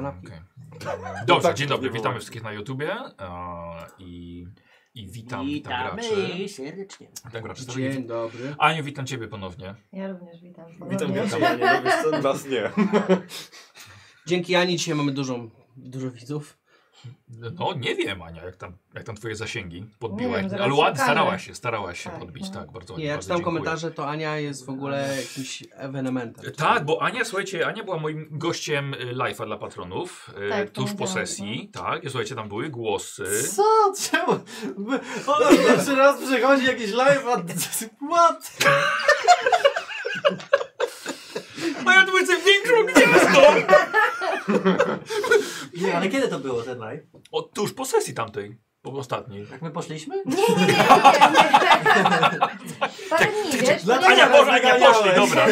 kanapki. Okay. Dobrze, dzień dobry, witamy wszystkich na YouTubie i witam graczy. Witamy serdecznie. Witam graczy. Dzień dobry. Aniu, witam ciebie ponownie. Ja również witam. Witam graczy, ja nie wiesz co, nas nie. Dzięki Ani dzisiaj mamy dużo widzów. No nie wiem, Ania, jak tam twoje zasięgi podbiłaś, Nie wiem, ale ładnie, szukamy. starałaś się Tak, podbić, no. tak, bardzo Nie, ja bardzo czytam dziękuję. komentarze, to Ania jest w ogóle jakimś ewenementem. Tak, bo Ania, słuchajcie, Ania była moim gościem live'a dla patronów, Tak, tuż po powiedziałam, sesji, tak, i słuchajcie, tam były głosy. Co? Czemu? Ona pierwszy raz przychodzi jakiś live, a... What? A ja tu jestem większą gwiazdą! Nie, ale kiedy to było ten live? Tuż po sesji tamtej, po ostatniej. Jak my poszliśmy? Nie. Parę dni, wiesz? Ania, Boże, Ania, poszli, wyganiałeś. dobra.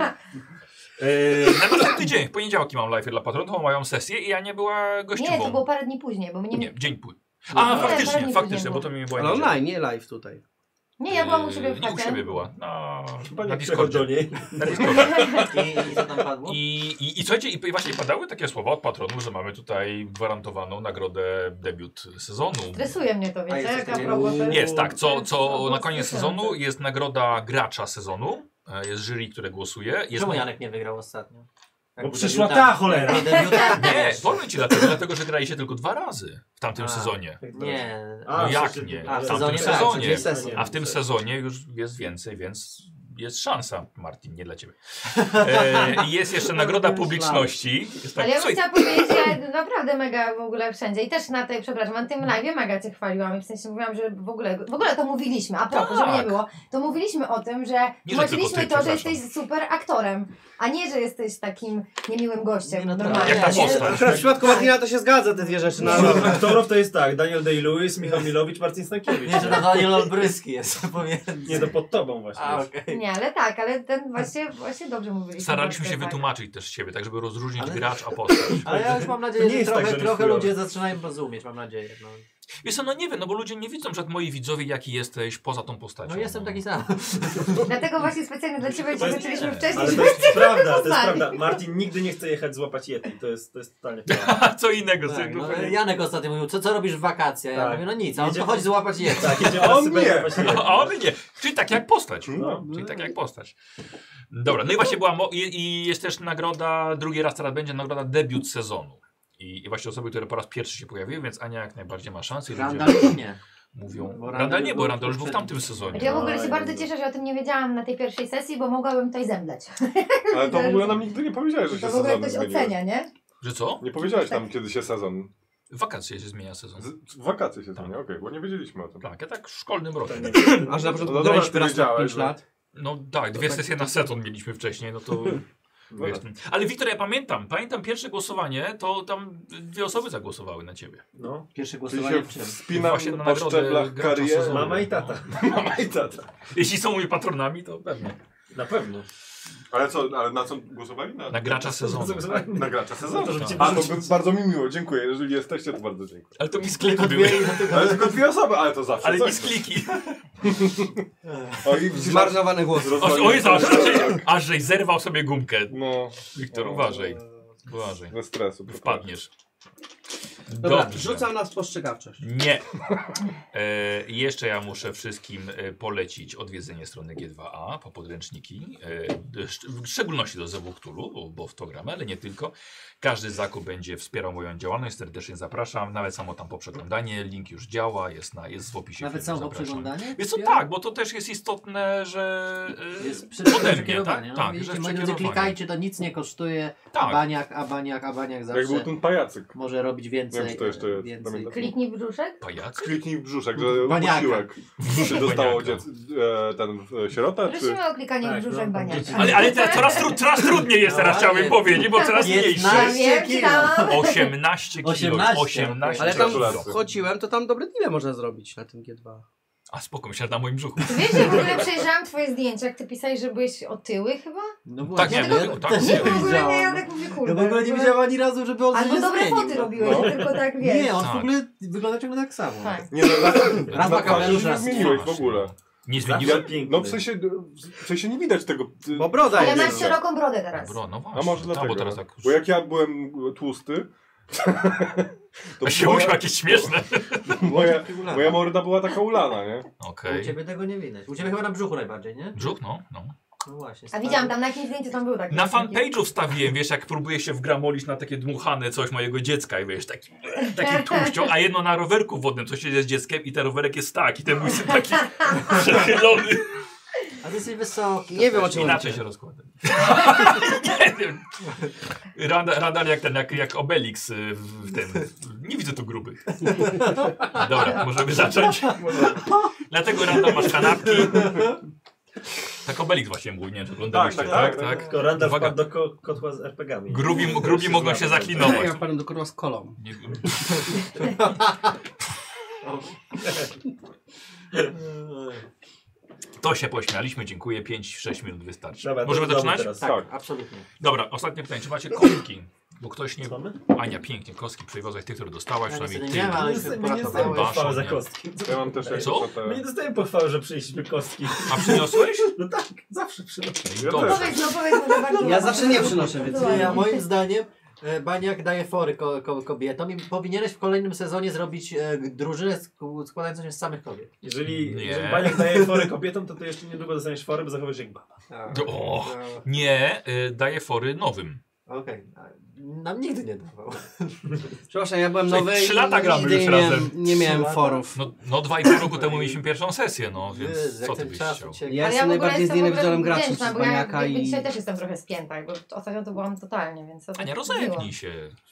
Na następny dzień, w poniedziałki mam live dla patronów, mają sesję i Ania była gościową. Nie, to było parę dni później, bo my nie... Nie, dzień później. Nie, A, parę faktycznie, dni faktycznie, później bo to mi była Ale niedziela. online, nie live tutaj. Nie, ja byłam u siebie w Nie u chacie. siebie była, Chyba na nie przychodź Discordzie. do niej. Na Discordzie. I co tam padło? I słuchajcie, i właśnie padały takie słowa od patronów, że mamy tutaj gwarantowaną nagrodę debiut sezonu. Stresuje mnie to, A wiecie? jest Jak a takie- propos to Jest tak, co to na koniec stresujące. sezonu jest nagroda gracza sezonu, jest jury, które głosuje. Jest Czemu Janek nie wygrał ostatnio? Bo przyszła ta cholera. Nie, powiem ci dlatego, że graliście tylko 2 razy w tamtym sezonie. Nie. No w jak sensie- nie? A, W w tamtym sezonie tak, sezonie. dwie sesje. A w tym sezonie już jest więcej, więc jest szansa, Martin, nie dla ciebie. Jest jeszcze nagroda publiczności. Jest tak, Ale ja bym słuchaj, chciała powiedzieć, że ja naprawdę mega w ogóle wszędzie i też na tej, przepraszam, na tym live'ie mega cię chwaliłam i w sensie mówiłam, że w ogóle to mówiliśmy, a propos, żeby nie Tak. było, to mówiliśmy o tym, że Nie, że tłumaczyliśmy tylko ty, to, że przepraszam. jesteś super aktorem, a nie, że jesteś takim niemiłym gościem. Nie, no to normalnie. jak ta Nie? postać. Akurat w przypadku Martina to się zgadza te dwie rzeczy. No, Wśród aktorów to jest tak, Daniel Day-Lewis, Michał Milowicz, Marcin Stankiewicz. Nie, że to Daniel Olbryski jest pomiędzy. Nie, to pod tobą właśnie A, jest. okej. Nie, ale tak, ale ten właśnie dobrze mówiliśmy. Staraliśmy się Tak. wytłumaczyć też z siebie, tak żeby rozróżnić Ale- gracz a postać. Ale ja już mam To nadzieję, nie że jest tak, trochę że chujowe. ludzie zaczynają rozumieć, mam nadzieję. No, Wiesz co, no nie wiem, no bo ludzie nie widzą, że moi widzowie jaki jesteś poza tą postacią. no jestem taki sam. Dlatego właśnie specjalnie dla ciebie To cię jest- zaczęliśmy Ale wcześniej, to żeby jest prawda, to jest poznali. prawda. Martin nigdy nie chce jechać złapać Yeti, to jest totalnie prawda. A co innego z Tak, tego. no, Janek ostatnio mówił, co robisz w wakacje? Ja Tak. mówię, no nic, a on Jedziemy- to chodzi złapać je. Tak, jedziemy na On Syberię nie. złapać Yeti. A on nie. Czyli tak jak postać. No. Czyli tak jak postać. Dobra, no i właśnie była i jest też nagroda, drugi raz teraz będzie nagroda debiut sezonu. I właśnie osoby, które po raz pierwszy się pojawiły, więc Ania jak najbardziej ma szansę. I ludzie Randall nie. mówią. Bo Randall nie, bo był Randall już był w tamtym poprzedni. sezonie. Ja w ogóle się Oj, bardzo Jezu. cieszę, że o tym nie wiedziałam na tej pierwszej sesji, bo mogłabym tutaj zemdleć. Ale to w ogóle nam nigdy nie powiedziałeś, że się To w ogóle sezony ktoś zmieniły. ocenia, nie? Że co? Nie powiedziałeś tam, kiedy się sezon... W wakacje się zmienia sezon. W wakacje się zmienia, okej, bo nie wiedzieliśmy o tym. Tak, ja tak w szkolnym roku. a że na początku No dobra, graliśmy ty raz na wiedziałeś, 5 że- lat. No tak, 2 sesje na seton mieliśmy wcześniej, no to... Wiesz, ale Wiktor, ja pamiętam pierwsze głosowanie, to tam 2 osoby zagłosowały na ciebie. No. Pierwsze Czyli głosowanie się w czym? wspinam Właśnie na po nagrodę szczeblach gracza kariery. sezonu. Mama i tata. Mama i tata. Jeśli są moi patronami, to pewnie. Na pewno. Ale na co głosowali? Na gracza sezonu. Na gracza sezonu. To, żeby cię A, to wyrzucić. bardzo mi miło, dziękuję. Jeżeli jesteście, to bardzo dziękuję. Ale to mi z kliku były. Ale tylko 2 osoby, ale to zawsze Ale coś. mi z kliki. O, i Zmarnowane głosy. O Jezu, aż żeś zerwał sobie gumkę. No, Wiktor, uważaj. Uważaj. ze stresu. Wpadniesz. Dobra, Dobrze. rzucam na spostrzegawczość. Nie. Jeszcze ja muszę wszystkim polecić odwiedzenie strony G2A po podręczniki. W szczególności do Zewu Cthulhu, bo w to gramy, ale nie tylko. Każdy zakup będzie wspierał moją działalność. Serdecznie zapraszam. Nawet samo tam po przeglądanie. Link już działa, jest w opisie. Nawet filmu, samo po zapraszam. przeglądanie? Wiesz co, tak, bo to też jest istotne, że Jest ode mnie, przekierowanie. tak? No, Tak, widzicie, że moi drodzy, przekierowanie. klikajcie, to nic nie kosztuje. Tak. A baniak Jak zawsze był ten pajacyk. może robić więcej. Nie wiem, czy to jeszcze jest. więcej. Pamiętasz? Kliknij w brzuszek. Pajac? Kliknij w brzuszek, że Baniaka. posiłek. Czy dostało Baniaka. ten sierota, czy... Prosimy o klikanie Tak, w brzuszek no, baniaka. Ale coraz trudniej jest teraz, No, chciałbym nie. powiedzieć, bo coraz mniejsze. 15 Ja wiem, kilo. czytałam. 18 kilo. 18. 18 Ale tam Gratulacje. wchodziłem, to tam dobre deale można zrobić na tym G2. A spoko, myślałem na moim brzuchu. Ty wiesz, że w ogóle przejrzałam twoje zdjęcia, jak ty pisałeś, że byłeś otyły chyba? No Tak, nie, właśnie, no, tak. też Nie, w ogóle widziałam. nie, ja tak mówię, kurde. Ja w ogóle nie widziałam ani razu, żeby on Albo się dobre zmienił. foty robiłeś, No. tylko tak wiesz. Nie, on Tak. w ogóle wygląda ciągle tak samo. Tak. Nie, no, Raz ma na twarzy kapelusz, się nie raz zmieniłeś w twarz. ogóle. Nie Zawsze zmieniłem? piękny. No w sensie nie widać tego. Bo broda Ale jest. masz szeroką brodę teraz. Bro, no A właśnie. może Ta, dlatego. bo teraz tak Bo jak ja byłem tłusty, To się musiał jakieś śmieszne. moja morda była taka ulana, nie? Okej. U ciebie tego nie widać. U ciebie chyba na brzuchu najbardziej, nie? Brzuch, no. No właśnie. A widziałam tam na jakimś zdjęciu, tam był taki. Na fanpage'u wstawiłem, wiesz, jak próbuję się wgramolić na takie dmuchane coś mojego dziecka i wiesz, taki tłuścią, a jedno na rowerku wodnym, coś się z dzieckiem i ten rowerek jest tak i ten mój syn taki przechylony. A ty jesteś wysoki. Nie wiem, o czym Inaczej się rozkłada. Nie wiem. Radar jak Obelix w tym. Nie widzę tu grubych. Dobra, możemy zacząć. Dlatego Randall masz kanapki. Tak Obelix właśnie mówił, nie wiem, czy oglądaliście, tak? Tylko Randall Uwaga. wpadł do kotła z RPG-ami. Grubi mogą się zaklinować. Ja panu do kurwa z kolą. Nie- To się pośmialiśmy, dziękuję. 5-6 minut wystarczy. Dobra, to Możemy do domu zaczynać? teraz. Tak, Tak. absolutnie. Dobra, ostatnie pytanie. Czy macie kostki? Bo ktoś nie... Co mamy? Ania, pięknie, kostki przywiozłaś, tych, które dostałaś, Ja przynajmniej niestety ty. nie ma, ale My się nie dostajemy poratowałeś. pochwały za nie. kostki. Ja mam też Co? jeszcze My nie dostajemy pochwały, że przynieśliśmy kostki. A przyniosłeś? No tak, zawsze przynoszę. Ja Dobrze. też. Powiedz może bardziej. Ja zawsze nie przynoszę, więc Nie, ja moim zdaniem Baniak daje fory kobietom i powinieneś w kolejnym sezonie zrobić drużynę składającą się z samych kobiet. Nie. Jeżeli Baniak daje fory kobietom, to jeszcze niedługo dostaniesz fory, bo zachowujesz się jak baba. O, nie, daję fory nowym. Okej. Nam nigdy nie dawał. Przepraszam, ja byłem Słuchaj, nowy 3 lata i gramy nigdy już nie miałem, razem. nie miałem 3 lata? forów. No 2,5 roku temu mieliśmy pierwszą sesję, no więc Jezu, co jak ty ten byś czas chciał? ucieka. Ja Ale jestem w ogóle najbardziej jestem w ogóle znienawidzonym graczem wdzięczna, przez bo ja Baniaka jakby i... dzisiaj też jestem trochę spięta, bo ostatnio to byłam totalnie, więc to Ania, było. rozepnij się.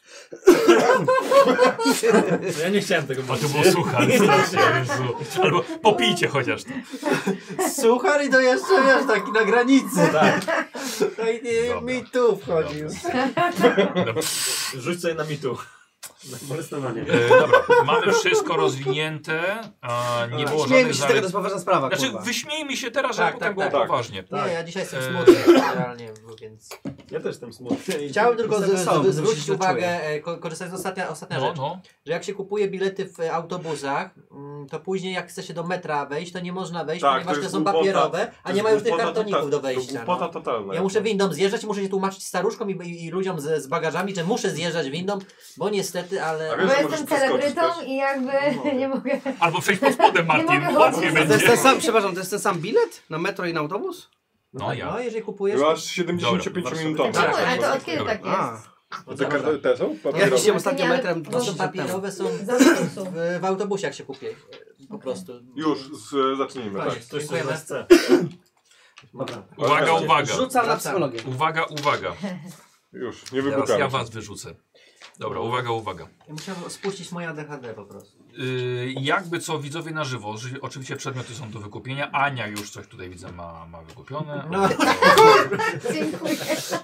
No ja nie chciałem tego A to mówić. było suchar. Jezu. Albo popijcie chociaż to. Suchar i to jeszcze, wiesz, taki na granicy. Tak, Tak nie, Dobra. mi tu wchodzi już. No, rzuć sobie na mitu. Na molestowanie. dobra, mamy wszystko rozwinięte, a nie było Śmiejmy żadnych się z tego, to zalet. jest poważna sprawa, Znaczy, kurwa. wyśmiejmy się teraz, żeby Tak, potem tak, było tak. poważnie. Nie, ja dzisiaj jestem E, smutny generalnie, więc... Ja też jestem smutny. Chciałem tylko Jestem wesoły, bo zwrócić się uwagę, korzystając z ostatnia rzecz, No. że jak się kupuje bilety w autobusach, to później jak chce się do metra wejść, to nie można wejść, Tak, ponieważ to te jest są głupota. papierowe, a nie ma już tych Głupota kartoników do To wejścia. głupota No. totalna. Ja muszę windą zjeżdżać i muszę się tłumaczyć staruszkom i ludziom z bagażami, że muszę zjeżdżać windą, bo niestety, ale... A Bo wiesz, że jestem możesz przeskoczyć celebrytą też. i jakby nie mogę. Albo przejść pod spodem, Martin, mogę łatwiej chodzić. To jest ten będzie. sam, przepraszam, to jest ten sam bilet? Na metro i na autobus? No ja. No, jeżeli kupujesz... Była 75-minutowa. Tak, Ale to od kiedy tak A, jest? Te karty te są? ja Papierowe? dzisiaj ostatnio Nie, ale metrem To 2 są lat temu. papierowe, są Z autobusu. w autobusie jak się kupuje, po prostu. Już, zacznijmy. Tak. Koniec. Ktoś coś Dziękujemy. chce. Dobra. Uwaga. Rzucam na psychologię. Uwaga. Już, nie Teraz wybuchamy. ja was wyrzucę. Dobra, uwaga. Ja musiałem spuścić moje ADHD po prostu. Jakby co, widzowie na żywo. Oczywiście przedmioty są do wykupienia. Ania już coś tutaj widzę ma wykupione. No. Dziękuję.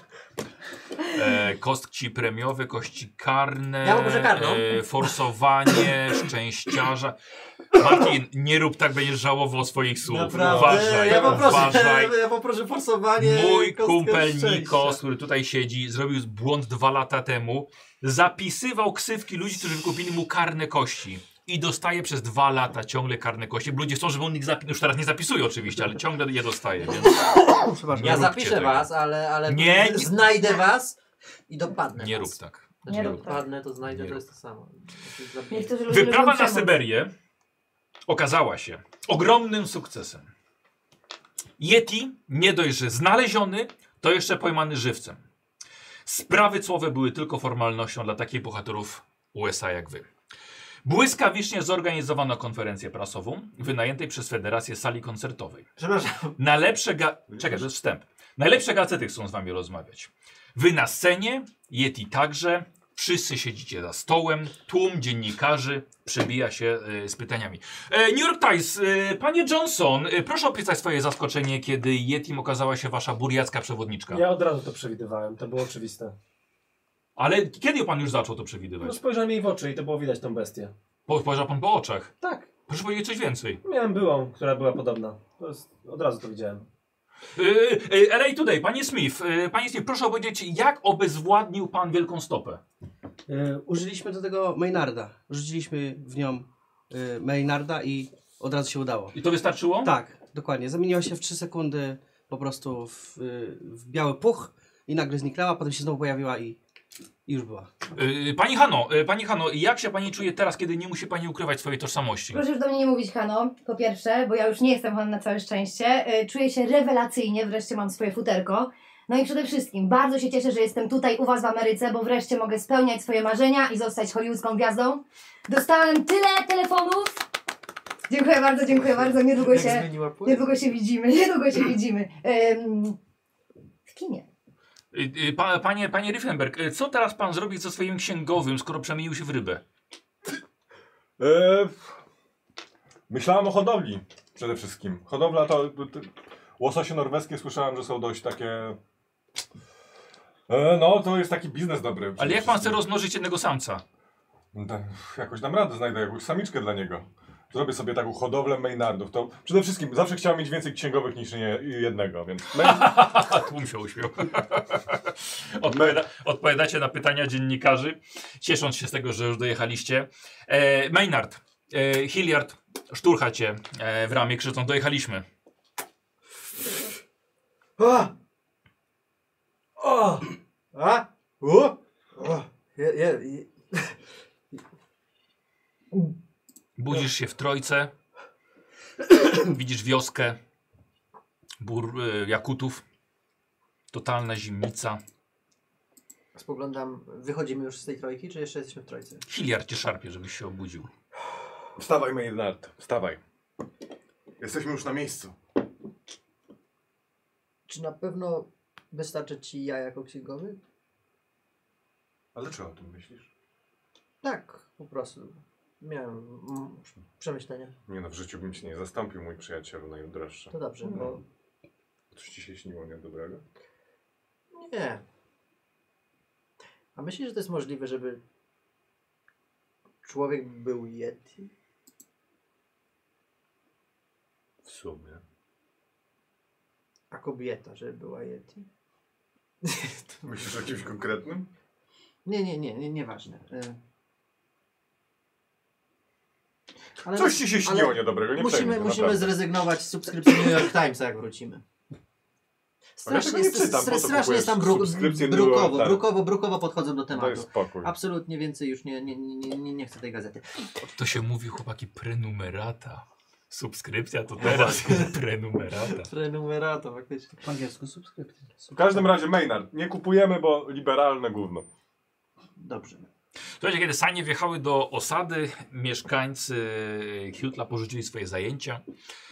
Kostki premiowe, kości karne, Ja poproszę karną. forsowanie, szczęściarza. Martin, nie rób tak, będziesz żałował swoich słów. Uważaj, ja poproszę forsowanie. Mój kostkę kumpel szczęścia. Nikos, który tutaj siedzi, zrobił błąd 2 lata temu. Zapisywał ksywki ludzi, którzy wykupili mu karne kości. I dostaje przez 2 lata ciągle karne kości. Ludzie chcą, żeby on ich zapisał. Już teraz nie zapisuje oczywiście, ale ciągle je dostaje. Więc Przepraszam. Ja róbcie zapiszę tego. was, ale Nie. znajdę was i dopadnę nie was. rób tak. Znaczy, Nie rób tak. dopadnę, to znajdę, Nie to rób. jest to samo. Znaczy, zabiję. Niektórzy ludzie Wyprawa lubią na przemoc. Syberię okazała się ogromnym sukcesem. Yeti, nie dość, że znaleziony, to jeszcze pojmany żywcem. Sprawy cłowe były tylko formalnością dla takich bohaterów USA jak wy. Błyskawicznie zorganizowano konferencję prasową wynajętej przez Federację sali koncertowej. Przepraszam. Czekaj, to jest wstęp. Najlepsze gazety chcą z wami rozmawiać. Wy na scenie, Yeti także, wszyscy siedzicie za stołem, tłum dziennikarzy przebija się z pytaniami. New York Times, panie Johnson, proszę opisać swoje zaskoczenie, kiedy Yetim okazała się wasza burjacka przewodniczka. Ja od razu to przewidywałem, to było oczywiste. Ale kiedy pan już zaczął to No, przewidywać? spojrzałem jej w oczy i to było widać tą bestię. Spojrzał pan po oczach. Tak. Proszę powiedzieć coś więcej. Miałem byłą, która była podobna. Od razu to widziałem. LA Today, panie Smith, proszę opowiedzieć, jak obezwładnił pan Wielką Stopę? Użyliśmy do tego Maynarda. Rzuciliśmy w nią Maynarda i od razu się udało. I to wystarczyło? Tak, dokładnie. Zamieniła się w 3 sekundy po prostu w biały puch i nagle zniknęła, potem się znowu pojawiła i I już była. Pani Hano, jak się pani czuje teraz, kiedy nie musi pani ukrywać swojej tożsamości? Proszę już do mnie nie mówić Hano, po pierwsze, bo ja już nie jestem Hano na całe szczęście. Czuję się rewelacyjnie, wreszcie mam swoje futerko. No i przede wszystkim bardzo się cieszę, że jestem tutaj u was w Ameryce, bo wreszcie mogę spełniać swoje marzenia i zostać hollywoodzką gwiazdą. Dostałem tyle telefonów. Dziękuję bardzo, niedługo się widzimy. W kinie. Panie Riefenberg, co teraz pan zrobi ze swoim księgowym, skoro przemienił się w rybę? Myślałem o hodowli przede wszystkim. Hodowla to łososie norweskie słyszałem, że są dość takie... No, to jest taki biznes dobry. Ale jak pan chce rozmnożyć jednego samca? Jakoś dam radę, znajdę jakąś samiczkę dla niego. Zrobię sobie taką hodowlę Maynardów. To przede wszystkim zawsze chciałem mieć więcej księgowych niż jednego, więc... Tłum się uśmiał. Odpowiadacie na pytania dziennikarzy, ciesząc się z tego, że już dojechaliście. Maynard, Hilliard szturcha cię w ramię, krzycząc: dojechaliśmy. Budzisz się w Trójce, widzisz wioskę Jakutów, totalna zimnica. Spoglądam, wychodzimy już z tej Trójki, czy jeszcze jesteśmy w Trójce? Hilliard cię szarpie, żebyś się obudził. Wstawaj, Maynard, wstawaj. Jesteśmy już na miejscu. Czy na pewno wystarczy ci ja jako księgowy? Ale czy o tym myślisz? Tak, po prostu. Miałem przemyślenia. Nie no, w życiu bym cię nie zastąpił, mój przyjacielu najdroższy. To dobrze, bo... Coś ci się śniło niedobrego? Nie. A myślisz, że to jest możliwe, żeby człowiek był Yeti? W sumie. A kobieta, żeby była Yeti? Myślisz o kimś konkretnym? Nieważne. Ale Coś ci się śniło niedobrego, nie musimy naprawdę. zrezygnować z subskrypcji New York Timesa, jak wrócimy. Strasznie jest tam brukowo podchodzą do Daj tematu. spokój. Absolutnie więcej już nie chcę tej gazety. To się mówi, chłopaki, prenumerata. Subskrypcja to teraz jest prenumerata. Prenumerata, faktycznie. Po angielsku subskrypcja. W każdym razie, Maynard, nie kupujemy, bo liberalne gówno. Dobrze. Słuchajcie, kiedy sanie wjechały do osady, mieszkańcy Hiutla porzucili swoje zajęcia.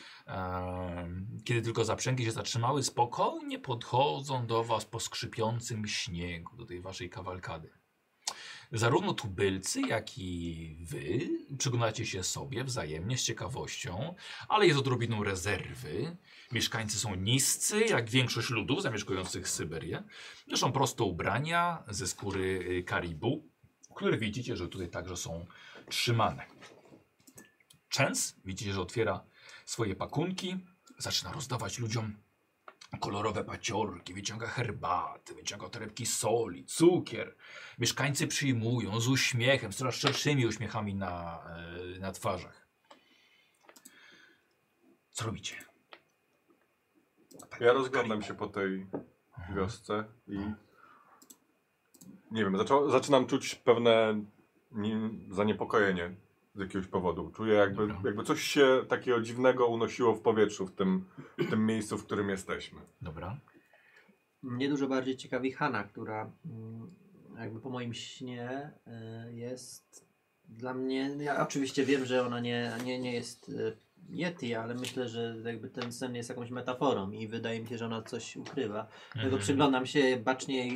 Kiedy tylko zaprzęgi się zatrzymały, spokojnie podchodzą do was po skrzypiącym śniegu, do tej waszej kawalkady. Zarówno tubylcy, jak i wy przyglądacie się sobie wzajemnie z ciekawością, ale jest odrobiną rezerwy. Mieszkańcy są niscy, jak większość ludów zamieszkujących Syberię. Noszą prosto ubrania ze skóry karibu, które widzicie, że tutaj także są trzymane. Częs widzicie, że otwiera swoje pakunki, zaczyna rozdawać ludziom kolorowe paciorki, wyciąga herbaty, wyciąga torebki soli, cukier. Mieszkańcy przyjmują z uśmiechem, z coraz szerszymi uśmiechami na twarzach. Co robicie? Ja rozglądam się po tej wiosce i nie wiem, zaczynam czuć pewne zaniepokojenie z jakiegoś powodu. Czuję jakby coś się takiego dziwnego unosiło w powietrzu w tym miejscu, w którym jesteśmy. Dobra. Mnie dużo bardziej ciekawi Hanna, która jakby po moim śnie jest dla mnie... Ja oczywiście wiem, że ona nie jest Yeti, ale myślę, że jakby ten sen jest jakąś metaforą i wydaje mi się, że ona coś ukrywa. Dlatego przyglądam się bacznie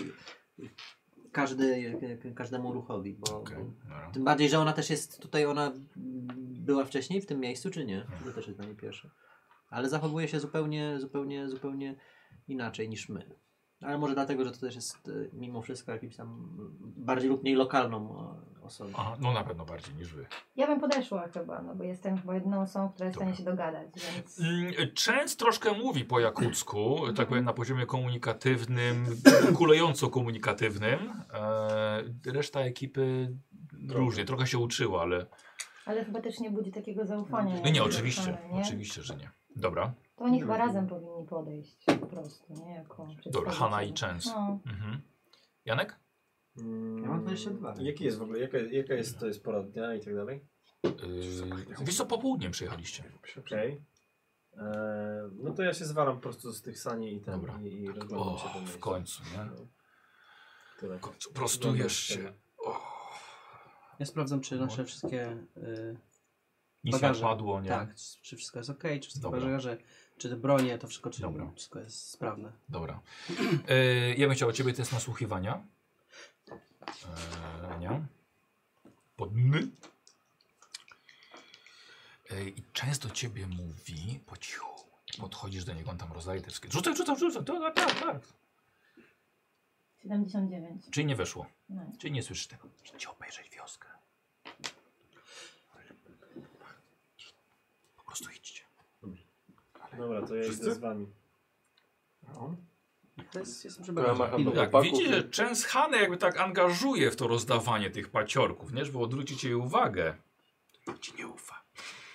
każdemu ruchowi, bo tym bardziej, że ona też jest tutaj, ona była wcześniej w tym miejscu, czy nie? To też jest dla niej pierwsze. Ale zachowuje się zupełnie inaczej niż my. Ale może dlatego, że to też jest mimo wszystko jakimś tam bardziej lub mniej lokalną osobą. Aha, no na pewno bardziej niż wy. Ja bym podeszła chyba, no bo jestem chyba jedyną osobą, która jest w stanie się dogadać, więc... Częst troszkę mówi po jakucku, tak powiem na poziomie komunikatywnym, kulejąco komunikatywnym. Reszta ekipy różnie, trochę się uczyła, ale... Ale chyba też nie budzi takiego zaufania. No nie, oczywiście, oczywiście, że nie. Dobra. To oni chyba razem powinni podejść po prostu, nie? Jako Dobra, Hanna i Częst. No. Janek? Ja mam 22. Jaki jest w ogóle, jaka jest, to jest pora dnia i tak dalej? Wiesz co, popołudniem przyjechaliście. Okej. No to ja się zwalam po prostu z tych sani i ten Dobra. i rozglądam się po O, mieście. w końcu, nie? No. Tyle. W końcu prostujesz się. Ja sprawdzam, czy nasze wszystkie Nic nie bagaże. padło, nie? Tak, czy wszystko jest ok, czy wszystkie Dobra. bagaże, czy te bronie, to wszystko, czy Dobra. wszystko jest sprawne. Dobra. Ja bym chciał od ciebie test nasłuchiwania. Nie? Podny. I często ciebie mówi po cichu. Podchodzisz do niego, on tam rozdaje te wszystkie. Rzucaj. Tak. 79. Czyli nie weszło. No. Czyli nie słyszysz tego. Idźcie obejrzeć wioskę. Po prostu idźcie. Dobra, to ja Wszyscy? idę z wami. Jestem przy To ja bagażach. macham do Idę. Tak, chłopaków widzicie, i- że częst Hanę jakby tak angażuje w to rozdawanie tych paciorków, nie? Żeby odwrócić jej uwagę. Ci nie ufa.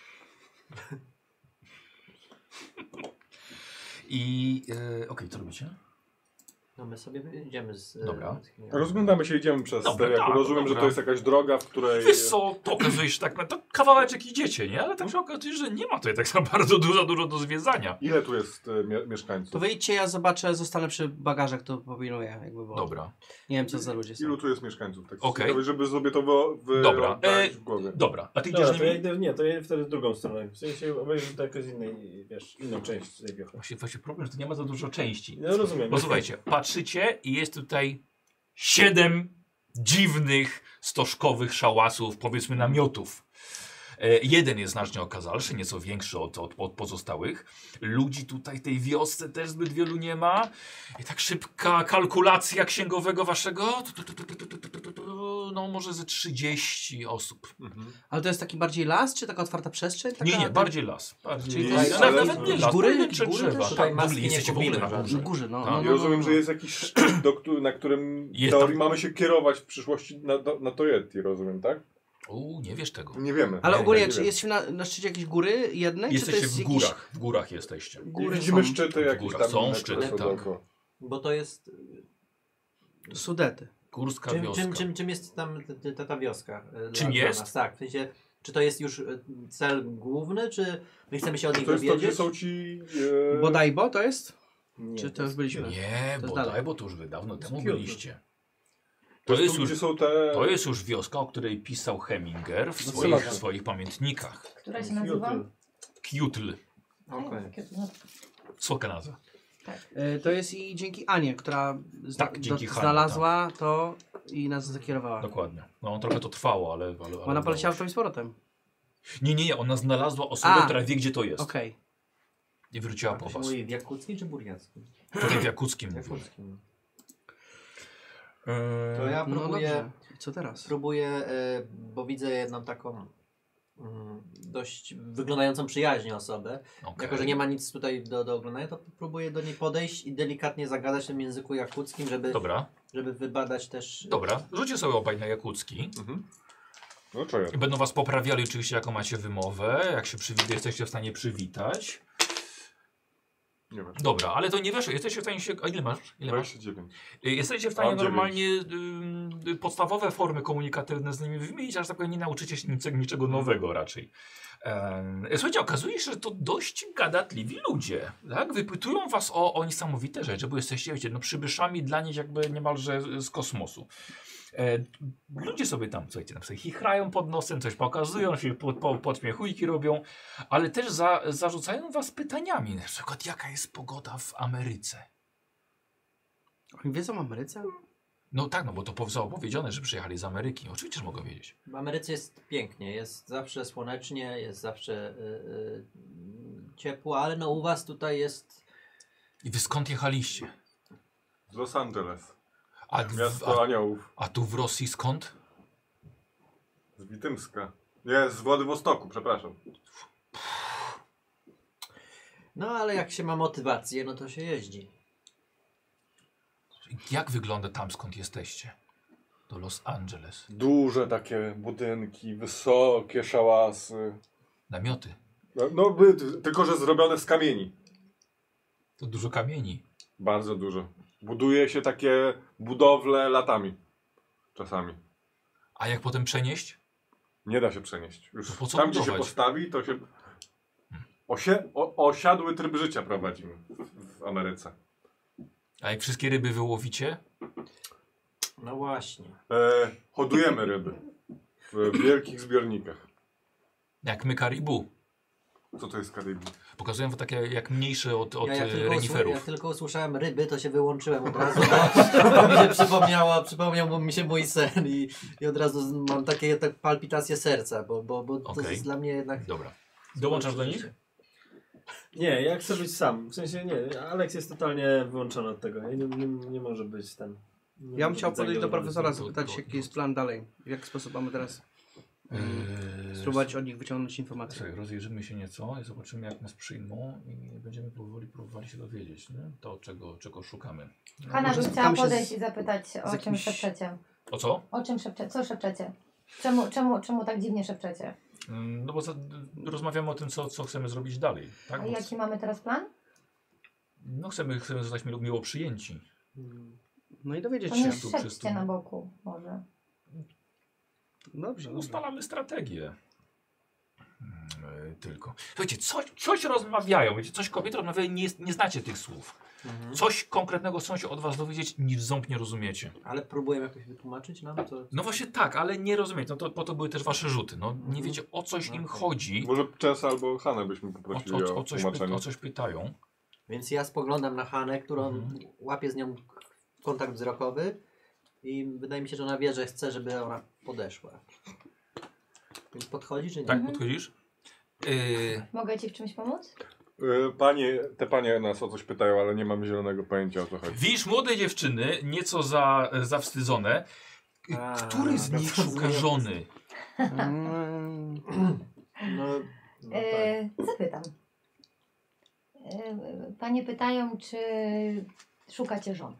I okej, co robicie? No my sobie idziemy z... Dobra. Rozglądamy się, idziemy przez Dobra, ster. tak, Rozumiem, że dobra. to jest jakaś droga, w której... Wiesz co, to okazuje się tak, to kawałeczek idziecie, nie? Ale tak się okazuje, że nie ma tutaj tak za bardzo dużo do zwiedzania. Ile tu jest mieszkańców? To wyjdźcie, ja zobaczę, zostanę przy bagażach, to popilnuję, jakby było. Dobra, Nie wiem, co za ludzie są. Ilu tu jest mieszkańców? Tak Okej. ciekawe, żeby sobie to Dobra. wyobrazić w głowie. dobra. A ty idziesz Dobra, z to ja nimi? idę, nie, to ja wtedy w drugą stronę. W sensie obejrzę to jakoś z innej, wiesz, inną część tej wiochy. Właśnie problem, że tu nie ma za dużo części. No rozumiem. Bo słuchajcie, patrzycie i jest tutaj 7 dziwnych, stożkowych szałasów, powiedzmy namiotów. Jeden jest znacznie okazalszy, nieco większy od pozostałych. Ludzi tutaj w tej wiosce też zbyt wielu nie ma. I tak szybka kalkulacja księgowego waszego, no może ze 30 osób. Ale to jest taki bardziej las, czy taka otwarta przestrzeń? Taka, Nie, bardziej las. Czyli to jest- Nawet nie ale las, góry? pojedyncze Góry drzewa. też? Tutaj Tak, maski nie jesteście w ogóle na kupimy górze. Na górze, no. Tak. no, I no, rozumiem, no. że jest jakiś szczyt, na którym w Jest teorii tam- mamy się kierować w przyszłości na to Yeti, rozumiem, tak? Nie wiesz tego. Nie wiemy. Ale Nie, ogólnie, nie czy wiem. jesteśmy na szczycie jakiejś góry jednej, Jesteście czy to jest w jakiś... górach. W górach jesteście. I Góry widzimy są szczyty w jakieś górach. tam. Są inne, szczyty, które są tak. dookoła. Bo to jest... Sudety. Górska Czym, wioska. czym jest tam ta wioska? Czym dla jest? nas? Tak, w sensie, czy to jest już cel główny, czy my chcemy się od nich To jest to, gdzie dowiedzieć? są ci... Bodajbo to jest? Nie, Czy to już byliśmy? Nie, To jest bodaj, dalej. bo to już wy dawno temu Kyoto. byliście. To To jest jest tu, już, gdzie są te... to jest już wioska, o której pisał Heminger w No swoich, co? w swoich pamiętnikach. Która się nazywa? Kjutl. Okej. Co nazwa? To jest i dzięki Anie, która Tak, dzięki Hanie, znalazła to i nas zakierowała. Dokładnie. No trochę to trwało, ale Ona poleciała udało w tą z powrotem. się. Nie, ona znalazła osobę, A. która wie, gdzie to jest. Okej. I wróciła To po się was. mówi w jakuckim czy burjackim? Tutaj w Jakuckim mówię. Jakuckim. To ja No próbuję, dobrze. I co teraz? bo widzę jedną taką dość wyglądającą przyjaźnie osobę. Okej. Jako, że nie ma nic tutaj do oglądania, to próbuję do niej podejść i delikatnie zagadać w tym języku jakuckim, żeby wybadać też... Dobra. Rzućcie sobie obaj na Jakucki. Mhm. No co ja? I będą was poprawiali oczywiście, jaką macie wymowę. Jak się jesteście w stanie przywitać. Nie wiem. Dobra, ale to nie weszło. Jesteście w stanie się... A ile masz? 29. Jesteście w stanie Mam 9. normalnie podstawowe formy komunikatywne z nimi wymienić, aż tak powiem, nie nauczycie się niczego nowego raczej. Słuchajcie, okazuje się, że to dość gadatliwi ludzie. Tak? Wypytują was o niesamowite rzeczy, bo jesteście, wiecie, no, przybyszami dla nich jakby niemalże z kosmosu. Ludzie sobie tam, słuchajcie, na przykład chichrają pod nosem, coś pokazują, się podśmiechujki robią, ale też zarzucają was pytaniami, na przykład jaka jest pogoda w Ameryce. Oni wiedzą o Ameryce? No tak, no bo to zostało powiedziane, że przyjechali z Ameryki. Oczywiście, że mogą wiedzieć. W Ameryce jest pięknie, jest zawsze słonecznie, jest zawsze ciepło, ale no u was tutaj jest... I wy skąd jechaliście? Z Los Angeles. A Miasto aniołów. tu w Rosji skąd? Z Witymska. Nie, z Władywostoku, przepraszam. No ale jak się ma motywację, no to się jeździ. Jak wygląda tam, skąd jesteście? Do Los Angeles. Duże takie budynki, wysokie szałasy. Namioty. Tylko że zrobione z kamieni. To dużo kamieni. Bardzo dużo. Buduje się takie budowle latami. czasami. A jak potem przenieść? Nie da się przenieść. Już To po co tam, gdzie się budować? postawi, to się... Osiadły tryb życia prowadzimy w Ameryce. A jak wszystkie ryby wyłowicie? No właśnie. Hodujemy ryby w wielkich zbiornikach. Jak my Karibu. Co to jest Karibu? Pokazują takie jak mniejsze od Jak reniferów. tylko usłyszałem ryby, to się wyłączyłem od razu, bo mi się przypomniał mi się mój sen i od razu mam takie palpitacje serca, bo to Okej. jest dla mnie jednak... Dobra. Dołączasz do nich? Nie, ja chcę być sam. W sensie nie, Alex jest totalnie wyłączony od tego. Nie może być ten. Ja bym chciał podejść do zaangażowany. profesora, zapytać jaki jest plan dalej. W jaki sposób mamy teraz spróbować od nich wyciągnąć informacje. Słuchaj, rozejrzymy się nieco i zobaczymy jak nas przyjmą i będziemy powoli próbowali się dowiedzieć, nie? To czego szukamy. Hanna Może by chciała spotkamy się podejść i zapytać się, o czym jakimś- szepczecie. O co? O czym szepczecie? Co szepczecie? Czemu tak dziwnie szepczecie? No bo rozmawiamy o tym, co chcemy zrobić dalej. Tak? A Bo jaki mamy teraz plan? no chcemy zostać miło przyjęci. No i dowiedzieć To się. nie tu szepczcie przez tu. na boku może. Dobrze, dobrze. Ustalamy strategię. Tylko. Słuchajcie, coś rozmawiają, wiecie, coś kobiety rozmawiają, nie znacie tych słów. Coś konkretnego chcą się od was dowiedzieć, nic w ząb nie rozumiecie. Ale próbuję jakoś wytłumaczyć nam to. No właśnie tak, ale nie rozumiecie. No to po to były też wasze rzuty. No nie wiecie o coś im chodzi. Może Chesa albo Hanę byśmy poprosili o tłumaczenie. O coś pytają. Więc ja spoglądam na Hanę, którą Mhm. łapię z nią kontakt wzrokowy i wydaje mi się, że ona wie, że chce, żeby ona podeszła. Więc podchodzi, czy nie? Tak, podchodzisz? Mogę ci w czymś pomóc? Te panie nas o coś pytają, ale nie mam zielonego pojęcia o co chodzi. Widzisz młode dziewczyny, nieco zawstydzone. A, Który z nich to szuka żony? No, tak. Zapytam. Panie pytają, czy szukacie żon.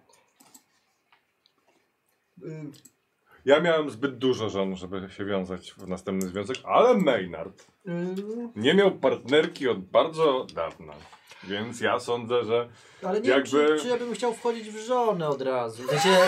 Ja miałem zbyt dużo żon, żeby się wiązać w następny związek, ale Maynard nie miał partnerki od bardzo dawna. Więc ja sądzę, że Ale nie jakby- wiem, czy ja bym chciał wchodzić w żonę od razu.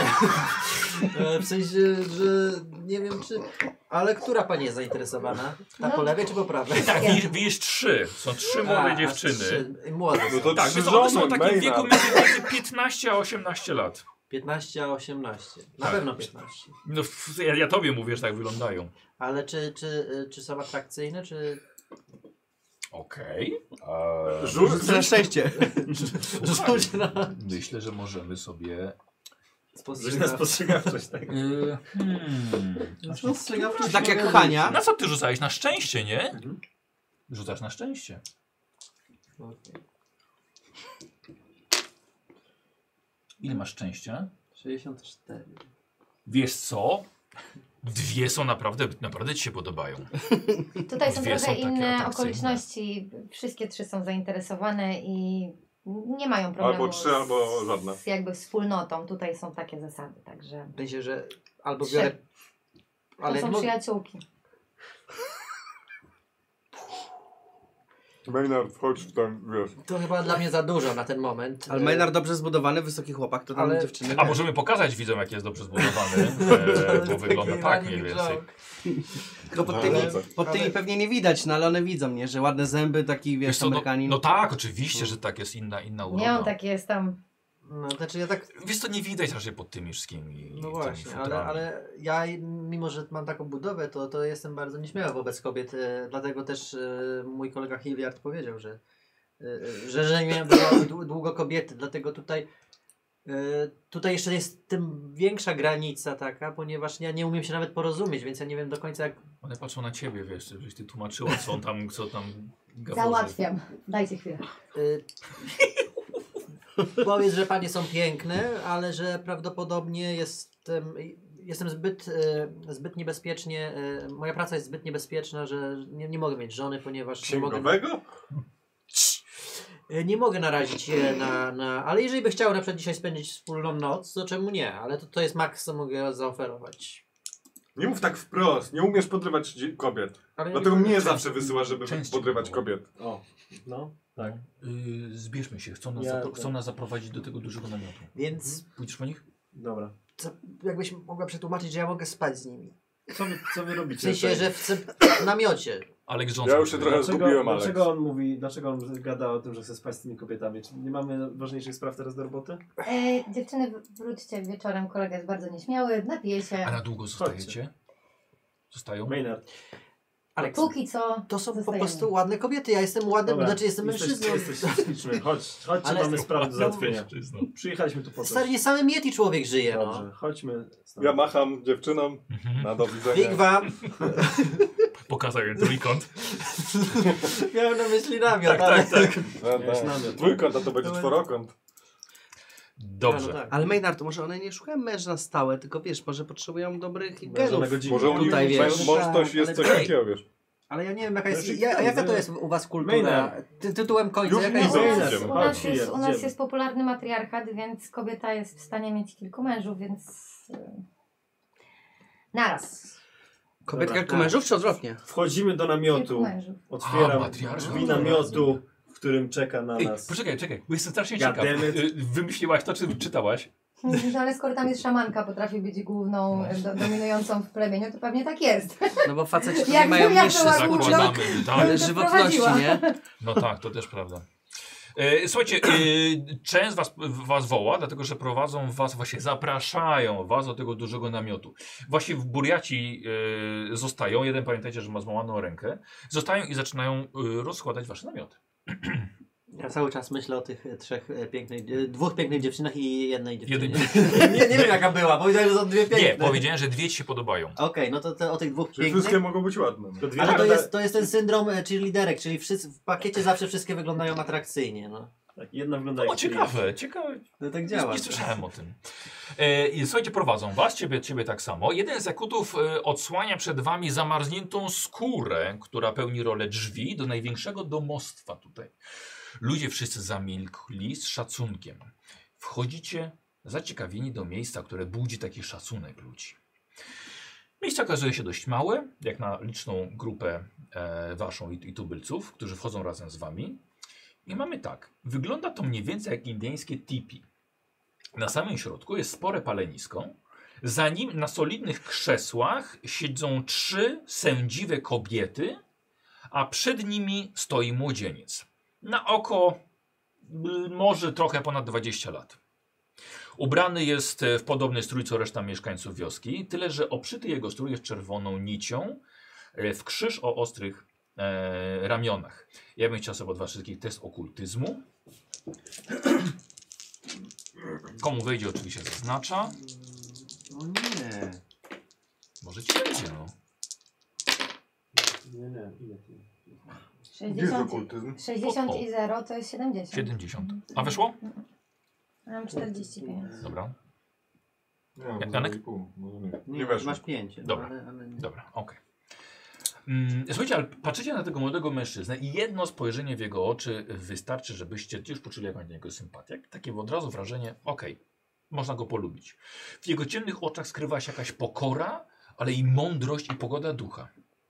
W sensie, że nie wiem czy... Ale która pani jest zainteresowana? Ta No. po lewej czy po prawej? Tak, widzisz trzy. Są trzy młode dziewczyny. Młode No są. to Tak, trzy więc one są w żony, takim wieku Maynard. między 15 a 18 lat. 15 a 18. Na Tak. pewno 15. No, ja tobie mówię, że tak wyglądają. Ale czy są atrakcyjne, czy... Okej. Rzuć Na szczęście. Rzuć na... Myślę, że możemy sobie... Rzuć na spostrzegawczość, tak. Czy tak jak Hania? Na co ty rzucałeś? Na szczęście, nie? Rzucasz na szczęście. Okay. Ile masz szczęścia? 64. Wiesz co? Dwie są naprawdę ci się podobają. Tutaj są Dwie trochę są takie inne atrakcyjne. okoliczności. Wszystkie trzy są zainteresowane i nie mają problemu Albo trzy, albo żadne. z jakby wspólnotą. Tutaj są takie zasady, także Myślę, że albo Trzy. biorę... to Ale są nie mogę... przyjaciółki. Maynard, chodź w ten, wiesz. To chyba dla mnie za dużo na ten moment. Ale Maynard dobrze zbudowany, wysoki chłopak, to tam Ale- dziewczyny. A możemy pokazać widzom, jak jest dobrze zbudowany, bo wygląda tak mniej więcej. Tylko pod Ale- tymi pewnie nie widać, no ale one widzą, nie? Że ładne zęby, taki Wiesz wiesz, co, no Amerykanin. no tak, oczywiście, że tak jest inna Nie uroda. on tak jest tam. No, znaczy ja tak... Wiesz co, nie widać raczej pod tymi wszystkimi No tymi właśnie, futrami. ale ja mimo, że mam taką budowę, to jestem bardzo nieśmiały wobec kobiet, dlatego też mój kolega Hilliard powiedział, że nie miałem długo kobiety, dlatego tutaj jeszcze jest tym większa granica taka, ponieważ ja nie umiem się nawet porozumieć, więc ja nie wiem do końca jak... One patrzą na ciebie, wiesz, żebyś ty tłumaczyła, co tam gaworzy. Załatwiam. Dajcie chwilę. Powiedz, że panie są piękne, ale że prawdopodobnie jestem zbyt niebezpiecznie, moja praca jest zbyt niebezpieczna, że nie mogę mieć żony, ponieważ Księgowego? nie mogę narazić je na... Ale jeżeli by chciał na przykład dzisiaj spędzić wspólną noc, to czemu nie? Ale to jest maks, co mogę zaoferować. Nie mów tak wprost, nie umiesz podrywać kobiet. Ale Dlatego mnie zawsze wysyła, żeby częściej podrywać było. kobiet. O, no, tak. Zbierzmy się, chcą nas, Ja- chcą nas zaprowadzić do tego dużego namiotu. Więc Pójdziesz po nich? Dobra. jakbyś mogła przetłumaczyć, że ja mogę spać z nimi. Co wy W robicie? sensie, że w namiocie. Aleks Ja już się trochę zgubiłem, Aleks. Dlaczego on gada o tym, że chce spać z tymi kobietami? Czy nie mamy ważniejszych spraw teraz do roboty? Dziewczyny, wróćcie wieczorem, kolega jest bardzo nieśmiały, napije się. A na długo zostajecie? Zostają? Maynard. Aleks, Póki co to są po zostajemy. prostu ładne kobiety. Ja jestem ładnym, Dobra, znaczy jestem mężczyzną. Jesteś śliczny. Chodźcie, Ale- mamy sprawę do załatwienia. Mężczyzną. Przyjechaliśmy tu po coś. Stary, nie samym Yeti człowiek żyje, Dobrze, no. chodźmy. stąd. Ja macham dziewczynom na do widzenia. Big wam. Pokazał jej trójkąt. Miałem na myśli namiot, Tak, ale... tak, tak. Miałeś namiot. Trójkąt, a to będzie czworokąt. Dobrze. No tak. Ale Maynard, może one nie szukają męża na stałe, tylko wiesz, może potrzebują dobrych Męża genów. na godzinę. Może u nich Tutaj, wiesz. może ktoś jest Ale- coś takiego, wiesz. Ale ja nie wiem, jaka jest, Znaczy, jaka to jest u was kultura. Maynard. Tytułem końca, Już jaka nie jest... wiem. U nas, Idziemy. u, nas Chodź, jest, u nas idziemy. jest popularny matriarchat, więc kobieta jest w stanie mieć kilku mężów, więc naraz. Kobietka Dobra, kilku mężów, czy odwrotnie? Wchodzimy do Kilku namiotu. mężów. Otwieram matriarcha. drzwi namiotu, w którym czeka na Ej, nas. poczekaj, bo jestem strasznie God ciekaw. damn it. Wymyśliłaś to, czy czytałaś? No ale skoro tam jest szamanka, potrafi być główną, dominującą w plemieniu, to pewnie tak jest. No bo faceci nie Jak mają ja niższy była zakłóceń Zakładamy, tak. to żywotności, wprowadziła. nie? No tak, to też prawda. Słuchajcie, część was woła, dlatego że prowadzą was, właśnie zapraszają was do tego dużego namiotu. Właśnie w Buriaci zostają, jeden pamiętajcie, że ma złamaną rękę, zostają i zaczynają rozkładać wasze namioty. Ja cały czas myślę o tych dwóch pięknych dziewczynach i jednej dziewczynie. Jeden- nie wiem jaka była, powiedziałem, że są dwie piękne. Nie, powiedziałem, że dwie ci się podobają. Okej, no to o tych dwóch Czyli pięknych. wszystkie mogą być ładne. no. Tylko dwie Ale lata- to jest ten syndrom cheerleaderek, czyli w pakiecie zawsze wszystkie wyglądają atrakcyjnie, no. Tak, jedna wygląda O, jak ciekawe. No tak Nie, działa. nie słyszałem o tym. I słuchajcie, prowadzą was, ciebie tak samo. Jeden z jakutów odsłania przed wami zamarzniętą skórę, która pełni rolę drzwi do największego domostwa tutaj. Ludzie wszyscy zamilkli z szacunkiem. Wchodzicie zaciekawieni do miejsca, które budzi taki szacunek ludzi. Miejsce okazuje się dość małe, jak na liczną grupę waszą i tubylców, którzy wchodzą razem z wami. I mamy tak, wygląda to mniej więcej jak indyjskie tipi. Na samym środku jest spore palenisko. Za nim na solidnych krzesłach siedzą 3 sędziwe kobiety, a przed nimi stoi młodzieniec. Na oko może trochę ponad 20 lat. Ubrany jest w podobny strój co reszta mieszkańców wioski, tyle że obszyty jego strój jest czerwoną nicią w krzyż o ostrych ramionach. Ja bym chciał sobie od was wszystkich test okultyzmu. Komu wejdzie oczywiście zaznacza. No nie. Może ci wejdzie, no. Nie, ile ty? Gdzie jest 60, okultyzm? 60 i 0 to jest 70. 70. A wyszło? Mam 45. Dobra. Nie, no, Janek? 0,5, może nie. Nie, Nie weszło. masz 5. Dobra. Ale nie. Dobra, okej. Słuchajcie, ale patrzycie na tego młodego mężczyznę i jedno spojrzenie w jego oczy wystarczy, żebyście już poczuli jakąś do niego sympatię. Takie od razu wrażenie, okej, można go polubić. W jego ciemnych oczach skrywa się jakaś pokora, ale i mądrość i pogoda ducha.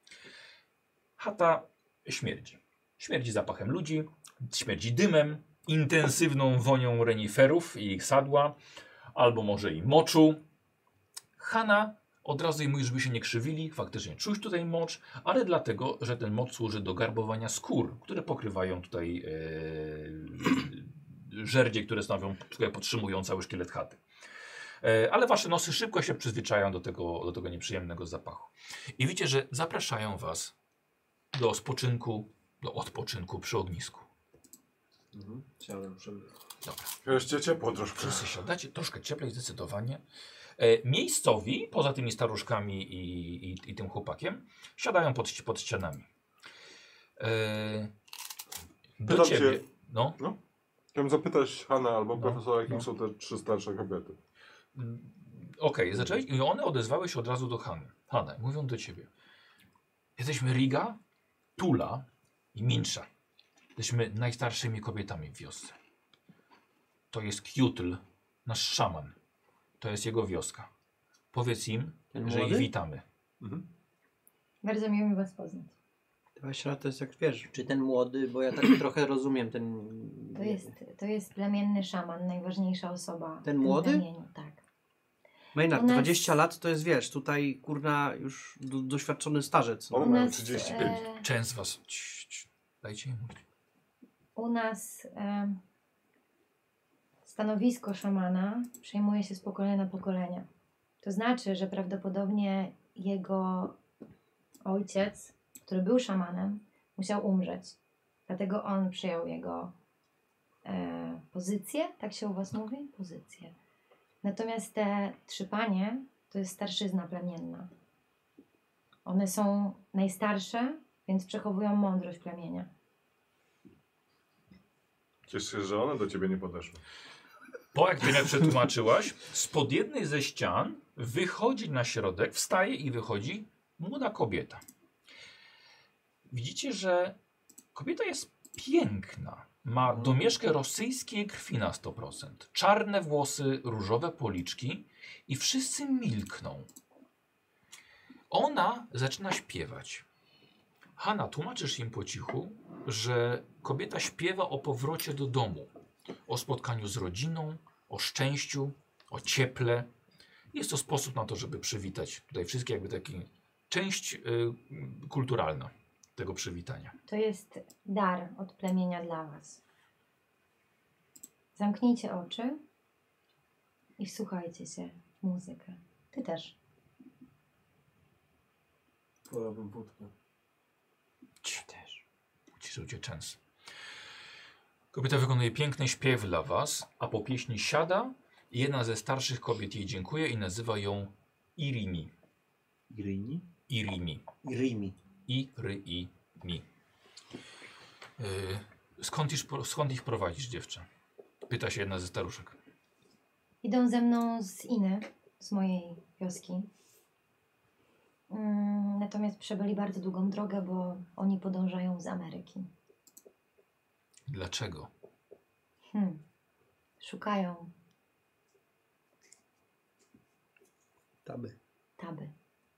Chata śmierdzi. Śmierdzi zapachem ludzi, śmierdzi dymem, intensywną wonią reniferów i ich sadła, albo może i moczu. Hanna od razu im mówi, żeby się nie krzywili, faktycznie czuć tutaj mocz, ale dlatego, że ten mocz służy do garbowania skór, które pokrywają tutaj żerdzie, które stanowią, które podtrzymują cały szkielet chaty. Ale wasze nosy szybko się przyzwyczają do tego nieprzyjemnego zapachu. I widzicie, że zapraszają was do odpoczynku przy ognisku. Chciałem przebyć. Dobra. Wreszcie ciepło troszkę. Wszyscy siadacie, troszkę cieplej zdecydowanie. Miejscowi, poza tymi staruszkami i tym chłopakiem, siadają pod ścianami. Do Pytam ciebie. się- No. Chciałem zapytać Hanę albo No, profesora, kim no. są te 3 starsze kobiety. Okej, zaczęłeś i one odezwały się od razu do Hany. Hanna, mówią do ciebie. Jesteśmy Riga, Tula i Minsza. Jesteśmy najstarszymi kobietami w wiosce. To jest Kjutl, nasz szaman. To jest jego wioska. Powiedz im, Ten że ich młody? witamy. Bardzo miło mi was poznać. Właśnie to jest jak wiesz. Czy ten młody, bo ja tak trochę rozumiem ten... To jest plemienny szaman, najważniejsza osoba. Ten w młody? plemieniu, tak. Maynard, U nas- 20 lat to jest, wiesz, tutaj kurna już doświadczony starzec. One U mają nas, 35. Część z was... Dajcie im mówić. U nas stanowisko szamana przejmuje się z pokolenia na pokolenie. To znaczy, że prawdopodobnie jego ojciec, który był szamanem, musiał umrzeć. Dlatego on przyjął jego pozycję, tak się u was mówi? Pozycję. Natomiast te 3 panie to jest starszyzna plemienna. One są najstarsze, więc przechowują mądrość plemienia. Cieszę się, że one do ciebie nie podeszły. Po jak ty mnie przetłumaczyłaś, spod jednej ze ścian wychodzi na środek, wstaje i wychodzi młoda kobieta. Widzicie, że kobieta jest piękna. Ma domieszkę rosyjskiej krwi na 100%. Czarne włosy, różowe policzki i wszyscy milkną. Ona zaczyna śpiewać. Hanna, tłumaczysz im po cichu, że kobieta śpiewa o powrocie do domu. O spotkaniu z rodziną, o szczęściu, o cieple. Jest to sposób na to, żeby przywitać tutaj wszystkie, jakby taki część kulturalna tego przywitania. To jest dar od plemienia dla was. Zamknijcie oczy i wsłuchajcie się w muzykę. Ty też. Wolałbym wódkę. Ci też. Uciszył cię często. Kobieta wykonuje piękny śpiew dla was, a po pieśni siada i jedna ze starszych kobiet jej dziękuję i nazywa ją Irimi. Irini? Irimi. Irimi. I-ry-i-mi. Skąd ich prowadzisz, dziewczę? Pyta się jedna ze staruszek. Idą ze mną z Iny, z mojej wioski. Natomiast przebyli bardzo długą drogę, bo oni podążają z Ameryki. Dlaczego? Szukają Taby. taby.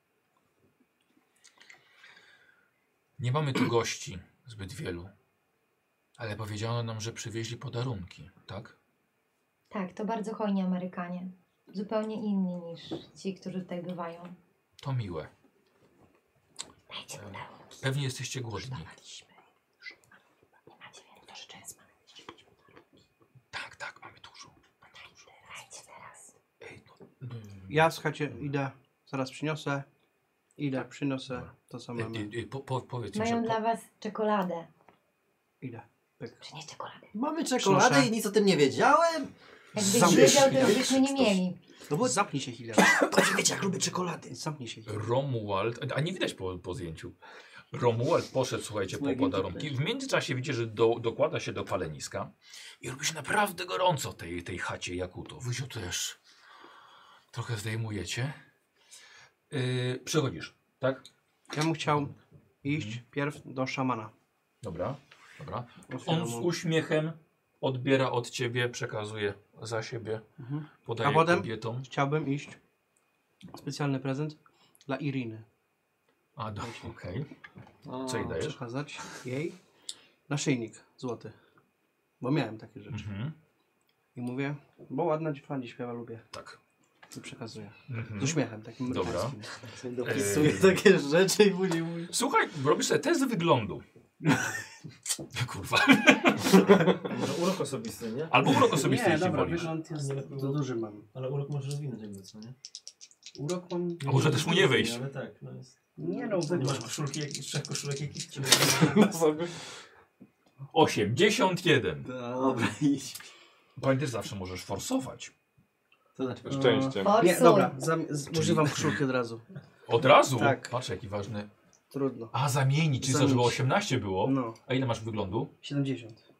Nie mamy tu gości zbyt wielu, ale powiedziano nam, że przywieźli podarunki, tak? Tak, to bardzo hojni Amerykanie. Zupełnie inni niż ci, którzy tutaj bywają. To miłe. Dajcie mu darunki. Pewnie jesteście głodni. Nie macie więcej szczęścia. Tak, tak, mamy dużo. Dajcie teraz. Ej, Ja, słuchajcie, idę, zaraz przyniosę. Idę, przyniosę to, co mamy. powiedz mi, Mają że dla was czekoladę. Idę. Pyk. Przynieś czekoladę. Mamy czekoladę Proszę. i nic o tym nie wiedziałem? Jakbyś Zamknij wiedział, się. to już byśmy nie mieli. No bo Zamknij się chwilę. wiecie, jak lubię czekolady. Zamknij się. Romuald, a nie widać po zdjęciu. Romuald poszedł, słuchajcie, po Mojego podarunki. W międzyczasie widzicie, że dokłada się do paleniska i robi się naprawdę gorąco tej chacie Jakuto. Wy się też trochę zdejmujecie. Przychodzisz, tak? Ja bym chciał iść pierw do szamana. Dobra, dobra. On Otwieram z mu. uśmiechem odbiera od ciebie, przekazuje za siebie, Mhm. podaje A potem? kobietom. Chciałbym iść. Specjalny prezent dla Iriny. A, okej. Co jej dajesz? Przekazać jej naszyjnik złoty. Bo miałem takie rzeczy. Mhm. I mówię, bo ładna dziewczyna śpiewa, lubię. Tak. I przekazuję. Mhm. Z uśmiechem takim Dobra. amerykańskim. Dopisuję takie rzeczy i później mówię. Słuchaj, robisz sobie test wyglądu. Kurwa. Może urok osobisty, nie? Albo urok osobisty, Nie, jeśli dobra, wolisz. wygląd jest Nie, za duży mam. Ale urok może rozwinąć jakby, co nie? Urok mam... A może też mu nie wyjść? Ale tak, no jest. Nie no, Nie masz wygląd. koszulki, trzech koszulek jakichś? 81. Dobra, idź. Pamiętaj, zawsze możesz forsować. To znaczy, Szczęście. Nie, Forsuj. dobra, używam koszulki od razu. Od razu? Tak. Patrz, jaki ważny. Trudno. A, zamienić, czyli co, Zamienić. żeby 18 było? No, A ile masz wyglądu? 70.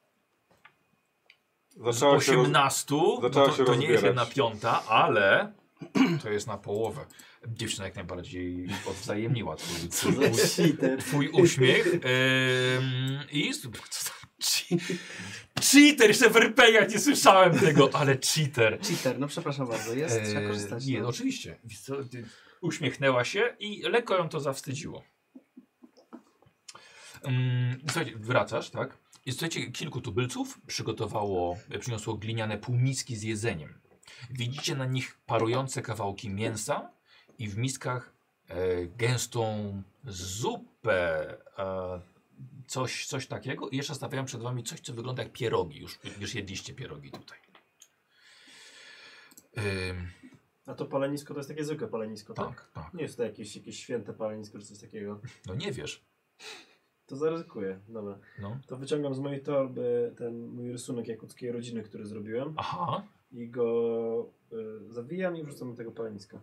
Z Zaczęła się 18, zaczęła no się to nie jest rozbierać. jedna piąta, ale to jest na połowę. Dziewczyna jak najbardziej odwzajemniła co za cheater. twój uśmiech. I cheater, jeszcze w RPGach nie słyszałem tego, ale cheater. Cheater, no przepraszam bardzo, jest, trzeba korzystać. Nie, no. oczywiście. Wiesz co, uśmiechnęła się i lekko ją to zawstydziło. Słuchajcie, wracasz, tak? I słuchajcie, kilku tubylców przyniosło gliniane półmiski z jedzeniem. Widzicie na nich parujące kawałki mięsa i w miskach gęstą zupę. Coś takiego. I jeszcze stawiają przed wami coś, co wygląda jak pierogi. Już jedliście pierogi tutaj. A to palenisko to jest takie zwykłe palenisko, tak? Tak, tak. Nie jest to jakieś święte palenisko czy coś takiego. No nie wiesz. To zaryzykuję, dobra. No. To wyciągam z mojej torby ten mój rysunek jakuckiej rodziny, który zrobiłem. Aha. I go zawijam i wrzucam do tego paleniska.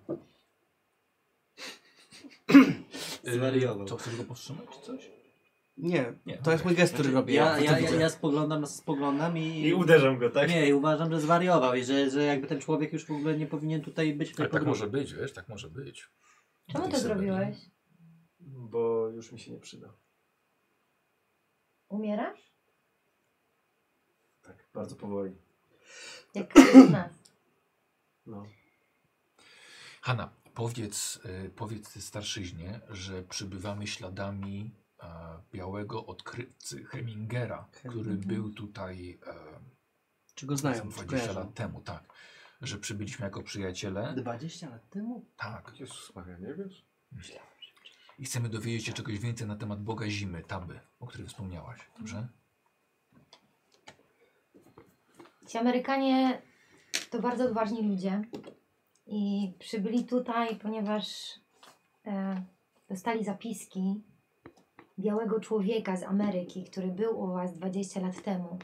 Zwariował. Co, chcesz go powstrzymać czy coś? Nie, Nie, to jest mój gest, który robię. Ja spoglądam i... I uderzam go, tak? Nie, i uważam, że zwariował i że jakby ten człowiek już w ogóle nie powinien tutaj być w tej Ale tak podróży. może być, wiesz, tak może być. Czemu to zrobiłeś? Bo już mi się nie przyda. Umierasz? Tak, bardzo powoli. Jak każdy z nas. No. Hanna, powiedz starszyźnie, że przybywamy śladami białego odkrywcy Hemingera, który był tutaj Czy go znają? 20 Kojarzą. lat temu, tak. Że przybyliśmy jako przyjaciele. 20 lat temu? Tak. Jezus Maria, nie wiesz? I chcemy dowiedzieć się czegoś więcej na temat Boga Zimy, Taby, o którym wspomniałaś. Dobrze? Ci Amerykanie to bardzo odważni ludzie i przybyli tutaj, ponieważ dostali zapiski białego człowieka z Ameryki, który był u was 20 lat temu.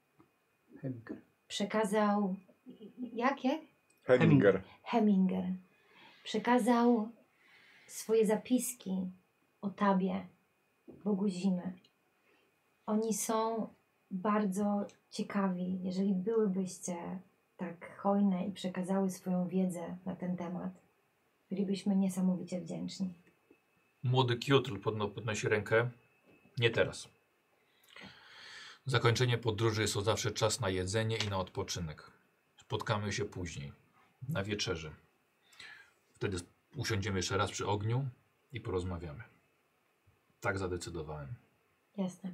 Przekazał... Jakie? Heminger. Heminger. Przekazał swoje zapiski o Tabie, Bogu Zimy. Oni są bardzo ciekawi. Jeżeli byłybyście tak hojne i przekazały swoją wiedzę na ten temat, bylibyśmy niesamowicie wdzięczni. Młody Kiotl podnosi rękę. Nie teraz. Zakończenie podróży jest to zawsze czas na jedzenie i na odpoczynek. Spotkamy się później, na wieczerzy. Wtedy usiądziemy jeszcze raz przy ogniu i porozmawiamy. Tak zadecydowałem. Jasne.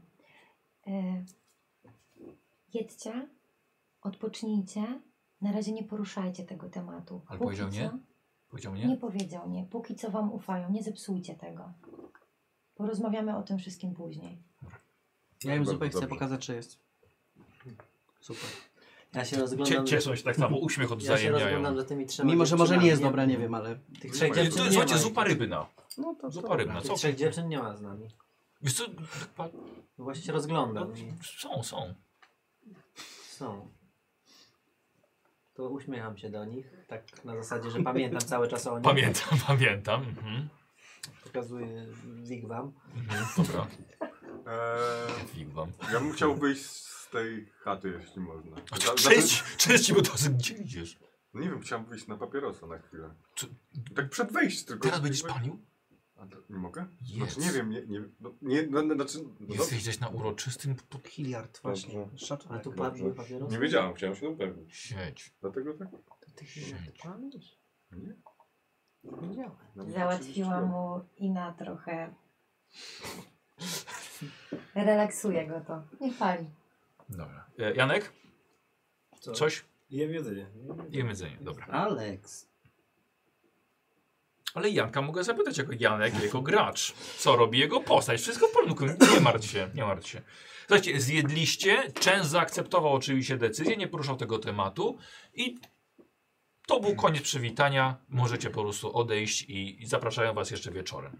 Jedźcie, odpocznijcie. Na razie nie poruszajcie tego tematu. Ale Póki powiedział nie? co- Powiedział Nie nie? powiedział nie. Póki co wam ufają. Nie zepsujcie tego. Porozmawiamy o tym wszystkim później. Ja im Bardzo zupę chcę dobrze. pokazać, czy jest. Super. Ja się rozglądam... Cieszą się tak samo, uśmiech Ja się odwzajemniają. rozglądam za tymi trzema Mimo, że może nie jest dziewczynami. dobra, nie wiem, ale... Tych trzech To dziewczyn nie słuchajcie, ma. zupa rybna. No to Zupa rybna. Tych Co? trzech dziewczyn nie ma z nami. Wiesz co? No właśnie się No, rozglądam i są. są. To uśmiecham się do nich, tak na zasadzie, że pamiętam cały czas o nich. Pamiętam. Mhm. Pokazuję wigwam. Dobra. Wam. Ja bym chciał wyjść z tej chaty, jeśli można. Cześć, bo to gdzie idziesz? Nie wiem, chciałem wyjść na papierosa na chwilę. Co? Tak przed wejściem tylko. Teraz będziesz palił? A to nie mogę? Jest. Znaczy, nie wiem, znaczy... No, Jesteś gdzieś na uroczystym... Hilliard, właśnie. Dobrze. A Szacunek. tu padły papierosy? nie wiedziałem, chciałem się upewnić. Siedź. Dlatego tak? To ty palisz? Nie? Nie wiedziałem. No, Załatwiła mu Ina trochę. Relaksuje go to. Nie pali. Dobra. Janek? Co? Coś? Jem jedzenie. Jem jedzenie, dobra. Alex. Ale Janka mogę zapytać jako Janek, jako gracz. Co robi jego postać? Wszystko w porządku. Nie martw się, nie martw się. Słuchajcie, zjedliście. Częst zaakceptował oczywiście decyzję, nie poruszał tego tematu i to był koniec przywitania. Możecie po prostu odejść i zapraszają was jeszcze wieczorem.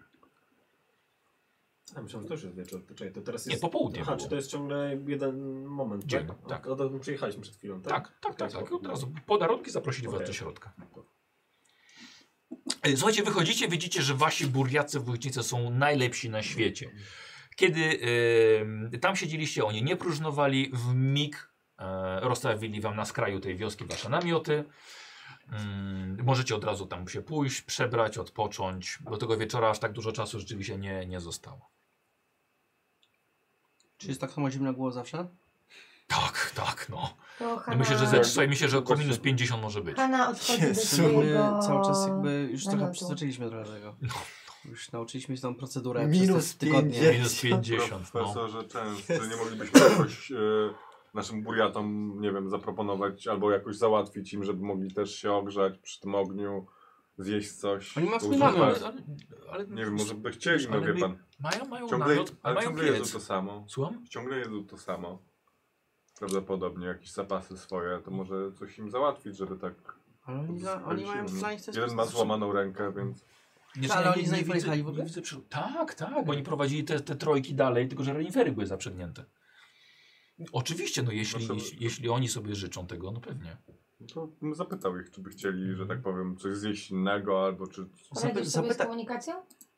A myślałem, że to już jest wieczór. To czekaj, to teraz Nie, jest... popołudnie Aha, było. czy to jest ciągle jeden moment, Dzień, tak? tak. Od przyjechaliśmy przed chwilą, tak? Tak. Od razu podarunki zaprosili was Okej. do środka. Słuchajcie, wychodzicie, widzicie, że wasi burjacy wójtnicy są najlepsi na świecie. Kiedy tam siedzieliście, oni nie próżnowali, w mig rozstawili wam na skraju tej wioski wasze namioty. Możecie od razu tam się pójść, przebrać, odpocząć. Do tego wieczora aż tak dużo czasu rzeczywiście nie zostało. Czy jest tak samo zimno było zawsze? Tak, no. To Hanna, Myślę, że około minus 50 może być. Hanna odchodzi do Jezu. My swojego cały czas jakby już trochę namiotu. przyzwyczailiśmy do tego. Już nauczyliśmy się tą procedurę Minus przez te tygodnie. 50. Minus 50, no. Profesorze, często nie moglibyśmy jakoś naszym buriatom, nie wiem, zaproponować albo jakoś załatwić im, żeby mogli też się ogrzać przy tym ogniu, zjeść coś. Oni mają swój używać. namiot. Ale Nie wiem, może by chcieli, no ale wie my- pan. Mają Ciągle, namiot, ale mają ciągle jedzą piec. to samo. Słucham? Ciągle jedzą to samo. Prawdopodobnie jakieś zapasy swoje, to może coś im załatwić, żeby tak... Ale oni mają dla nich też... Jeden ma złamaną rękę, więc... Nie, Ale nie, oni nie, z nami nie pojechali widzę, w ogóle? nie widzę tak, bo oni prowadzili te trojki dalej, tylko że renifery były zaprzęgnięte. Oczywiście, no jeśli oni sobie życzą tego, no pewnie. No to bym zapytał ich, czy by chcieli, że tak powiem, coś zjeść innego, albo czy... Poradzisz sobie z komunikacją?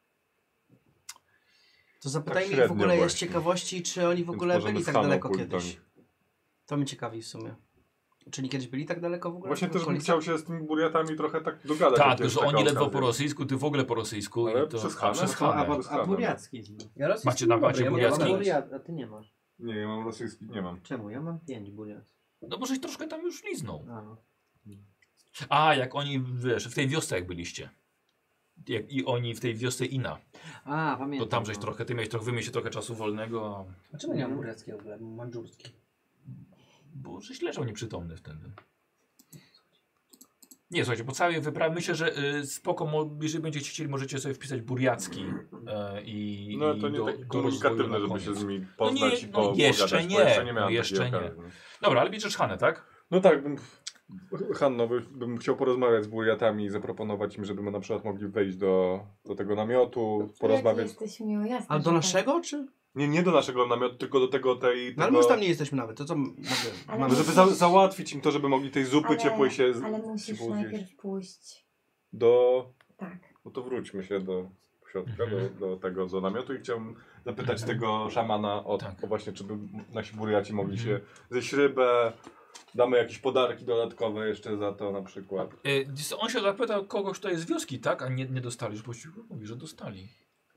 To zapytajmy ich w średnio ogóle z właśnie. ciekawości, czy oni w Więc ogóle możemy byli z tak Haną daleko pójść do kiedyś. nich. To mnie ciekawi w sumie. Czy oni kiedyś byli tak daleko w ogóle? Właśnie w też bym okolicach? chciał się z tymi buriatami trochę tak dogadać. Tak, jak tylko jest że taka oni ledwo okazja. po rosyjsku, ty w ogóle po rosyjsku. Ale i to, przez a, Hanę? przez A, Hanę. przez Hanę. buriacki. Ja rosyjski Macie dobry, buriacki? mam Buriat, a ty nie masz. Nie, ja mam rosyjski, nie mam. Czemu? Ja mam 5 buriaców. No może troszkę tam już liznął. A, no. Jak oni, wiesz, w tej wiosce jak byliście. I oni w tej wiosce Ina. A, pamiętam. To tam żeś no. trochę, ty miałeś trochę, wymyślić trochę czasu wolnego, Dlaczego nie mam bureckiego w ogóle? Mam mandżurski. bo żeś leżał nieprzytomny wtedy. Nie, słuchajcie, po całej wyprawie myślę, że spoko, jeżeli będziecie chcieli, możecie sobie wpisać buriacki i No to nie do, takie do komunikatywne, rozwoju na żeby się koniec. z nimi poznać i jeszcze pogadać, nie, bo jeszcze nie miałem jeszcze takiej nie. okazji. Dobra, ale bierzesz Hanę, tak? No tak, Hanno, bym chciał porozmawiać z buriatami i zaproponować im, żeby na przykład mogli wejść do tego namiotu, porozmawiać. Jesteś miły, jasne. Ale do że naszego, czy? Nie do naszego namiotu, tylko do tego No ale tego... my już tam nie jesteśmy nawet, to co mogę? Ale Mamy... Żeby załatwić im to, żeby mogli tej zupy ciepłej się Ale musisz ciepło zjeść. najpierw pójść. Tak. Tak. No to wróćmy się do środka, Mhm. do namiotu i chciałbym zapytać tego szamana o właśnie, czy by nasi buriaci mogli się zjeść rybę, damy jakieś podarki dodatkowe jeszcze za to na przykład. On się zapytał kogoś tutaj z wioski, tak? A nie dostali, bo mówi, że dostali.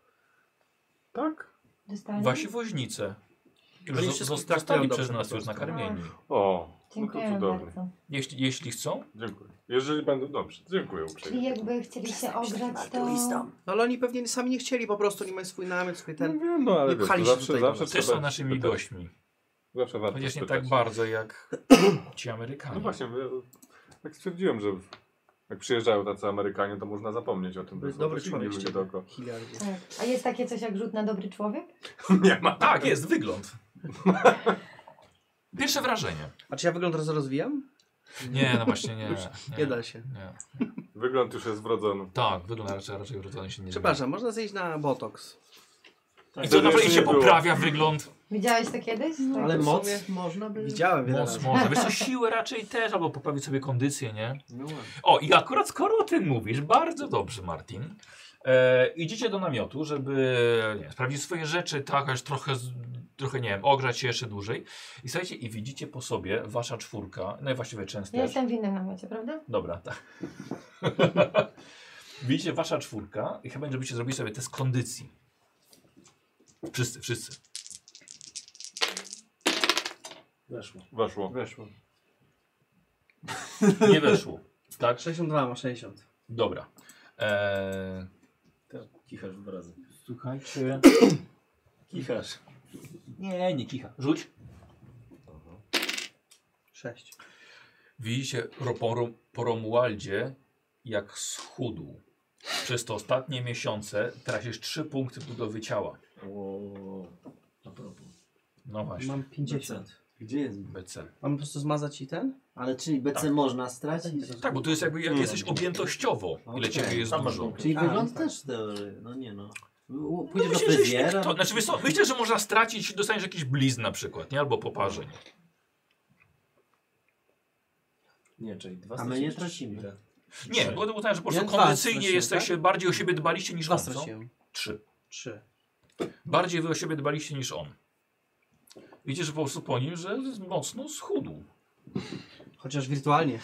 Tak? Dostali? Wasi woźnice. Że Oni wszystko zostali traktują przez dobrze nas po już prostu. nakarmieni. O, no to Dziękujemy cudownie. bardzo. Jeśli chcą, Dziękuję. Jeżeli będą dobrze, dziękuję Czyli uprzejmie. jakby chcieli się ogrzać, to... No ale oni pewnie sami nie chcieli, po prostu nie mają swój namiot, swój No ten... wiem, no ale nie wiesz, pchali to się zawsze, tutaj zawsze po też trzeba są naszymi spytać. gośćmi. Zawsze warto Chociaż nie spytać. tak bardzo jak ci Amerykanie. No właśnie, tak stwierdziłem, że jak przyjeżdżają tacy Amerykanie, to można zapomnieć o tym. To jest Są dobry też inni człowiek, ludzie szczerze. dookoła. Hilarious. Tak. A jest takie coś jak rzut na dobry człowiek? Nie ma. Tak, jest, wygląd. Pierwsze wrażenie. A czy ja wygląd rozwijam? Nie, no właśnie nie. Nie da się. Nie. Wygląd już jest wrodzony. Tak, wygląd raczej wrodzony się nie Przepraszam, można zejść na botox. zmienia. I co, Wtedy naprawdę jeszcze się nie było. poprawia wygląd? Widziałeś to kiedyś? Tak. Ale w moc sumie można by... Widziałem wiele Moc razy. może. Wiesz co, siłę raczej też, albo poprawić sobie kondycję, nie? No ładnie. O, i akurat skoro o tym mówisz, bardzo dobrze, Martin. Idziecie do namiotu, żeby sprawdzić swoje rzeczy, tak, aż trochę, nie wiem, ogrzać się jeszcze dłużej. I słuchajcie, i widzicie po sobie, wasza czwórka, no i właściwie często Ja też. jestem w innym namiocie, prawda? Dobra, tak. Widzicie, wasza czwórka i chyba, żebyście zrobili sobie test kondycji. Wszyscy. Weszło. Weszło. Nie weszło. Tak? 62 ma 60. Dobra. Kichasz 2 razy. Słuchajcie. Kichasz. Nie kicha. Rzuć. 6. Widzicie po Romualdzie, jak schudł. Przez te ostatnie miesiące tracisz 3 punkty budowy ciała. A propos. No właśnie. Mam 50. Gdzie jest? BC. Mam po prostu zmazać i ten? Ale czyli BC można stracić? Tak, bo to jest jakby jak jesteś objętościowo, ile Okej. ciebie jest Tam masz dużo. punkty. Czyli A, wygląd tak. też teorii. No nie no. No Pójdziesz do myślę, że jeśli fryzjera. znaczy, wiesz co, myślę, że można stracić, dostaniesz jakiś blizn na przykład, nie? Albo poparzeń. Nie, czyli 2 A my nie tracimy. Nie, bo to było tak, że po prostu Ja dwa kondycyjnie straciłem, jesteście, bardziej o siebie dbaliście niż 2 on, co? straciłem. 3. 3. Bardziej wy o siebie dbaliście niż on. Widzicie, że po prostu po nim, że mocno schudł. Chociaż wirtualnie.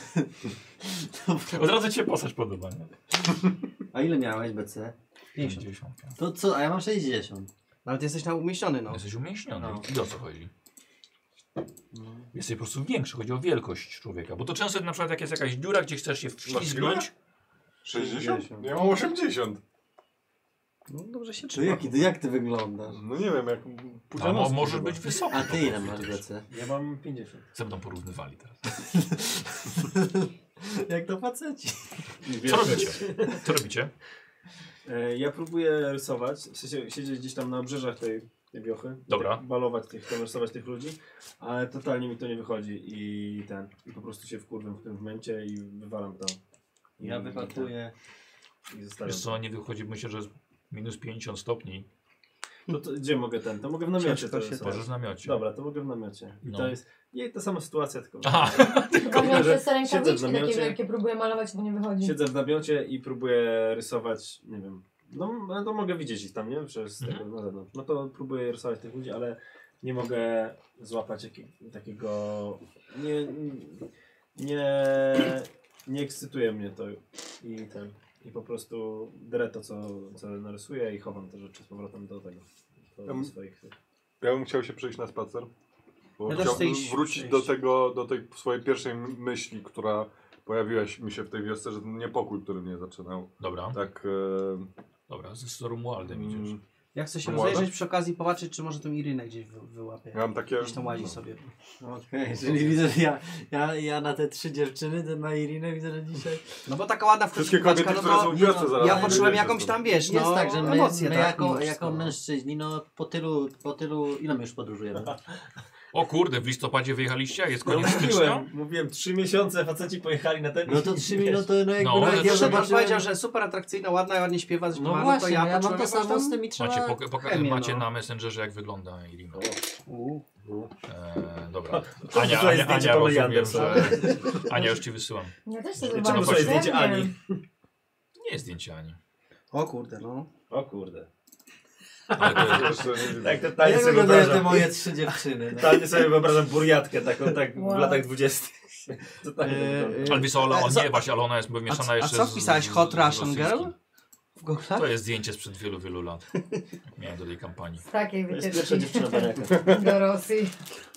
Od razu cię postać podoba, nie? A ile miałeś BC? 50. To co? A ja mam 60. Ale ty jesteś tam umieszczony, no. Jesteś umięśniony. No. I o co chodzi? Jesteś po prostu większy, chodzi o wielkość człowieka. Bo to często na przykład jak jest jakaś dziura, gdzie chcesz się wślizgnąć. 60? Ja mam 80. No dobrze się To trzyma. jak ty wyglądasz? No nie wiem, jak A Pudzianowski możesz chyba. być wysoki. A po ty ile prostu, masz wiesz. GC? Ja mam 50. Co będą porównywali teraz? Jak to faceci. Co robicie? Co robicie? Ja próbuję rysować, w sensie siedzieć gdzieś tam na obrzeżach tej wiochy. Dobra. Tak balować tam rysować tych ludzi, ale totalnie mi to nie wychodzi i po prostu się wkurwiam w tym momencie i wywalam to. Ja wypatruję. I zostawiam. Wiesz co, nie wychodzi, myślę, że minus 50 stopni. To gdzie mogę to mogę w namiocie Ciężko to się rysować. Możesz w namiocie. Dobra, to mogę w namiocie. I No. to jest nie ta sama sytuacja, tylko Aha, Chyba że przez te siedzę w rękawiczki takie namiocie. wielkie próbuję malować, bo nie wychodzi. siedzę w namiocie i próbuję rysować, nie wiem, no to mogę widzieć ich tam, nie? Przez tego na zewnątrz. No to próbuję rysować tych ludzi, ale nie mogę złapać takiego... Nie ekscytuje mnie to i po prostu derę to, co narysuję i chowam te rzeczy z powrotem do tego, do swoich... Ja bym chciał się przejść na spacer. Bo Ja też chciałbym chcę iść wrócić przejść. do tej swojej pierwszej myśli, która pojawiła mi się w tej wiosce, że ten niepokój, który mnie zaczynał. dobra, Tak. dobra, ze Romualdem idziesz. Ja chcę się Młoda? rozejrzeć przy okazji, popatrzeć, czy może tą Irynę gdzieś wyłapię. Ja mam takie. Gdzieś tam łazi sobie. Okej, czyli widzę, że ja na te 3 dziewczyny, ten na Irinę widzę, że dzisiaj... No bo taka ładna Wszystkie wkręciłaczka, kobiety, no które są to w wiosce zaraz. ja nie poczułem wiecie, jakąś co tam, wiesz, Jest no tak, że my emocje, tak? jako wszystko. mężczyźni, no po tylu, ile my już podróżujemy? O kurde, w listopadzie wyjechaliście? Jest koniec stycznia? Mówiłem 3 miesiące, faceci pojechali na ten... No to 3 minuty, no jakby No, nawet ale ja to Szymon zobaczyłem... powiedział, że super atrakcyjna, ładna, ładnie śpiewa, No to właśnie, ja no ja mam poczułem to jakąś samo tam... z tymi trzema... chemię, Macie no. na Messengerze, jak wygląda Irina. Dobra. To Ania, wysłałeś zdjęcie Pamela rozumiem, Andersa. że... Ania, już ci wysyłam. Ja też chcę Czemu zobaczyć. wysłałeś zdjęcie nie Ani? wiem. To nie jest zdjęcie Ani. O kurde, no. O kurde. Ale to jest, Tak, A totalnie jak sobie wyglądają te wyobrażam. moje 3 dziewczyny? No. Totalnie sobie wyobrażam buriatkę taką, tak w Wow. latach 20. Totalnie wygląda. ale wiesz co, ale co- nie, właśnie, ale ona jest wymieszana a jeszcze co wpisałeś? Hot Russian Girl? rosyjskim. W Google? To jest zdjęcie sprzed wielu, wielu lat. Miałem do tej kampanii. Z takiej To jest pierwsza wycieczki dziewczyna baniaka. do Rosji.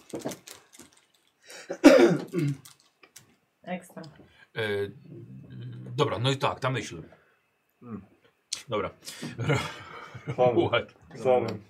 Ekstra. E, dobra, no i tak, ta myśl. Dobra. What? Sorry.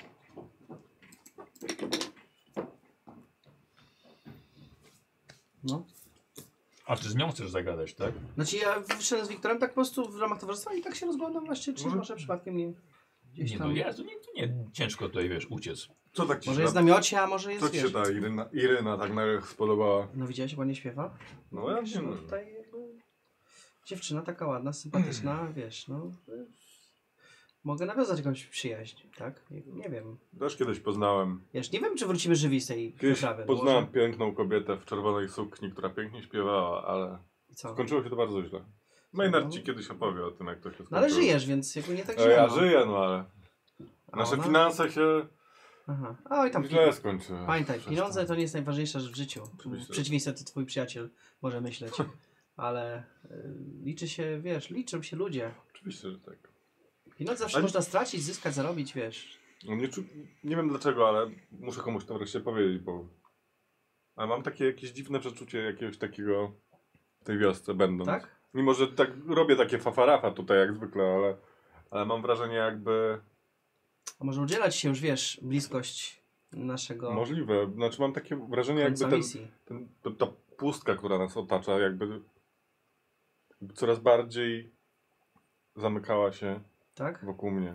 No. A ty z nią chcesz zagadać, tak? Znaczy ja wyszedłem z Wiktorem tak po prostu w ramach towarzystwa i tak się rozglądam właśnie, czy może przypadkiem nie... Gdzieś Nie, tam... no jest, nie, ciężko tutaj, wiesz, uciec. Co tak ci Może się, jest w namiocie, a może jest, co ci się wiesz... ta Iryna tak nagle spodobała? No widziałeś, jak ładnie śpiewa? No ja Wiesz, wiem. no tutaj jakby... Dziewczyna taka ładna, sympatyczna, wiesz, no... Mogę nawiązać jakąś przyjaźń, tak? Nie wiem. Też kiedyś poznałem. Wiesz, nie wiem, czy wrócimy żywi z tej Kiedyś wyprawy. poznałem piękną kobietę w czerwonej sukni, która pięknie śpiewała, ale I co? skończyło się to bardzo źle. Maynard ci kiedyś opowie o tym, jak to się skończyło. No ale żyjesz, więc jakby nie tak No źle. ja no. żyję, no ale A nasze ona? finanse się Aha. Oj, tam źle skończyły. Pamiętaj, Przez pieniądze to nie jest najważniejsza rzecz w życiu. Oczywiście. W przeciwieństwie do twój przyjaciel może myśleć. Ale liczy się, wiesz, liczą się ludzie. Oczywiście, że tak. Pieniądze zawsze Ale- można stracić, zyskać, zarobić, wiesz. No nie wiem dlaczego, ale muszę komuś to wreszcie powiedzieć, bo... Ale mam takie jakieś dziwne przeczucie jakiegoś takiego w tej wiosce będąc. Tak? Mimo, że tak robię takie fafarafa tutaj jak zwykle, ale mam wrażenie jakby... A może udzielać się już, wiesz, bliskość naszego Możliwe. Znaczy mam takie wrażenie jakby końca misji. ta pustka, która nas otacza, jakby coraz bardziej zamykała się Tak? wokół mnie.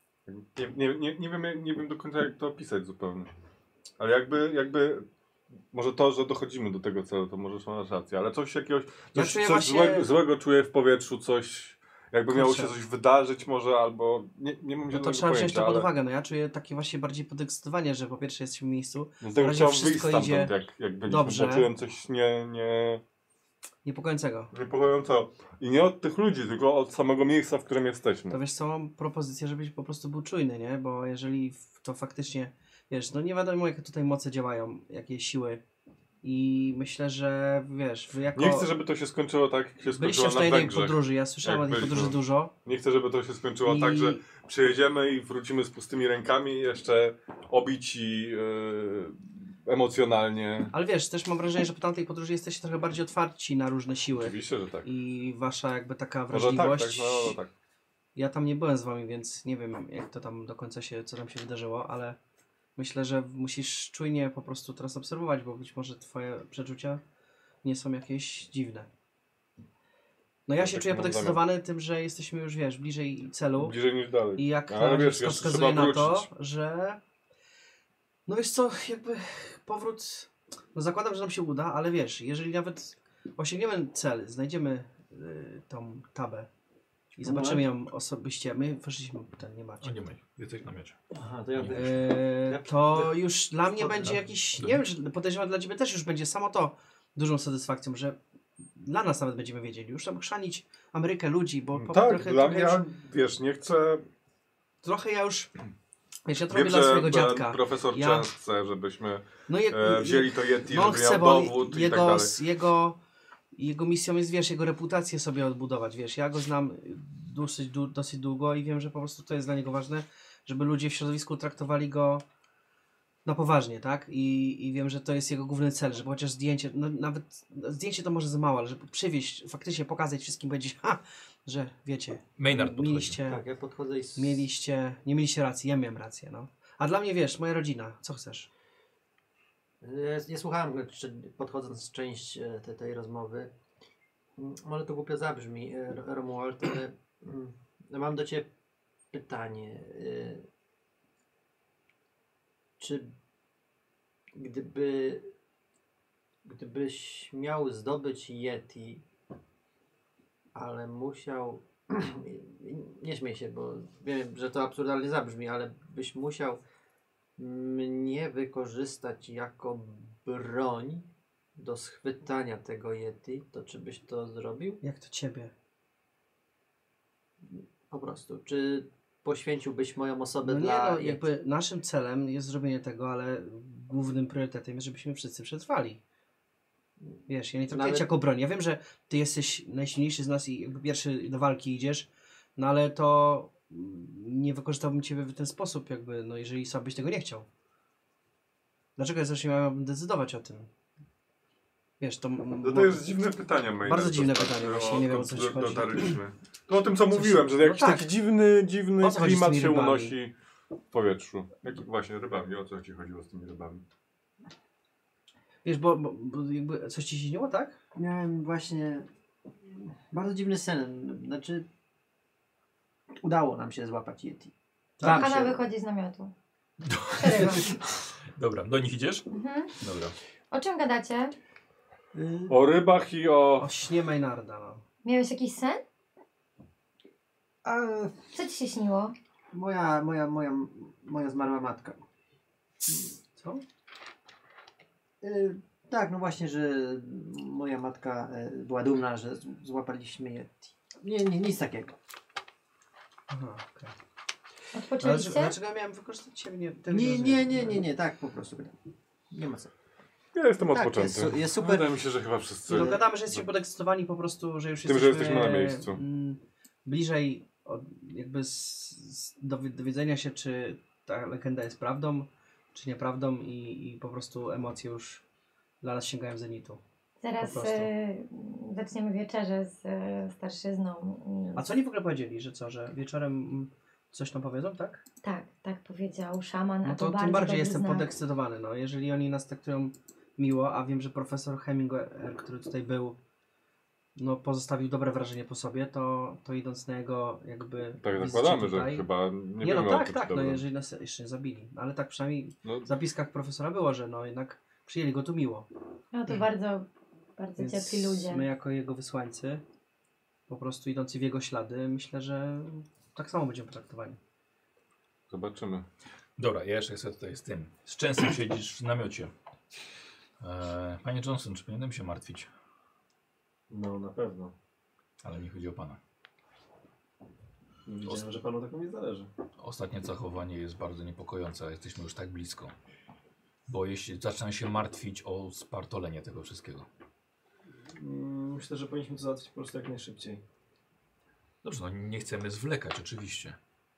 Nie wiem do końca jak to opisać zupełnie. Ale jakby może to, że dochodzimy do tego celu, to możesz masz rację, ale coś jakiegoś, Ja coś, czuję coś właśnie- złego czuję w powietrzu, coś jakby miało się Kurczę. coś wydarzyć może, albo nie mam No zielonego to trzeba wziąć pojęcia, to pod ale uwagę. No ja czuję takie właśnie bardziej podekscytowanie, że po pierwsze jesteśmy w miejscu z tego na razie chciałem wyjść wszystko stamtąd, idzie jak byliśmy, dobrze. bo czułem coś niepokojącego. niepokojąco. I nie od tych ludzi, tylko od samego miejsca, w którym jesteśmy. To wiesz co, mam propozycję, żebyś po prostu był czujny, nie? Bo jeżeli to faktycznie, wiesz, no nie wiadomo jakie tutaj moce działają, jakie siły. I myślę, że wiesz, wy jako... Nie chcę, żeby to się skończyło tak, jak się Byliście skończyło już na na jednej Węgrzech. podróży, ja słyszałem o Jak tej byliśmy. podróży dużo. Nie chcę, żeby to się skończyło I- tak, że przyjedziemy i wrócimy z pustymi rękami, jeszcze obici emocjonalnie. Ale wiesz, też mam wrażenie, że po tamtej podróży jesteście trochę bardziej otwarci na różne siły. Oczywiście, że tak. I wasza jakby taka Może tak, wrażliwość no tak. Ja tam nie byłem z wami, więc nie wiem jak to tam do końca co tam się wydarzyło, ale myślę, że musisz czujnie po prostu teraz obserwować, bo być może twoje przeczucia nie są jakieś dziwne. No ja Ja się tak czuję mam podekscytowany tym, że jesteśmy już, wiesz, bliżej celu. Bliżej niż dalej. I jak Ale na razie wiesz, wszystko jeszcze wskazuje trzeba na to, wrócić. że no wiesz co, jakby powrót, no zakładam, że nam się uda, ale wiesz, jeżeli nawet osiągniemy cel, znajdziemy tą tabę i zobaczymy ją osobiście, my weszliśmy, ten nie O, macie. nie ma. Jesteś na miocie. Aha, to ja To już dla mnie Wchodzę, będzie tak? jakiś, nie wiem, czy podejrzewam dla ciebie też już będzie samo to dużą satysfakcją, że dla nas nawet będziemy wiedzieli, już tam chrzanić Amerykę ludzi, bo Tak, dla mnie, już, wiesz, nie chcę... trochę ja już, wiesz, ja to Wiem, robię dla że swojego dziadka. profesor Ja- Częst chce, żebyśmy No wzięli to Yeti, no on żeby chce, miał bo dowód i tak jego, dalej. jego misją jest, wiesz, jego reputację sobie odbudować, wiesz, ja go znam dosyć długo i wiem, że po prostu to jest dla niego ważne, żeby ludzie w środowisku traktowali go na poważnie, tak? I wiem, że to jest jego główny cel, żeby chociaż zdjęcie, no nawet zdjęcie to może za mało, ale żeby przywieźć, faktycznie pokazać wszystkim, powiedzieć, że wiecie, Maynard podchodzi. mieliście, Tak, ja podchodzę i... nie mieliście racji, ja miałem rację, no. A dla mnie, wiesz, moja rodzina, co chcesz? Nie słuchałem, podchodząc część tej rozmowy. Może to głupio zabrzmi, Romuald, ale mam do Ciebie pytanie. Czy gdybyś miał zdobyć Yeti, ale musiał... Nie śmiej się, bo wiem, że to absurdalnie zabrzmi, ale byś musiał mnie wykorzystać jako broń do schwytania tego Yeti, to czy byś to zrobił? Jak to ciebie? Po prostu. Czy poświęciłbyś moją osobę No nie, dla no Yeti? jakby naszym celem jest zrobienie tego, ale głównym priorytetem jest, żebyśmy wszyscy przetrwali. Wiesz, ja nie traktuję Nawet- cię jako broń. Ja wiem, że ty jesteś najsilniejszy z nas i jakby pierwszy do walki idziesz, no ale to nie wykorzystałbym ciebie w ten sposób, jakby, no jeżeli sam byś tego nie chciał. Dlaczego ja zresztą miałbym decydować o tym? Wiesz, to... No to jest dziwne pytanie, Maynard. Bardzo dziwne to znaczy, pytanie, właśnie nie wiem, o co odkąd ci chodzi. dotarliśmy. To o tym, co Coś- mówiłem, że no jakiś tak. taki dziwny O co chodzi z klimat tymi się rybami? unosi w powietrzu. Właśnie rybami, o co ci chodziło z tymi rybami? Wiesz, bo jakby coś ci się śniło, tak? Miałem właśnie bardzo dziwny sen. Znaczy, udało nam się złapać Yeti. Wam Hanna się. wychodzi z namiotu. Przerywam. Dobra, do nich idziesz? Mhm. Dobra. O czym gadacie? O rybach i o... O śnie Maynarda, no. Miałeś jakiś sen? A Co ci się śniło? moja zmarła matka. Co? Tak, no właśnie, że moja matka była dumna, że złapaliśmy Yeti. Nie, nic takiego. Aha, okej. Ale Odpoczęliście? dlaczego ja miałem wykorzystać ciebie? Nie, tak po prostu. Nie ma co. Ja jestem Tak, odpoczęty. jest super. Wydaje mi się, że chyba wszyscy... No gadamy, że jesteśmy podekscytowani po prostu, że już Tym, że jesteśmy jesteśmy na miejscu. Bliżej jakby dowiedzenia się, czy ta legenda jest prawdą, czy nieprawdą i po prostu emocje już dla nas sięgają zenitu. Zaraz po prostu. zaczniemy wieczerzę z starszyzną. A co oni w ogóle powiedzieli, że co, że wieczorem coś nam powiedzą, tak? Tak powiedział szaman, No a to to bardzo tym bardziej dobry jestem znak. podekscytowany. No, jeżeli oni nas traktują miło, a wiem, że profesor Hemingway, który tutaj był, no, pozostawił dobre wrażenie po sobie, to idąc na jego jakby Tak wizycie zakładamy, tutaj, że chyba nie Nie wiemy no o tak, tym, tak, czy no dobrze. jeżeli nas jeszcze nie zabili. Ale tak przynajmniej No, w zapiskach profesora było, że no jednak przyjęli go tu miło. No to bardzo Więc ciepli ludzie. my jako jego wysłańcy, po prostu idący w jego ślady, myślę, że tak samo będziemy potraktowani. zobaczymy. Dobra, ja jeszcze chcę tutaj z tym. Z częstym siedzisz w namiocie. Panie Johnson, czy powinienem się martwić? No na pewno. Ale mi chodzi o pana. Widziałem, że panu tak mi zależy. Ostatnie zachowanie jest bardzo niepokojące, a jesteśmy już tak blisko. Boję się, zaczynam się martwić o spartolenie tego wszystkiego. Myślę, że powinniśmy to załatwić po prostu jak najszybciej. Dobrze, no nie chcemy zwlekać, oczywiście.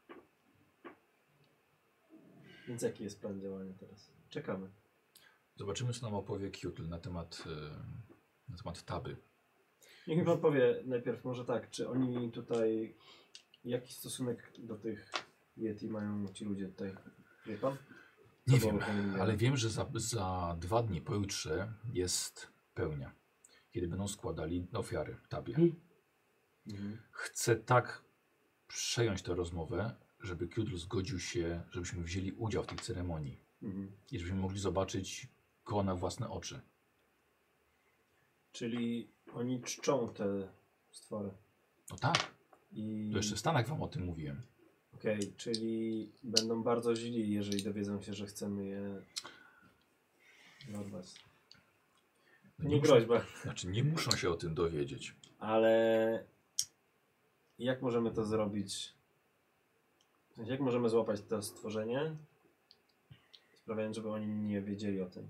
Więc jaki jest plan działania teraz? Czekamy. Zobaczymy, co nam opowie Kjutl na temat taby. Niech mi pan powie najpierw może tak, czy oni tutaj Jaki stosunek do tych Yeti mają ci ludzie tutaj? Wie pan? Nie Co wiem, było tam ale wiem, że za 2 dni pojutrze jest pełnia, kiedy będą składali ofiary tabie. Mhm. Chcę tak przejąć tę rozmowę, żeby Kjutl zgodził się, żebyśmy wzięli udział w tej ceremonii Mhm. i żebyśmy mogli zobaczyć go na własne oczy. Czyli oni czczą te stwory. No tak, I... to jeszcze w Stanach wam o tym mówiłem. Okej, czyli będą bardzo źli, jeżeli dowiedzą się, że chcemy je dorwać. No Nie muszą- groźba. Znaczy nie muszą się o tym dowiedzieć. Ale jak możemy to zrobić? W sensie, jak możemy złapać to stworzenie, sprawiając, żeby oni nie wiedzieli o tym?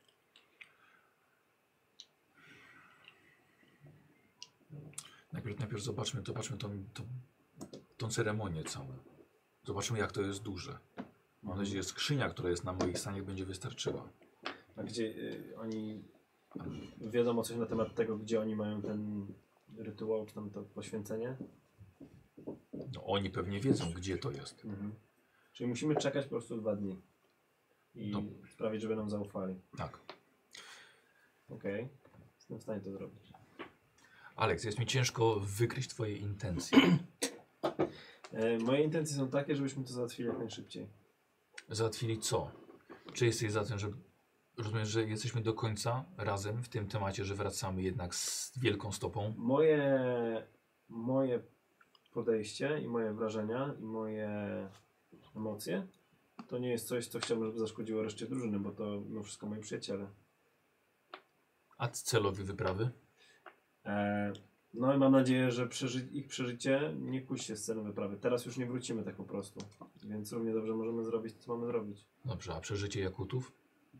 Najpierw zobaczmy tą ceremonię całą. Zobaczymy, jak to jest duże. Mam nadzieję, że skrzynia, która jest na moich saniach, będzie wystarczyła. A gdzie oni wiedzą coś na temat tego, gdzie oni mają ten rytuał, czy tam to poświęcenie? No, oni pewnie wiedzą, gdzie to jest. Mhm. Czyli musimy czekać po prostu 2 dni i No. sprawić, żeby nam zaufali. Tak. Okej, jestem w stanie to zrobić. Aleks, jest mi ciężko wykryć twoje intencje. Moje intencje są takie, żebyśmy to załatwili jak najszybciej. Załatwili co? Czy jesteś za tym, że rozumiesz, że jesteśmy do końca razem w tym temacie, że wracamy jednak z wielką stopą? Moje podejście i moje wrażenia i moje emocje to nie jest coś, co chciałbym, żeby zaszkodziło reszcie drużyny, bo to no wszystko moi przyjaciele. A celowi wyprawy? No i mam nadzieję, że ich przeżycie nie puści z sceny wyprawy. Teraz już nie wrócimy tak po prostu, więc równie dobrze możemy zrobić to, co mamy zrobić. Dobrze, a przeżycie Jakutów?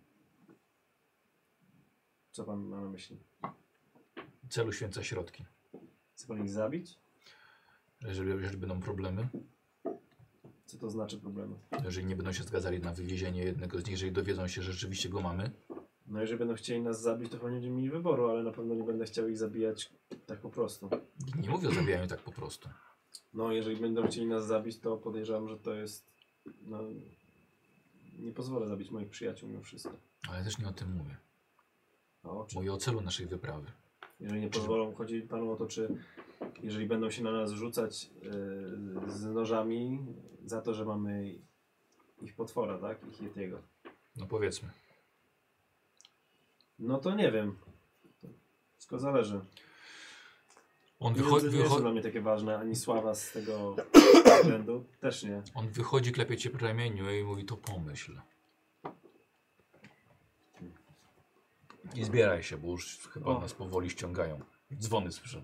Co pan ma na myśli? Celu święca środki. Chce pan ich zabić? Jeżeli będą problemy, Co to znaczy problemy? jeżeli nie będą się zgadzali na wywiezienie jednego z nich, jeżeli dowiedzą się, że rzeczywiście go mamy, No jeżeli będą chcieli nas zabić, to chyba nie będziemy mieli wyboru, ale na pewno nie będę chciał ich zabijać tak po prostu. nie mówię o zabijaniu tak po prostu. No jeżeli będą chcieli nas zabić, to podejrzewam, że to jest... No, nie pozwolę zabić moich przyjaciół mimo wszystko. Ale też nie o tym mówię. A o czym? Mówię o celu naszej wyprawy. Jeżeli nie pozwolą, chodzi panu o to, czy jeżeli będą się na nas rzucać z nożami za to, że mamy ich potwora, tak? Ich Yetiego. No powiedzmy. No to nie wiem. To wszystko zależy. On Pieniądze nie są dla mnie takie ważne, ani sława z tego względu też nie. On wychodzi, klepie cię po ramieniu i mówi, to pomyśl. I zbieraj się, bo już chyba nas powoli ściągają. Dzwony słyszę.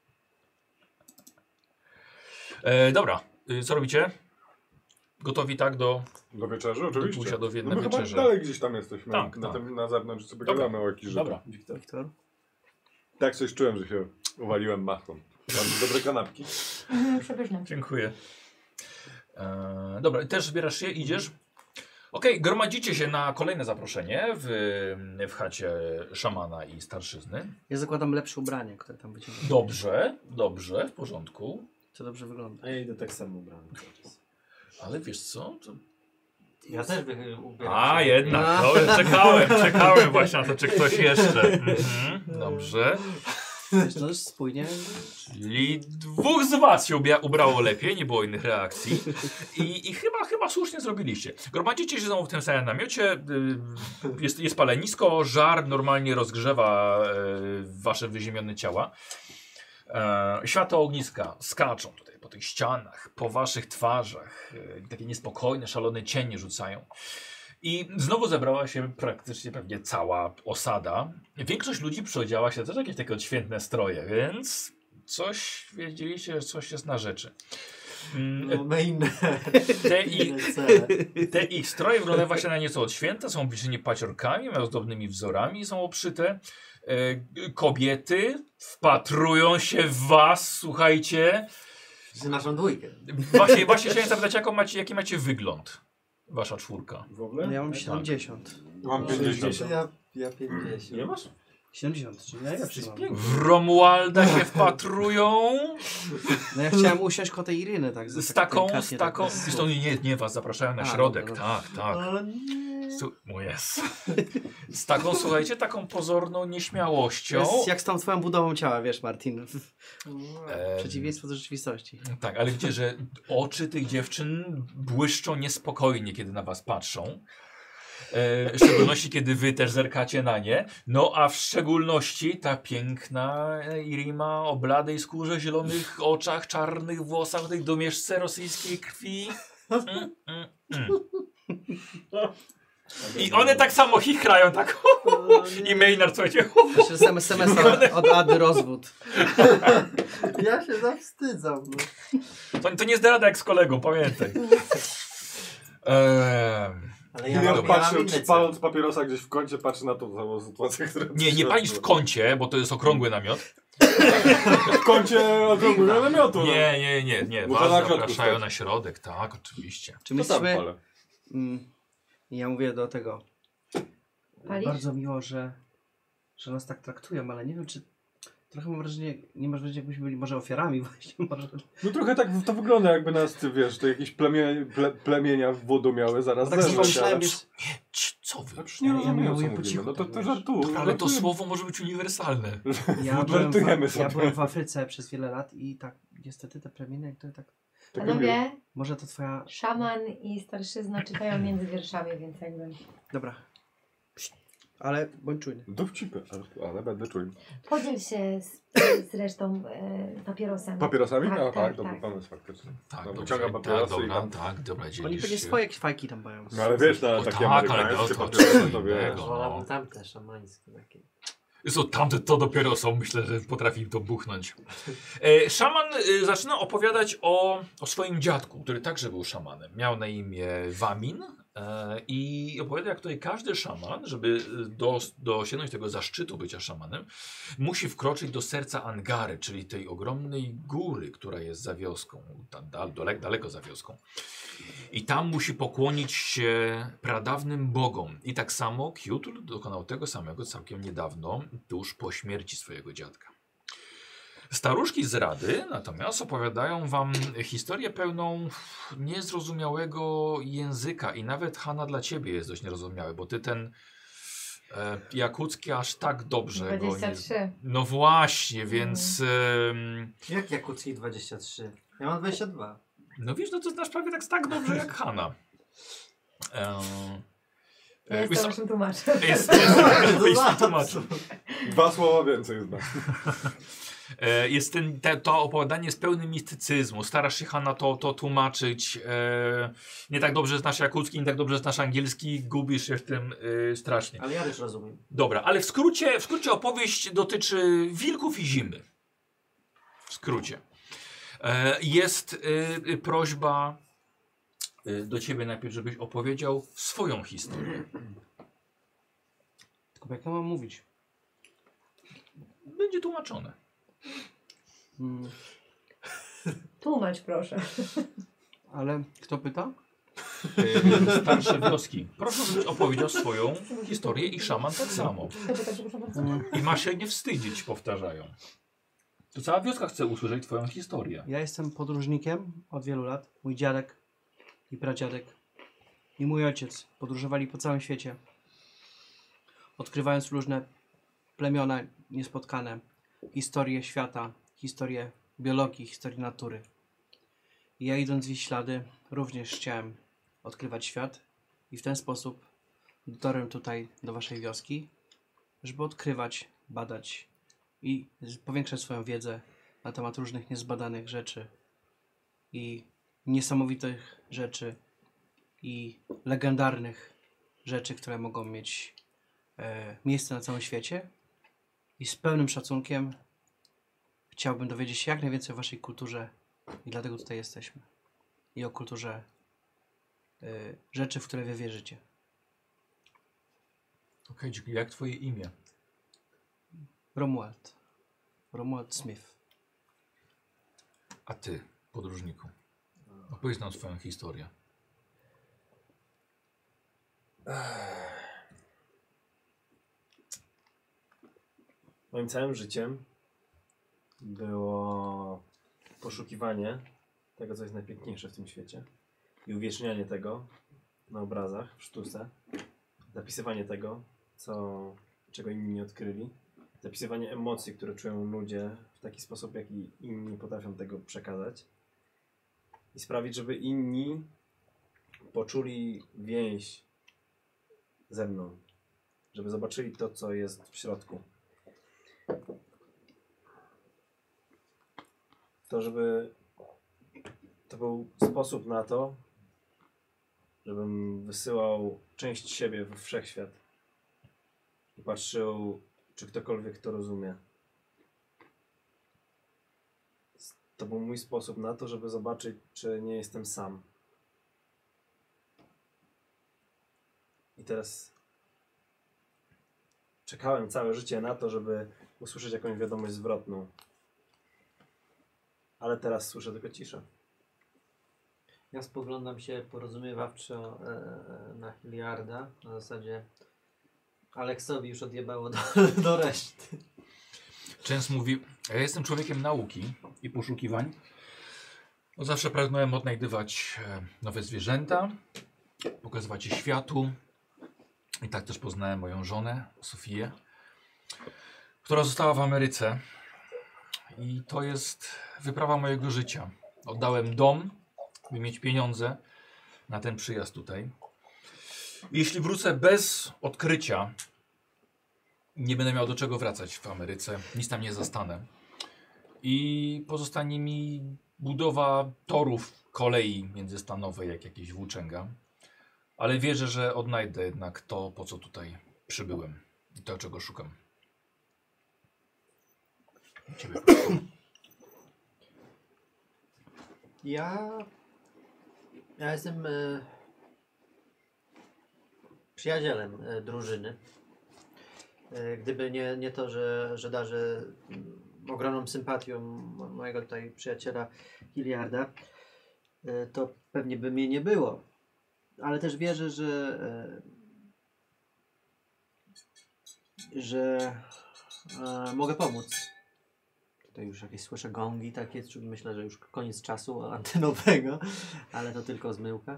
Dobra, co robicie? Gotowi tak do... Do wieczerzy oczywiście. pójścia do No na my chyba wieczerze. dalej gdzieś tam jesteśmy. Tak, na, tak. na zewnątrz sobie Dobra. gadamy o jakichś rzeczach. Dobra. Wiktor? Tak coś czułem, że się uwaliłem maską. Mam dobre kanapki. Przepyszne. Dziękuję. Dobra, też zbierasz się, idziesz? Okej, gromadzicie się na kolejne zaproszenie w chacie szamana i starszyzny. Ja zakładam lepsze ubranie, które tam wyciągnę. Dobrze, dobrze, w porządku. To dobrze wygląda. A ja idę tak samo ubrany cały czas. Ale wiesz co? To... Ja też ubieram A, się. jednak. No, czekałem właśnie na to, czy ktoś jeszcze. Dobrze. Wiesz, to jest spójnie. Czyli 2 z was się ubrało lepiej, nie było innych reakcji. I chyba słusznie zrobiliście. Gromadzicie się znowu w tym samym namiocie. Jest palenisko, żar normalnie rozgrzewa wasze wyziemione ciała. Światła ogniska skaczą tutaj po tych ścianach, po waszych twarzach. Takie niespokojne, szalone cienie rzucają. I znowu zebrała się praktycznie pewnie cała osada. Większość ludzi przyodziała się też jakieś takie odświętne stroje, więc coś wiedzieliście, że coś jest na rzeczy. No, my inne. Te ich stroje wyglądają właśnie na nieco odświęte, są obliczeni paciorkami, mają ozdobnymi wzorami, są obszyte. Kobiety wpatrują się w was, słuchajcie. Z naszą dwójkę. Właśnie chciałem zapytać, jaki macie wygląd? Wasza czwórka. W ogóle? Ja mam 70. Mam 50. Ja 50. Nie masz? 70, czyli najlepszy mam. W Romualda się wpatrują. No ja chciałem usiąść koło tej Iryny, tak. Z tak taką, delikatnie, z taką. tak. Zresztą nie, was zapraszają na A, środek. dobra, Tak, tak. O nie. O jest. Z taką, słuchajcie, taką pozorną nieśmiałością. To jest jak z tą twoją budową ciała, wiesz, Martin. Em, Przeciwieństwo do rzeczywistości. Tak, ale widzicie, że oczy tych dziewczyn błyszczą niespokojnie, kiedy na was patrzą. W szczególności, kiedy wy też zerkacie na nie. No a w szczególności ta piękna Irima o bladej skórze, zielonych oczach, czarnych włosach, tej domieszce rosyjskiej krwi. I one tak samo chichrają, tak. I Maynard, słuchajcie. Jeszcze z SMS-a od Ady rozwód. Ja się zawstydzam. No. To nie zdrada jak z kolegą, pamiętaj. Ale I ja ja mam patrzę, inny cel. paląc papierosa gdzieś w kącie, patrzę na tą samą sytuację, która... Nie palisz w kącie, bo to jest okrągły namiot. W kącie okrągłego namiotu. no. Nie. Bo to na Was środku zapraszają stać. na środek, tak, oczywiście. Czy To tam myślimy... palę. Ja mówię do tego. Palisz? Bardzo miło, że nas tak traktują, ale nie wiem, czy... Trochę mam wrażenie, nie masz wrażenia, jakbyśmy byli może ofiarami właśnie, może... No trochę tak to wygląda, jakby nas, ty wiesz, to jakieś plemienia wodą miały zaraz Tak sobie zeżreć, pomyślałem, ale... wiesz... Co wy? Ja przecież nie rozumiem, Ja o co mówię po mówimy. cichu, No to tak ty wiesz. żartujesz. Ale to słowo może być uniwersalne. Żartujemy sobie. Ja byłem w Afryce przez wiele lat i tak, niestety te plemienia, które tak... Panowie, Może to twoja... szaman i starszyzna czytają między wierszami, więc jakby... Dobra. Ale bądź czujny. Dowcipy, ale będę czujny. Podziel się z resztą papierosem. Papierosami? Tak, No tak, tak, dobry tak. pomysł faktycznie. Tak, No, dobrze, wyciągam tak, papierosy i dobra, tam... tak, dobra, Oni dzielisz pewnie się. swoje fajki tam mają. No ale wiesz, na O takie tak, ale amerykańskie to papierosy co to wiesz. innego. Wolałbym tamte szamańskie takie. Co, tamte to dopiero są, myślę, że potrafi to buchnąć. Szaman zaczyna opowiadać o swoim dziadku, który także był szamanem. Miał na imię Wamin i opowiada, jak tutaj każdy szaman, żeby dosięgnąć tego zaszczytu bycia szamanem, musi wkroczyć do serca Angary, czyli tej ogromnej góry, która jest za wioską, tam daleko za wioską. I tam musi pokłonić się pradawnym bogom. I tak samo Kjutl dokonał tego samego całkiem niedawno, tuż po śmierci swojego dziadka. Staruszki z Rady natomiast opowiadają wam historię pełną niezrozumiałego języka i nawet Hanna dla ciebie jest dość niezrozumiały, bo ty ten jakucki aż tak dobrze go nie... 23. No właśnie, więc... Jak Jakucki 23? Ja mam 22. No wiesz, no to znasz prawie tak dobrze jak Hanna. Ja wiesz jestem co, naszym tłumaczem. jest tłumaczem. 2 słowa więcej znam. Jest to opowiadanie jest pełne mistycyzmu. Starasz się, Hanna, to tłumaczyć. Nie tak dobrze znasz jakucki, nie tak dobrze znasz angielski. Gubisz się w tym strasznie. Ale ja też rozumiem. Dobra, ale w skrócie opowieść dotyczy wilków i zimy. W skrócie. Jest prośba do ciebie najpierw, żebyś opowiedział swoją historię. Tylko jak ja mam mówić? Będzie tłumaczone. Tłumacz proszę. Ale kto pyta? Starsze wioski. Proszę, żebyś opowiedział swoją historię i szaman tak samo. I ma się nie wstydzić, powtarzają. To cała wioska chce usłyszeć twoją historię. Ja jestem podróżnikiem od wielu lat. Mój dziadek i pradziadek i mój ojciec podróżowali po całym świecie, odkrywając różne plemiona niespotkane, historię świata, historię biologii, historię natury. I ja, idąc w ich ślady, również chciałem odkrywać świat i w ten sposób dotarłem tutaj do waszej wioski, żeby odkrywać, badać i powiększać swoją wiedzę na temat różnych niezbadanych rzeczy i niesamowitych rzeczy i legendarnych rzeczy, które mogą mieć miejsce na całym świecie. I z pełnym szacunkiem chciałbym dowiedzieć się jak najwięcej o waszej kulturze i dlatego tutaj jesteśmy. I o kulturze rzeczy, w które wy wierzycie. Okej, jak twoje imię? Romuald. Romuald Smith. A ty, podróżniku, opowiedz nam swoją historię. Moim całym życiem było poszukiwanie tego, co jest najpiękniejsze w tym świecie i uwiecznianie tego na obrazach, w sztuce, zapisywanie tego, czego inni nie odkryli, zapisywanie emocji, które czują ludzie w taki sposób, jaki inni potrafią tego przekazać i sprawić, żeby inni poczuli więź ze mną, żeby zobaczyli to, co jest w środku. Żeby to był sposób na to, żebym wysyłał część siebie we wszechświat i patrzył, czy ktokolwiek to rozumie. To był mój sposób na to, żeby zobaczyć, czy nie jestem sam. I teraz czekałem całe życie na to, żeby usłyszeć jakąś wiadomość zwrotną. Ale teraz słyszę tylko ciszę. Ja spoglądam się porozumiewawczo na Hilliarda, na zasadzie Aleksowi już odjebało do reszty. Często mówi, ja jestem człowiekiem nauki i poszukiwań. No zawsze pragnąłem odnajdywać nowe zwierzęta, pokazywać je światu. I tak też poznałem moją żonę, Sofię, która została w Ameryce. I to jest wyprawa mojego życia. Oddałem dom, by mieć pieniądze na ten przyjazd tutaj. Jeśli wrócę bez odkrycia, nie będę miał do czego wracać w Ameryce. Nic tam nie zastanę. I pozostanie mi budowa torów kolei międzystanowej, jak jakieś włóczęga. Ale wierzę, że odnajdę jednak to, po co tutaj przybyłem. I to, czego szukam. Ciebie. Ja jestem przyjacielem drużyny. Gdyby nie to, że darzę ogromną sympatią mojego tutaj przyjaciela Hilliarda, to pewnie by mnie nie było. Ale też wierzę, że mogę pomóc. Tutaj już jakieś słyszę gongi takie, czyli myślę, że już koniec czasu antenowego, ale to tylko zmyłka.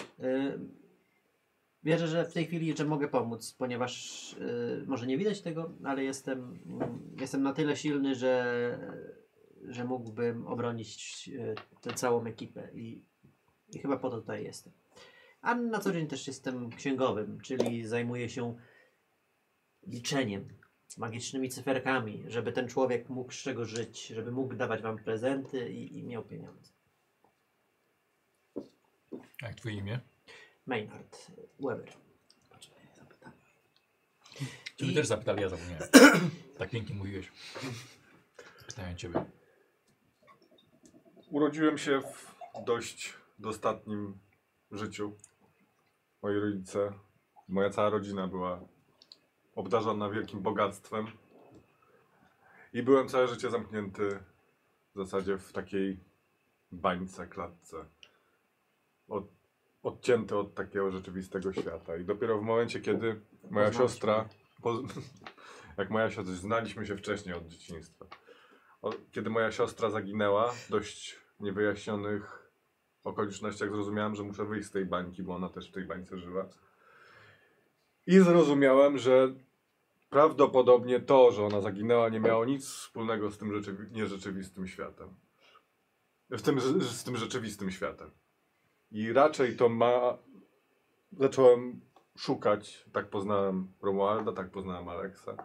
Wierzę, że w tej chwili, że mogę pomóc, ponieważ może nie widać tego, ale jestem na tyle silny, że mógłbym obronić tę całą ekipę i chyba po to tutaj jestem. A na co dzień też jestem księgowym, czyli zajmuję się liczeniem, magicznymi cyferkami, żeby ten człowiek mógł z czego żyć, żeby mógł dawać wam prezenty i miał pieniądze. A jak twoje imię? Maynard Weber. Ciebie też zapytali, ja zapomniałem. Tak pięknie mówiłeś. Pytałem ciebie. Urodziłem się w dość dostatnim życiu. Moi rodzice, moja cała rodzina była obdarzona wielkim bogactwem. I byłem całe życie zamknięty w zasadzie w takiej bańce, klatce. Odcięty od takiego rzeczywistego świata. I dopiero w momencie, kiedy moja siostra... Jak moja siostra... Znaliśmy się wcześniej od dzieciństwa. Kiedy moja siostra zaginęła w dość niewyjaśnionych okolicznościach, zrozumiałem, że muszę wyjść z tej bańki, bo ona też w tej bańce żyła. I zrozumiałem, że prawdopodobnie to, że ona zaginęła, nie miało nic wspólnego z tym nierzeczywistym światem. Z tym rzeczywistym światem. I raczej to zacząłem szukać, tak poznałem Romualda, tak poznałem Aleksa.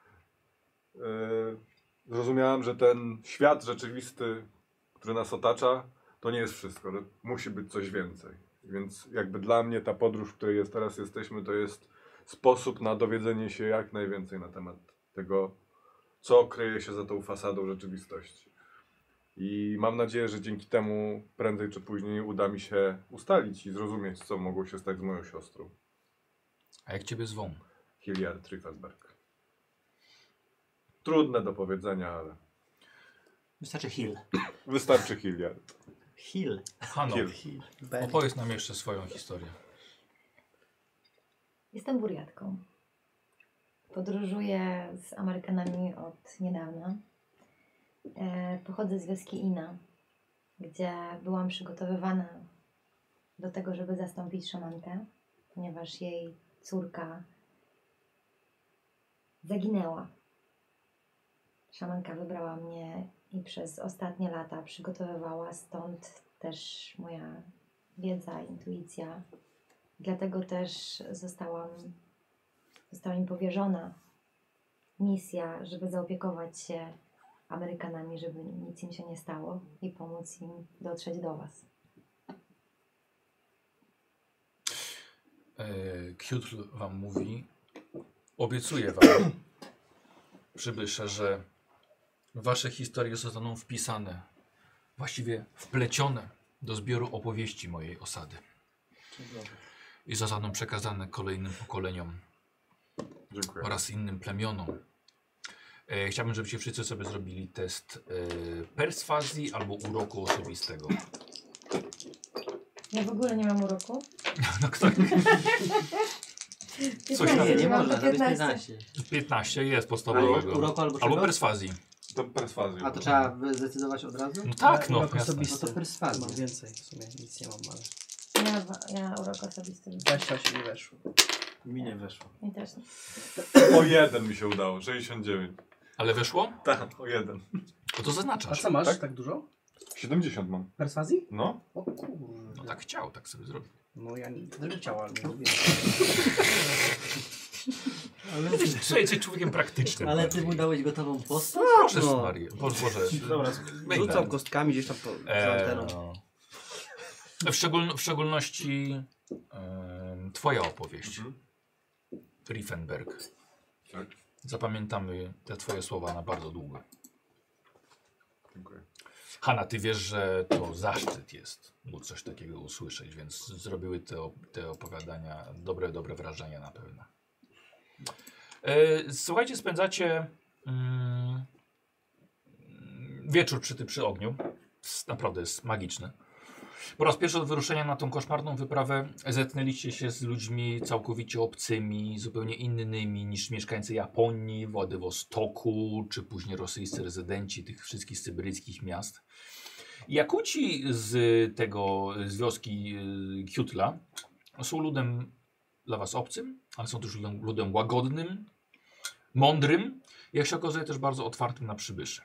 Zrozumiałem, że ten świat rzeczywisty, który nas otacza, to nie jest wszystko, że musi być coś więcej. Więc jakby dla mnie ta podróż, w której teraz jesteśmy, to jest sposób na dowiedzenie się jak najwięcej na temat tego, co kryje się za tą fasadą rzeczywistości. I mam nadzieję, że dzięki temu prędzej czy później uda mi się ustalić i zrozumieć, co mogło się stać z moją siostrą. A jak ciebie zwą? Hilliard Triffelberg. Trudne do powiedzenia, ale... Wystarczy Hill. Wystarczy Hilliard. Hill. Hano, Hill. opowiedz nam jeszcze swoją historię. Jestem wariatką. Podróżuję z Amerykanami od niedawna. Pochodzę z wioski Ina, gdzie byłam przygotowywana do tego, żeby zastąpić szamankę, ponieważ jej córka zaginęła. Szamanka wybrała mnie i przez ostatnie lata przygotowywała, stąd też moja wiedza, intuicja. Dlatego też została mi powierzona misja, żeby zaopiekować się Amerykanami, żeby nic im się nie stało i pomóc im dotrzeć do Was. Kjutl wam mówi, obiecuję wam, przybysze, że wasze historie zostaną wpisane, właściwie wplecione do zbioru opowieści mojej osady. I zostaną przekazane kolejnym pokoleniom Dziękuję. oraz innym plemionom. Chciałbym, żebyście wszyscy sobie zrobili test perswazji albo uroku osobistego. Ja w ogóle nie mam uroku. No kto? Coś Nie, tam. nie mam można, to nawet 15. 15 jest Albo podstawowego. uroku, albo Albo czego? perswazji. To perswazję. A to trzeba zdecydować od razu? No tak, no. Urok Jasne. osobisty. No to perswazja. Mam więcej, w sumie nic nie mam, ale Ja urok osobisty. 28 nie weszło. Mi nie weszło. Mi też nie. O 1 mi się udało, 69. Ale weszło? Tak, o 1. No to A zaznaczasz. co masz Tak? tak dużo? 70 mam. Perswazji? No. O kurde. No tak chciał, tak sobie zrobił. No ja nie też bym chciał, ale nie lubię. Słuchaj, jesteś człowiekiem praktycznym. Ale ty bardziej. mu dałeś gotową postać? Proszę No. Marię. Boże. Dobra, Rzucał kostkami gdzieś tam za anteną. W szczególności twoja opowieść. Mhm. Riefenberg. Tak. Zapamiętamy te twoje słowa na bardzo długo. Dziękuję. Hanna, ty wiesz, że to zaszczyt jest móc coś takiego usłyszeć, więc zrobiły te opowiadania dobre wrażenie na pewno. Słuchajcie, spędzacie wieczór przy ogniu. Naprawdę jest magiczny. Po raz pierwszy od wyruszenia na tą koszmarną wyprawę zetknęliście się z ludźmi całkowicie obcymi, zupełnie innymi niż mieszkańcy Japonii, Władywostoku, czy później rosyjscy rezydenci tych wszystkich syberyjskich miast. Jakuci z wioski Kjutla są ludem dla was obcym, ale są też ludem łagodnym, mądrym, jak się okazuje też bardzo otwartym na przybyszy.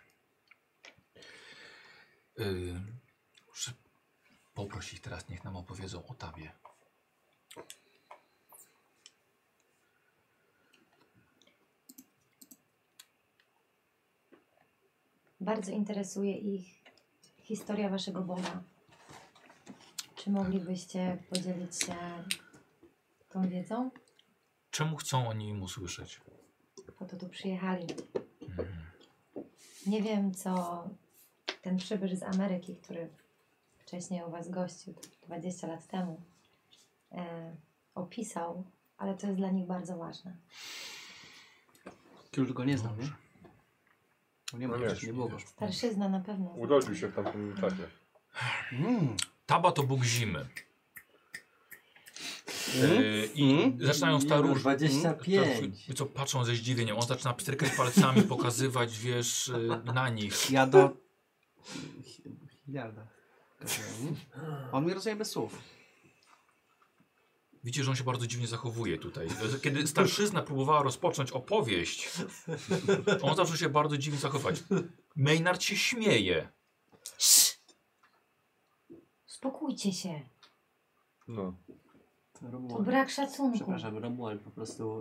Muszę poprosić teraz, niech nam opowiedzą o Tabie. Bardzo interesuje ich historia waszego Boga. Czy moglibyście podzielić się tą wiedzą? Czemu chcą oni im usłyszeć? Po to tu przyjechali. Mhm. Nie wiem, co ten przybysz z Ameryki, który wcześniej u was gościł 20 lat temu, opisał, ale to jest dla nich bardzo ważne. Już go nie znam, nie? No nie ma, No przecież nie, nie było. nie. Starszyzna na pewno. Urodził się w tamtym czasie. Taba to Bóg zimy. I zaczynają staruszki. 25. Co patrzą ze zdziwieniem. On zaczyna pstrykać palcami, pokazywać, wiesz, na nich. Ja do Hilliarda. On mnie rozumie bez słów. Widzicie, że on się bardzo dziwnie zachowuje tutaj. Kiedy starszyzna próbowała rozpocząć opowieść, on zaczął się bardzo dziwnie zachować. Maynard się śmieje. Spokójcie się. No. To brak szacunku. Przepraszam, Romuald po prostu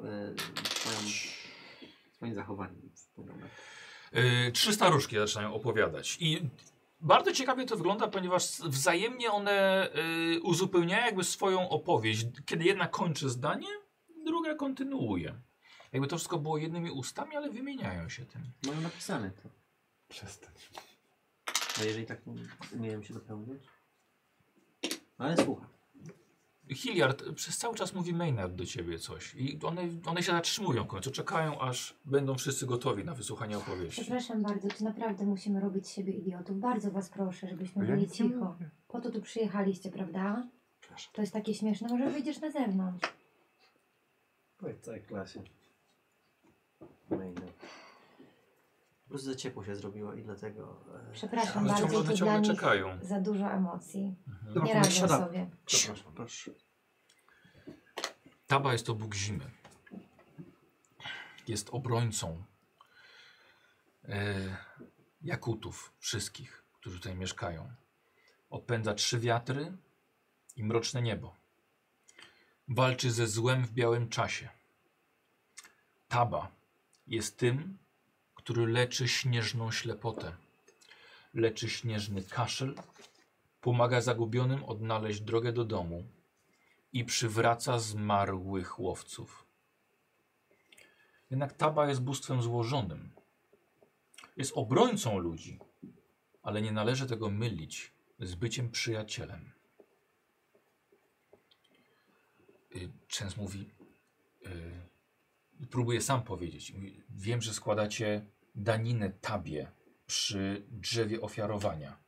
swoim zachowaniem. Trzy staruszki zaczynają opowiadać. I bardzo ciekawie to wygląda, ponieważ wzajemnie one uzupełniają jakby swoją opowieść. Kiedy jedna kończy zdanie, druga kontynuuje. Jakby to wszystko było jednymi ustami, ale wymieniają się tym. Mają napisane to. Przestań. A jeżeli tak umieją się dopełniać? Ale słucham. Hilliard przez cały czas mówi Maynard do ciebie coś. I one się zatrzymują w końcu, czekają aż będą wszyscy gotowi na wysłuchanie opowieści. Przepraszam bardzo, czy naprawdę musimy robić z siebie idiotów? Bardzo was proszę, żebyśmy Ja byli nic nie cicho. Po to tu przyjechaliście, prawda? Przepraszam. To jest takie śmieszne, może wyjdziesz na zewnątrz. Powiedz całej klasie. Po prostu za ciepło się zrobiło i dlatego... Przepraszam One bardzo, ciągle, to one dla ciągle nich czekają. za dużo emocji. Dobra, Nie powoli radzę siadamy. sobie. Przepraszam. Proszę. Taba jest to Bóg zimy. Jest obrońcą Jakutów, wszystkich, którzy tutaj mieszkają. Odpędza 3 wiatry i mroczne niebo. Walczy ze złem w białym czasie. Taba jest tym, który leczy śnieżną ślepotę. Leczy śnieżny kaszel, pomaga zagubionym odnaleźć drogę do domu i przywraca zmarłych łowców. Jednak Taba jest bóstwem złożonym. Jest obrońcą ludzi, ale nie należy tego mylić z byciem przyjacielem. Częs mówi, próbuję sam powiedzieć, wiem, że składacie daninę Tabie przy drzewie ofiarowania.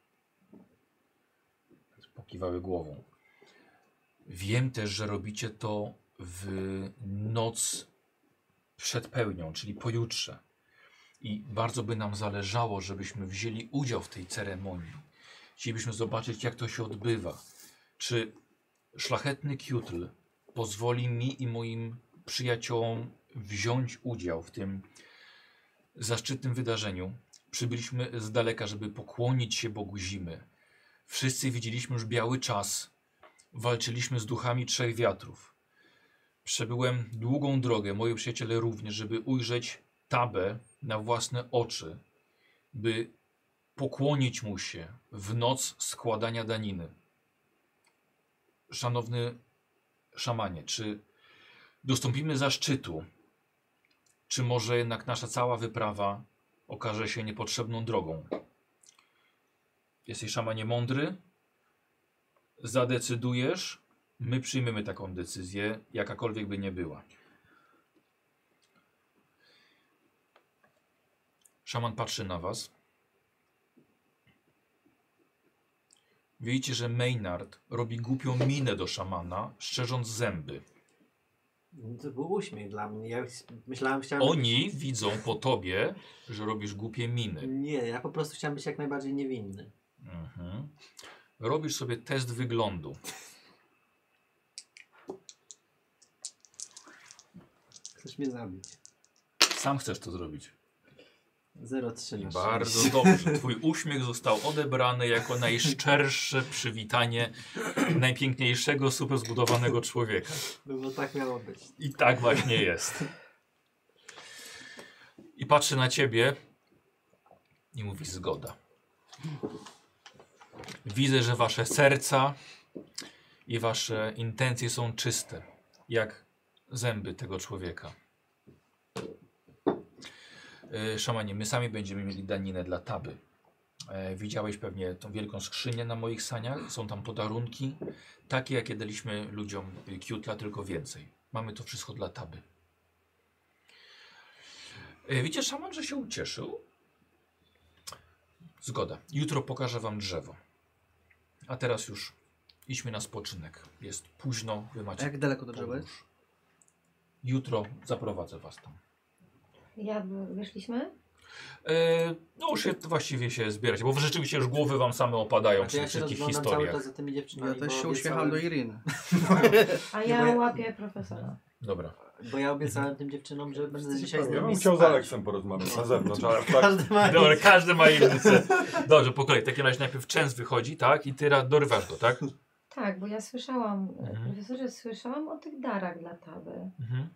Pokiwały głową. Wiem też, że robicie to w noc przed pełnią, czyli pojutrze. I bardzo by nam zależało, żebyśmy wzięli udział w tej ceremonii. Chcielibyśmy zobaczyć, jak to się odbywa. Czy szlachetny Kiutl pozwoli mi i moim przyjaciołom wziąć udział w tym zaszczytnym wydarzeniu. Przybyliśmy z daleka, żeby pokłonić się Bogu Zimy. Wszyscy widzieliśmy już biały czas. Walczyliśmy z duchami 3 wiatrów. Przebyłem długą drogę, moi przyjaciele również, żeby ujrzeć Tabę na własne oczy, by pokłonić mu się w noc składania daniny. Szanowny szamanie, czy dostąpimy zaszczytu, czy może jednak nasza cała wyprawa okaże się niepotrzebną drogą? Jesteś, szamanie, mądry? Zadecydujesz? My przyjmiemy taką decyzję, jakakolwiek by nie była. Szaman patrzy na was. Widzicie, że Maynard robi głupią minę do szamana, szczerząc zęby. To był uśmiech dla mnie. Ja myślałem, chciałem... Oni widzą po tobie, że robisz głupie miny. Nie, ja po prostu chciałem być jak najbardziej niewinny. Mhm. Robisz sobie test wyglądu. Chcesz mnie zabić. Sam chcesz to zrobić. 0,3 na Bardzo 6. dobrze. Twój uśmiech został odebrany jako najszczersze przywitanie najpiękniejszego, super zbudowanego człowieka. No bo tak miało być. I tak właśnie jest. I patrzy na ciebie i mówi: zgoda. Widzę, że wasze serca i wasze intencje są czyste, jak zęby tego człowieka. Szamanie, my sami będziemy mieli daninę dla Taby. Widziałeś pewnie tą wielką skrzynię na moich saniach. Są tam podarunki, takie jakie daliśmy ludziom Kiutla, tylko więcej. Mamy to wszystko dla Taby. Widzicie, szaman, że się ucieszył? Zgoda. Jutro pokażę wam drzewo. A teraz już idźmy na spoczynek. Jest późno, wy A macie jak daleko do drzewa jest? podróż. Jutro zaprowadzę was tam. Wyszliśmy? No już się właściwie się zbierać, bo rzeczywiście już głowy wam same opadają Znaczy, przy ja tych się wszystkich rozglądam cały historiach. czas za tymi dziewczynami. Ja też bo się uśmiecham do Iriny. A Nie, ja bo ja- łapię profesora. Dobra. Bo ja obiecałem tym dziewczynom, że będę dzisiaj z Ja nimi bym chciał z spać. Aleksem porozmawiać na zewnątrz, ale tak. Każdy ma Dobra, każdy ma inny cel. Dobrze, po kolei. W takim razie najpierw Częs wychodzi, tak? I ty dorywasz go, tak? Tak, bo ja słyszałam, Mhm. profesorze, słyszałam o tych darach dla Taby. Mhm.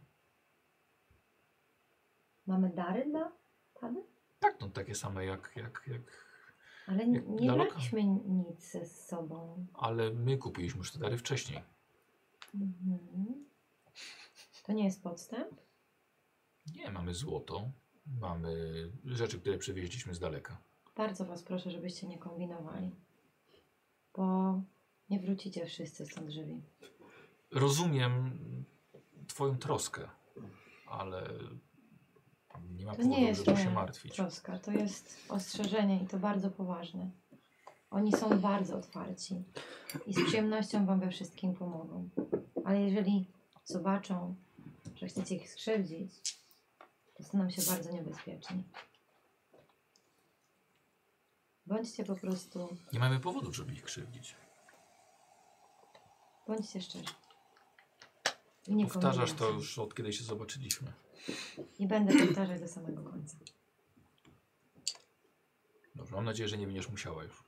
Mamy dary dla Taby? Tak, no takie same jak... Ale Jak nie dla braliśmy nic ze sobą. Ale my kupiliśmy już te dary wcześniej. Mhm. To nie jest podstęp? Nie, mamy złoto. Mamy rzeczy, które przywieźliśmy z daleka. Bardzo was proszę, żebyście nie kombinowali. Bo nie wrócicie wszyscy stąd żywi. Rozumiem twoją troskę, ale nie ma To powodu, nie jest żeby się moja martwić. troska, to jest ostrzeżenie i to bardzo poważne. Oni są bardzo otwarci i z przyjemnością wam we wszystkim pomogą. Ale jeżeli zobaczą, że chcecie ich skrzywdzić, Staną się bardzo niebezpieczni. Bądźcie po prostu, Nie mamy powodów, żeby ich krzywdzić. bądźcie szczerzy. I nikomu Powtarzasz nie to wracaj. już od kiedy się zobaczyliśmy. I będę powtarzać do samego końca. Dobrze, mam nadzieję, że nie będziesz musiała już.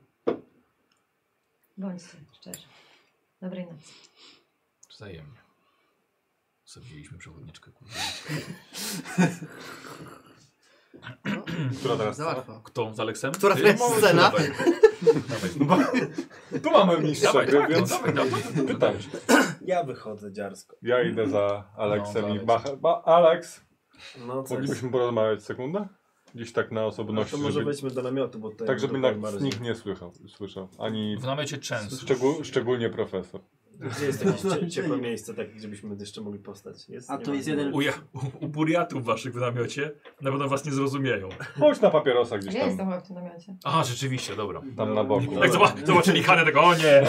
Bądźcie szczerzy. Dobrej nocy. Wzajemnie. Zawzięliśmy przewodniczkę. Kurde. Która teraz Za łatwo. Kto? Z Aleksem? Która Ty? to jest scena? Dawaj. Dawaj. Tu mamy mistrza Dawaj, gry, tak, no, więc dawaj. pytam się. Ja wychodzę dziarsko. Ja idę za Aleksem No, i za machę. Alex, No co moglibyśmy porozmawiać sekundę? Gdzieś tak na No osobności, to może żeby, wejdźmy do namiotu, bo tutaj... tak żeby tutaj nas marznie. nikt nie słyszał. Ani W namiocie często. szczególnie profesor. Gdzie jest jakieś ciepłe miejsce, tak, gdzie byśmy jeszcze mogli postać? A Nie to ma- jest jeden- U buriatów waszych w namiocie na pewno was nie zrozumieją. Chodź na papierosa gdzieś Ja tam, jestem chyba w tym namiocie. A, rzeczywiście, dobra. tam na boku. Jak zobaczyli Hanę, tego o nie!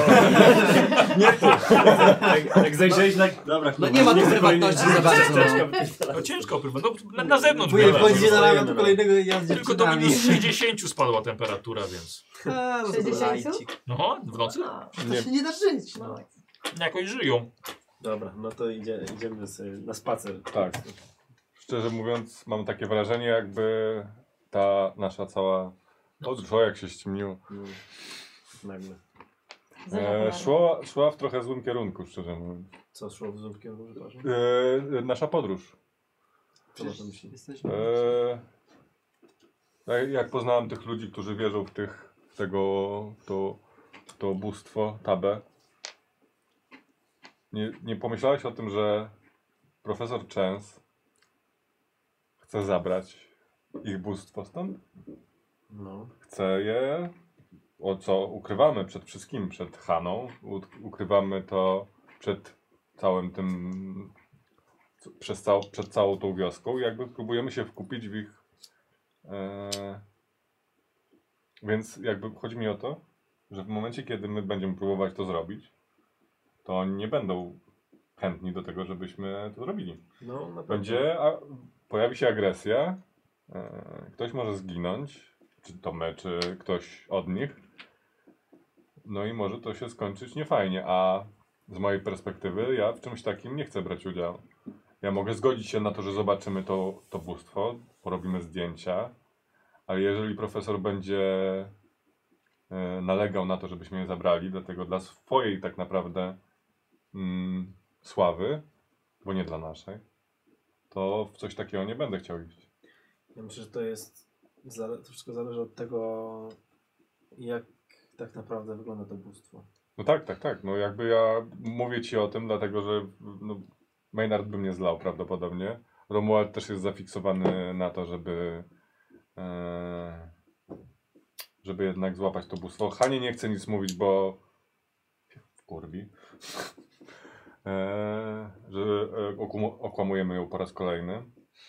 Jak zajrzeć na... Dobra, No nie ma tu prywatności za bardzo. No ciężko, no, na zewnątrz. Pójdzie wiadomo. wchodzicie na stoimy, ramię do no. kolejnego i ja z Tylko do dziewczynami. minus 60 spadła temperatura, więc... A, no to 60? lajcik. No, w nocy A, To się nie da żyć. no. jakoś żyją. Dobra, no to idziemy sobie na spacer. Tak. Szczerze mówiąc, mam takie wrażenie, jakby ta nasza cała... O, jak się ściemniło. Nagle. Szła w trochę złym kierunku, szczerze mówiąc. Co szło w złym kierunku, przepraszam? Nasza podróż. Co na to myśli? Jesteśmy... Jak poznałem tych ludzi, którzy wierzą w to bóstwo, Tabę, nie pomyślałeś o tym, że profesor Chance chce zabrać ich bóstwo stąd? No. Chce je, o co ukrywamy przed wszystkim, przed Haną, ukrywamy to przed całym tym, przed całą tą wioską i jakby próbujemy się wkupić w ich... Więc jakby chodzi mi o to, że w momencie, kiedy my będziemy próbować to zrobić, to oni nie będą chętni do tego, żebyśmy to zrobili. No, na pewno. Pojawi się agresja, ktoś może zginąć, czy to my, czy ktoś od nich. No i może to się skończyć niefajnie, a z mojej perspektywy ja w czymś takim nie chcę brać udziału. Ja mogę zgodzić się na to, że zobaczymy to bóstwo, porobimy zdjęcia, ale jeżeli profesor będzie nalegał na to, żebyśmy je zabrali, dlatego dla swojej tak naprawdę sławy, bo nie dla naszej, to w coś takiego nie będę chciał iść. Ja myślę, że to jest... To wszystko zależy od tego, jak tak naprawdę wygląda to bóstwo. No tak. No jakby ja mówię ci o tym, dlatego że no, Maynard by mnie zlał prawdopodobnie. Romuald też jest zafiksowany na to, żeby jednak złapać to bóstwo. Hanie nie chce nic mówić, bo wkurwi. Że okłamujemy ją po raz kolejny.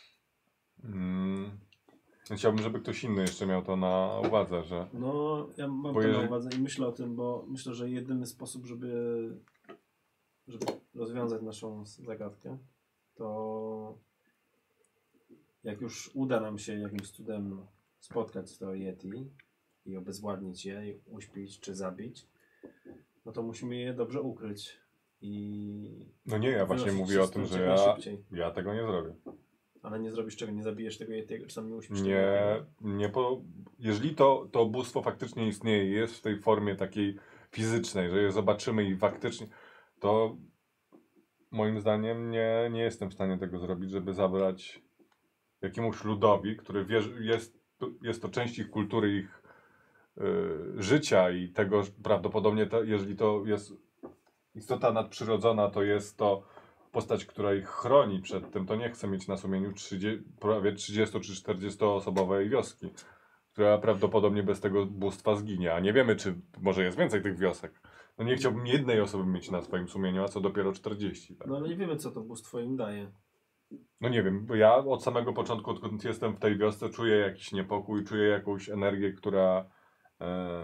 Chciałbym, żeby ktoś inny jeszcze miał to na uwadze, że... No, ja mam Bo to na jeżeli- uwadze i myślę o tym, bo myślę, że jedyny sposób, żeby rozwiązać naszą zagadkę, to jak już uda nam się jakimś cudem spotkać to Yeti i obezwładnić je, i uśpić czy zabić, no to musimy je dobrze ukryć i... No nie, ja właśnie wynosić mówię się o z tym, tym że jak najszybciej. ja tego nie zrobię. Ale nie zrobisz czego? Nie zabijesz tego Yetiego, czy tam nie uśpisz tego Nie, Yetiego? jeżeli to bóstwo faktycznie istnieje, jest w tej formie takiej fizycznej, że je zobaczymy i faktycznie, to moim zdaniem nie jestem w stanie tego zrobić, żeby zabrać jakiemuś ludowi, który jest to część ich kultury, ich życia i tego że prawdopodobnie, jeżeli to jest istota nadprzyrodzona, to jest to postać, która ich chroni przed tym, to nie chcę mieć na sumieniu prawie 30 czy 40 osobowej wioski, która prawdopodobnie bez tego bóstwa zginie, a nie wiemy, czy może jest więcej tych wiosek. No nie chciałbym jednej osoby mieć na swoim sumieniu, a co dopiero 40. Tak? No ale nie wiemy, co to bóstwo im daje. No nie wiem, bo ja od samego początku, odkąd jestem w tej wiosce, czuję jakiś niepokój, czuję jakąś energię,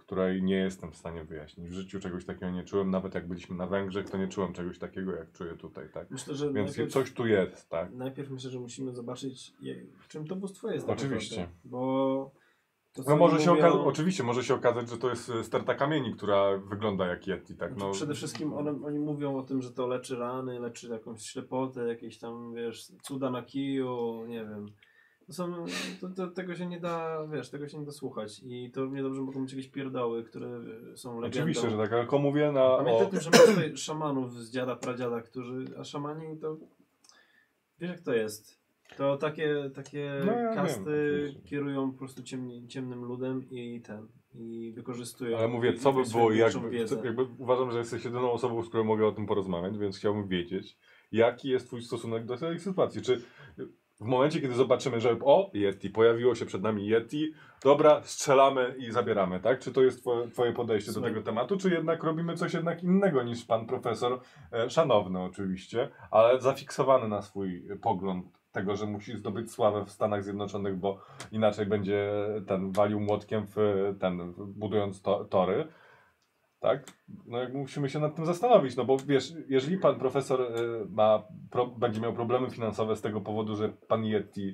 której nie jestem w stanie wyjaśnić. W życiu czegoś takiego nie czułem, nawet jak byliśmy na Węgrzech, to nie czułem czegoś takiego, jak czuję tutaj, tak? Myślę, że Więc coś tu jest, tak? najpierw myślę, że musimy zobaczyć, w czym to bóstwo jest. Oczywiście. Tak naprawdę, bo to, co No może oni się mówią, oczywiście może się okazać, że to jest sterta kamieni, która wygląda jak Yeti, tak? No, Przede wszystkim oni mówią o tym, że to leczy rany, leczy jakąś ślepotę, jakieś tam, wiesz, cuda na kiju, nie wiem. Tego się nie da, wiesz, tego się nie da słuchać i to równie dobrze mogą być jakieś pierdoły, które są legendą. oczywiście, że tak, ale komu wie na... Pamiętaj o tym, że mamy tutaj szamanów z dziada, pradziada, a szamani to, wiesz jak to jest. To takie No, ja kasty wiem, oczywiście. kierują po prostu ciemnym ludem i wykorzystują. Ale mówię, co by swoją było, większą wiedzę. jakby uważam, że jesteś jedyną osobą, z którą mogę o tym porozmawiać, więc chciałbym wiedzieć, jaki jest twój stosunek do tej sytuacji. Czy w momencie, kiedy zobaczymy, że Yeti, pojawiło się przed nami Yeti, dobra, strzelamy i zabieramy, tak? Czy to jest twoje podejście do tego tematu, czy jednak robimy coś jednak innego niż pan profesor, szanowny oczywiście, ale zafiksowany na swój pogląd tego, że musi zdobyć sławę w Stanach Zjednoczonych, bo inaczej będzie walił młotkiem budując tory. Tak? No jak musimy się nad tym zastanowić, no bo wiesz, jeżeli pan profesor będzie miał problemy finansowe z tego powodu, że pan Yeti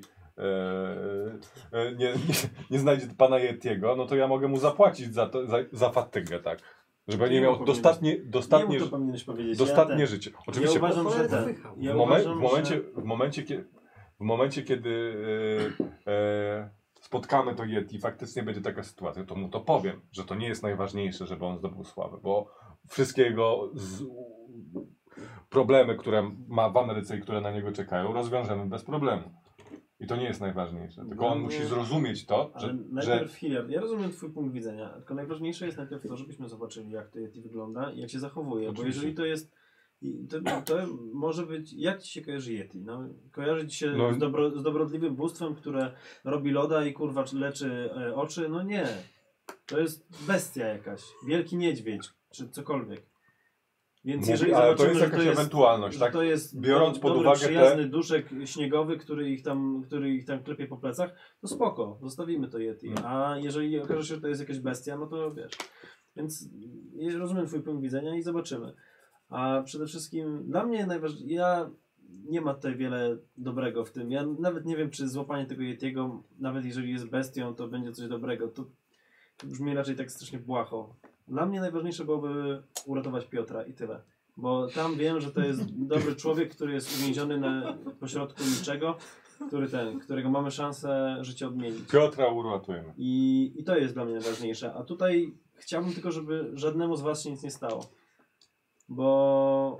nie znajdzie pana Yetiego, no to ja mogę mu zapłacić za fatygę, tak? Żeby nie miał dostatnie życie. Oczywiście, Ja uważam, że w momencie, kiedy spotkamy to Yeti, faktycznie będzie taka sytuacja, to mu to powiem, że to nie jest najważniejsze, żeby on zdobył sławę, bo wszystkie jego problemy, które ma w Ameryce i które na niego czekają, rozwiążemy bez problemu. I to nie jest najważniejsze, tylko on musi zrozumieć to, że... Najpierw, ja rozumiem twój punkt widzenia, tylko najważniejsze jest najpierw to, żebyśmy zobaczyli, jak to Yeti wygląda i jak się zachowuje, Oczywiście. bo jeżeli to jest... To może być... Jak ci się kojarzy Yeti? No, kojarzy ci się z dobrodliwym bóstwem, które robi loda i kurwa leczy oczy? No nie. To jest bestia jakaś. Wielki niedźwiedź, czy cokolwiek. Więc jeżeli ale to zobaczymy, jest że jakaś ewentualność, tak? to jest Biorąc pod uwagę przyjazny duszek śniegowy, który ich tam klepie po plecach, to spoko, zostawimy to Yeti. A jeżeli okaże się, że to jest jakaś bestia, no to wiesz. Więc ja rozumiem twój punkt widzenia i zobaczymy. A przede wszystkim dla mnie najważniejsze, nie ma tutaj wiele dobrego w tym. Ja nawet nie wiem, czy złapanie tego Yetiego, nawet jeżeli jest bestią, to będzie coś dobrego. To brzmi raczej tak strasznie błaho. Dla mnie najważniejsze byłoby uratować Piotra i tyle. Bo tam wiem, że to jest dobry człowiek, który jest uwięziony na pośrodku niczego, którego mamy szansę życie odmienić. Piotra uratujemy. I to jest dla mnie najważniejsze. A tutaj chciałbym tylko, żeby żadnemu z was się nic nie stało. Bo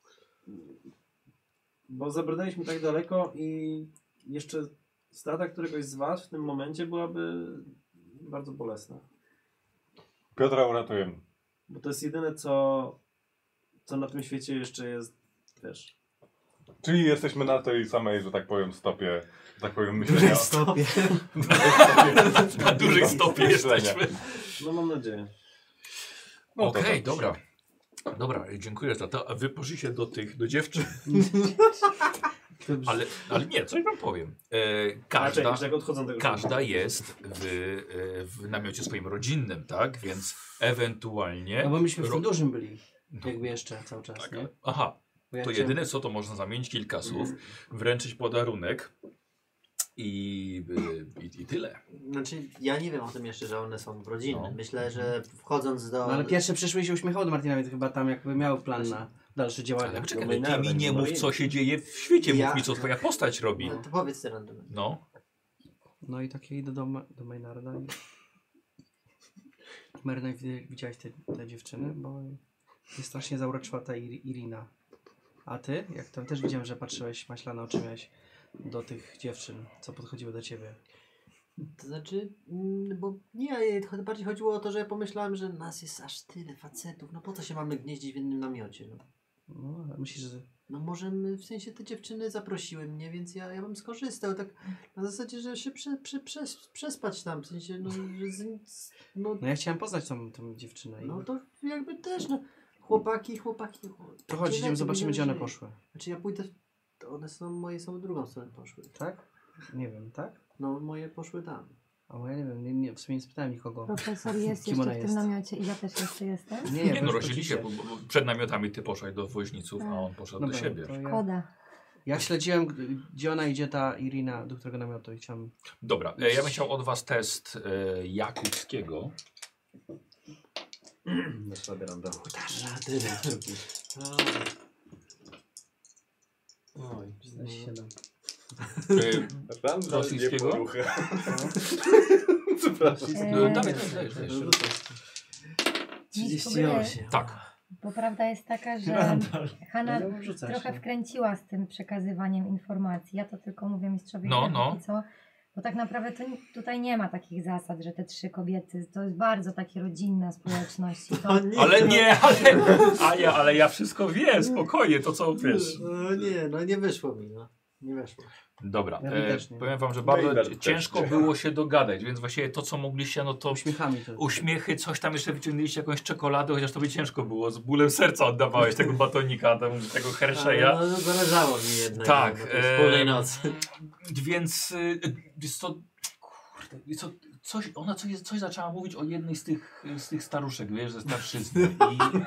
zabrnęliśmy tak daleko i jeszcze strata któregoś z was w tym momencie byłaby bardzo bolesna. Piotra uratujemy. Bo to jest jedyne, co na tym świecie jeszcze jest, wiesz. Czyli jesteśmy na tej samej, że tak powiem, stopie, że tak powiem, myślenia. Stopie. Na dużej stopie jesteśmy. No mam nadzieję. No to Okej, dobrze. dobra. Dobra, dziękuję za to. A wy poszliście do dziewczyn. Ale nie, coś wam powiem. Każda jest w namiocie swoim rodzinnym, tak? Więc ewentualnie... No bo myśmy w tym dużym byli. Jakby jeszcze cały czas, Tak, nie? aha, Bo ja to chciałem- jedyne co, to można zamienić kilka słów, wręczyć podarunek i tyle. Znaczy, ja nie wiem o tym jeszcze, że one są rodzinne. No. Myślę, że wchodząc do... No ale pierwsze przyszły i się uśmiechały do Martina, więc chyba tam jakby miał plan na dalsze działania. Ale poczekaj, No ale ty Maynarda, mi nie no mów, i- co się dzieje w świecie, Ja- mów mi, co twoja postać robi. No to powiedz ty random. No, No i takie idę do Maynarda i... Maynard, widziałeś te dziewczyny? Bo mnie strasznie zauroczyła ta Irina. A ty? Jak tam też widziałem, że patrzyłeś maślane oczy miałeś do tych dziewczyn, co podchodziły do ciebie. To znaczy, bo nie, bardziej chodziło o to, że ja pomyślałem, że nas jest aż tyle facetów, no po co się mamy gnieździć w jednym namiocie, no. No, ale myślisz, że... No możemy, w sensie te dziewczyny zaprosiły mnie, więc ja bym skorzystał, tak na zasadzie, że się przespać tam, w sensie, no, No ja chciałem poznać tą dziewczynę. no to jakby też, no, chłopaki. To chodź, idziemy, zobaczymy, gdzie one żyje. poszły. Znaczy ja pójdę, to one są, moje są w drugą stronę poszły. Tak? Nie wiem, tak? No moje poszły tam. O, ja nie wiem, w sumie nie spytałem nikogo. Profesor jest Kim jeszcze ona w tym jest? namiocie i ja też jeszcze jestem. Nie no, już rozdzieli się, oczywiście. bo przed namiotami ty poszłaś do woźniców, a on poszedł do Dobra, siebie. to Szkoda. ja śledziłem, gdzie ona idzie, ta Irina, do którego namiotu i chciałem... Dobra, ja bym chciał od was test Jakubskiego. Dasz radę, Randall. Oj, 47. Z rosyjskiego? Przepraszam. Dajesz. 38. Tak. Bo prawda jest taka, że Hanna No, rzucać, trochę no. wkręciła z tym przekazywaniem informacji. Ja to tylko mówię mistrzowi No, gry, no. póki co. Bo tak naprawdę to tutaj nie ma takich zasad, że te 3 kobiety, to jest bardzo takie rodzinna społeczność. I to, Ale ja wszystko wiem, spokojnie, to co wiesz. No nie wyszło mi, no. Nie weszło. Dobra, Ja też nie. powiem wam, że bardzo Maynard ciężko też. było się dogadać, więc właściwie to co mogliście, no to Uśmiechami to. uśmiechy, coś tam jeszcze wyciągnęliście, jakąś czekoladę, chociaż to by ciężko było, z bólem serca oddawałeś tego batonika, tego Hershey'a. No zależało mi jednak Tak, na tej wspólnej nocy. Więc jest to, kurde, jest to ona coś zaczęła mówić o jednej z tych staruszek, wiesz, ze starszyzny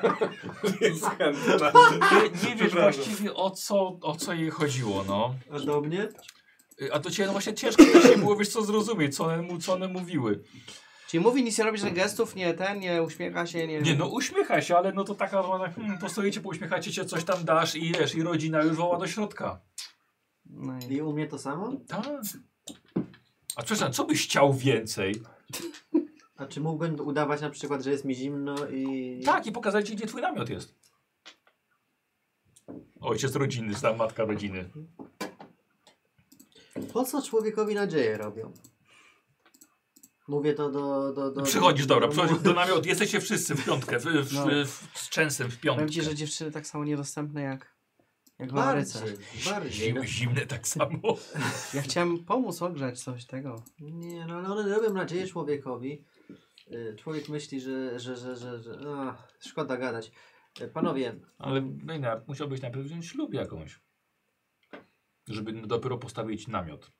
i nie wiesz właściwie o co jej chodziło, no. A do mnie? A to cię no właśnie ciężko też nie było, wiesz, co zrozumieć, co one mówiły. Czyli mówi, nic nie robi, że gestów, nie uśmiecha się, nie... Nie, no uśmiecha się, ale no to taka, ona, postoicie, pouśmiechacie się, coś tam dasz i wiesz, i rodzina już woła do środka. No i... I u mnie to samo? Tak. A przepraszam, co byś chciał więcej? A czy mógłbym udawać na przykład, że jest mi zimno i... Tak, i pokazać ci, gdzie twój namiot jest. Ojciec rodziny, tam matka rodziny. Po co człowiekowi nadzieję robią? Mówię to do... Przychodzisz do namiotu, jesteście wszyscy w piątkę, z Częsem w piątkę. Powiem ci, że dziewczyny tak samo niedostępne jak w Ameryce. Bardziej. Zimne tak samo. Ja chciałem pomóc ogrzać coś tego. Nie, no ale one robią nadzieję człowiekowi. Człowiek myśli, że szkoda gadać. Panowie, Ale Maynard, musiałbyś najpierw wziąć ślub jakąś. Żeby dopiero postawić namiot.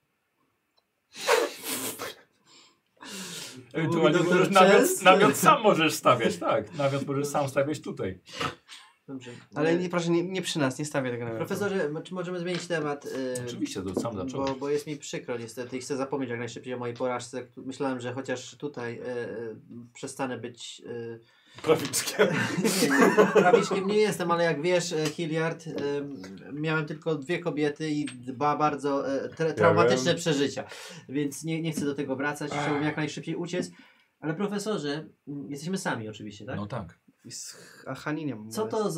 Ewentualnie doktor możesz Chess? namiot sam możesz stawiać, tak. Namiot możesz sam stawiać tutaj. dobrze. Ale nie, proszę, nie przy nas, nie stawię tego namiotu. Profesorze, czy możemy zmienić temat? Oczywiście, to sam zacząłeś. Bo jest mi przykro niestety i chcę zapomnieć jak najszybciej o mojej porażce. Myślałem, że chociaż tutaj przestanę być... Prawiczkiem. Prawiczkiem nie jestem, ale jak wiesz, Hilliard, miałem tylko 2 kobiety i 2 bardzo traumatyczne przeżycia. Więc nie chcę do tego wracać, chciałbym jak najszybciej uciec. Ale profesorze, jesteśmy sami oczywiście, tak? No tak. A Haninie. Co to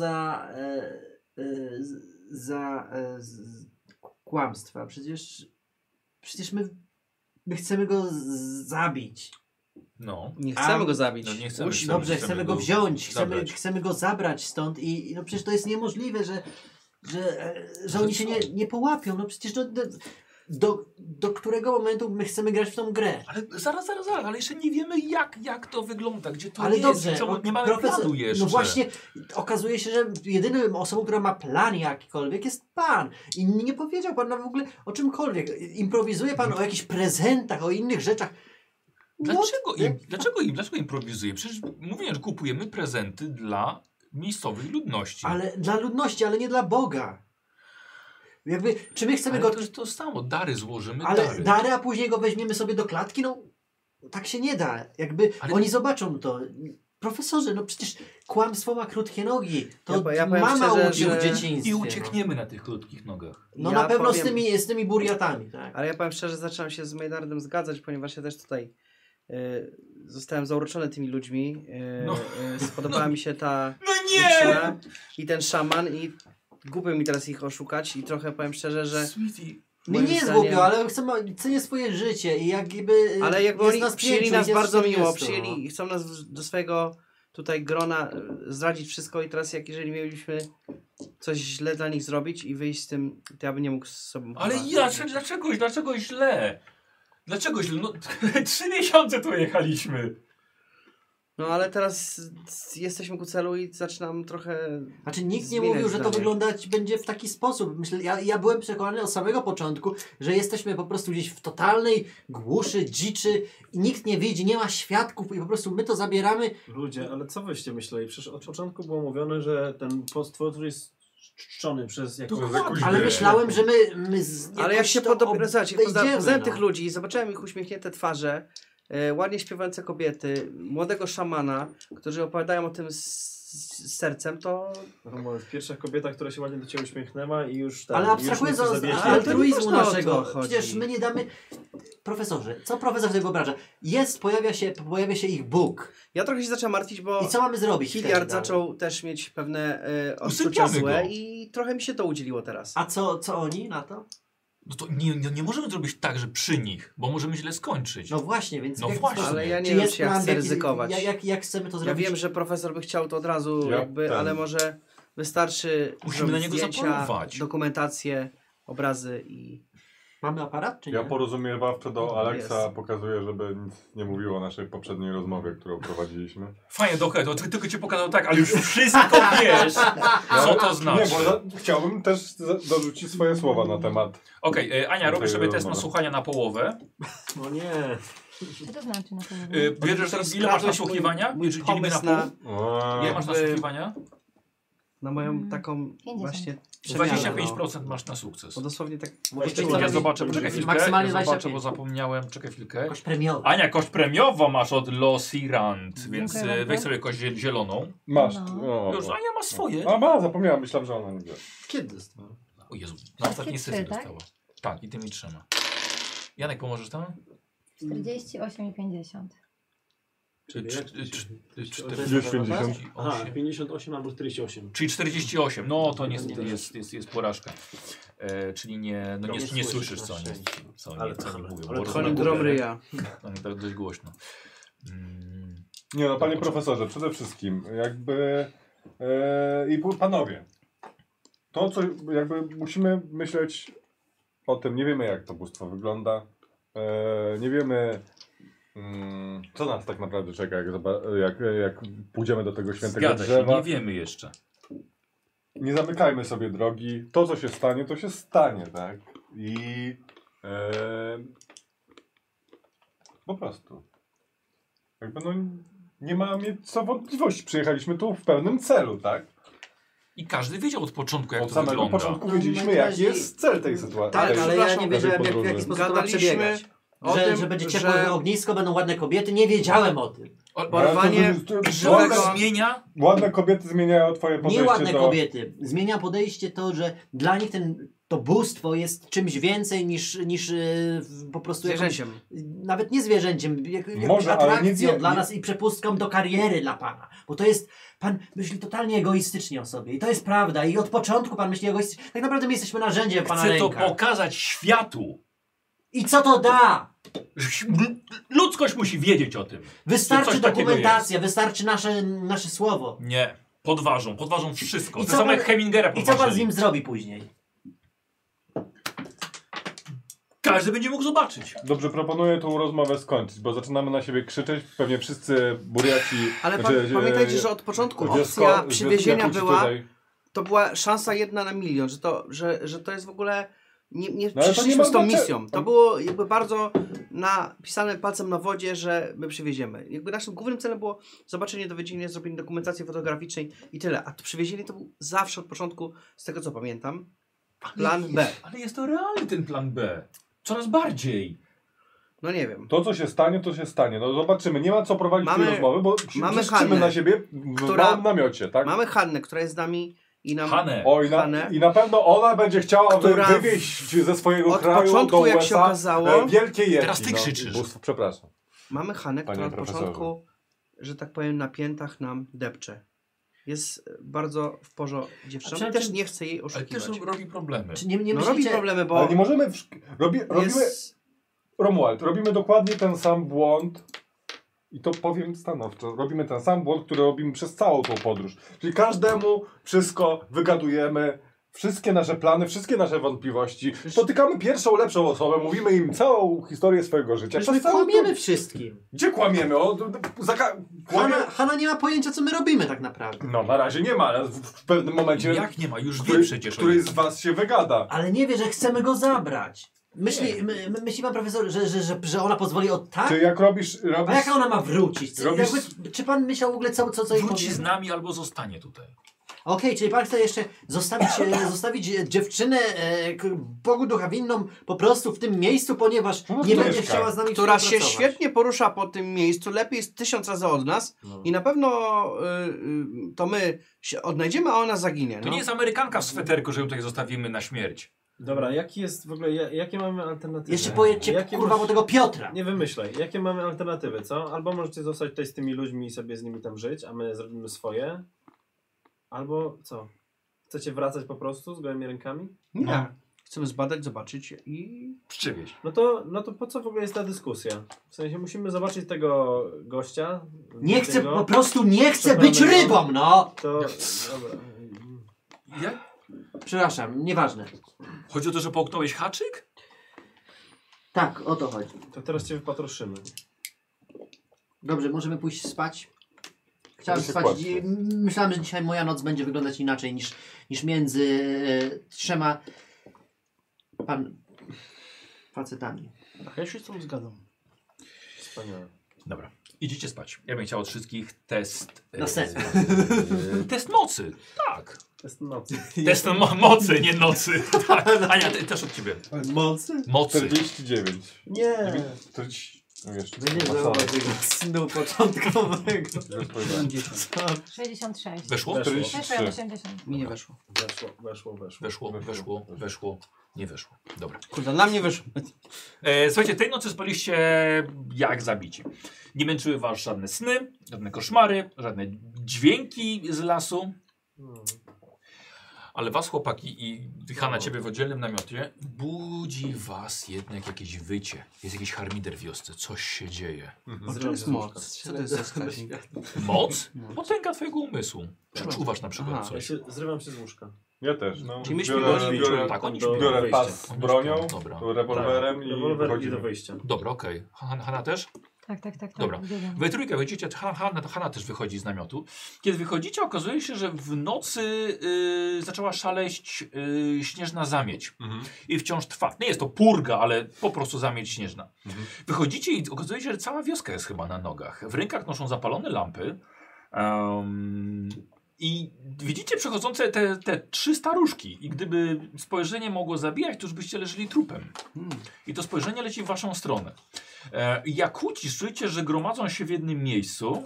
za kłamstwa? Przecież my chcemy go zabić. No. Nie chcemy go zabić. No nie chcemy. Dobrze, chcemy go wziąć, zabrać. chcemy go zabrać stąd i no przecież to jest niemożliwe, że oni się nie połapią. No przecież do którego momentu my chcemy grać w tą grę? Ale zaraz, ale jeszcze nie wiemy jak to wygląda, gdzie to Ale jest, dobrze, nie mamy planu jeszcze. No właśnie, okazuje się, że jedyną osobą, która ma plan jakikolwiek jest pan. I nie powiedział pan nam w ogóle o czymkolwiek. Improwizuje pan o jakichś prezentach, o innych rzeczach. Dlaczego improwizuje? Przecież mówię, że kupujemy prezenty dla miejscowej ludności. Ale dla ludności, ale nie dla Boga. Jakby, czy my chcemy Ale go... to samo, dary złożymy, Ale dary, a później go weźmiemy sobie do klatki? No, tak się nie da. Jakby oni zobaczą to. Profesorze, no przecież kłamstwo ma krótkie nogi. To Ja powiem mama szczerze, uczył w że- dzieciństwie. I uciekniemy na tych krótkich nogach. No Ja na pewno powiem- z tymi burjatami, tak. Ale ja powiem szczerze, zacząłem się z Maynardem zgadzać, ponieważ ja też tutaj zostałem zauroczony tymi ludźmi. Spodobała mi się ta No dziewczyna i ten szaman i głupio mi teraz ich oszukać i trochę powiem szczerze, że Sweetie. Mi moim nie jest zdaniem- głupio, ale cenię swoje życie i jakby... Ale jakby jest oni nas przyjęli 5, nas jest bardzo 40, miło, no. przyjęli i chcą nas do swojego tutaj grona zdradzić wszystko i teraz jeżeli mielibyśmy coś źle dla nich zrobić i wyjść z tym, to ja bym nie mógł z sobą... Ale chyba- dlaczego źle? Dlaczego źle? No 3 miesiące tu jechaliśmy. No ale teraz jesteśmy ku celu i zaczynam trochę... Znaczy nikt nie zmieniać mówił, że to zdanie. wyglądać będzie w taki sposób. Myślę, ja byłem przekonany od samego początku, że jesteśmy po prostu gdzieś w totalnej głuszy, dziczy i nikt nie widzi, nie ma świadków i po prostu my to zabieramy. Ludzie, ale co wyście myśleli? Przecież od początku było mówione, że ten potwór jest czczony przez jakąś... Dokładnie. Ale myślałem, że my Ale jak się wejdziemy, poznałem tych ludzi, zobaczyłem ich uśmiechnięte twarze, ładnie śpiewające kobiety, młodego szamana, którzy opowiadają o tym z sercem, to... Pierwsza kobieta, która się ładnie do ciebie uśmiechnęła i już tak... Ale abstrahując już od zabierzcie- ale to nie altruizmu można o to naszego. chodzi. Przecież my nie damy... Profesorze, co profesor sobie wyobraża? Pojawia się ich Bóg. Ja trochę się zacząłem martwić, bo I co mamy zrobić wtedy Hilliard dalej? zaczął też mieć pewne odczucia Usypiamy złe go. i trochę mi się to udzieliło teraz. A co oni na to? No to nie możemy zrobić tak, że przy nich, bo możemy źle skończyć. No właśnie, więc... No w jaki właśnie. sposób? Ale ja nie Czy wiem, jest czy ja plan, chcę w jaki- ryzykować. Jak chcemy to Ja zrobić? wiem, że profesor by chciał to od razu, Ja jakby, ten. ale może wystarczy Musimy na zrobić niego zdjęcia, zapolować. dokumentację, obrazy i... Mamy aparat, czy nie? Ja porozumiewawczo do Alexa Jest. pokazuję, żeby nic nie mówiło o naszej poprzedniej rozmowie, którą prowadziliśmy. Fajnie, dokładnie, to tylko ci pokazał tak, ale już wszystko wiesz, co to znaczy. Nie, bo chciałbym też dorzucić swoje słowa na temat. Okej, Ania, robisz sobie test rozmowy. nasłuchania na połowę. No nie. Co to znaczy na pewno? Bierzesz, Teraz ile masz skradłeś nasłuchiwania? mój Jeżeli dzielimy na pomysł pół? na- Ile masz jakby- nasłuchiwania? Na moją taką 50. właśnie przemianę, 25% masz na sukces. Bo dosłownie tak... Jeszcze Ja co zobaczę, robić? poczekaj chwilkę, Maksymalnie ja zobaczę, 25. bo zapomniałem, czekaj chwilkę. Kość premiowy. Ania, kość premiową masz od Losirant, więc Dziękuję bardzo. weź sobie kość zieloną. Masz. No. O, Już, Ania ma swoje. zapomniałem, myślałem, że ona nie wie. Kiedy dostała? O Jezu, na ostatniej trzy, sesji tak? dostała. Tak, i tymi trzema. Janek, pomożesz tam? 48 i 50. Czyli jak? 50. Aha, 58 albo 48. Czyli 48, no to niestety jest porażka. Czyli nie słyszysz, co oni Ale mówią. ale bo to Konik Rozmawiamy. Dromryja. Oni tak dość głośno. Nie no, panie profesorze, przede wszystkim jakby panowie, to co jakby musimy myśleć o tym, nie wiemy jak to bóstwo wygląda, nie wiemy co nas tak naprawdę czeka, jak pójdziemy do tego świętego Zgadza się, drzewa. nie wiemy jeszcze. Nie zamykajmy sobie drogi, to co się stanie, to się stanie, tak? I po prostu. Jakby no nie ma mieć co wątpliwości. Przyjechaliśmy tu w pewnym celu, tak? I każdy wiedział od początku, jak Od to samego wygląda. początku No, wiedzieliśmy jaki najbardziej- jest cel tej sytuacji. Tak, tej- ale ja nie przepraszam, wiedziałem tej w jaki podróży. sposób to ma Gadaliśmy przebiegać. o Że, tym, że będzie że ciepłe ognisko, będą ładne kobiety. Nie wiedziałem o tym. porwanie Żywego żywego... zmienia. Ładne kobiety zmieniają twoje podejście Nieładne do... kobiety. Zmienia podejście to, że dla nich to bóstwo jest czymś więcej niż po prostu jakąś, Zwierzęciem. nawet nie zwierzęciem, jakąś Może, ale atrakcją nie- dla nie- nas i przepustką do kariery dla pana. Bo to jest, pan myśli totalnie egoistycznie o sobie i to jest prawda i od początku pan myśli egoistycznie. Tak naprawdę my jesteśmy narzędziem w pana Chcę to rękach. pokazać światu. I co to da? Ludzkość musi wiedzieć o tym. Wystarczy Coś takiego dokumentacja, wystarczy nasze słowo. Nie. Podważą wszystko. I To co samo pan- jak Hemingera I co pan z podważyli. nim zrobi później? Każdy będzie mógł zobaczyć. Dobrze, proponuję tą rozmowę skończyć, bo zaczynamy na siebie krzyczeć. Pewnie wszyscy Buriaci... Ale pamiętajcie, że od początku opcja przywiezienia to była szansa 1 na 1 000 000, że to jest w ogóle... Nie No ale to nie przyszliśmy ma z tą znaczenia. misją. To było jakby bardzo napisane palcem na wodzie, że my przywieziemy. Jakby naszym głównym celem było zobaczenie, dowiedzienie, zrobienie dokumentacji fotograficznej i tyle. A to przywiezienie to był zawsze od początku, z tego co pamiętam, plan B. Ale jest to realny ten plan B. Coraz bardziej. No nie wiem. To co się stanie, to się stanie. No zobaczymy. Nie ma co prowadzić tej Mamy- rozmowy, bo mamy krzyczymy Hannę, na siebie w która- małym namiocie, tak? Mamy Hannę, która jest z nami i nam... Hanę. Oj, Hannę. i na pewno ona będzie chciała Która wywieźć ze swojego od kraju początku, do jak USA się okazało- wielkie jeki. Teraz ty krzyczysz. Przepraszam. Mamy Hannę, która Panie od profesorze. początku, że tak powiem, na piętach nam depcze. Jest bardzo w porządku dziewczyną A i czy- też nie chce jej Ale oszukiwać. też robi problemy. Czy nie No robi myślicie... problemy, bo Ale nie możemy... Robimy... jest... Romuald, robimy dokładnie ten sam błąd i to powiem stanowczo. Robimy ten sam błąd, który robimy przez całą tą podróż. Czyli każdemu wszystko wygadujemy, wszystkie nasze plany, wszystkie nasze wątpliwości. Spotykamy pierwszą, lepszą osobę, mówimy im całą historię swojego życia. Przecież my kłamiemy wszystkim. Gdzie kłamiemy? Hanna nie ma pojęcia, co my robimy tak naprawdę. No, na razie nie ma, ale w pewnym momencie... Jak nie ma? Już wie przecież. Któryś z was się wygada. Ale nie wie, że chcemy go zabrać. Myśli pan profesor, że ona pozwoli tak? Czy jak robisz... A jaka ona ma wrócić? Robisz- Czy pan myślał w ogóle co jej Wróci powie? z nami albo zostanie tutaj. Okej, czyli pan chce jeszcze zostawić dziewczynę Bogu ducha winną po prostu w tym miejscu, ponieważ No, nie będzie mieszka. chciała z nami Która się współpracować. świetnie porusza po tym miejscu, lepiej jest 1000 razy od nas i na pewno to my się odnajdziemy, a ona zaginie. To No. nie jest Amerykanka w sweterku, że ją tutaj zostawimy na śmierć. Dobra, jaki jest w ogóle, jakie mamy alternatywy? Jeszcze pojedźcie Jakie kurwa masz- do tego Piotra. Nie wymyślaj, jakie mamy alternatywy, co? Albo możecie zostać tutaj z tymi ludźmi i sobie z nimi tam żyć, a my zrobimy swoje. Albo co? Chcecie wracać po prostu z gołymi rękami? Nie. Chcemy zbadać, zobaczyć i... Przywieź. No to po co w ogóle jest ta dyskusja? W sensie musimy zobaczyć tego gościa. Nie chcę, tego, po prostu nie chcę być rybą, no! To, dobra. Jak? Przepraszam, nieważne. Chodzi o to, że połknąłeś haczyk? Tak, o to chodzi. To teraz cię wypatroszymy. Dobrze, możemy pójść spać? Chciałem spać. Dokładnie. Myślałem, że dzisiaj moja noc będzie wyglądać inaczej niż między trzema facetami. Ja się z tym zgadzam. Wspaniale. Dobra. Idziecie spać. Ja bym chciał od wszystkich test... Na sen. Test mocy. Tak. Jest nocy. Test mocy, nie nocy. Tak. Ania, też od ciebie. Mocy? Mocy. 49. Nie. 40. No jeszcze. Nie żałuję tego snu początkowego. 66. Weszło? Weszło. Weszło ja 80. Mi nie weszło. Weszło. Nie weszło. Dobra. Kurde, na mnie weszło. Słuchajcie, tej nocy spaliście jak zabici. Nie męczyły was żadne sny, żadne koszmary, żadne dźwięki z lasu. Ale was, chłopaki, i Hanna, ciebie w oddzielnym namiocie, budzi was jednak jakieś wycie. Jest jakiś harmider w wiosce. Coś się dzieje. Co to jest moc? Co to jest za wskaźnik? Moc? Potęga twojego umysłu. Przeczuwasz na przykład Aha. Ja coś. zrywam się z łóżka. Ja też, no. Czyli myśmy Biorę- byli- biorę- Tak, oni do- śpią. Biorę wyjścia. pas z Oni bronią, śpią, dobra. rewolwerem i Rewolwer i wychodzimy. do wyjścia. Dobra, okej. Hanna też? Tak. Dobra. Biegam. We trójkę wyjdziecie, Hanna też wychodzi z namiotu. Kiedy wychodzicie, okazuje się, że w nocy zaczęła szaleść śnieżna zamieć. I wciąż trwa. Nie jest to purga, ale po prostu zamieć śnieżna. Wychodzicie i okazuje się, że cała wioska jest chyba na nogach. W rękach noszą zapalone lampy. I widzicie przechodzące te trzy staruszki. I gdyby spojrzenie mogło zabijać, to już byście leżeli trupem. I to spojrzenie leci w waszą stronę. Jakuci czujecie, że gromadzą się w jednym miejscu.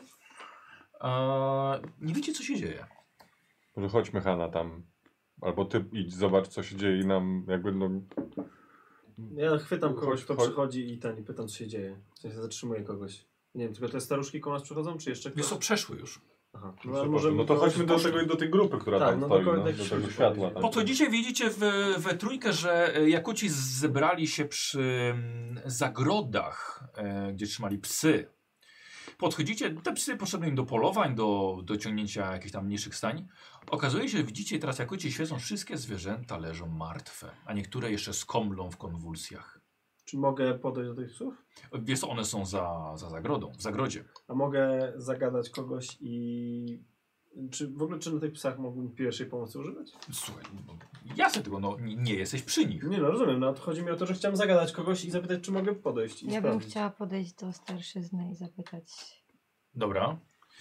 Nie wiecie, co się dzieje. Może chodźmy, Hanna, tam. Albo ty idź, zobacz, co się dzieje i nam jakby, no... Ja chwytam kogoś, kto Chodź. przychodzi i pytam, co się dzieje. W sensie zatrzymuję kogoś. Nie wiem, tylko te staruszki koło nas przychodzą, czy jeszcze ktoś? Wiesz co, przeszły już. Aha. No to chodźmy do tej grupy, która Tak, tam no stoi, dokładnie do tak tego się światła. Tam. Podchodzicie, widzicie we trójkę, że Jakuci zebrali się przy zagrodach, gdzie trzymali psy. Podchodzicie, te psy potrzebne im do polowań, do ciągnięcia jakichś tam mniejszych stań. Okazuje się, że widzicie teraz Jakuci świecą, wszystkie zwierzęta leżą martwe, a niektóre jeszcze skomlą w konwulsjach. Czy mogę podejść do tych psów? Wiesz, one są za zagrodą, w zagrodzie. A mogę zagadać kogoś i... Czy w ogóle na tych psach mógłbym pierwszej pomocy używać? Słuchaj, jasne, tylko nie jesteś przy nich. Nie no, rozumiem. No, to chodzi mi o to, że chciałem zagadać kogoś i zapytać, czy mogę podejść i Ja bym sprawdzić. chciała podejść do starszyzny i zapytać. Dobra.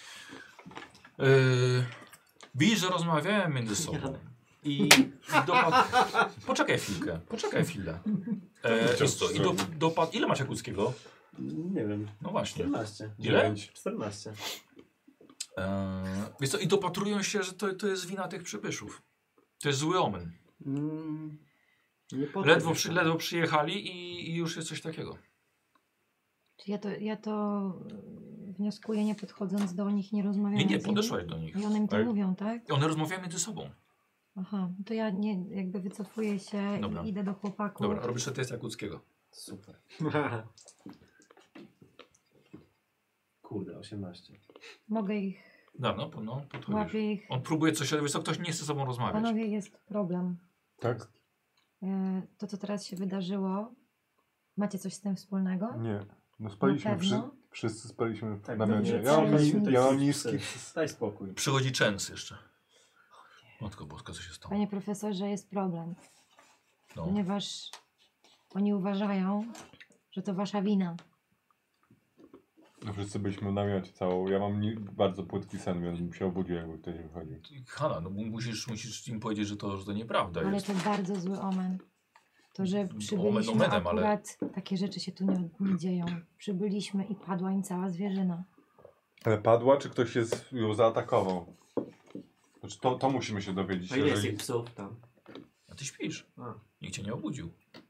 Widzisz, że rozmawiałem między sobą. I poczekaj chwilkę, poczekaj chwilę. Wiesz co, ile masz Jakuckiego? Nie wiem. No właśnie. 14. Ile? 14. Wiesz co, i dopatrują się, że to jest wina tych przybyszów. To jest zły omen. Nie podejść. Ledwo przyjechali i już jest coś takiego. Czy ja to wnioskuję, nie podchodząc do nich, nie rozmawiając Nie, z nimi? podeszłaś do nich. I one mi to Tak. mówią, tak? I one rozmawiają między sobą. Aha, to ja nie, jakby wycofuję się Dobra. i idę do chłopaków. Dobra, robisz test Jakuckiego. Super. Kurde, 18. Mogę ich No, podchodzisz. Łapię ich. On próbuje coś, ale wiesz co, ktoś nie chce z sobą rozmawiać. Panowie, jest problem. Tak? To, co teraz się wydarzyło, macie coś z tym wspólnego? Nie. No spaliśmy, Na pewno? wszyscy spaliśmy w Tak, namiocie. dobrze. Ja mam niski... Daj spokój. Przychodzi Częs jeszcze. Matko Boska, co się stało? Panie profesorze, jest problem. No. Ponieważ oni uważają, że to wasza wina. No wszyscy byliśmy w namiocie całą. Ja mam bardzo płytki sen, więc bym się obudził, jakby ktoś wychodził. Hanna, no musisz im powiedzieć, że to nieprawda Ale jest. to bardzo zły omen. To, że przybyliśmy, omenem, ale- akurat takie rzeczy się tu nie dzieją. Przybyliśmy i padła im cała zwierzyna. Ale padła, czy ktoś ją zaatakował? Znaczy to musimy się dowiedzieć. A ile jest jeżeli- tych psów tam? A ty śpisz. A. Nikt cię nie obudził.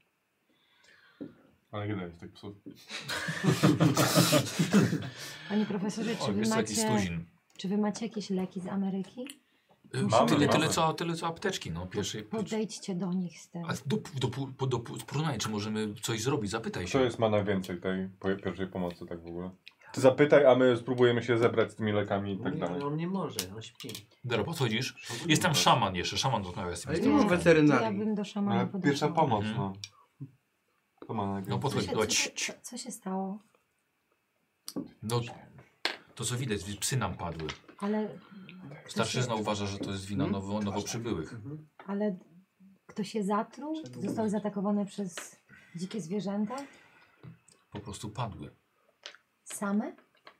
Ale ile jest tych psów? Panie profesorze, O, jest jakiś stuzin. czy wy macie jakieś leki z Ameryki? Mamy, Tyle co apteczki, no. Pierwszej. Podejdźcie do nich z tym. A do porównania, czy możemy coś zrobić? Zapytaj Kto się. jest ma najwięcej tej pierwszej pomocy, tak w ogóle? Ty zapytaj, a my spróbujemy się zebrać z tymi lekami i tak Nie, dalej. on nie może, on śpi. Dobra, podchodzisz. Jest tam szaman jeszcze, szaman rozmawia z tym. Ale nie Nie, mam to ja weterynarii. bym do szamana Ale podeszła. pierwsza pomoc, Mhm. no. Kto ma najwięcej? No podchodź, dobra, Co się stało? No, to co widać, psy nam padły. Ale Starszyzna uważa, że to jest wina nowo przybyłych. Ale ktoś się zatruł? Został zaatakowany przez dzikie zwierzęta? Po prostu padły. Same?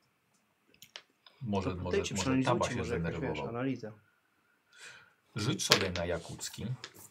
Może taba się może jakaś, wiesz, zdenerwował. analiza. Rzuć sobie na Jakucki.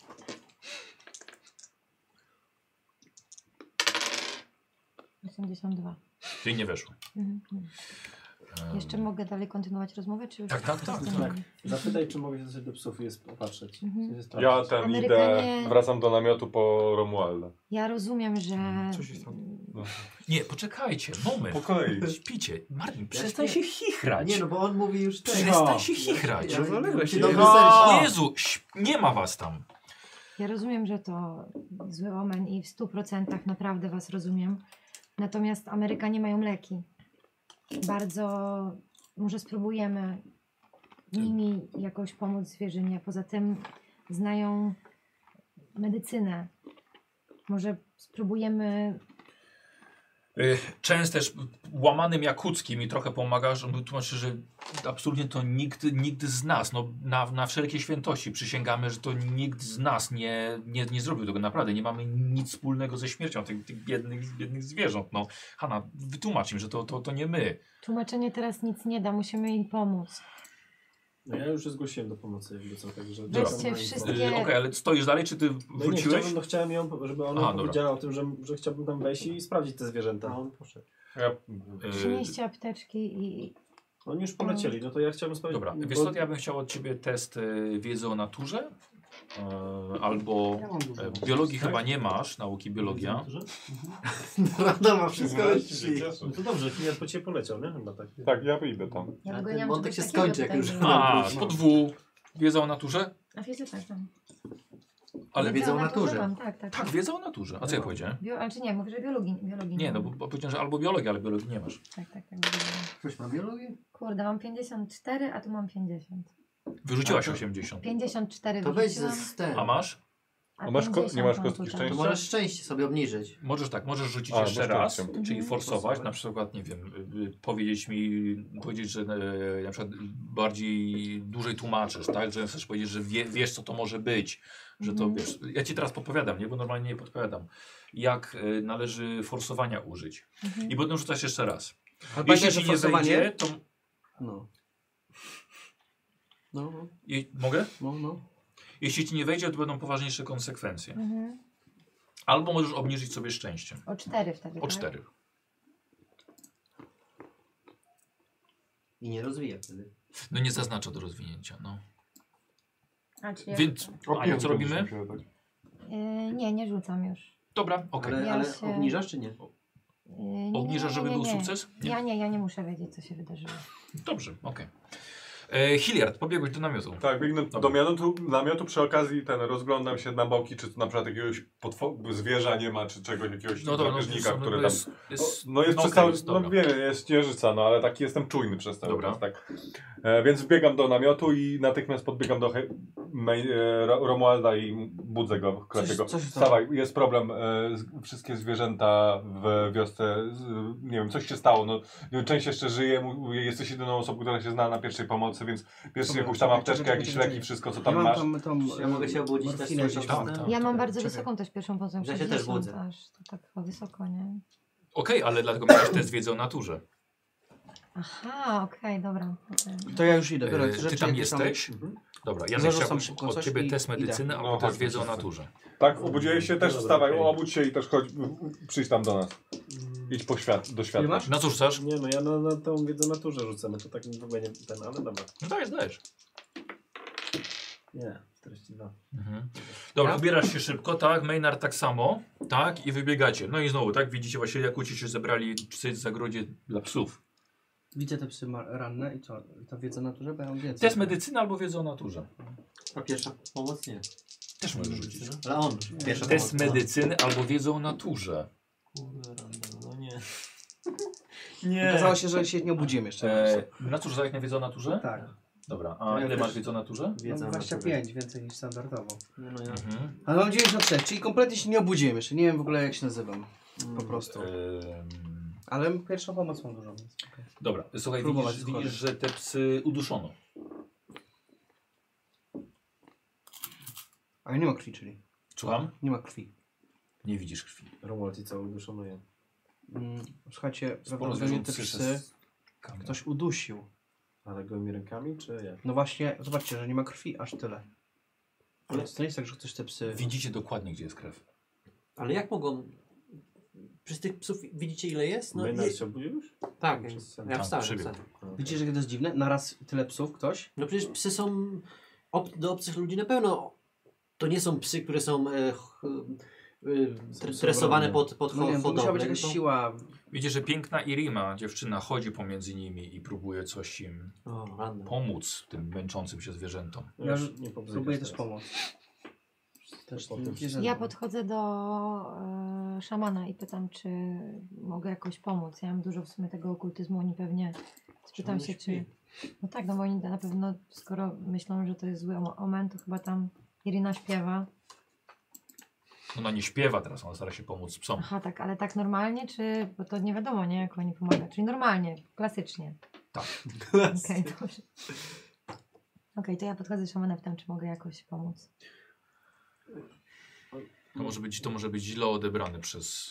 - 82. Czyli nie weszło. Mhm. Jeszcze mogę dalej kontynuować rozmowę? Czy już Tak. Zapytaj, czy mogę się dostać do psów i popatrzeć. Mhm. Coś Ja sprawdzić. idę, Amerykanie- wracam do namiotu po Romualda. Ja rozumiem, że... Co się stało? Nie, poczekajcie, moment. Po kolei. Śpicie. Martin, przestań się chichrać. Nie, no bo on mówi już tego. Przestań się chichrać. Ja- Rozmawiamy się. Dobry O sen. Jezu, nie ma was tam. Ja rozumiem, że to zły omen i w 100% naprawdę was rozumiem. Natomiast Amerykanie mają leki. Może spróbujemy nimi jakoś pomóc zwierzynie. Poza tym znają medycynę. Może spróbujemy... Często też łamanym Jakuckim mi trochę pomagasz. On tłumaczy, że absolutnie to nikt z nas, no na wszelkie świętości przysięgamy, że to nikt z nas nie zrobił tego. Naprawdę nie mamy nic wspólnego ze śmiercią tych biednych zwierząt. No, Hanna, wytłumacz im, że to nie my. Tłumaczenie teraz nic nie da, musimy im pomóc. No ja już się zgłosiłem do pomocy, jakby co, także... Weźcie czekam na wszystkie- info. Okej, ale stoisz dalej, czy ty No nie, wróciłeś? chciałem ją, żeby ona Aha, dobra. powiedziała o tym, że chciałbym tam wejść i sprawdzić te zwierzęta. A on poszedł. Przynieście apteczki i... Oni już polecieli, no to ja chciałbym sprawdzić... Dobra, bo- wiesz co, ja bym chciał od ciebie test wiedzy o naturze, albo Ja mam dużo. biologii Tak? chyba nie masz, nauki biologia. Rada ma wszystko leci. No to dobrze, klient po ciebie poleciał, nie? Chyba tak. Tak, ja wyjdę tam. Ja Ale wyganiam ten wątek czegoś się takiego skończy, jak tutaj już- było. A, po dwóch. Wiedza o naturze? A wiecie tak tam. Ale Wiedzą o naturze. Mam, tak. tak, wiedza o naturze. A co ja powiedziałem? Znaczy nie, mówię, że biologii Nie, no mam. bo powiedziałem, że albo biologia, ale biologii nie masz. Tak. Ktoś ma biologię? Kurde, mam 54, a tu mam 50. Wyrzuciłaś A to- 80. 54 To weź wyrzuciłam, ze ten. A masz? A masz 50 nie masz mam kostki tutaj. To szczęścia? możesz szczęście sobie obniżyć. Możesz rzucić A, jeszcze bo raz, szczęściem. czyli Mhm. forsować, na przykład, nie wiem, powiedzieć, że na przykład bardziej dłużej tłumaczysz, tak? Że chcesz powiedzieć, że wiesz, co to może być, że to Mhm. wiesz. Ja ci teraz podpowiadam, nie? Bo normalnie nie podpowiadam. Jak należy forsowania użyć. Mhm. I potem rzucasz jeszcze raz. Ale Jeśli pamiętaj, że ci nie forsowanie... zejdzie, to... No. No. Mogę? No. Jeśli ci nie wejdzie, to będą poważniejsze konsekwencje. Mhm. Albo możesz obniżyć sobie szczęście. O 4 wtedy, O tak? 4. I nie rozwija wtedy. No nie zaznacza do rozwinięcia, no. A, czyli Więc, Ania, co robimy? nie rzucam już. Dobra, okej. Ale, Ja ale się- obniżasz czy nie? Obniżasz, żeby był sukces? Nie. Ja nie muszę wiedzieć, co się wydarzyło. Dobrze, okej. Hilliard, pobiegłeś do namiotu. Tak, biegnę do namiotu, przy okazji rozglądam się na boki, czy na przykład jakiegoś zwierza nie ma, czy czegoś, jakiegoś drapieżnika, który tam... jest przez cały... No wiem, jest księżyca, no ale taki jestem czujny przez cały czas, tak. Więc wbiegam do namiotu i natychmiast podbiegam do Romualda i budzę go, klepię go. Wstawaj, jest problem, wszystkie zwierzęta w wiosce, nie wiem, coś się stało, no część jeszcze żyje, jesteś jedyną osobą, która się zna na pierwszej pomocy, więc bierz jakąś tam apteczkę, jakieś leki, wszystko co tam masz. Ja mogę się obudzić też coś. Ja mam bardzo wysoką też pierwszą pomoc. Ja się też budzę. Aż to tak chyba wysoko, nie? Okej, ale dlatego miałeś test wiedzy o naturze. Aha, okej, dobra. To ja już idę. Biorę Ty rzeczy, tam jakie jesteś? Dobra, Janek Zarzucam chciałbym szybko od coś ciebie i test medycyny idę. albo No, test tak, wiedzy o wszyscy. naturze. Tak, obudziłeś się też, Dobra, wstawaj, okej. obudź się i też chodź, przyjdź tam do nas. Idź do Ile światła. masz? Na co rzucasz? Nie no, ja na tą wiedzę naturze rzucę, no to tak w ogóle nie ten, ale dobra. No dajesz. Nie, 42. Dobra, Ja? ubierasz się szybko, tak? Maynard tak samo, tak? I wybiegacie. No i znowu, tak? Widzicie właśnie, jak uci się zebrali psy w zagrodzie dla psów. Widzę te psy ranne i co? Ta wiedza na naturze, bo ja mam więcej. Test medycyny albo wiedza o naturze. A pierwsza pomoc nie. Też możesz rzucić. Ale on. Pierwsza Test pomoc. medycyny albo wiedza o naturze. No nie. Okazało się, że się nie obudziłem jeszcze. Na co rzucałeś na wiedzę o naturze? Tak. Dobra, a Ja ile też- masz wiedzy o naturze? Wiedza Mam na 25, więcej niż standardowo. Nie, no ja. Ale mam 96, czyli kompletnie się nie obudziłem jeszcze. Nie wiem w ogóle jak się nazywam. Po prostu. Ale pierwszą pomoc mam dużo. Więc okay. Dobra, słuchaj, Próbować widzisz, że te psy uduszono. Ale nie ma krwi, czyli. Słucham? Nie ma krwi. Nie widzisz krwi. Romuald i co uduszonuję. Słuchajcie, Sporo prawdopodobnie zwierząt te psy ktoś udusił. Ale gołymi rękami, czy jak? No właśnie, zobaczcie, że nie ma krwi, aż tyle. Ale to nie jest tak, że ktoś te psy... Widzicie dokładnie, gdzie jest krew. Ale jak mogą... Przez tych psów widzicie ile jest? No Maynard się obudził już? tak, ja A, wstałem. przybiegł. Widzicie, że to jest dziwne? Naraz tyle psów ktoś? No przecież psy są do obcych ludzi na pewno. To nie są psy, które są tresowane pod No nie wiem, to musiała być hodowlę. jakaś To- siła. Widzicie, że piękna Irima, dziewczyna, chodzi pomiędzy nimi i próbuje coś im O, ranne. pomóc, tym męczącym się zwierzętom. Ja już nie pobzykasz próbuję też teraz. pomóc. Też Po tym tym- zwierzętom. Ja podchodzę do szamana i pytam, czy mogę jakoś pomóc. Ja mam dużo w sumie tego okultyzmu, oni pewnie spytam się, czy... No tak, no bo oni na pewno, skoro myślą, że to jest zły omen, to chyba tam Irina śpiewa. Ona nie śpiewa teraz, ona stara się pomóc psom. Aha, tak, ale tak normalnie, czy... Bo to nie wiadomo, nie, jak oni pomagają. Czyli normalnie, klasycznie. Tak. Okej, dobrze. Okej, to ja podchodzę do szamana, pytam, czy mogę jakoś pomóc. To może być źle odebrane przez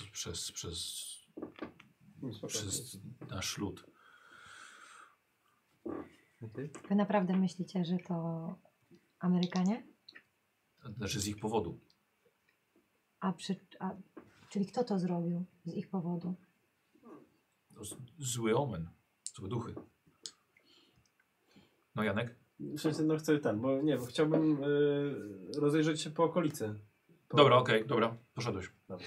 nasz lud. Wy naprawdę myślicie, że to Amerykanie? Znaczy z ich powodu. Czyli kto to zrobił z ich powodu? Zły omen. Złe duchy. No Janek? W sensie, no chcę bo nie, bo chciałbym rozejrzeć się po okolicy. Dobra, okej, dobra. Poszedłeś. Dobra.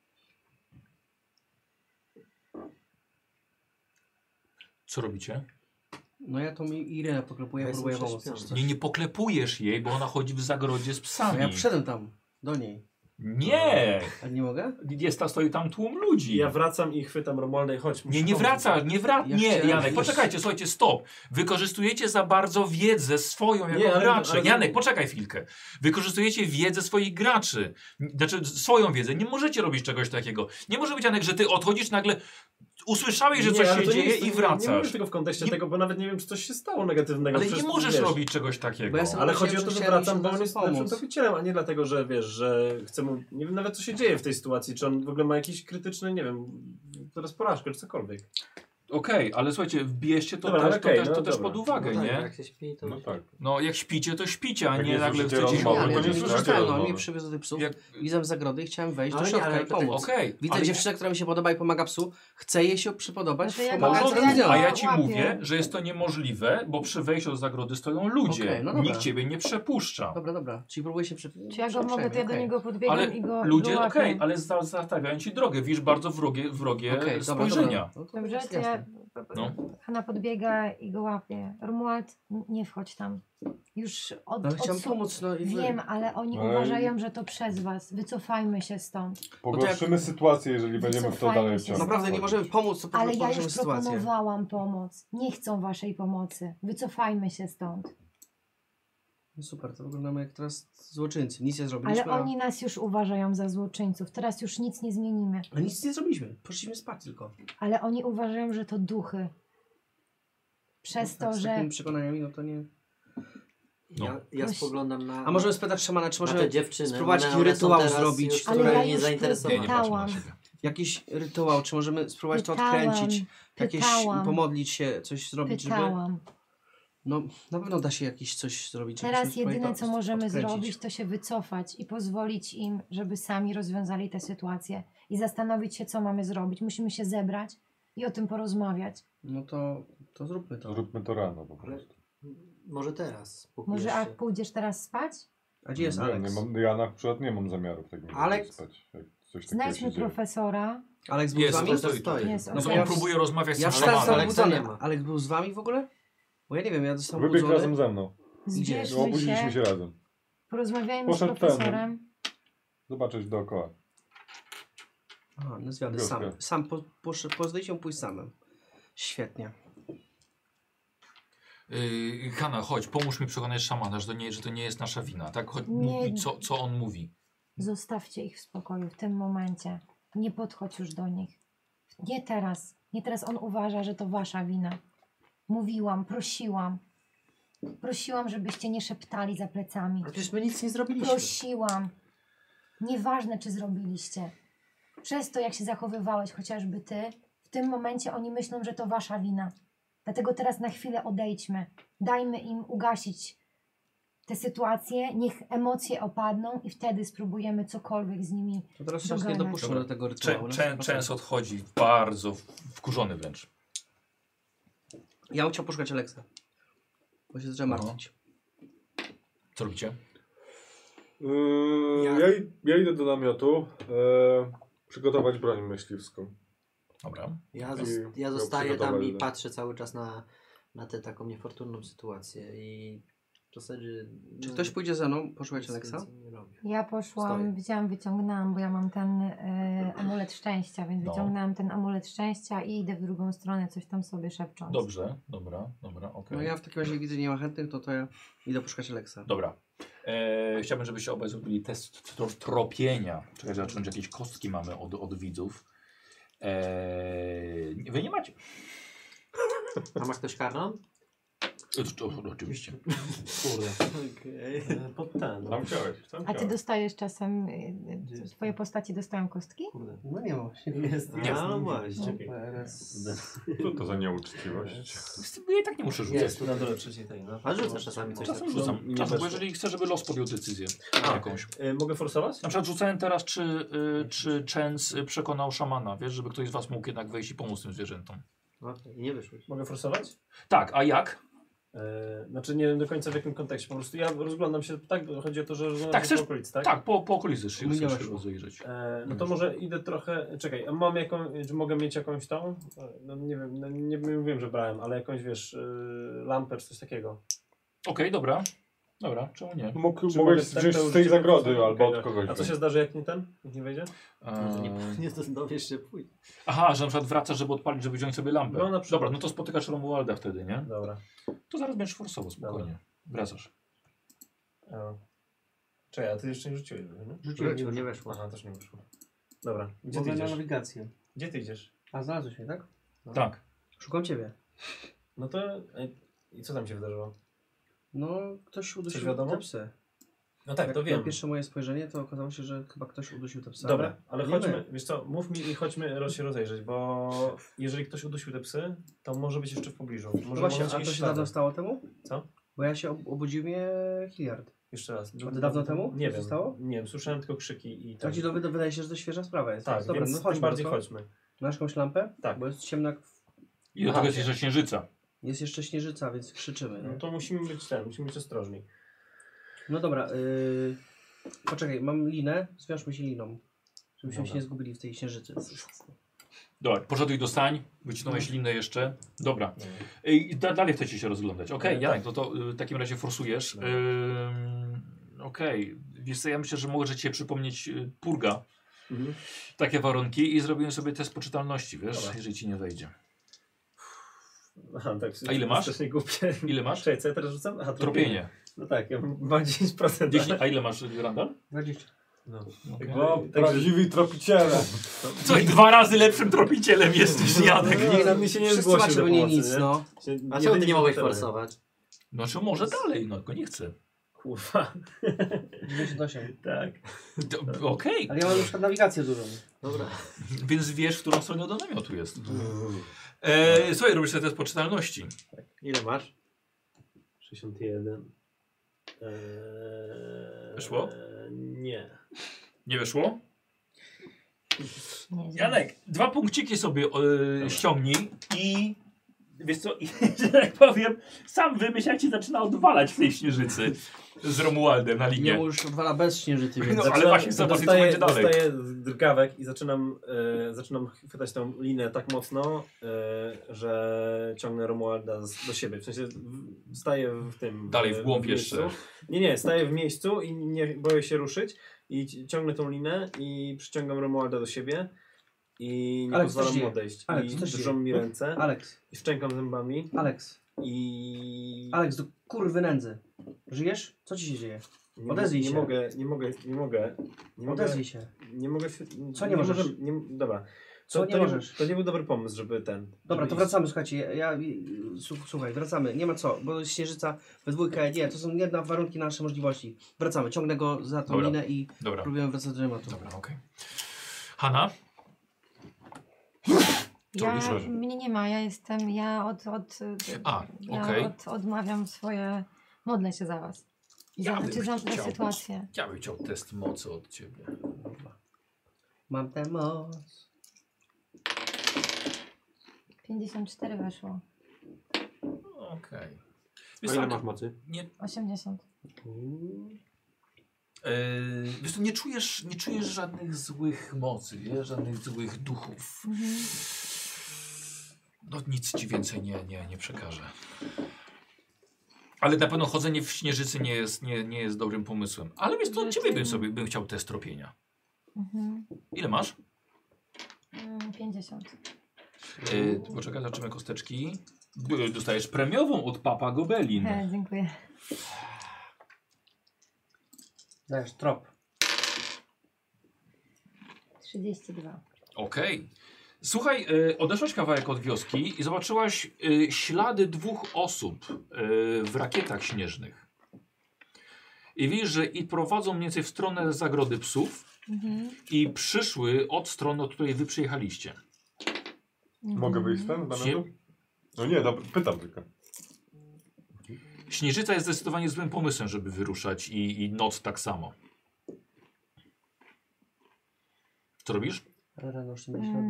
Co robicie? No ja to mi Irynę poklepuję, Ja próbuję jestem pomóc. prześpiony. Nie poklepujesz jej, bo ona chodzi w zagrodzie z No psami. ja przyszedłem tam, do niej. Nie! A nie mogę? Stoi tam tłum ludzi. Ja wracam i chwytam Romualda i chodź. Nie wraca, Ja nie, chciałem- Janek, poczekajcie, słuchajcie, stop. Wykorzystujecie za bardzo wiedzę swoją jako Nie, ale- gracze. ale- Janek, poczekaj chwilkę. Wykorzystujecie wiedzę swoich graczy. Znaczy swoją wiedzę. Nie możecie robić czegoś takiego. Nie może być, Janek, że ty odchodzisz nagle, usłyszałeś, że coś ale się to nie dzieje jest- i Nie wracasz. mówię tego w kontekście Nie- tego, bo nawet nie wiem, czy coś się stało negatywnego. Ale nie Przecież, możesz wiesz, robić czegoś takiego. Bo ja sam- Ale Chciałem, chodzi o to, że chciałem wracam, mi bo się on jest pomóc. lepszym tropicielem, a nie dlatego, że wiesz, że chcę mu... Nie wiem nawet, co się dzieje w tej sytuacji. Czy on w ogóle ma jakiś krytyczny, nie wiem, teraz porażkę, czy cokolwiek. Okej, ale słuchajcie, wbierzcie to, Dobra, też, ale okej, to no też dobra. pod uwagę, No tak, nie? Jak się śpi, to... No tak. No jak śpicie, to śpicie, a Jak nie nie nagle słyszycie chcecie... rozmowy, Ale to ja nie nie słyszycie słyszałem, no rozmowy. mi przywiozł tych psów. Jak- Widzę z zagrody i chciałem wejść do Ale nie, środka ale i to- pomóc. Okej, Widzę ale- dziewczynę, która mi się podoba i pomaga psu. Chcę jej się przypodobać No to ja w go pomagając łapię. z nią. A ja ci Łapię. mówię, że jest to niemożliwe, bo przy wejściu do zagrody stoją ludzie. Okej, no dobra. Nikt ciebie nie przepuszcza. Dobra. Czyli próbuję się Czy ja go mogę, to ja do niego podbiegam Ale i go ludzie, łapię. ale zastawiają ci drogę. Widzisz bardzo wrogie Okej, dobra, spojrzenia. No to Dobrze, jest to ja No. Hanna podbiega i go łapie. Romuald, nie wchodź tam. Już No, ale chciałem pomóc, no i Wiem, ale oni Ale- uważają, że to przez was. Wycofajmy się stąd. Pogorszymy sytuację, jeżeli będziemy w to dalej Wycofajmy się. wciągnąć. Naprawdę nie możemy pomóc, to Ale ja pogorszymy już sytuację. proponowałam pomoc. Nie chcą waszej pomocy. Wycofajmy się stąd. No super, to wyglądamy jak teraz złoczyńcy. Nic nie zrobiliśmy, Ale oni nas już uważają za złoczyńców. Teraz już nic nie zmienimy. a nic nie zrobiliśmy. Poszliśmy spać tylko. Ale oni uważają, że to duchy. Przez No tak, to, z że... takimi przekonaniami, no to nie... Ja spoglądam na... A możemy spytać szamana, czy na te może dziewczyny. spróbować One- taki one są rytuał teraz zrobić, już Ale które ja nie już zainteresowane. Nie patrzę na Pytałam. siebie. jakiś rytuał, czy możemy spróbować to odkręcić, jakieś pomodlić się, coś zrobić, żeby... Pytałam. No, na pewno da się jakieś coś zrobić. Teraz żebyśmy spróbowali jedyne, to co możemy odkręcić. zrobić, to się wycofać i pozwolić im, żeby sami rozwiązali tę sytuację i zastanowić się, co mamy zrobić. Musimy się zebrać i o tym porozmawiać. No to zróbmy to. Zróbmy to rano po prostu. Może teraz. póki Może jeszcze. jak pójdziesz teraz spać? A gdzie jest Nie, Alex? ja na przykład nie mam zamiaru w takim razie Alex? spać. Jak coś takiego Znajdźmy się dzieje. profesora. Alex był z Jest, wami? to stoi Stoi. tutaj. Jest, No, okej. on próbuje rozmawiać z Ja tym wstałem Alexa obudzony. nie ma. Alex był z wami w ogóle? Bo ja nie wiem, ja zostałem Wybiegł obudzony. razem ze mną. No, Zbierzmy obudziliśmy się, się razem. porozmawiajmy z Poszedł profesorem. Zobaczyć dookoła. Aha, na zwiady Wioskę. sam. Pozwól się pójść samym. Świetnie. Hanna, chodź, pomóż mi przekonać szamana, że to nie jest nasza wina. Tak? Chodź, Nie. mów mi, co on mówi. Zostawcie ich w spokoju w tym momencie. Nie podchodź już do nich. Nie teraz. Nie teraz on uważa, że to wasza wina. Mówiłam, prosiłam. Prosiłam, żebyście nie szeptali za plecami. Ale przecież my nic nie zrobiliśmy. Prosiłam. Nieważne, czy zrobiliście. Przez to, jak się zachowywałeś, chociażby ty, w tym momencie oni myślą, że to wasza wina. Dlatego teraz na chwilę odejdźmy. Dajmy im ugasić tę sytuację, niech emocje opadną i wtedy spróbujemy cokolwiek z nimi. To teraz nas nie Dogadać. dopuszczą do tego rytuału. Często odchodzi, bardzo wkurzony wręcz. Ja bym chciał poszukać Alexa. Bo się zacząłem Aha. martwić. Co robicie? Ja idę do namiotu. Przygotować broń myśliwską. Dobra. Ja I zostaję tam przygotować, i no. patrzę cały czas na tę taką niefortunną sytuację i w zasadzie... Czy ktoś pójdzie ze mną poszukać nic Alexa? więcej nie robię. Ja poszłam, Stoję. wyciągnęłam, bo ja mam ten amulet szczęścia, więc No. wyciągnęłam ten amulet szczęścia i idę w drugą stronę, coś tam sobie szepcząc. Dobrze, dobra, okej. No ja w takim razie widzę, nie ma chętnych, to ja idę poszukać Alexa. Dobra. Chciałbym, żebyście obaj zrobili test tropienia. Czekaj, zacząć jakieś kostki mamy od widzów. Wy nie macie. A masz ktoś karną? Oczywiście. Kurde. Okej. Pod ten. Tam chciałeś. A ty dostajesz czasem, twoje postaci dostają kostki? Kurde. No nie ma właśnie. Jest. Nie. No właśnie. Czekaj. Co to za nieuczciwość? Ja i tak nie muszę rzucać. Jest na dole trzeciej tej. No. A rzucasz czasami coś Czasem takiego. rzucam. Nie Czasem, bo weszło. jeżeli chcę, żeby los podjął decyzję jakąś. Mogę forsować? Na przykład rzucałem teraz, czy Chance przekonał szamana, wiesz, żeby ktoś z was mógł jednak wejść i pomóc tym zwierzętom. Okej, nie wyszłeś. Mogę forsować? Tak, a jak? Znaczy nie wiem do końca w jakim kontekście. Po prostu ja rozglądam się, tak? Chodzi o to, że rozglądam Tak, się chcesz- po okolicy, tak? Tak, po okolicy się Mi nie chcesz weszło. rozejrzeć. No to może idę trochę. Czekaj, a mam czy mogę mieć jakąś tą? No nie wiem, no, nie wiem, że brałem, ale jakąś wiesz, lampę czy coś takiego. Okej, dobra. Dobra, czemu nie? Czy Mogłeś mogę wziąć tak to z tej użyć? zagrody Okej, albo od dobra. kogoś. A co się wziąć. zdarzy, jak nie ten? Jak nie wejdzie? Nie dowiesz się pójść. Aha, że na przykład wracasz, żeby odpalić, żeby wziąć sobie lampę. No, na przykład. Dobra, no to spotykasz Romualda wtedy, nie? Dobra. To zaraz będziesz forsował, spokojnie. Wracasz. Czekaj, a ty jeszcze nie rzuciłeś, nie? Rzuciłem, nie weszło. Aha, też nie wyszło. Dobra, gdzie ty Mogę na idziesz? nawigację. Gdzie ty idziesz? A znalazłeś mnie, tak? Tak. Szukam ciebie. No to... I co tam się wydarzyło? No, ktoś udusił wiadomo? te psy. No tak, Jak to wiem. na pierwsze moje spojrzenie, to okazało się, że chyba ktoś udusił te psy. Dobra, ale nie chodźmy, my. wiesz co, mów mi i chodźmy się rozejrzeć, bo jeżeli ktoś udusił te psy, to może być jeszcze w pobliżu. No Może właśnie, być a jakieś to się ślady. dawno stało temu? Co? Bo ja się obudził mnie Hilliard. Jeszcze raz. A to dawno temu? Nie Co się wiem. stało? Nie wiem, słyszałem tylko krzyki i Tak ci wydaje się, że to świeża sprawa jest. Tak, Dobra, więc no tym chodźmy. bardziej no to- chodźmy. Masz jakąś lampę? Tak. Bo jest ciemna. I do Aha, tego jest jeszcze księżyca. Jest jeszcze śnieżyca, więc krzyczymy. No Nie? to musimy być ostrożni. No dobra, poczekaj, mam linę, zwiążmy się liną. Żebyśmy Dobra. się nie zgubili w tej księżycy. Dobra, poszedłeś do stań, wycisnąłeś linę jeszcze. Dobra. I dalej chcecie się rozglądać. Okej, Janek, no to w takim razie forsujesz. Okej, wiesz co, ja myślę, że może cię przypomnieć purga. Takie warunki i zrobiłem sobie test poczytalności, wiesz, Dobra. jeżeli ci nie wejdzie. Aha, tak, A ile masz? strasznie głupie. Ile masz? Czekaj, co ja teraz rzucam? Aha, Tropienie. No tak, ja mam 10%. 10, a ile masz, Randall? 20. No. Okay. No, prawdziwi tropiciele. Coś 2 razy lepszym tropicielem jesteś, Janek. Nikt na mnie się nie Wszyscy zgłosił macie do mnie pomocy, nic, nie? no. A czemu ty nie mogłeś forsować? Znaczy może dalej, no tylko nie chcę. Kurwa. 98. Tak. Okej, Ale ja mam na przykład nawigację dużą. Dobra. więc wiesz, w którą stronę do namiotu jest. Słuchaj, robisz sobie test poczytalności. Ile masz? 61. Wyszło? Nie. Nie wyszło? Nie, Janek, 2 punkciki sobie ściągnij i wiesz co, i, że tak powiem, sam wymyśl jak ci zaczyna odwalać w tej śnieżycy z Romualdem na Nie linię. już odwala bez śnieżycy, więc... No, ale właśnie zobaczyć, co będzie dalej. Dostaję drgawek i zaczynam chwytać tą linę tak mocno, że ciągnę Romualda do siebie. W sensie staję w tym... Dalej w głąb miejscu. jeszcze. Nie, staję w miejscu i nie boję się ruszyć i ciągnę tą linę i przyciągam Romualda do siebie i nie Alex, co pozwalam się mu dzieje? odejść. Alex, I co się drżą dzieje? mi ręce Alex, i szczękam zębami i... Alex, do kurwy nędzy. Żyjesz? Co ci się dzieje? Odezwij się. Nie mogę. Odezwij się. Nie mogę się... Co nie możesz? Dobra. Co nie możesz? To nie był dobry pomysł, żeby ten... Dobra, żeby to wracamy, słuchajcie, słuchaj, wracamy, nie ma co, bo śnieżyca we dwójkę, nie, to są jedne warunki na nasze możliwości. Wracamy, ciągnę go za tą Dobra. linę i Dobra, próbujemy wracać do tematu. dobra, okej. Hanna? Co robisz? Mnie nie ma, ja okej. odmawiam swoje, modlę się za was. Ja bym Za chciał sytuację. Ja bym chciał test mocy od ciebie. Mam tę moc. 54 weszło. Okej. A Wiesz, ile tak, masz mocy? nie, 80. wiesz, co, nie czujesz żadnych złych mocy, wiesz, żadnych złych duchów. No nic ci więcej nie przekażę. Ale na pewno chodzenie w śnieżycy nie jest dobrym pomysłem. Ale wiesz, to od ciebie bym chciał test tropienia. Ile masz? 50. Poczekaj, zobaczymy kosteczki. Dostajesz premiową od Papa Gobelin. Dziękuję. Dajesz trop. 32. Okej. Słuchaj, odeszłaś kawałek od wioski i zobaczyłaś ślady 2 osób w rakietach śnieżnych. I widzisz, że i prowadzą mniej więcej w stronę zagrody psów i przyszły od strony, od której wy przyjechaliście. Mogę wyjść z ten namiotu? No nie, dobra, pytam tylko. Śnieżyca jest zdecydowanie złym pomysłem, żeby wyruszać i noc tak samo. Co robisz? Rano już nie myślę.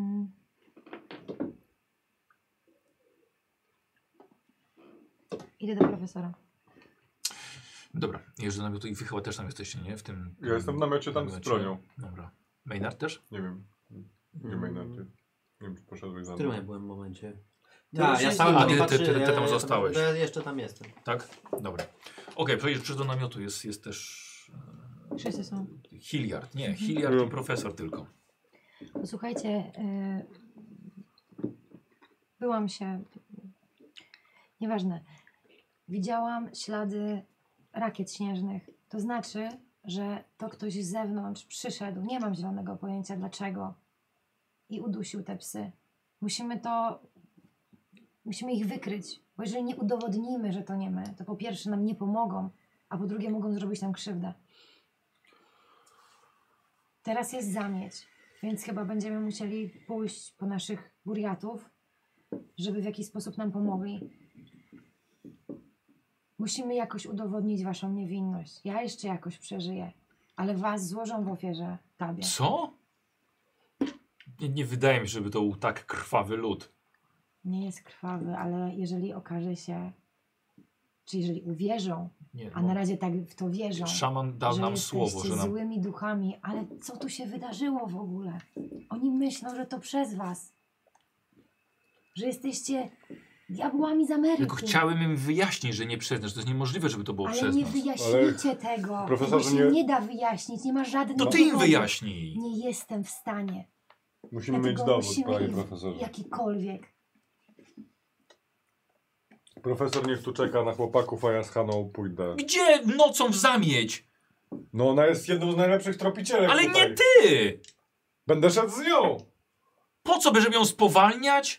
Idę do profesora. Dobra, jeżdżę do namiotu i wy chyba też tam jesteście, nie? W tym... Ja jestem w namiocie tam z namiocie. bronią. Dobra. Maynard też? Nie wiem. Nie Maynard. Nie wiem, czy poszedłeś W za którym mną. ja byłem w momencie? Ty Tak, już ja jest sam inny. ty patrzę, tam zostałeś. Ja jeszcze tam jestem. Tak? Dobra. Okej, przejdziesz do namiotu, jest też... Wszyscy są. Hilliard, nie, Hilliard i profesor tylko. Posłuchajcie, byłam się... Nieważne. Widziałam ślady rakiet śnieżnych. To znaczy, że to ktoś z zewnątrz przyszedł. Nie mam zielonego pojęcia dlaczego. I udusił te psy. Musimy ich wykryć. Bo jeżeli nie udowodnimy, że to nie my, to po pierwsze nam nie pomogą, a po drugie mogą zrobić nam krzywdę. Teraz jest zamieć, więc chyba będziemy musieli pójść po naszych buriatów, żeby w jakiś sposób nam pomogli. Musimy jakoś udowodnić waszą niewinność. Ja jeszcze jakoś przeżyję, ale was złożą w ofierze tabie. Co? Nie wydaje mi się, żeby to był tak krwawy lud. Nie jest krwawy, ale jeżeli okaże się, Czy jeżeli uwierzą, Nie, a na razie tak w to wierzą, szaman dał że nam jesteście słowo, że nam... złymi duchami, ale co tu się wydarzyło w ogóle? Oni myślą, że to przez was. Że jesteście diabłami z Ameryki. Tylko chciałem im wyjaśnić, że nie przez nas, że to jest niemożliwe, żeby to było Ale przez nie nas. wyjaśnijcie tego. Profesorze, Tego się nie- nie da wyjaśnić, nie ma żadnych To ty im dowodów. wyjaśnij. Nie jestem w stanie. Musimy Dlatego mieć dowód, musimy panie ich- profesorze. Jakikolwiek. Profesor niech tu czeka na chłopaków, a ja z Haną pójdę. Gdzie nocą w zamieć? No ona jest jedną z najlepszych tropicielek Ale tutaj. nie ty! Będę szedł z nią! Po co, żeby ją spowalniać?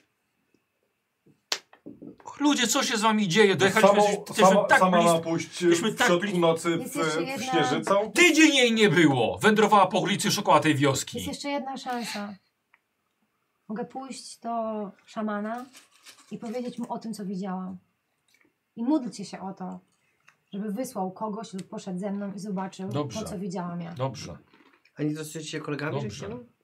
Ludzie, co się z wami dzieje? Dojechaliśmy, jesteśmy tak sama blisko. ma pójść jesteśmy w tak środku blis- nocy Jest jeszcze w jedna- Śnieżycą? Tydzień jej nie było! Wędrowała po ulicy, szukała tej wioski. Jest jeszcze jedna szansa. Mogę pójść do szamana i powiedzieć mu o tym, co widziałam. I módlcie się o to, żeby wysłał kogoś lub poszedł ze mną i zobaczył Dobrze. to, co widziałam ja. Dobrze. A nie dostajecie się kolegami? Dobrze. że chciałem?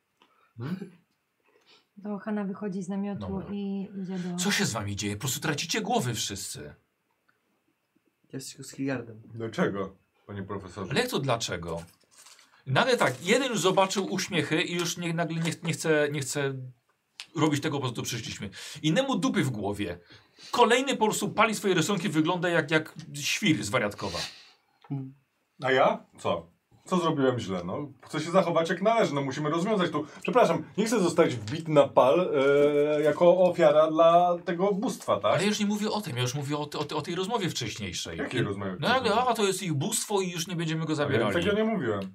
To Hanna wychodzi z namiotu Dobra. i idzie do... Co się z wami dzieje? Po prostu tracicie głowy wszyscy. Ja z Hilliardem. Dlaczego, panie profesorze? Ale jak to dlaczego? Nagle tak, jeden już zobaczył uśmiechy i już nagle nie chce robić tego, po co tu przyszliśmy. Innemu dupy w głowie. Kolejny po prostu pali swoje rysunki, wygląda jak świr z wariatkowa. A ja? Co? Co zrobiłem źle? No, chcę się zachować jak należy, no musimy rozwiązać tu. Przepraszam, nie chcę zostać wbity na pal jako ofiara dla tego bóstwa, tak? Ale ja już nie mówię o tym, ja już mówię o tej rozmowie wcześniejszej. Jakiej rozmowy? No nagle, a to jest ich bóstwo i już nie będziemy go Ja zabierali. tego nie mówiłem.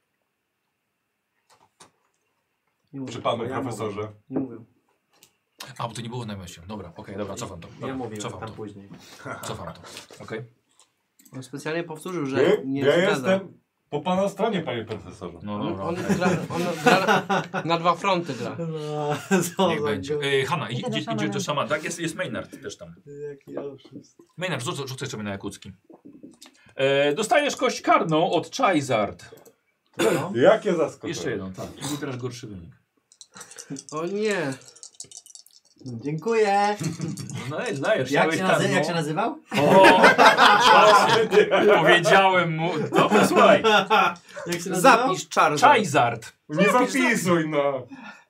Nie mówię. Przy panu Ja profesorze. Nie mówię. A, bo to nie było na myśli. Dobra, okej, dobra, cofam to. Dobra, Ja mówię cofam tam to. później. Cofam to. Okej. On specjalnie powtórzył, że nie Ja zgadza. jestem po pana stronie, panie profesorze. No On, dobra. on, okej. gra, on gra na dwa fronty gra. No, Niech będzie. Hanna, Idę do idziesz szamana. do szamana, tak? Jest Maynard też tam. Jaki oszust. Maynard, rzucaj sobie na Jakucki. Dostajesz kość karną od Charizard. Jakie zaskoczenie. Jeszcze jedną, tak. I wygrasz gorszy wynik. O nie. Dziękuję. No dajesz. Jak się nazywał? O, powiedziałem mu. Dobra, słuchaj. Jak się nazywał? Zapisz czar. Charizard. Nie zapisuj, no.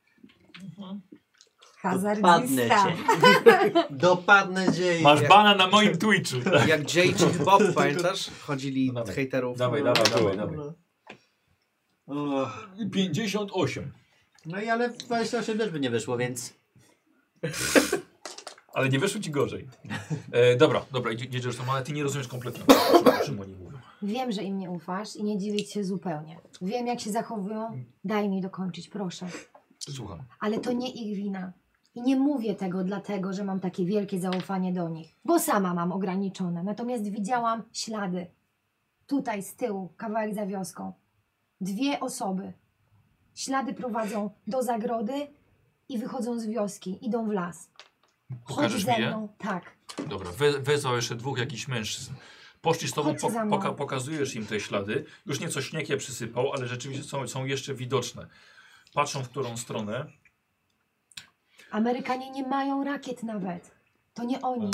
Dopadnę Hazardzista. cię. Dopadnę cię. Masz bana na moim Twitchu. Jak Jay czy Bob, pamiętasz? Chodzili No dawaj. hejterów. Dawaj. 58. No i ale 28 też by nie wyszło, więc... Ale nie wyszło ci gorzej. Dobra, jedziesz tam, ale ty nie rozumiesz kompletnie, o czym oni mówią. Wiem, że im nie ufasz i nie dziwię się zupełnie. Wiem, jak się zachowują. Daj mi dokończyć, proszę. Słucham. Ale to nie ich wina. I nie mówię tego dlatego, że mam takie wielkie zaufanie do nich, bo sama mam ograniczone. Natomiast widziałam ślady. Tutaj z tyłu, kawałek za wioską. 2 osoby. Ślady prowadzą do zagrody i wychodzą z wioski. Idą w las. Chodź Pokażesz ze mi je? mną. Tak. Dobra, wezwał jeszcze 2 jakichś mężczyzn. Poszli z tobą, Chodźcie za mną. pokazujesz im te ślady. Już nieco śnieg je przysypał, ale rzeczywiście są jeszcze widoczne. Patrzą w którą stronę. Amerykanie nie mają rakiet nawet. To nie oni.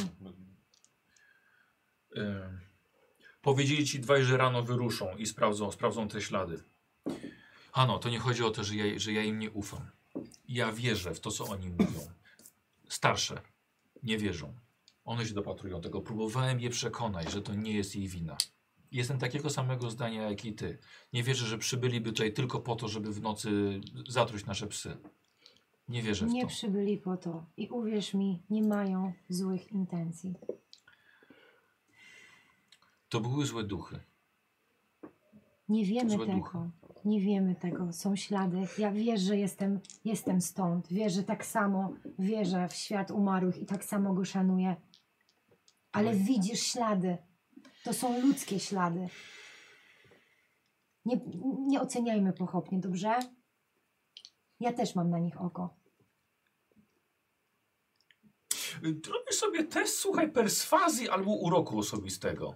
Powiedzieli ci dwaj, że rano wyruszą i sprawdzą te ślady. Ano, to nie chodzi o to, że ja im nie ufam. Ja wierzę w to, co oni mówią. Starsze nie wierzą. One się dopatrują tego. Próbowałem je przekonać, że to nie jest jej wina. Jestem takiego samego zdania jak i ty. Nie wierzę, że przybyliby tutaj tylko po to, żeby w nocy zatruć nasze psy. Nie wierzę w Nie to. przybyli po to. I uwierz mi, nie mają złych intencji. To były złe duchy. Nie wiemy Złe duchy. tego. Nie wiemy tego. Są ślady. Ja wierzę, że jestem stąd. Wierzę tak samo. Wierzę w świat umarłych i tak samo go szanuję. Ale widzisz ślady. To są ludzkie ślady. Nie oceniajmy pochopnie, dobrze? Ja też mam na nich oko. Robisz sobie test, słuchaj, perswazji albo uroku osobistego.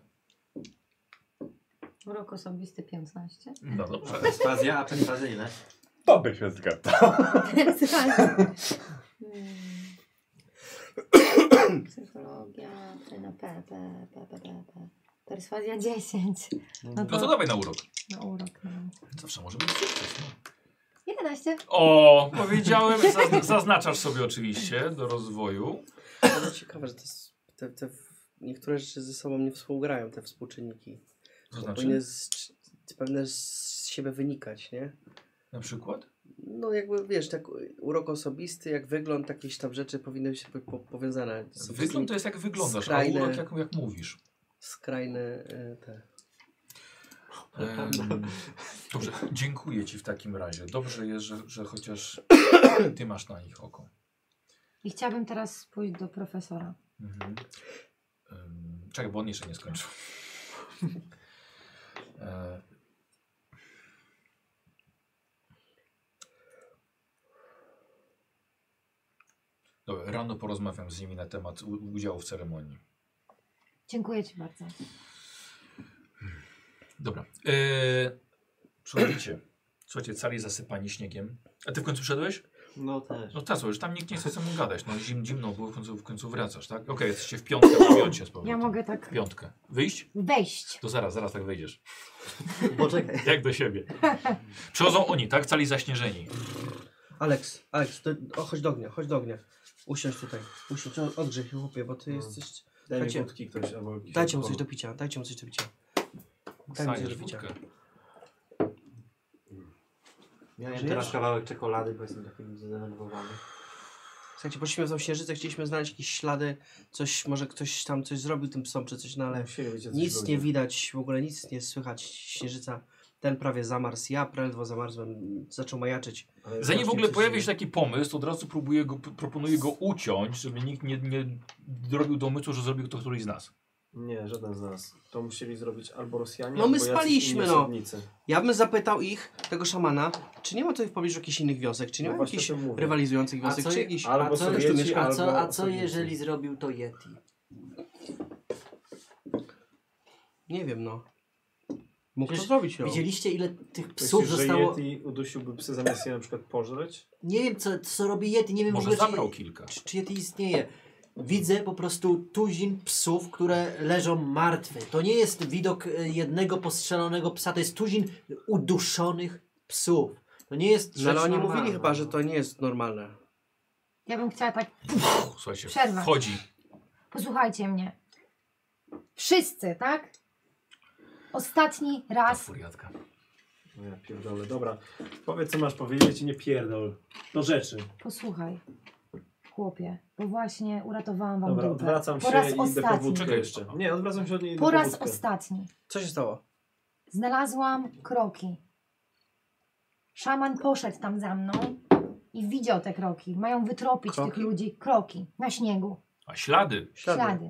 Urok osobisty 15. No dobrze. Perswazja, a perswazja ile? To by się zgadzał. Psychologia, na P. Perswazja 10. No to dawaj na urok. Na urok, no. Zawsze może być sukces, no. 11. O, powiedziałem, zaznaczasz sobie oczywiście do rozwoju. To ciekawe, że to jest, niektóre rzeczy ze sobą nie współgrają, te współczynniki. To znaczy? Powinny pewne z siebie wynikać, nie? Na przykład? No jakby wiesz, tak urok osobisty, jak wygląd, jakieś tam rzeczy powinny być powiązane. Wygląd to jest jak wyglądasz, skrajne- a urok jak mówisz. Skrajne te... Dobrze, dziękuję Ci w takim razie. Dobrze jest, że chociaż Ty masz na nich oko. I chciałabym teraz pójść do profesora. Mhm. Czekaj, bo on jeszcze nie skończył. Dobra, rano porozmawiam z nimi na temat udziału w ceremonii. Dziękuję Ci bardzo. Dobra. Przechodzicie. Słuchajcie, cali zasypani śniegiem. A Ty w końcu wszedłeś? No też. No tak, już tam nikt nie chce ze mną gadać. No zimno było, w końcu wracasz, tak? Okej, jesteście w piątkę, w piącie z powrotem. Ja mogę tak W piątkę. Wyjść? wejść. To zaraz tak wejdziesz. Poczekaj. Jak do siebie. Przychodzą oni, tak? Cali zaśnieżeni. Alex, chodź do ognia. Usiądź tutaj. Usiądź, odgrzej się, chłopie, bo ty jesteś... Daj mi Dajcie- wódki ktoś, albo jakiś Dajcie mu alkohol. coś do picia, Daj mu coś do picia. Stajesz wódkę. Miałem Żyjesz? teraz kawałek czekolady, bo jestem taki zdenerwowany. Słuchajcie, poszliśmy w tą księżycę, chcieliśmy znaleźć jakieś ślady, coś, może ktoś tam coś zrobił tym psom czy coś, no ale Musieli być jacyś nic ludzie. nie widać, w ogóle nic nie słychać. Księżyca, ten prawie zamarzł, ja ledwo zamarzłem, zaczął majaczyć. Ale Zanim w ogóle coś pojawi nie- się taki pomysł, to od razu proponuję go uciąć, żeby nikt nie robił domysłu, że zrobił to któryś z nas. Nie, żaden z nas. To musieli zrobić albo Rosjanie, No my albo jacyś spaliśmy, inni no. osadnicy. Ja bym zapytał ich, tego szamana, czy nie ma tutaj w pobliżu jakichś innych wiosek, czy nie No ma właśnie jakichś o tym mówię. rywalizujących wiosek, czy jakiś... Albo a co, Sowieci, a co, albo a co osadnicy. jeżeli zrobił to Yeti? Nie wiem, no. Mógł to Przecież zrobić, no. Widzieliście ile tych psów Myślisz, że zostało... Yeti udusiłby psy zamiast je na przykład pożreć? Nie wiem co robi Yeti, nie wiem Może w ogóle zabrał kilka. czy Yeti istnieje. Widzę po prostu tuzin psów, które leżą martwe. To nie jest widok jednego postrzelonego psa, to jest tuzin uduszonych psów. To nie jest No, ale rzecz oni normalna. mówili chyba, że to nie jest normalne. Ja bym chciała tak... Słuchajcie, Przerwa. wchodzi. Posłuchajcie mnie. Wszyscy, tak? Ostatni Ta raz. furiatka. No ja pierdolę. Dobra, powiedz co masz powiedzieć i nie pierdol. Do rzeczy. Posłuchaj, chłopie, bo właśnie uratowałam wam Dobra, dupę. odwracam Po się raz i idę po ostatni. wódkę Czekaj. jeszcze. Nie, odwracam się od niej i idę Po po raz wódkę. ostatni. Co się stało? Znalazłam kroki. Szaman poszedł tam za mną i widział te kroki. Mają wytropić Kroki? tych ludzi. Kroki na śniegu. A ślady? Ślady.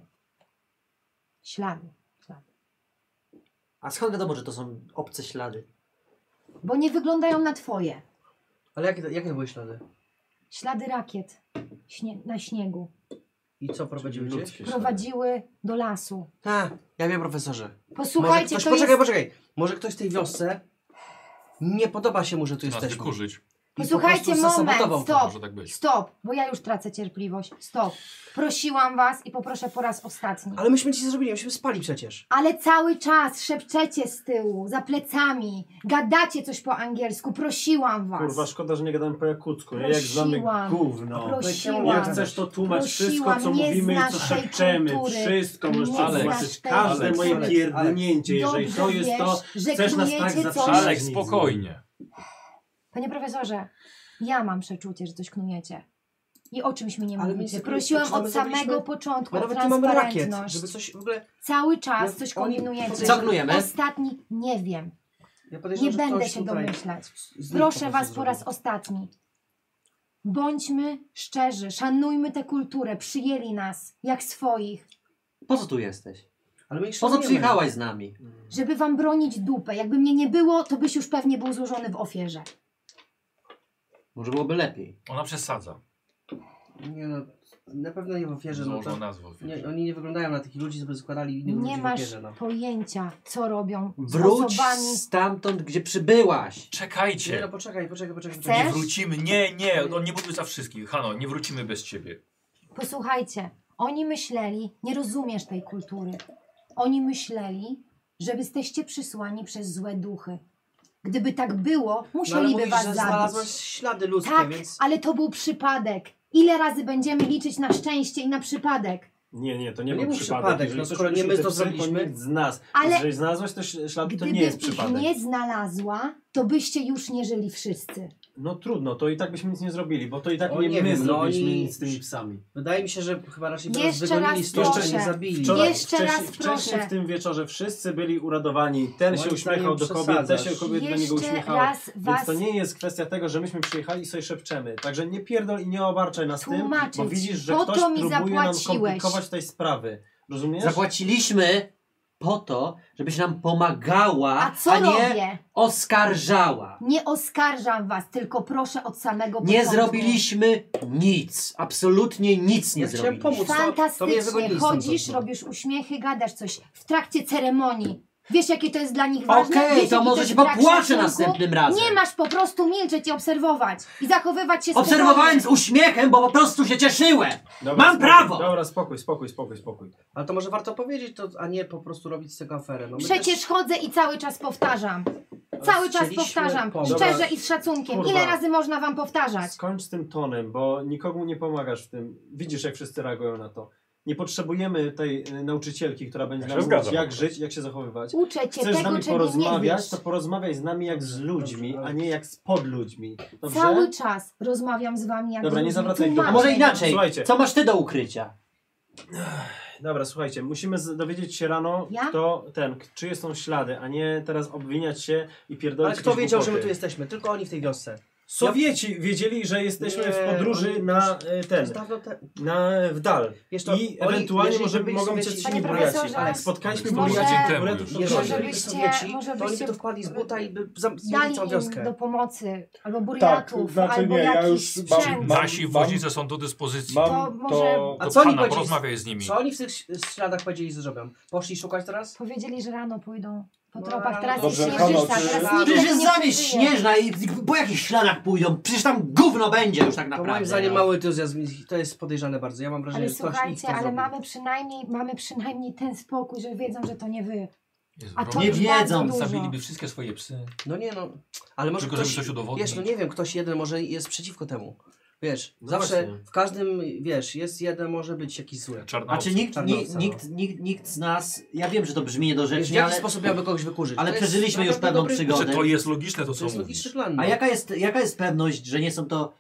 A skąd wiadomo, że to są obce ślady? Bo nie wyglądają na twoje. Ale jakie to były ślady? Ślady rakiet na śniegu. I co, prowadziły Czyli gdzieś? ludzkie ślady. Prowadziły do lasu. A, ja wiem, profesorze. Posłuchajcie, Może to ktoś, jest... poczekaj. Może ktoś w tej wiosce nie podoba się mu, że tu Nas jesteśmy. wykurzyć. I po Posłuchajcie, prostu zasabotował moment, to. stop. Może tak być. Stop, bo ja już tracę cierpliwość. Stop. Prosiłam was i poproszę po raz ostatni. Ale myśmy nic nie zrobili, myśmy spali przecież. Ale cały czas szepczecie z tyłu, za plecami, gadacie coś po angielsku. Prosiłam was. Kurwa, szkoda, że nie gadamy po jakucku. Nie? Jak znamy Prosiłam. gówno. Prosiłam. Jak chcesz to tłumacz wszystko, co nie mówimy i co znasz tej szepczemy. kultury. Wszystko możesz Nie przetłumaczyć. znasz tej Każde kultury. moje Alex, pierdnięcie. Jeżeli Dobrze to jest to, wiesz, że chcesz nas tak knujecie coś. zaprzeczać. Aleks, spokojnie. Panie profesorze, ja mam przeczucie, że coś knujecie. I o czymś mi nie Ale mówicie. my Prosiłam my od samego zrobiliśmy- początku My o nawet nie mamy rakiet, transparentność. żeby coś w ogóle... Cały czas Ja- coś oni- kombinujecie. Co knujemy? Ostatni nie wiem. Ja podejrzewam, Nie że będę ktoś się tutaj domyślać. z nich Proszę po was prostu po raz zrobił. ostatni. Bądźmy szczerzy, szanujmy tę kulturę, przyjęli nas jak swoich, Po co tu jesteś? Ale my Po co szanujemy. przyjechałaś z nami? żeby wam bronić dupę. Jakby mnie nie było, to byś już pewnie był złożony w ofierze. Może byłoby lepiej. Ona przesadza. Nie no, na pewno nie w ofierze, no Złożą to... nazwę ofierze. Nie, oni nie wyglądają na takich ludzi, żeby składali innych Nie ludzi w masz ofierze, no. pojęcia, co robią z Wróć osobami. stamtąd, gdzie przybyłaś. Nie Czekajcie. no, poczekaj. Chcesz? Nie wrócimy. Nie, on nie buduje za wszystkich. Hano, nie wrócimy bez ciebie. Posłuchajcie, oni myśleli, nie rozumiesz tej kultury. Oni myśleli, że wy jesteście przysłani przez złe duchy. Gdyby tak było, No ale musieliby mówisz, was że zabić. znalazłaś ślady ludzkie, Tak, więc... ale to był przypadek. Ile razy będziemy liczyć na szczęście i na przypadek? Nie, to nie No był nie był przypadek. przypadek, Jeżeli no ktoś skoro nie usił my te to psy, zrobiliśmy. nikt z nas. Ale Jeżeli znalazłaś te ślady, to Gdybym nie jest ich przypadek. nie znalazła, to byście już nie żyli wszyscy. No trudno, to i tak byśmy nic nie zrobili, bo to i tak O, nie nie my wiem, no zrobiliśmy oni- nic z tymi psami. Wydaje mi się, że chyba raczej by nas Jeszcze wygonili raz stąd, proszę. nie zabili. Jeszcze raz proszę. Wcześniej w tym wieczorze wszyscy byli uradowani. Ten się Moim uśmiechał do zdaniem kobiet, ten przesadzasz. się kobiet do niego Jeszcze uśmiechały. raz Więc was to nie jest kwestia tego, że myśmy przyjechali i sobie szepczemy. Także nie pierdol i nie obarczaj nas tym, Tłumaczyć. bo widzisz, że Po ktoś to mi próbuje nam zapłaciłeś. komplikować tej sprawy. Rozumiesz? Zapłaciliśmy po to, żebyś nam pomagała, A co nie robię? oskarżała. Nie oskarżam was, tylko proszę od samego Nie początku. zrobiliśmy nic. Absolutnie nic nie Ja chciałem zrobiliśmy. pomóc. To mnie Fantastycznie, wygonili stąd, chodzisz, to- robisz uśmiechy, gadasz coś w trakcie ceremonii. Wiesz, jakie to jest dla nich ważne? Okej, Wiesz, to jaki może jest się brak popłaczę szacunku? następnym razem. Nie masz po prostu milczeć i obserwować. I zachowywać się Obserwowałem z spokojnie. uśmiechem, bo po prostu się cieszyłem. Dobra, Mam spokój. prawo! Dobra, spokój. Ale to może warto powiedzieć to, a nie po prostu robić z tego aferę. No my Przecież też- chodzę i cały czas powtarzam. Cały czas chcieliśmy powtarzam. pomóc. Szczerze Dobra. i z szacunkiem. Kurwa. Ile razy można wam powtarzać? Skończ z tym tonem, bo nikomu nie pomagasz w tym. Widzisz, jak wszyscy reagują na to. Nie potrzebujemy tej nauczycielki, która będzie Ja nam się mówić, zgadzam jak akurat. żyć, jak się zachowywać. Uczę cię Chcesz z tego, nami czego nie porozmawiać, wiesz. to porozmawiaj z nami jak z ludźmi, Dobrze, a nie jak z podludźmi. Dobrze? Cały czas rozmawiam z wami jak Dobra, z nie ludźmi. zawracaj A Tłumaczę. może inaczej, Słuchajcie. co masz ty do ukrycia? Dobra, słuchajcie, musimy dowiedzieć się rano, Ja? czyje są ślady, a nie teraz obwiniać się i pierdolić Ale kto jakieś wiedział, że głupoty. my tu jesteśmy? Tylko oni w tej wiosce. Sowieci wiedzieli, że jesteśmy Nie, w podróży oni na To jest dawno w dal. Wiesz to, I oni, ewentualnie jeżeli może by byli mogą być Sowieci- inni Panie Burjaci. profesorze, Ale spotkaliśmy może- Burjaci, Tydzień temu już. Jeżeli Może byliby byście- Sowieci, może to oni by byście to wpadli z buta i by Dali zjęli całą wioskę. im do pomocy, albo burjatów, znaczy albo nie, ja jakiś już mam- sprzęt. Nasi woźnicy są do dyspozycji. Mam To może- A To co oni Hanna, powiedzieli? porozmawiaj z nimi. Co oni w tych śladach powiedzieli, że zrobią? Poszli szukać teraz? Powiedzieli, że rano pójdą po No, tropach. rano. Teraz Dobrze, jest Hanno, śnieżyca, czy- teraz Rano. nikt Przecież jest nie zamieść przeżyje. śnieżna i po jakich śladach pójdą? Przecież tam gówno będzie już tak To naprawdę. moim zdaniem no. mały entuzjazm, to jest podejrzane bardzo. Ja mam wrażenie, Ale że ktoś ich słuchajcie, to ale zrobił. mamy przynajmniej ten spokój, że wiedzą, że to nie wy. Jezu, A to Nie już wiedzą, bardzo dużo. Zabiliby wszystkie swoje psy. No nie no, ale może Tylko ktoś, żeby coś udowodnić. wiesz, no nie wiem, ktoś jeden może jest przeciwko temu. Wiesz, No zawsze właśnie. w każdym, wiesz, jest jeden, może być jakiś zły. Czarna A czy nikt, Czarnowca, nikt z nas, ja wiem, że to brzmi Wiesz, w niedorzecznie, jaki ale, sposób miałby kogoś wykurzyć? ale To jest przeżyliśmy już naprawdę pewną dobry- przygodę. Znaczy, to jest logiczne to, To co jest mówisz. logiczny plan. No. A jaka jest pewność, że nie są to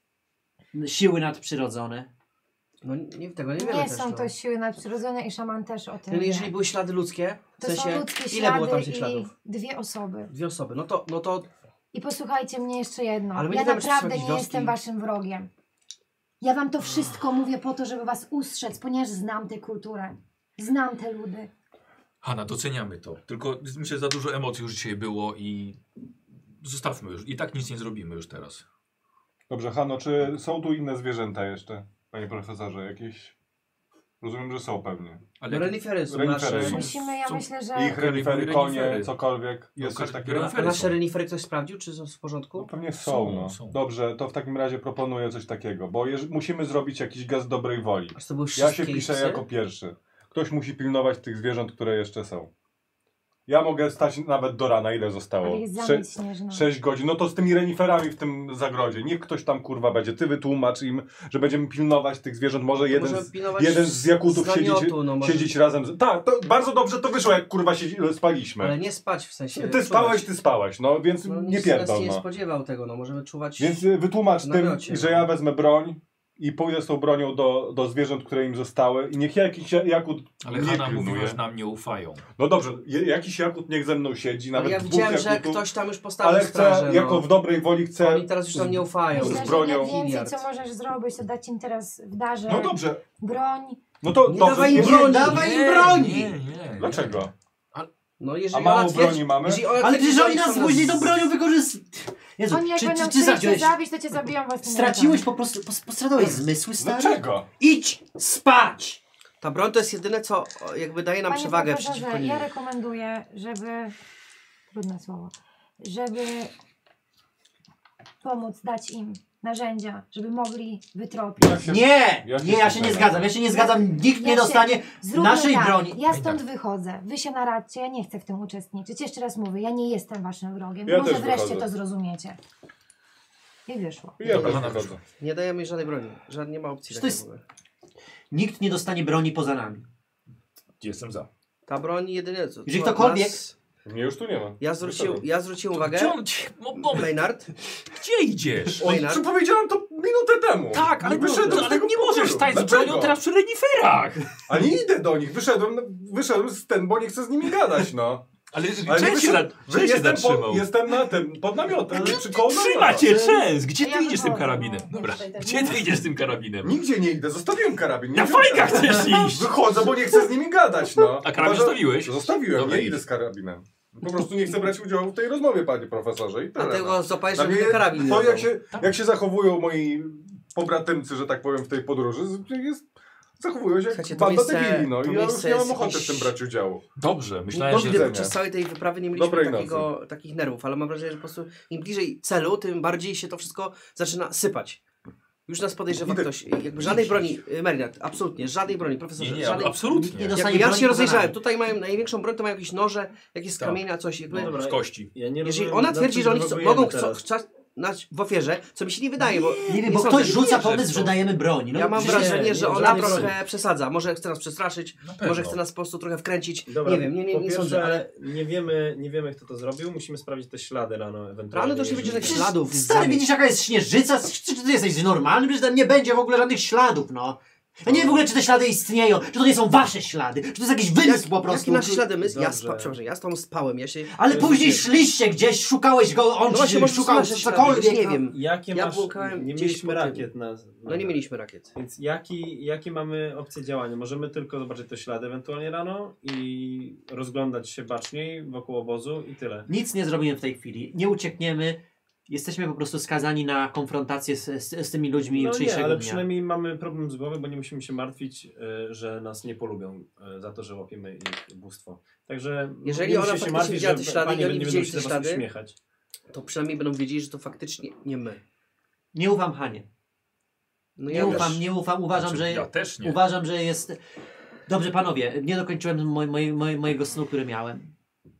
siły nadprzyrodzone? No nie, tego nie wiemy Nie też. są no. to siły nadprzyrodzone i szaman też o tym No, wie. jeżeli były ślady ludzkie, w To sensie, są ludzkie ile ślady było tam tych i śladów? 2 osoby. 2 osoby. No to I posłuchajcie mnie jeszcze jedno. Ale my Ja nie wiemy, czy to są naprawdę jakieś nie wioski. jestem waszym wrogiem. Ja wam to wszystko mówię po to, żeby was ustrzec, ponieważ znam tę kulturę. Znam te ludy. Hanna, doceniamy to. Tylko myślę, że za dużo emocji już dzisiaj było i zostawmy już. I tak nic nie zrobimy już teraz. Dobrze, Hanno, czy są tu inne zwierzęta jeszcze, panie profesorze? Jakieś... Rozumiem, że są pewnie. Ale renifery są Renifery nasze. są. Musimy, ja są- myślę, że... Ich renifery, konie, renifery. cokolwiek. Jest No, coś takiego? renifery. A nasze renifery ktoś sprawdził, czy są w No porządku? pewnie Są, są, no. są. Dobrze, to w takim razie proponuję coś takiego, bo musimy zrobić jakiś gest dobrej woli. A to były Ja się wszystkie piszę psy? jako pierwszy. Ktoś musi pilnować tych zwierząt, które jeszcze są. Ja mogę stać nawet do rana. Ile zostało? Ale jest zamieć śnieżna. 6 godzin. No to z tymi reniferami w tym zagrodzie. Niech ktoś tam kurwa będzie. Ty wytłumacz im, że będziemy pilnować tych zwierząt. Może Możemy pilnować jeden z jakutów z namiotu, no może- siedzieć razem. Tak, to bardzo dobrze to wyszło, jak kurwa spaliśmy. Ale nie spać w sensie. Ty spałeś, no więc No, nie nikt z nas pierdol. się nie No. spodziewał tego, no możemy czuwać. Więc wytłumacz w tym, namiocie, że no. ja wezmę broń i pójdę z tą bronią do zwierząt, które im zostały i niech jakiś jakut Ale mnie Hanna pilnuje. mówiła, że nam nie ufają. No dobrze, jakiś jakut niech ze mną siedzi, Ale nawet ja dwóch widziałem, że jakutów, ktoś tam już postawił ale chcę, strażę, no. jako w dobrej woli chcę... Oni teraz już tam nie ufają. z Myślę, bronią. że najwięcej, Miliard. co możesz zrobić, to dać im teraz w darze No dobrze, broń. no to Nie dobrze. dawaj im nie- broni. Dawaj im Nie, broni! nie. Dlaczego? No jeżeli A mało ona twierdzi- broni mamy? jeżeli ona Ale twierdzi, przecież że oni nas chcą później tą bronią wykorzystują. Jezu, Oni jak czy będą ty chcieli cię zacząłeś... zabić, to cię zabiją własnymi Straciłeś rękami. po prostu, postradałeś zmysły, stary? Dlaczego? Idź spać! Ta broń to jest jedyne, co jakby daje nam Panie przewagę profesorze, przeciwko nim. ja rekomenduję, żeby... Trudne słowo. Żeby pomóc dać im narzędzia, żeby mogli wytropić. Nie! Ja się Nie, ja się nie zgadzam. Ja się nie zgadzam. Nikt nie dostanie Zróbmy naszej tak. broni. Ja stąd wychodzę. Wy się naradźcie, ja nie chcę w tym uczestniczyć. Jeszcze raz mówię, ja nie jestem waszym wrogiem. Ja Może też wreszcie wychodzę. to zrozumiecie. I wyszło. Ja też Dobra. wychodzę. Nie dajemy żadnej broni. Nie ma opcji. To takiej jest- w ogóle. Nikt nie dostanie broni poza nami. Jestem za. Ta broń jedynie... Jeżeli ktokolwiek- Mnie już tu nie ma. Ja zwróciłem uwagę, Gdzie on... Maynard, Gdzie idziesz? On, Maynard. powiedziałem to minutę temu. Tak, ale, wyszedłem z ale tego nie możesz pokoju. stać z Dlaczego? bronią teraz przy reniferach. A nie idę do nich. Wyszedłem z ten, bo nie chcę z nimi gadać, no. Ale Ale nie część się jestem, zatrzymał. jestem na tym, pod namiotem, przy koło Trzyma namiota. cię częs! Gdzie Ja ty idziesz z tym wychodzę, karabinem? no, Dobra, tutaj tak gdzie nie ty idziesz z tym karabinem? Nigdzie nie idę, zostawiłem karabin. Nie Na wziąłem fajkach karabinu. chcesz iść! Wychodzę, bo nie chcę z nimi gadać, no. A karabin zostawiłeś? Zostawiłem, Dobra, nie idź. idę z karabinem. Po prostu nie chcę brać udziału w tej rozmowie, panie profesorze, i tyle. dlatego złapałeś, Dla żeby mnie ten karabin to, nie jak się zachowują moi pobratymcy, że tak powiem, w tej podróży, zachowują się Słuchajcie, jak to banda miejsce- debili, no to i ja już miejsce nie mam jest ochoty w jakieś- tym brać udziału. Dobrze, myślałem, Do że... widzenia. Podczas całej tej wyprawy nie mieliśmy Dobrej takich nerwów, ale mam wrażenie, że po prostu im bliżej celu, tym bardziej się to wszystko zaczyna sypać. Już nas podejrzewa Idę. ktoś. Jakby żadnej broni, Maynard, absolutnie, żadnej broni, profesorze, Nie, żadnej. absolutnie. Nie Jakby dostanie ja broni się poza rozejrzałem, nami. tutaj mają największą broń, to mają jakieś noże, jakieś z Tak. kamienia, coś. Jakby, Dobra, Z kości. Ja nie jeżeli rozumiem, ona nad twierdzi, czym że oni dywagujemy mogą teraz. chcieć w ofierze, co mi się nie wydaje, bo Nie wiem, bo sądzę, ktoś że rzuca wierzę w pomysł, to. że dajemy broń. No, ja mam przecież- wrażenie, że nie, ona żadnej trochę broni. przesadza. Może chce nas przestraszyć, Na pewno. może chce nas po prostu trochę wkręcić. Dobra, nie wiem, nie po sądzę, pierwsze, ale nie wiemy kto to zrobił, musimy sprawdzić te ślady rano ewentualnie. Rano to już nie będzie jeżeli- żadnych śladów. Stary, widzisz jaka jest śnieżyca? Czy ty jesteś normalny? Przecież tam nie będzie w ogóle żadnych śladów, no. Ja nie wiem w ogóle, czy te ślady istnieją, czy to nie są wasze ślady, czy to jest jakiś wymysł po prostu. Jakie nasze ślady? Dobrze. Przepraszam, ja z tą spałem, ja się... Ale później Nie. szliście gdzieś, szukałeś go, on No właśnie, ci może szukał nasze ślady, cokolwiek. nie no. wiem. Jakie Ja masz... błąkałem Nie gdzieś mieliśmy po tym. rakiet na... No nie mieliśmy rakiet. Więc jakie mamy opcje działania? Możemy tylko zobaczyć te ślady ewentualnie rano i rozglądać się baczniej wokół obozu i tyle. Nic nie zrobimy w tej chwili, nie uciekniemy. Jesteśmy po prostu skazani na konfrontację z tymi ludźmi No nie, jutrzejszego ale dnia. przynajmniej mamy problem z głowy, bo nie musimy się martwić, że nas nie polubią za to, że łapiemy ich bóstwo. Także Jeżeli nie ona musimy się faktycznie martwić, widziała że te ślady panie i oni nie widzieli będą te się do was ślady, uśmiechać. to przynajmniej będą wiedzieli, że to faktycznie nie my. Nie ufam Hanie. No Nie ja ufam, też. nie ufam. Uważam, Znaczy, że ja też nie. Uważam, że jest... Dobrze, panowie, nie dokończyłem mojego snu, który miałem.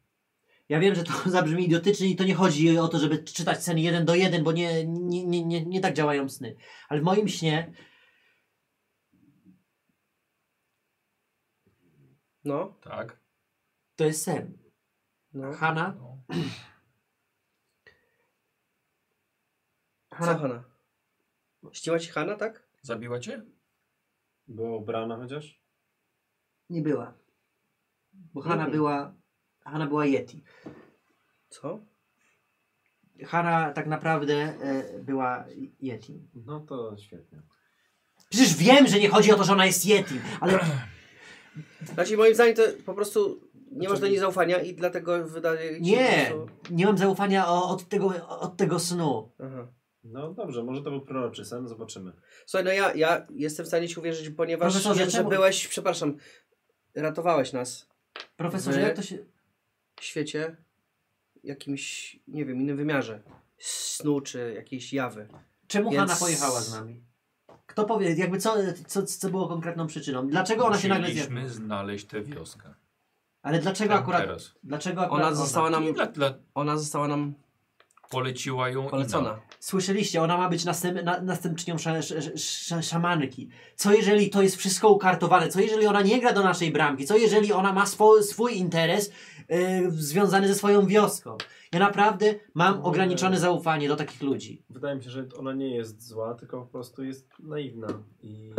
Ja wiem, że to zabrzmi idiotycznie i to nie chodzi o to, żeby czytać sceny 1 do 1, bo nie tak działają sny. Ale w moim śnie No, Tak. to jest sen. no. Hanna, No. Co Hanna? Śniła ci Hanna, tak? Zabiła cię? Była ubrana chociaż? nie była. Bo Hanna była Yeti. Co? Hanna tak naprawdę była Yeti. No to świetnie. Przecież wiem, że nie chodzi o to, że ona jest Yeti, ale Znaczy moim zdaniem to po prostu nie masz do niej zaufania i dlatego wydaje ci nie, po prostu... nie mam zaufania od tego snu. Aha. No dobrze, może to był proroczy sen, zobaczymy. Słuchaj, no ja jestem w stanie ci uwierzyć, ponieważ Profesorze, wiem, że czemu- byłeś, przepraszam, ratowałeś nas Profesorze, Wy- jak to się... w świecie, jakimś, nie wiem, innym wymiarze snu czy jakiejś jawy. Czemu Więc- Hanna pojechała z nami? Kto powie, jakby co było konkretną przyczyną? Dlaczego ona się nagle Musieliśmy zjadła? znaleźć tę wioskę. Ale dlaczego Tak, akurat... teraz. Dlaczego akurat Ona została nam, Dla... ona została nam Poleciła ją polecona. Ina. Słyszeliście, ona ma być następczynią szamanki. Co jeżeli to jest wszystko ukartowane? Co jeżeli ona nie gra do naszej bramki? Co jeżeli ona ma swój interes związany ze swoją wioską? Ja naprawdę mam ograniczone zaufanie do takich ludzi. Wydaje mi się, że ona nie jest zła, tylko po prostu jest naiwna i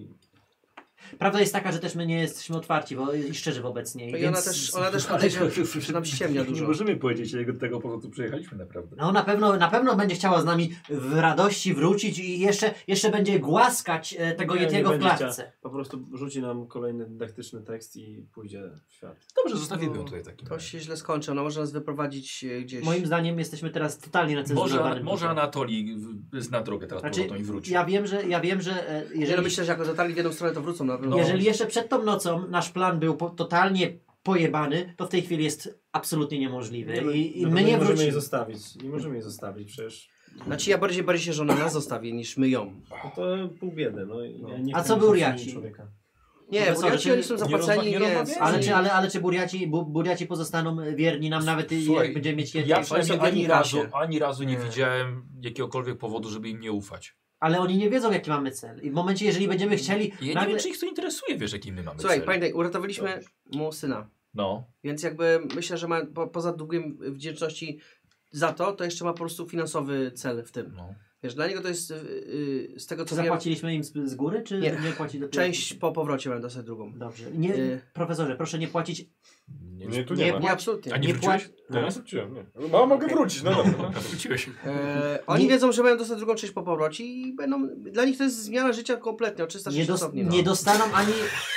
Prawda jest taka, że też my nie jesteśmy otwarci i szczerzy wobec niej. No i więc... ona też podejrzewa, że nam ściemnia dużo. możemy powiedzieć tego, po co tu przyjechaliśmy naprawdę. No na pewno będzie chciała z nami w radości wrócić i jeszcze będzie głaskać tego Nie, Yetiego nie w będzie klatce. po prostu rzuci nam kolejny dydaktyczny tekst i pójdzie w świat. Dobrze, zostawimy ją tutaj w takim To razie. się źle skończy, ona może nas wyprowadzić gdzieś. Moim zdaniem jesteśmy teraz totalnie na cenzurowanym. Może Anatolii zna drogę teraz Znaczy, powrotną i wróci. ja wiem, że Nie, jeżeli, no myślę, że jak dotarli w jedną stronę, to wrócą na pewno. jeżeli jeszcze przed tą nocą nasz plan był totalnie pojebany, to w tej chwili jest absolutnie niemożliwy. I my nie możemy jej wrócimy. zostawić. Nie możemy jej zostawić, przecież Znaczy ja bardziej się, że ona nas zostawi niż my ją. No to pół biedy, no. Ja nie A chcę co mieć był innego Riaci? człowieka. Nie, Profesorze, bo ja ci czy- oni są zapłaceni, nie nie. rozmawiamy. Ale czy Buriaci pozostaną wierni nam nawet Słuchaj, jak będziemy mieć Ja jedno? przynajmniej są ani razu nie Nie. widziałem jakiegokolwiek powodu, żeby im nie ufać. Ale oni nie wiedzą jaki mamy cel. I w momencie, jeżeli będziemy chcieli Ja nie nagle... wiem, czy ich to interesuje, wiesz, jaki my mamy Słuchaj, cel. pamiętaj, uratowaliśmy mu syna. No. Więc jakby myślę, że ma poza długiem wdzięczności za to jeszcze ma po prostu finansowy cel w tym. No. Wiesz, dla niego to jest z tego Czy co wiem, zapłaciliśmy im z góry, czy Nie. nie płacić do część po powrocie mają dostać drugą. Dobrze. Nie, profesorze, proszę nie płacić. Nie, tu nie ma. Nie, absolutnie. A nie Nie wróciłeś? Nie, nie wróciłem, nie. No, mogę wrócić, no dobra. Wróciłeś. Oni wiedzą, że mają dostać drugą część po powrocie i będą, dla nich to jest zmiana życia kompletnie o 360 stopni. Nie dostaną ani...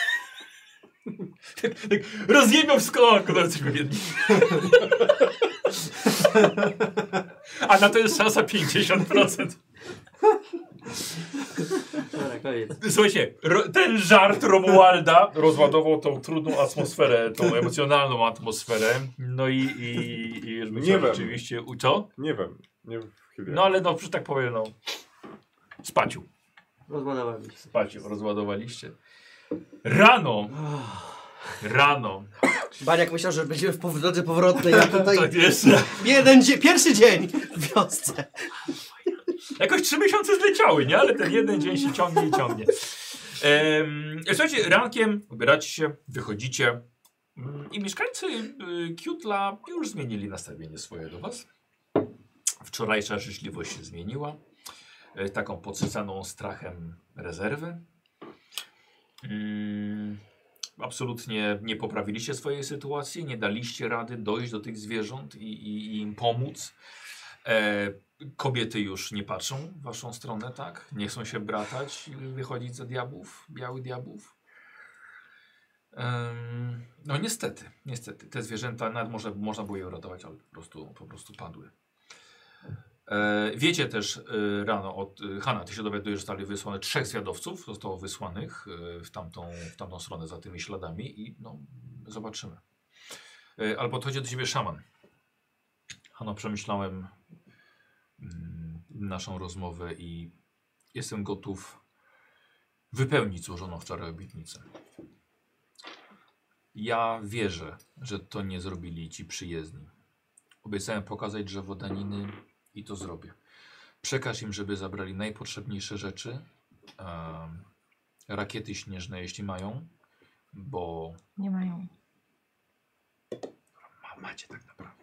Rozjebią w skok, no jesteśmy biedni. A na to jest szansa 50%. Dobra, koniec. Słuchajcie, ten żart Romualda rozładował tą trudną atmosferę, tą emocjonalną atmosferę. No i żeby Nie wiem. rzeczywiście... Co? Nie wiem. Nie w chwili. No ale no, że tak powiem, no... Spaciu. Rozładowali się. Spaciu, rozładowaliście. Rano. Baniak myślał, że będziemy w drodze powrotnej, a tutaj Tak jest. pierwszy dzień w wiosce. Jakoś 3 miesiące zleciały, nie? Ale ten jeden dzień się ciągnie i ciągnie. Słuchajcie, rankiem ubieracie się, wychodzicie i mieszkańcy Kiutla już zmienili nastawienie swoje do was. Wczorajsza życzliwość się zmieniła. Taką podsycaną strachem rezerwę. Absolutnie nie poprawiliście swojej sytuacji, nie daliście rady dojść do tych zwierząt i im pomóc. Kobiety już nie patrzą w waszą stronę, tak? Nie chcą się bratać i wychodzić za diabłów, białych diabłów. No niestety. Te zwierzęta, nawet można było je uratować, ale po prostu padły. Wiecie też rano od Hanna, ty się dowiadujesz, że zostali wysłane 3 zwiadowców, zostało wysłanych w tamtą stronę za tymi śladami i no, zobaczymy. Ale podchodzi do ciebie szaman. Hanno, przemyślałem naszą rozmowę i jestem gotów wypełnić złożoną wczoraj obietnicę. Ja wierzę, że to nie zrobili ci przyjezdni. Obiecałem pokazać drzewodaniny i to zrobię. Przekaż im, żeby zabrali najpotrzebniejsze rzeczy. Rakiety śnieżne, jeśli mają, bo... Nie mają. Macie tak naprawdę.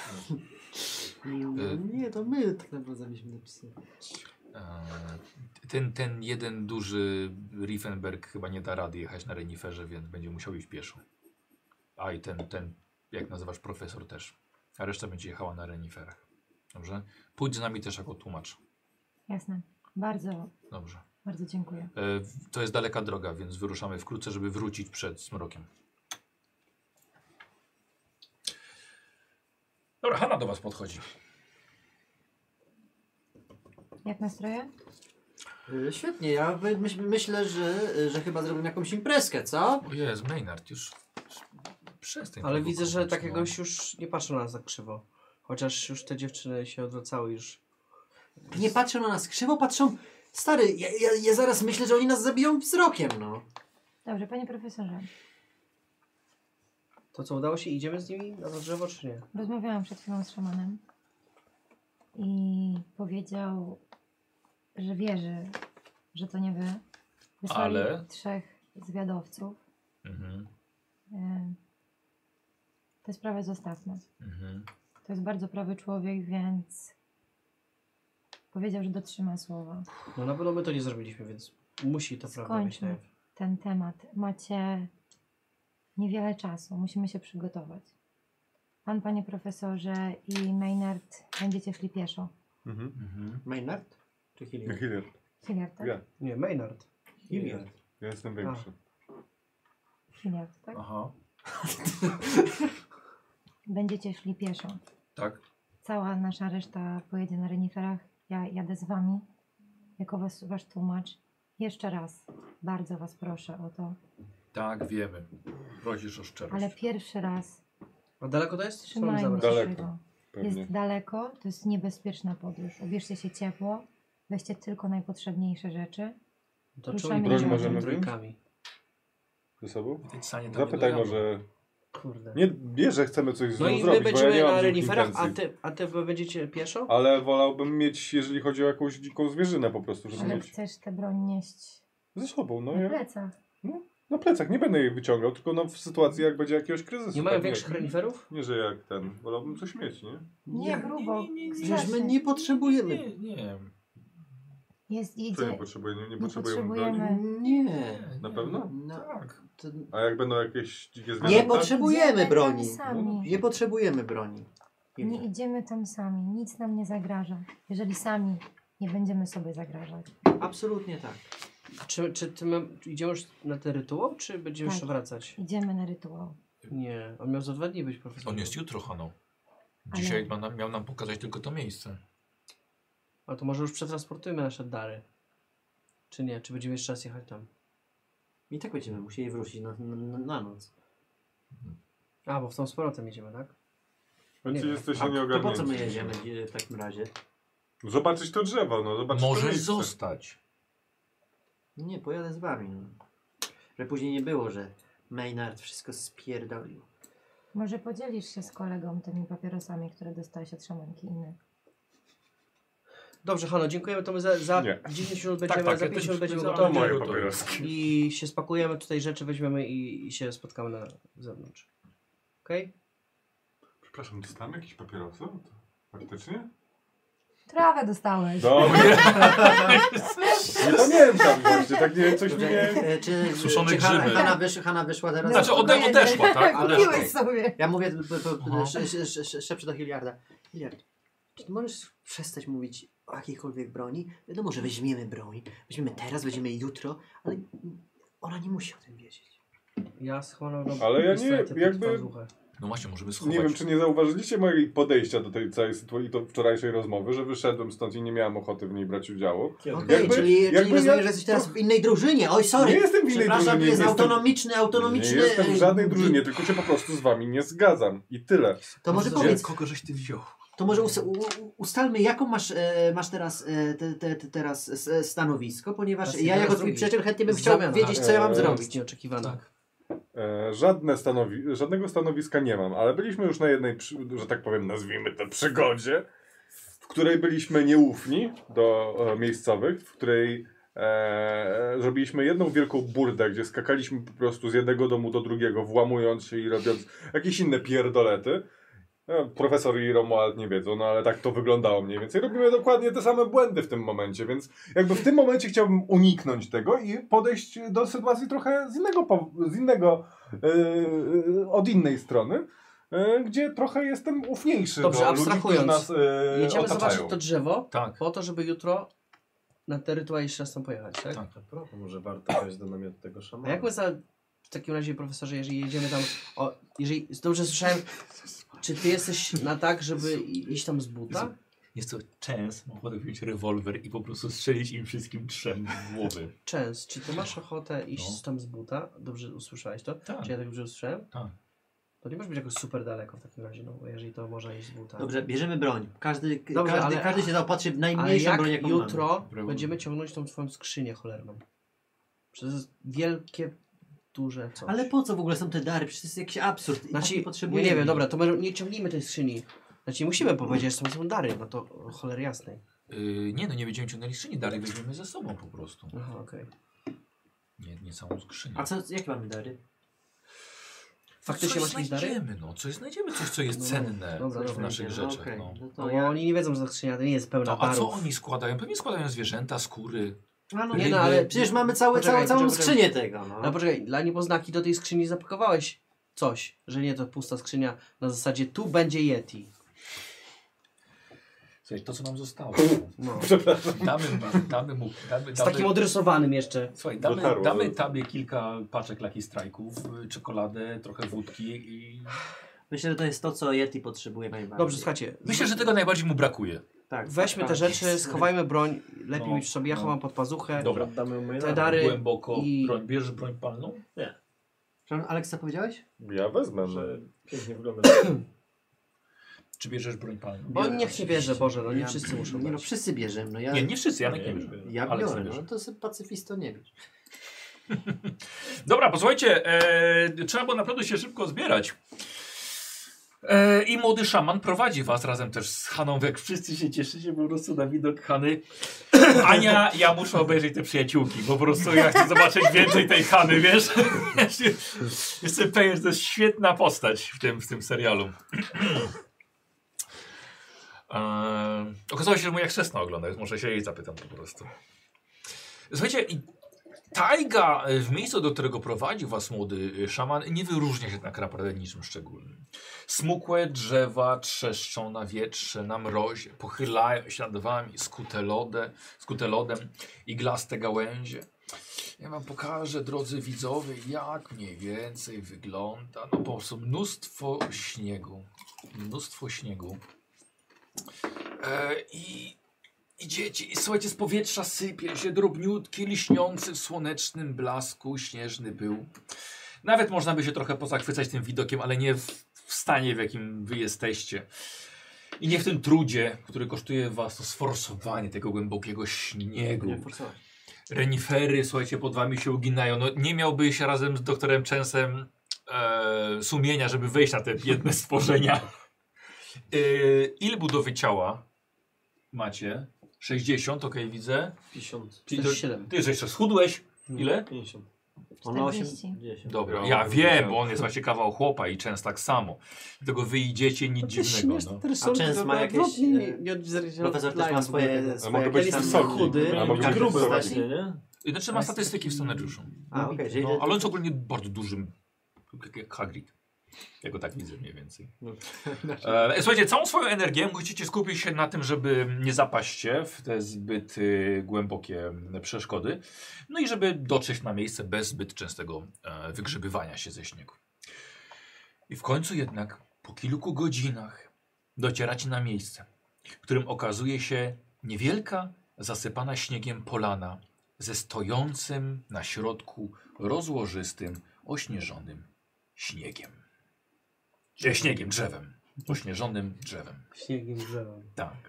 Nie, to my tak naprawdę mieliśmy napisywać. Ten jeden duży Riefenberg chyba nie da rady jechać na reniferze, więc będzie musiał iść pieszo. A i ten, jak nazywasz, profesor też. A reszta będzie jechała na reniferach. Dobrze? Pójdź z nami też jako tłumacz. Jasne. Bardzo, Dobrze. bardzo dziękuję. To jest daleka droga, więc wyruszamy wkrótce, żeby wrócić przed smrokiem. Dobra, Hanna do was podchodzi. Jak nastroje? Świetnie, ja myślę, że chyba zrobimy jakąś imprezkę, co? O jest, Maynard, już przestań. Ale widzę, że prowokować, takiegoś już nie patrzą na nas tak krzywo. Chociaż już te dziewczyny się odwracały już. Nie patrzą na nas krzywo, patrzą... Stary, ja zaraz myślę, że oni nas zabiją wzrokiem, no. Dobrze, panie profesorze. To co, udało się? Idziemy z nimi na to drzewo, czy nie? Rozmawiałam przed chwilą z szamanem i powiedział, że wierzy, że to nie wy. Wysłali Ale? 3 zwiadowców. Mhm, Tę sprawę zostawmy. mhm. To jest bardzo prawy człowiek, więc powiedział, że dotrzyma słowa. No na pewno my to nie zrobiliśmy, więc musi to prawda być. Skończmy ten temat. Macie niewiele czasu. Musimy się przygotować. Pan, panie profesorze i Maynard będziecie szli pieszo. Maynard? Czy Hilliard? Hilliard. Hilliard, tak? Ja. Nie, Maynard. Hilliard. Ja jestem większy. Hilliard, tak? Aha, Będziecie szli pieszo. tak. Cała nasza reszta pojedzie na reniferach. Ja jadę z wami jako wasz tłumacz. Jeszcze raz bardzo was proszę o to. Tak, wiemy. Prosisz o szczerość. Ale pierwszy raz A daleko to jest? Co mamy trzymajmy zabrać? się Daleko. tego. Pewnie. Jest daleko, to jest niebezpieczna podróż. Ubierzcie się ciepło, weźcie tylko najpotrzebniejsze rzeczy. To Ruszamy czemu broń nie możemy możemy wziąć? trójkami? Ze sobą? Więc sanie tam Zapytaj nie dojadą. może... Kurde. Nie wiesz, że chcemy coś z No nią i my zrobić, bo ja będziemy nie mam na złych reniferach, intencji. a ty wy będziecie pieszo? Ale wolałbym mieć, jeżeli chodzi o jakąś dziką zwierzynę po prostu, żeby Ale mieć chcesz tę broń nieść ze sobą. No na ja plecach. na plecach nie będę jej wyciągał, tylko no, w sytuacji, jak będzie jakiegoś kryzysu. Nie mają tak, większych reniferów? Nie, że jak ten. Wolałbym coś mieć, nie? Nie, grubo. Przecież my nie potrzebujemy. Nie. Jest, Co nie idzie. potrzebujemy? Nie Nie potrzebujemy potrzebujemy. broni? Nie. Na pewno? No, Tak. to A jak będą jakieś dzikie nie zwierzęta? potrzebujemy Idziemy broni. tam sami. Nie potrzebujemy broni. Nie idziemy tam sami. Nic nam nie zagraża. Jeżeli sami nie będziemy sobie zagrażać. Absolutnie tak. A czy idziemy już na ten rytuał, czy będziemy Tak. jeszcze wracać? Idziemy na rytuał. Nie, on miał za 2 dni być profesorem. On jest jutro, Hano. Dzisiaj miał nam pokazać tylko to miejsce. A to może już przetransportujmy nasze dary. Czy nie? Czy będziemy jeszcze raz jechać tam? I tak będziemy musieli wrócić na noc. A, bo w tą z powrotem jedziemy, tak? Więc Nie wiem. jesteście To po nieogarnięci. co my jedziemy w takim razie? Zobaczyć to drzewo, no zobaczyć to Możesz miejsce. zostać. Nie, pojadę z wami. No. Że później nie było, że Maynard wszystko spierdolił. Może podzielisz się z kolegą tymi papierosami, które dostałeś od szamanki innej. Dobrze, Hano, dziękujemy. To my za Nie. 10 minut będziemy, tak, za ja 5 też minut będziemy za To gotowi. moje gotowi. papieroski. I się spakujemy tutaj rzeczy, weźmiemy i się spotkamy na zewnątrz. Okej? Przepraszam, dostałem jakieś papierosy? To faktycznie? Trawę dostałeś. Dobrze. Nie pamiętam właśnie, tak nie, coś mi nie... Czy Suszone Hanna, grzyby. Hanna wyszła teraz? Znaczy odeszła, tak? Kupiłeś sobie. Ja mówię, Aha. szepczę do Hilliarda. Hilliard, czy ty możesz przestać mówić o jakiejkolwiek broni? Wiadomo, że weźmiemy broń. Weźmiemy teraz, weźmiemy jutro, ale ona nie musi o tym wiedzieć. Ja schowam Ale ja nie, pistolety pod jakby- pazuchę. No właśnie, możemy schować. Nie wiem, czy nie zauważyliście mojego podejścia do tej całej sytuacji, do wczorajszej rozmowy, że wyszedłem stąd i nie miałem ochoty w niej brać udziału. Okej, Jakby- czyli jakby rozumiem, ja- że jesteś teraz w innej drużynie. Oj, sorry. Nie jestem w innej Przepraszam, drużynie, to jest nie jestem- autonomiczny... Nie jestem w żadnej drużynie, tylko się po prostu z wami nie zgadzam. I tyle. To może Że- powiedz, Kogo żeś ty wziął? to może ustalmy, jaką masz teraz, teraz stanowisko, ponieważ Teraz ja jeden jako z twój drugim. przyjaciel chętnie bym chciał Zamiana. wiedzieć, co ja mam Tak. zrobić. Nieoczekiwane. Tak. Żadnego stanowiska nie mam, ale byliśmy już na jednej, że tak powiem, nazwijmy to przygodzie, w której byliśmy nieufni do miejscowych, w której zrobiliśmy jedną wielką burdę, gdzie skakaliśmy po prostu z jednego domu do drugiego, włamując się i robiąc jakieś inne pierdolety. Profesor i Romuald nie wiedzą, no ale tak to wyglądało mniej więcej. Robimy dokładnie te same błędy w tym momencie, więc jakby w tym momencie chciałbym uniknąć tego i podejść do sytuacji trochę od innej strony, gdzie trochę jestem ufniejszy Dobrze, do ludzi, abstrahując, którzy nas Jedziemy otaczają. zobaczyć to drzewo, Tak. po to, żeby jutro na ten rytuał jeszcze raz tam pojechać, tak? Tak. A propos, może warto wejść do namiotu tego A szamana. jak my w takim razie, profesorze, jeżeli jedziemy tam, jeżeli dobrze słyszałem, czy ty jesteś na tak, żeby iść tam z buta? Jest to Chance, ma ochotę wziąć rewolwer i po prostu strzelić im wszystkim 3 w głowy. Częst, czy ty masz ochotę iść No. tam z buta? Dobrze usłyszałeś to? Tak. Czy ja tak dobrze usłyszałem? Tak. To nie może być jakoś super daleko w takim razie, no bo jeżeli to można iść z buta. Dobrze, bierzemy broń. Dobrze, Każdy się zaopatrzy w Ale najmniejszą jak broń, jaką jutro mamy. będziemy ciągnąć tą twoją skrzynię cholerną? Przez wielkie, duże coś. Ale po co w ogóle są te dary? Przecież to jest jakiś absurd. I Znaczy, tak nie ja potrzebujemy. nie wiem, dobra, to my nie ciągnijmy tej skrzyni. Znaczy musimy powiedzieć, że są dary, no to choler jasnej. Nie no, nie będziemy ciągnęli skrzyni, dalej weźmiemy ze sobą po prostu. Aha, okej. Nie całą skrzynię. A co, jakie mamy dary? Faktycznie coś masz jakieś dary? znajdziemy, no. Coś znajdziemy, coś co jest No, cenne dobra, w dobra, naszych Okej, rzeczach. No. no No, to bo ja... oni nie wiedzą, że ta skrzynia to nie jest pełna To, a darów. co oni składają? Pewnie składają zwierzęta, skóry. A no, Nie, nie, no, ale- przecież mamy Poczekaj, całą poczekaj. skrzynię tego. No. Ale poczekaj, dla niepoznaki do tej skrzyni zapakowałeś coś, że nie to pusta skrzynia na zasadzie tu będzie Yeti. Słuchaj, to co nam zostało. No. Damy Z takim odrysowanym jeszcze. Słuchaj, Dotarło. damy tabie kilka paczek Lucky Strike'ów, czekoladę, trochę wódki i... Myślę, że to jest to, co Yeti potrzebuje najbardziej. Dobrze, słuchajcie. Myślę, że tego najbardziej mu brakuje. Tak, Weźmy tak, te tak. rzeczy, schowajmy broń, lepiej No, mieć przy sobie, ja no. chowam pod pazuchę. Dobra. Oddamy moje Te dary. dary Głęboko. i... Bierzesz broń palną? Przepraszam, Aleks, co powiedziałeś? Ja wezmę. No. Że pięknie wygląda. Czy bierzesz broń palną? Bo niech nie bierze, Boże, no nie Ja- wszyscy muszą Nie no, brać. wszyscy bierzemy. No ja, Nie wszyscy, Janek nie bierze. ja Aleks biorę, nie bierze. no to sobie pacyfisto nie bierz. Dobra, posłuchajcie, trzeba było naprawdę się szybko zbierać. I młody szaman prowadzi was razem też z Haną, jak wszyscy się cieszycie po prostu na widok Hany. Ania, ja muszę obejrzeć te przyjaciółki, bo po prostu ja chcę zobaczyć więcej tej Hany, wiesz? Jestem pewien, że to jest świetna postać w tym serialu. Okazało się, że moja chrzestna ogląda, więc może się jej zapytam po prostu. Słuchajcie, i tajga w miejscu, do którego prowadził was młody szaman, nie wyróżnia się tak naprawdę niczym szczególnym. Smukłe drzewa trzeszczą na wietrze, na mrozie, pochylają się nad wami skute lodem, iglaste gałęzie. Ja wam pokażę, drodzy widzowie, jak mniej więcej wygląda. No po prostu mnóstwo śniegu. Mnóstwo śniegu. Idziecie i słuchajcie, z powietrza sypie się drobniutki, liśniący w słonecznym blasku śnieżny pył. Nawet można by się trochę pozachwycać tym widokiem, ale nie w stanie, w jakim wy jesteście. I nie w tym trudzie, który kosztuje was to sforsowanie tego głębokiego śniegu. Nie forsować. Renifery, słuchajcie, pod wami się uginają. No, nie miałbyś razem z doktorem Częsem sumienia, żeby wejść na te biedne stworzenia. Ile budowy ciała macie? 60, okej, widzę. 50. 47. Ty jeszcze schudłeś. Ile? 50. Ono 40. 80. Dobra, No, ja to wiem, wiedziałem. bo on jest właśnie kawał chłopa i często tak samo. Dlatego wy idziecie, nic dziwnego. No. A często ma jakieś, profesor też ma swoje A mogę być jest wysoki. chudy, A mogę być Gruby wysoki. właśnie, nie? Znaczy ma statystyki w scenariuszu. A, okej, czyli No, ale on jest ogólnie bardzo dużym, jak Hagrid. Ja go tak widzę mniej więcej. Słuchajcie, całą swoją energię musicie skupić się na tym, żeby nie zapaść się w te zbyt głębokie przeszkody. No i żeby dotrzeć na miejsce bez zbyt częstego wygrzebywania się ze śniegu. I w końcu jednak po kilku godzinach docieracie na miejsce, w którym okazuje się niewielka, zasypana śniegiem polana ze stojącym na środku rozłożystym, ośnieżonym śniegiem. Śniegiem, drzewem. Ośnieżonym drzewem. Śniegiem drzewem. Tak.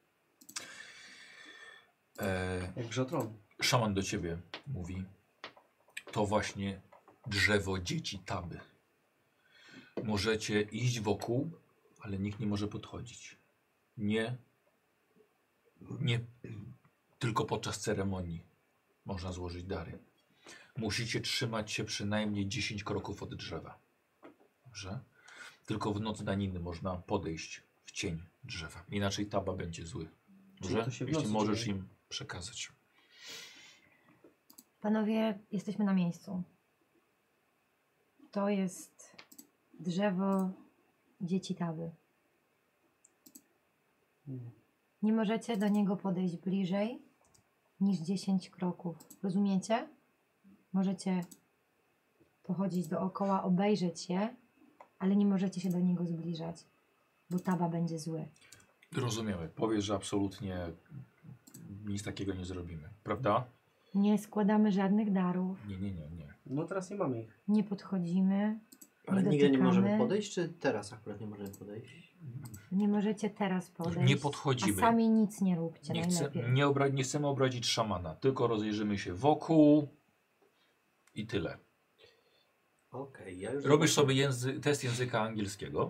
Jak grzotron. Szaman do ciebie mówi, to właśnie drzewo dzieci Taby. Możecie iść wokół, ale nikt nie może podchodzić. Nie tylko podczas ceremonii można złożyć dary. Musicie trzymać się przynajmniej 10 kroków od drzewa. Dobrze? Tylko w noc daniny można podejść w cień drzewa. Inaczej Taba będzie zły. Dobrze? to się w Jeśli nocy możesz dzieje. im przekazać. Panowie, jesteśmy na miejscu. To jest drzewo dzieci Taby. Nie możecie do niego podejść bliżej niż 10 kroków. Rozumiecie? Możecie pochodzić dookoła, obejrzeć je, ale nie możecie się do niego zbliżać, bo Taba będzie zły. Rozumiemy. Powiesz, że absolutnie nic takiego nie zrobimy. Prawda? Nie składamy żadnych darów, Nie. No teraz nie mamy ich. nie podchodzimy, Ale nie nigdy nie możemy dotykamy. podejść, czy teraz akurat nie możemy podejść? Nie możecie teraz podejść. Nie podchodzimy. A sami nic nie róbcie Nie, najlepiej. nie chcemy obrazić szamana. Tylko rozejrzymy się wokół i tyle. Okej, ja już... Robisz sobie test języka angielskiego.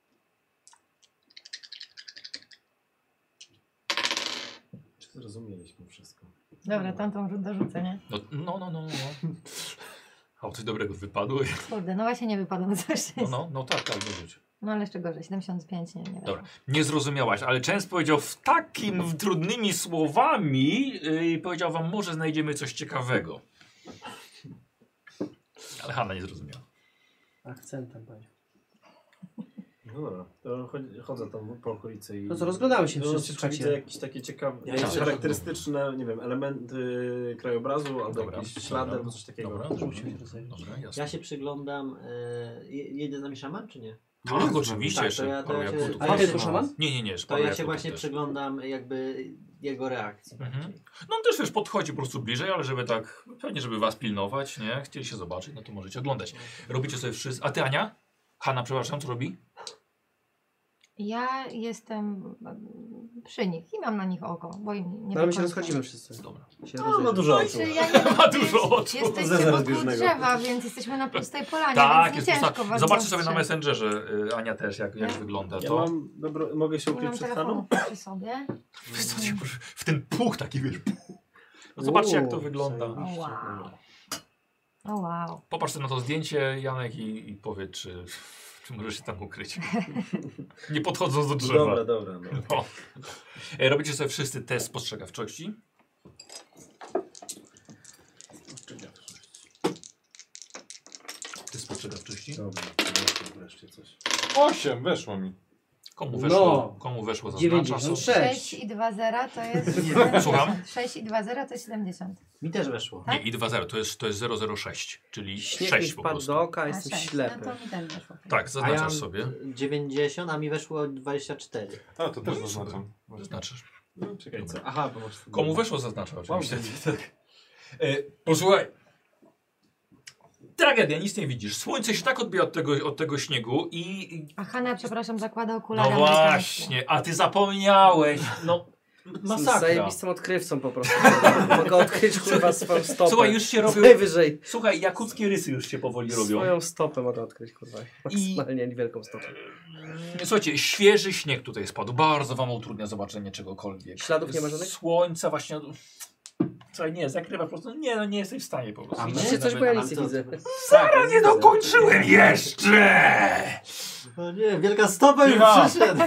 Zrozumieliśmy wszystko. Dobra, tamtą dorzucę, nie? No. A coś dobrego wypadło. Kurde, no właśnie nie wypada na całe szczęście. No tak, dorzuć. No ale jeszcze gorzej, 75, nie wiem. Dobra, nie zrozumiałaś, ale często powiedział w takim trudnymi słowami i powiedział wam, może znajdziemy coś ciekawego. Ale Hanna nie zrozumiała. Akcentem, panie. No dobra, to chodzę tam po okolicy i... No co, rozglądamy się no, wszyscy w czy chacie. widzę jakieś takie ciekawe, Ja jakieś jeszcze- charakterystyczne, nie wiem, elementy krajobrazu albo Dobra, jakieś ślady albo coś takiego. Dobra, Też musimy się rozejrzeć. Dobra, jasne. Ja się przyglądam... jedzie z nami szaman, czy nie? Tak, oczywiście, Tak, jeszcze to ja paru się- jakutów. A ja tylko szaman? Nie, To paru ja się jakutów właśnie też. przyglądam jakby jego reakcji. Mhm. bardziej. No on też wiesz, podchodzi po prostu bliżej, ale żeby tak, pewnie żeby was pilnować, nie? Chcieli się zobaczyć, no to możecie oglądać. Robicie sobie wszyscy. A ty, Ania? Hanna, przepraszam, co robi? Ja jestem przy nich i mam na nich oko, bo im nie No ale my do się końca. rozchodzimy wszyscy. Dobra. Się No, rozejrzymy. ma dużo oczu. Znaczy, ja nie Ma dużo oczu. Jesteście Zeza wokół rozbieżnego. drzewa, więc jesteśmy na pustej polanie, Tak, więc jest nie ciężko pusta. was Zobaczcie sobie na dostrzec. Messengerze, Ania też, jak wygląda Ja to. mam mogę się Nie ukryć mam przed telefonu Haną? przy sobie. W ten puch taki, wiesz. No zobaczcie, jak to Uuu, wygląda. O wow. O wow. Popatrz sobie na to zdjęcie, Janek, i powiedz, czy możesz się tam ukryć. Nie podchodząc do drzewa. Dobra. No. Robicie sobie wszyscy test spostrzegawczości. Test spostrzegawczości. Dobra, wreszcie coś. 8, weszło mi. Komu weszło? No. Komu weszło zaznacza? 96. 6 i 2 zera to jest Nie. 70. Słucham? 6 i 2 zera to jest 70. Mi też weszło. Nie, i 2-0, to jest 006, czyli Śnieg 6 mi po wpadł prostu. do oka, A jestem 6. ślepy. No to mi ten weszło. Tak, zaznaczasz A ja- sobie. 90, a mi weszło 24. A, to też No i zaznaczam. Zaznaczasz. No, czekaj, co? Aha, bo masz... Komu weszło zaznacza oczywiście. Wow. Tak. Posłuchaj. Tragedia, nic nie widzisz. Słońce się tak odbija od tego śniegu i... A Hanna, przepraszam, zakłada okulary No amerykańskie. właśnie, a ty zapomniałeś. No, Jestem masakra. zajebistym odkrywcą po prostu. Mogę odkryć kurwa swoją stopę. Słuchaj, już się robią... Najwyżej. Słuchaj, jakuckie rysy już się powoli robią. Swoją stopę mogę odkryć kurwa. Maksymalnie niewielką stopę. Słuchajcie, świeży śnieg tutaj spadł. Bardzo wam utrudnia zobaczenie czegokolwiek. Śladów nie ma żadnych? Słońca właśnie... Słuchaj, nie, zakrywa po prostu. Nie, no nie jesteś w stanie po prostu. A my? Widzicie coś, bo ja A nic nie co? widzę. Zaraz nie dokończyłem jeszcze! No nie, wielka stopa już Cicho. przyszedł.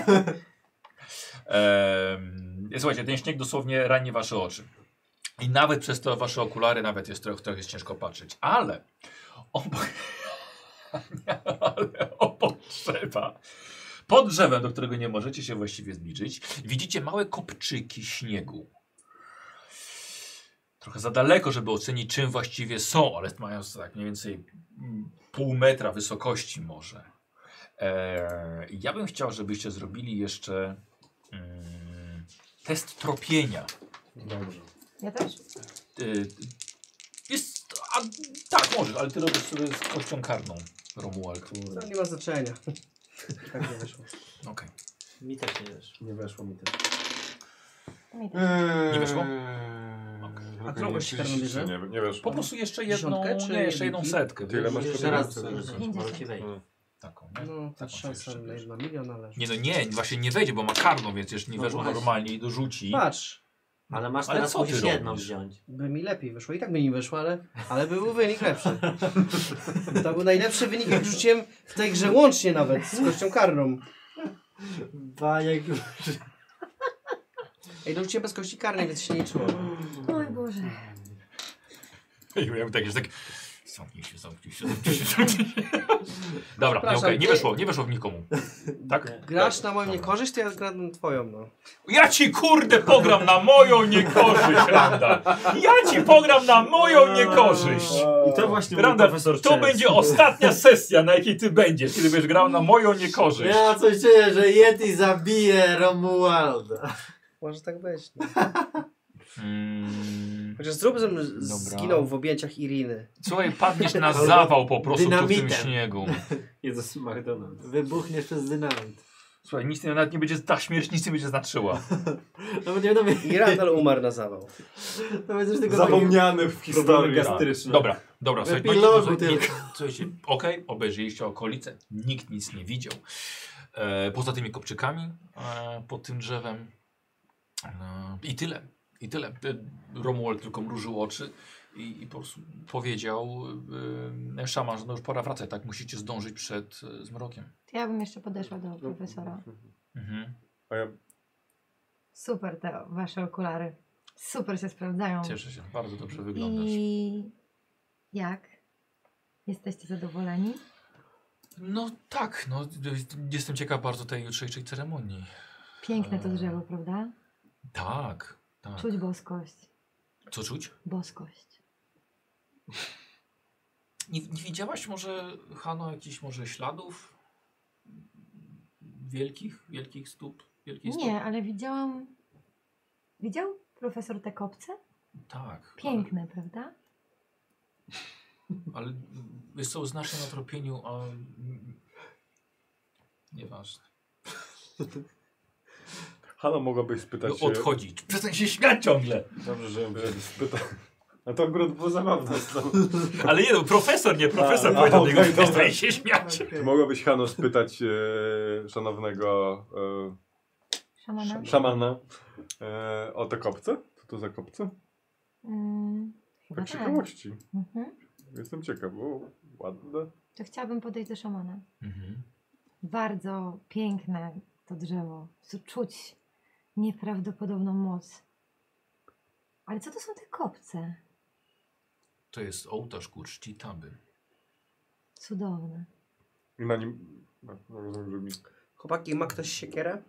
Słuchajcie, ten śnieg dosłownie rani wasze oczy. I nawet przez te wasze okulary nawet jest trochę jest ciężko patrzeć. Ale obok drzewa, pod drzewem, do którego nie możecie się właściwie zbliżyć, widzicie małe kopczyki śniegu. Trochę za daleko, żeby ocenić, czym właściwie są, ale mają tak mniej więcej pół metra wysokości może. Ja bym chciał, żebyście zrobili jeszcze test tropienia. Dobrze. Ja też? Tak, możesz, ale ty robisz sobie z kością karną, Romuald. To nie ma znaczenia. Tak nie wyszło. Okej. Mi też nie weszło. Nie weszło mi też. Mi też. Nie weszło? A którą kość karną bierze? Nie weszło. Po prostu jeszcze jedną, Dziesiątkę, czy nie, jeszcze jedną jedynki? setkę. Tyle masz Jeszcze tropienia? raz to wyrzucić, może ci wejdzie. Taką, nie? No, to Taką się szansa jeszcze na bierze. 1 milion, ale... Nie, no nie, właśnie nie wejdzie, bo ma karną, więc jeszcze nie No weszło właśnie. normalnie i dorzuci. Patrz, Ale masz Ale teraz co ty musisz jedną robisz? wziąć. by mi lepiej wyszło. I tak by nie wyszło, ale by był wynik lepszy. To był najlepszy wynik, jak rzuciłem w tej grze łącznie nawet, z kością karną. Bajek już. Ej, dorzuciłem bez kości karnej, więc się nie czuło. Oj Boże. I ja tak jest tak. Zamknij się. Dobra, nie, Przepraszam, nie weszło w nikomu. Tak? Grasz na moją niekorzyść, to ja gram na twoją, no. Ja ci kurde pogram na moją niekorzyść, Randall. Ja ci pogram na moją niekorzyść. I to właśnie mój Randall, profesor to Chess. będzie ostatnia sesja, na jakiej ty będziesz, kiedy będziesz grał na moją niekorzyść. Ja coś czuję, że Yeti zabije Romualda. Może tak być, no. Mm, Chociaż zrób, żebym Dobra. zginął w objęciach Iriny. słuchaj, padniesz na zawał po prostu tu w tym Dynamitem. śniegu. Jezus McDonald's. Wybuchniesz przez dynamit. Słuchaj, nic nie, nawet nie będzie, ta śmierć nic nie będzie znaczyła. No bo nie wiadomo, I Randall umarł na zawał. to będziesz tylko Zapomniany w Problemy historii. gastryczne. Dobra, słuchaj, epilogu no, tylko. słuchajcie, okej, obejrzyliście okolice, nikt nic nie widział. Poza tymi kopczykami pod tym drzewem. I tyle. Romuald tylko mrużył oczy i po prostu powiedział szaman, że no już pora wracać, tak? Musicie zdążyć przed zmrokiem. Ja bym jeszcze podeszła do profesora. Mhm. A ja Super te wasze okulary. Super się sprawdzają. Cieszę się, bardzo dobrze wyglądasz. I jak? Jesteście zadowoleni? No tak, no jestem ciekaw bardzo tej jutrzejszej ceremonii. Piękne to drzewo, prawda? Tak. Czuć boskość. Co czuć? Boskość. Nie widziałaś może, Hano, jakichś może śladów wielkich stóp? Wielkiej stopy? Nie, ale widziałam... Widział profesor te kopce? Tak. Piękne, prawda? Ale jest to znacznie na tropieniu, a nieważne. Hanna, mogłabyś spytać się... Odchodzić. Przestań się śmiać ciągle. Dobrze, że ją wzięli. A to akurat było zabawne. Ale nie no, profesor A, powiedział, okej, niego dobra. przestań się śmiać. Czy mogłabyś, Hanno, spytać szanownego szamana o te kopce? Co to za kopce? Chyba Tak z tak. ciekawości. Mhm. Jestem ciekaw, bo ładne. To chciałabym podejść do szamana. Mhm. Bardzo piękne to drzewo. Tu czuć nieprawdopodobną moc. Ale co to są te kopce? To jest ołtarz ku czci Taby. Cudowne. I na nim... No, rozumiem, że mi... Chłopaki, ma ktoś siekierę?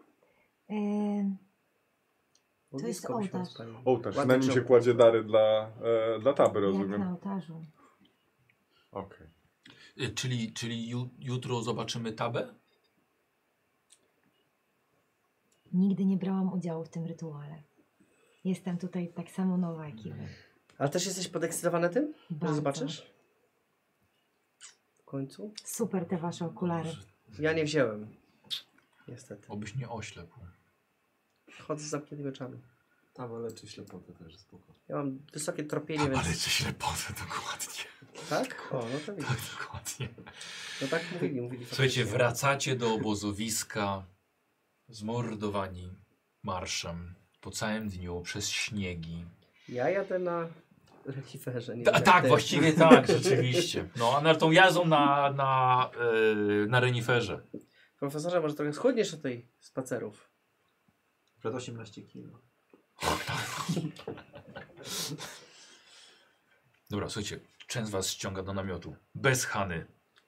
Bo To jest blisko byśmy ołtarz. spali. Ołtarz. Ładny Na nim się drzewo. kładzie dary dla Taby, Jak rozumiem. na ołtarzu. Okej. Czyli jutro zobaczymy Tabę? Nigdy nie brałam udziału w tym rytuale. Jestem tutaj tak samo nowa jak i wy. Ale też jesteś podekscytowany tym? Że Bardzo. zobaczysz? W końcu? Super te wasze okulary. Ja nie wziąłem. Niestety. Obyś nie oślepł. Chodzę z zamkniętymi oczami. Tam leczy ślepotę też, spoko. Ja mam wysokie tropienie, Ale więc... cię ślepotę, dokładnie. Tak? O, no to widzisz. Tak, dokładnie. No tak mówili Słuchajcie, faktycznie. wracacie do obozowiska zmordowani marszem po całym dniu, przez śniegi. Ja jadę na reniferze. Nie wiem jak Tak, ty. właściwie tak, rzeczywiście. No, a na tą jazdą na reniferze. Profesorze, może trochę schudniesz od tej spacerów. Przed 18 kilo. Dobra, słuchajcie, część was ściąga do namiotu. Bez Hany.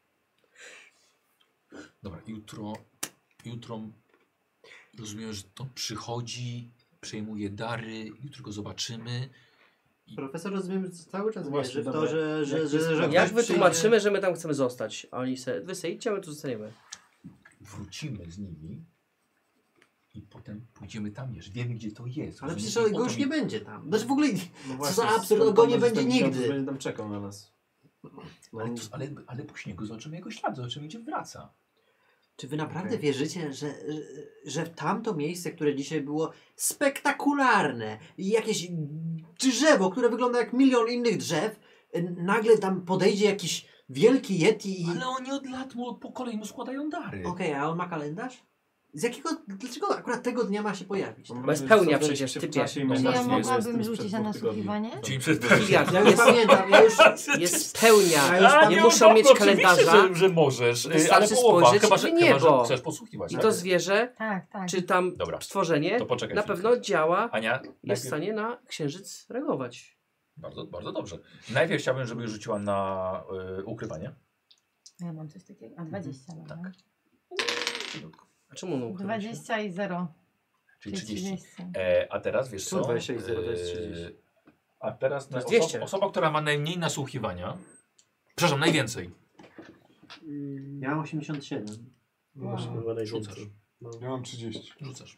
Dobra, jutro rozumiem, że to przychodzi, przejmuje dary, jutro go zobaczymy. Profesor, rozumiem, że cały czas Właśnie, wierzy w dobra. to, że Jak ktoś wytłumaczymy, że my tam chcemy zostać? A oni se, wy se idźcie, a my tu zostaniemy. Wrócimy z nimi i potem pójdziemy tam jeszcze. Wiemy, gdzie to jest. Ale Rozumiecie? przecież I go o już to nie mi- będzie tam. Znaczy w ogóle, No co za absurd, on go nie będzie nigdy. Będzie tam czekał na nas. No, Ale po śniegu zobaczymy jego ślad, zobaczymy, gdzie wraca. Czy wy naprawdę Okej. wierzycie, że tamto miejsce, które dzisiaj było spektakularne i jakieś drzewo, które wygląda jak milion innych drzew, nagle tam podejdzie jakiś wielki yeti i... Ale oni od lat po kolei mu składają dary. Okej, a on ma kalendarz? Dlaczego akurat tego dnia ma się pojawić? Mam Bo jest wrażenie, że pełnia cofnęliście przecież, się w typie. czasie i No Czy myślałem, ja że jest mogłabym tym rzucić sprzed na 2 tygodni. nasłuchiwanie? Dzień przed Filian, Ja już pamiętam, ja już... jest pełnia. Ja Nie już muszą mieć oczywiście, kalendarza. że możesz. Wystarczy Ale połowa, spojrzeć chyba, w że niebo. chcesz posłuchiwać. I tak? to zwierzę, Tak, tak. czy tam Dobra. stworzenie, To poczekaj na chwilkę. pewno działa, Ania, jest w najpierw, stanie na księżyc reagować. bardzo, bardzo dobrze. Najpierw chciałbym, żebyś rzuciła na ukrywanie. Ja mam coś takiego. A 20 mam. Tak. no. A czemu on ukrywa się? 20 i 0. Czyli 30. 30. A teraz wiesz co? 20 i 0 to jest 30. A teraz To jest 200. osoba, która ma najmniej nasłuchiwania. Przepraszam, najwięcej. Ja mam 87. No, masz chyba najwięcej. Rzucasz. No. Ja mam 30. Rzucasz.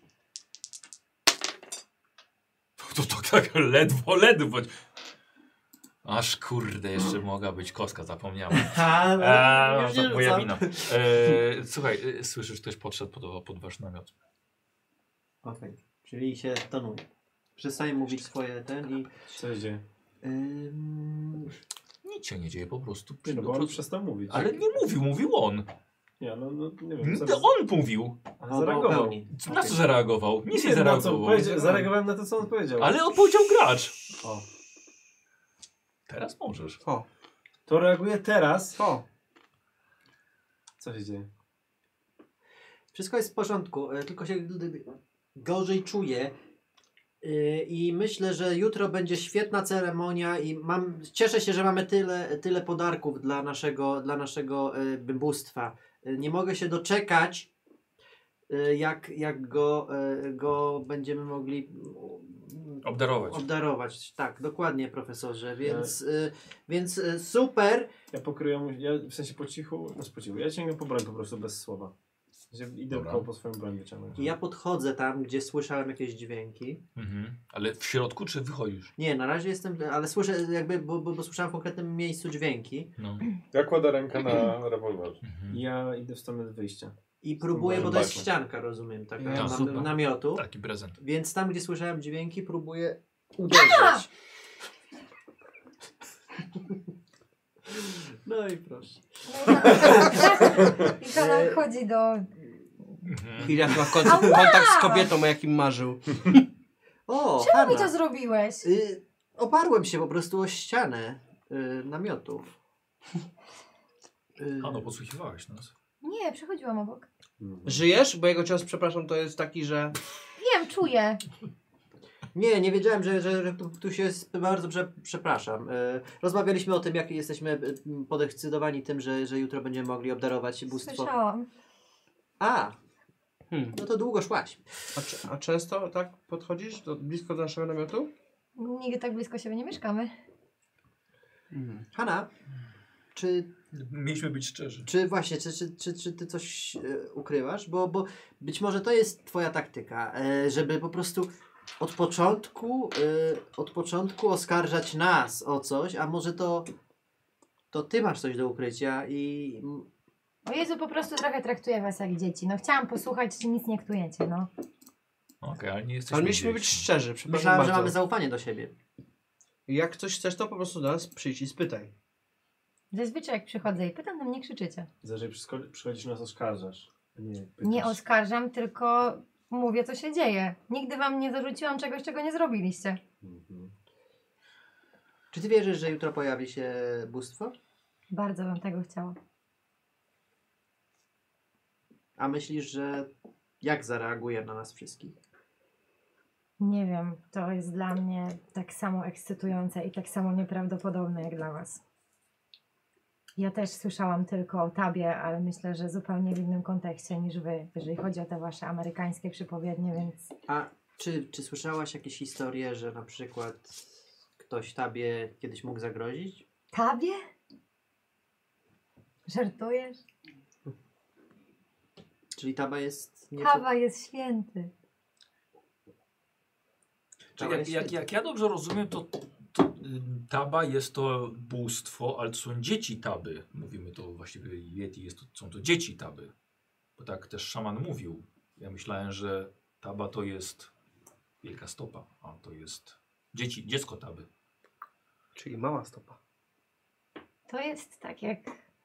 To tak ledwo. Aż kurde, jeszcze mogła być kostka, zapomniałem. Już nie To moja rzucam. wina. Słuchaj, słyszysz, ktoś podszedł pod wasz namiot. Okej, czyli się tonuje. Przestaje mówić swoje i... Co się dzieje? Nic się nie dzieje, po prostu. Nie, no bo on przestał mówić. Ale nie mówił on. Nie, no nie wiem. On mówił. A, zareagował. Na co zareagował? Nic nie Nie, na co zareagował. zareagowałem na to, co on powiedział. Ale odpowiedział gracz. O. Teraz możesz. O, To reaguje teraz. o. Co się dzieje? Wszystko jest w porządku, tylko się gorzej czuję. I myślę, że jutro będzie świetna ceremonia i cieszę się, że mamy tyle podarków dla naszego bybóstwa. Nie mogę się doczekać, jak go będziemy mogli obdarować. Tak, dokładnie, profesorze. Więc super. Ja pokryję mu, w sensie po cichu, ja ciągnę po broń po prostu bez słowa. Idę Dobra. po swoją broń wyciągnąć. I ja podchodzę tam, gdzie słyszałem jakieś dźwięki. Ale w środku czy wychodzisz? Nie, na razie jestem, ale słyszę jakby, bo słyszałem w konkretnym miejscu dźwięki. No. Ja kładę rękę na rewolwer. Ja idę w stronę wyjścia. I próbuję, bo to jest Balkon. ścianka, rozumiem, taka Ja, super. namiotu. Taki prezent. Więc tam, gdzie słyszałem dźwięki, próbuję uderzyć. No i proszę. I to nam chodzi do... Chwila ma kontakt z kobietą, o jakim marzył. O, Czemu mi Hanna. to zrobiłeś? Oparłem się po prostu o ścianę namiotu. A no, podsłuchiwałeś nas. Nie, przechodziłam obok. Żyjesz? Bo jego cios, przepraszam, to jest taki, że... Wiem, czuję. Nie wiedziałem, że tu się bardzo przepraszam. Rozmawialiśmy o tym, jak jesteśmy podekscytowani tym, że jutro będziemy mogli obdarować bóstwo. Słyszałam. No to długo szłaś. A często tak podchodzisz blisko do naszego namiotu? Nigdy tak blisko siebie nie mieszkamy. Hanna, czy Mieliśmy być szczerzy. właśnie, czy ty coś ukrywasz? Bo być może to jest twoja taktyka, żeby po prostu od początku oskarżać nas o coś, a może to ty masz coś do ukrycia i... O Jezu, po prostu trochę traktuję was jak dzieci. No chciałam posłuchać, czy nic nie ktujecie, no. Okej, ale nie jesteśmy Ale mieliśmy być dzieci. szczerzy, przepraszam Myślałem, bardzo. że mamy zaufanie do siebie. Jak coś chcesz, to po prostu do nas przyjdź i spytaj. Zazwyczaj jak przychodzę i pytam, to mnie krzyczycie. Jeżeli przychodzisz nas oskarżasz. A nie, pytasz. Nie oskarżam, tylko mówię, co się dzieje. Nigdy wam nie zarzuciłam czegoś, czego nie zrobiliście. Czy ty wierzysz, że jutro pojawi się bóstwo? Bardzo bym tego chciała. A myślisz, że jak zareaguje na nas wszystkich? Nie wiem, to jest dla mnie tak samo ekscytujące i tak samo nieprawdopodobne jak dla was. Ja też słyszałam tylko o Tabie, ale myślę, że zupełnie w innym kontekście niż wy, jeżeli chodzi o te wasze amerykańskie przypowiednie, więc... A czy słyszałaś jakieś historie, że na przykład ktoś Tabie kiedyś mógł zagrozić? Tabie? Żartujesz? Czyli Taba jest... Tawa jest święty. Czyli jak ja dobrze rozumiem, to Taba jest to bóstwo, ale to są dzieci Taby. Mówimy to właściwie Yeti, są to dzieci Taby. Bo tak też szaman mówił. Ja myślałem, że Taba to jest wielka stopa, a to jest dziecko Taby. Czyli mała stopa. To jest tak jak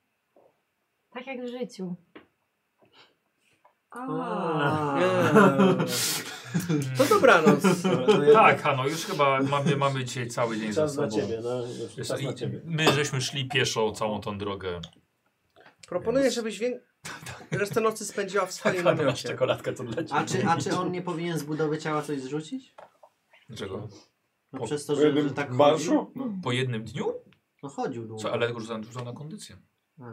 w życiu. To dobranoc. Tak, Hano, już chyba mamy dzisiaj cały dzień za Czas sobą. na ciebie, no. Już czas na ciebie. My żeśmy szli pieszo całą tą drogę. Proponuję, żebyś resztę nocy spędziła w swoim Hano, masz namiocie. czekoladkę to dla ciebie. A czy on nie powinien z budowy ciała coś zrzucić? Dlaczego? No Po- przez to, Po że jednym tak marszu? chodził? No. Po jednym dniu? No chodził długo. Co, ale go rzucał na kondycję. A.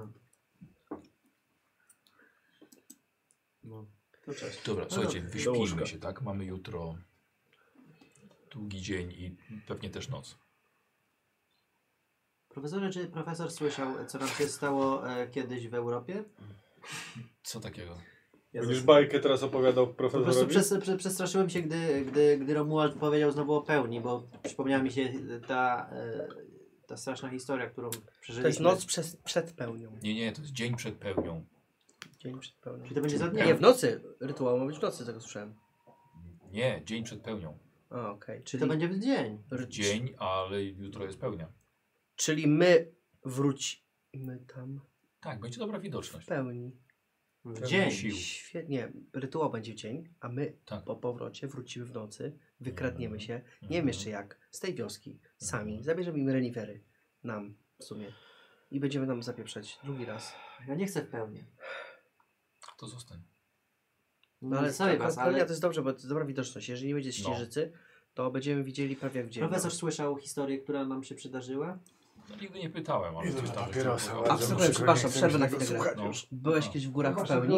No. To cześć. Dobra, słuchajcie, do wyśpijmy łóżka. się, tak? Mamy jutro długi dzień i pewnie też noc. Profesorze, czy profesor słyszał, co nam się stało kiedyś w Europie? Co takiego? Będziesz bajkę teraz opowiadał Po prostu profesorowi? przestraszyłem się, gdy Romuald powiedział znowu o pełni, bo przypomniała mi się ta straszna historia, którą przeżyliśmy. To jest noc przed pełnią. Nie, to jest dzień przed pełnią. Dzień przed pełnią. Czyli to będzie za dnia. Nie, w nocy. Rytuał ma być w nocy, tego słyszałem. Nie, dzień przed pełnią. A, okej. Czyli to będzie w dzień. Dzień, ale jutro jest pełnia. Czyli my wrócimy tam Tak, będzie dobra w widoczność. pełni. W dzień. Sił. Świetnie. Rytuał będzie w dzień, a my Tak. po powrocie wrócimy w nocy, wykradniemy się, nie wiem jeszcze jak, z tej wioski, sami, zabierzemy im renifery, nam w sumie i będziemy tam zapieprzać drugi raz. Ja nie chcę w pełni. To zostań. No ale Sorry was, pełnia ale to jest dobrze, bo to jest dobra widoczność. Jeżeli nie będzie śnieżycy, to będziemy widzieli prawie jak w dzień. profesor słyszał historię, która nam się przydarzyła? No, nigdy nie pytałem, ale coś tam... papierosa, A, przepraszam, przerwę na chwilę. No. Byłeś kiedyś w górach w pełni?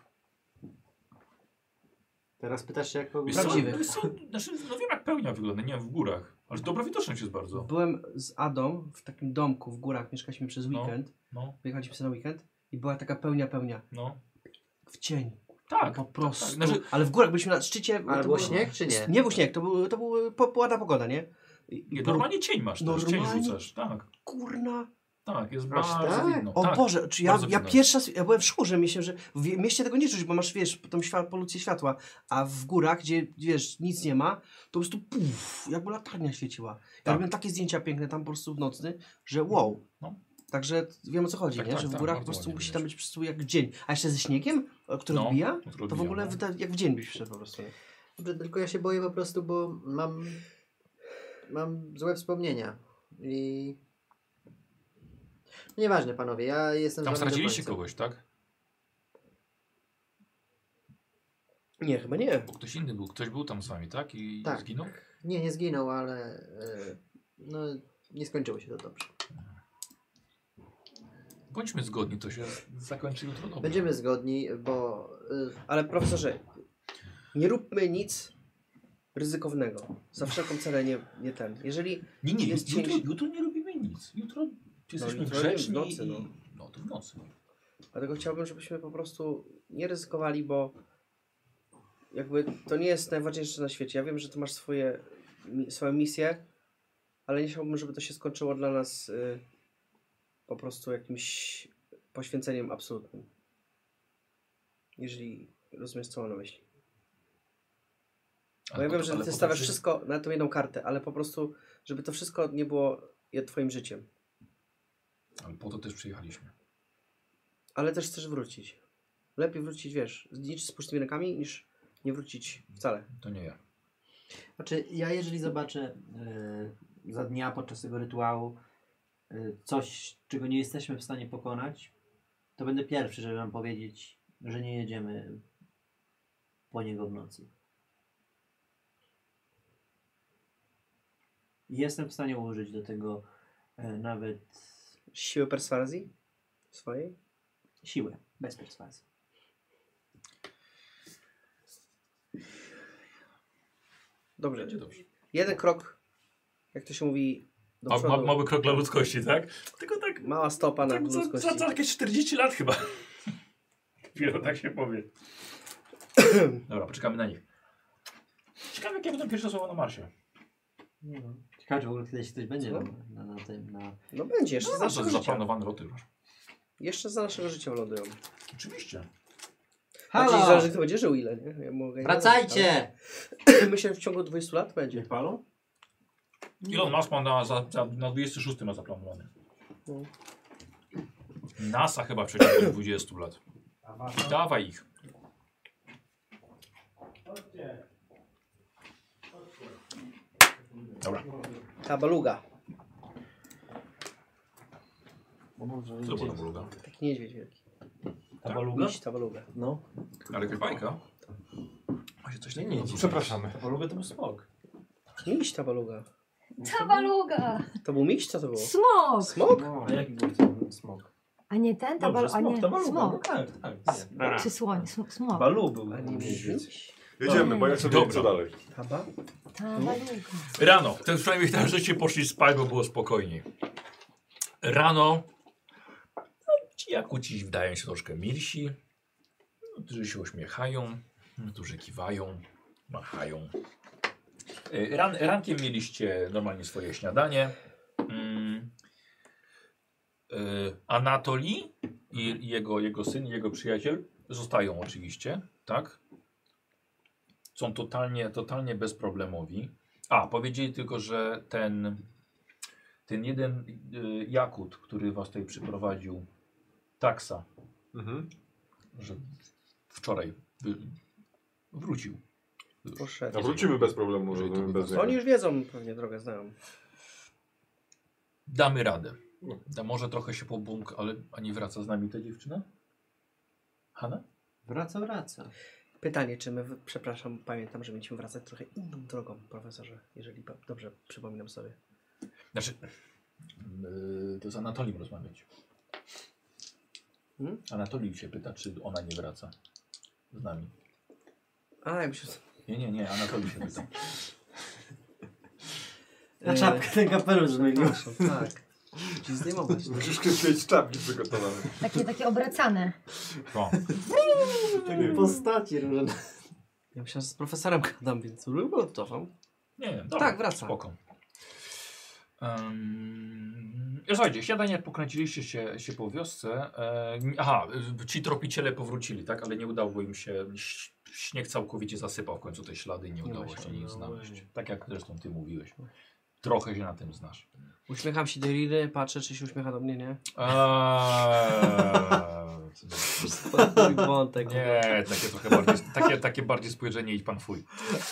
Teraz pytasz się, jak kogoś... Wiesz co, Prawdziwych. wiesz co, znaczy, no wiem jak pełnia wygląda, nie wiem, w górach. Ale dobra widoczność jest bardzo. Byłem z Adą w takim domku w górach, mieszkaliśmy przez No. weekend, No, wyjechaliśmy sobie na weekend i była taka pełnia. no. W cień, Tak, Po prostu. tak. Znaczy, Ale w górach byliśmy na szczycie. Ale to był było- śnieg czy nie? Nie był śnieg, to był ładna pogoda, nie? nie, normalnie cień masz też, cień normalnie- rzucasz. Tak, Kurna. tak, jest Aż bardzo tak? widno. O tak. Boże, czy ja bardzo widno. pierwszy raz, ja byłem w szkół, że myślę, że w mieście tego nie czuć, bo masz, wiesz, tą polucję światła, a w górach, gdzie, wiesz, nic nie ma, to po prostu puf, jakby latarnia świeciła. Ja Tak. robiłem takie zdjęcia piękne tam po prostu w nocny, że wow. No. Także wiem o co chodzi, Tak, nie? tak, Że w tak, górach po bardzo prostu ładnie musi widać. tam być po prostu jak dzień. A jeszcze ze śniegiem, który No, odbija, który to w odbija, ogóle no. jak w dzień byś wszedł po prostu. nie? Dobrze, tylko ja się boję po prostu, bo mam złe wspomnienia. I... Nieważne, panowie, ja jestem Tam z wami do straciliście końca. kogoś, tak? Nie, chyba nie. Bo ktoś inny był, ktoś był tam z wami, tak? I Tak. zginął? Nie zginął, ale no, nie skończyło się to dobrze. Bądźmy zgodni, to się zakończy jutro dobrze. Będziemy zgodni, bo Ale profesorze, nie róbmy nic ryzykownego. Za wszelką cenę nie ten. Jeżeli Nie, jest jutro nie robimy nic. Jutro jesteśmy jutro grzeczni w nocy, i... No to w nocy. Dlatego chciałbym, żebyśmy po prostu nie ryzykowali, bo jakby to nie jest najważniejsze na świecie. Ja wiem, że ty masz swoją misję, ale nie chciałbym, żeby to się skończyło dla nas po prostu jakimś poświęceniem absolutnym. Jeżeli rozumiesz, co mam na myśli. Bo ja wiem, że ty stawiasz wszystko na tą jedną kartę, ale po prostu, żeby to wszystko nie było twoim życiem. Ale po to też przyjechaliśmy. Ale też chcesz wrócić. Lepiej wrócić, wiesz, z pustymi rękami, niż nie wrócić wcale. To nie ja. znaczy ja jeżeli zobaczę za dnia podczas tego rytuału coś, czego nie jesteśmy w stanie pokonać, to będę pierwszy, żeby wam powiedzieć, że nie jedziemy po niego w nocy. Jestem w stanie użyć do tego nawet Siłę perswazji swojej? siłę, bez perswazji. Dobrze. Będzie dobrze. Jeden krok, jak to się mówi, do przodu. Mały krok dla ludzkości, tak? Tylko tak, Mała stopa na tak ludzkości. za jakieś 40 lat chyba. Dopiero tak się powie. Dobra, poczekamy na nich. Ciekawe, jakie będą pierwsze słowa na marsie. Nie no. Ciekawe, czy w ogóle kiedyś ktoś będzie Co? na tym. No będzie, jeszcze za No, to naszego jest życia. zaplanowane loty już. Jeszcze za naszego życia wylądują. Oczywiście. Znaczy, Halo! zależy, kto będzie żył ile, nie? Ja mogę Wracajcie! ale myślę, że w ciągu 20 lat będzie. Jak palą? Elon Musk ma na 26 ma zaplanowany. No. NASA chyba w przeciągu 20 lat. Dawaj ich. Dobra. Tabaluga. Co to była bluga? Taki niedźwiedź wielki. Tabaluga? Miś tabaluga. No. Ale jakaś bajka? Właśnie coś Nie, takiego. nie, Przepraszamy. Tabaluga to był smok. Miś tabaluga. Tabaluga! To był miś? Co to było? Smok! Smok? No, a jaki był ten smok? A nie ten? Dobrze, A nie, tabaluga. No smok. tak, tak. Czy słoń? Smok. Balu był. A nie niedźwiedź. miś? Jedziemy, bo ja sobie Dobra. co dalej. Taba? Tabaluga. Rano. Ten przynajmniej tam żeście poszli spać, bo było spokojniej. Rano no, ci Jakuci wydają się troszkę milsi. Niektórzy się uśmiechają, niektórzy kiwają, machają. Rankiem mieliście normalnie swoje śniadanie. Anatolii i jego syn, jego przyjaciel zostają oczywiście, tak? Są totalnie bezproblemowi. A, powiedzieli tylko, że ten jeden Jakut, który was tutaj przyprowadził, taksa, że wczoraj wrócił. Już. Poszedł. A wrócimy bez problemu, Może i to żeby by bez Oni niego. już wiedzą, pewnie drogę znają. Damy radę. Może trochę się pobłąk, ale a nie wraca z nami ta dziewczyna? Hanna? Wraca. Pytanie, czy my, przepraszam, pamiętam, że będziemy wracać trochę inną drogą, profesorze, jeżeli dobrze przypominam sobie. Znaczy, to z Anatolią rozmawiać. Anatolii się pyta, czy ona nie wraca z nami. A, ja myślę, Nie, Anatolii się pyta. Na czapkę ten kapelusz zmienił. tak. ci zdejmować. Musisz mieć czapki przygotowane. Takie obracane. No. Takie postaci różne. Ja myślałem, że z profesorem gadam, więc cofam. Nie, dobra, Tak, wracam. Spoko. Słuchajcie, śniadanie pokręciliście się po wiosce. Ci tropiciele powrócili, tak? Ale nie udało im się. Śnieg całkowicie zasypał w końcu te ślady i nie udało się ich znaleźć. Tak jak zresztą ty mówiłeś. Trochę się na tym znasz. Uśmiecham się do Riry, patrzę, czy się uśmiecha do mnie, nie? Mój wątek. Nie, takie bardziej spojrzenie idź pan fuj.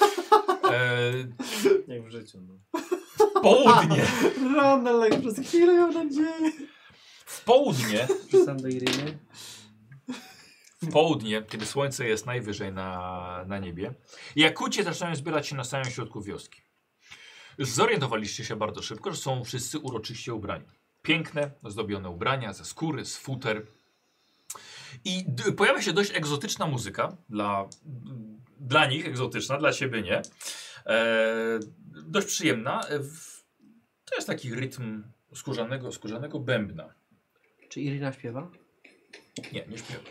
Jak w życiu. No. W południe! Ronelek, przez chwilę miał nadzieję. W południe, Rzucam do Iryny. w południe, kiedy słońce jest najwyżej na niebie, Jakucie zaczynają zbierać się na samym środku wioski. Już zorientowaliście się bardzo szybko, że są wszyscy uroczyście ubrani. Piękne, zdobione ubrania ze skóry, z futer. I pojawia się dość egzotyczna muzyka, dla nich egzotyczna, dla ciebie nie. Dość przyjemna. To jest taki rytm skórzanego bębna. Czy Iryna śpiewa? Nie, nie śpiewa.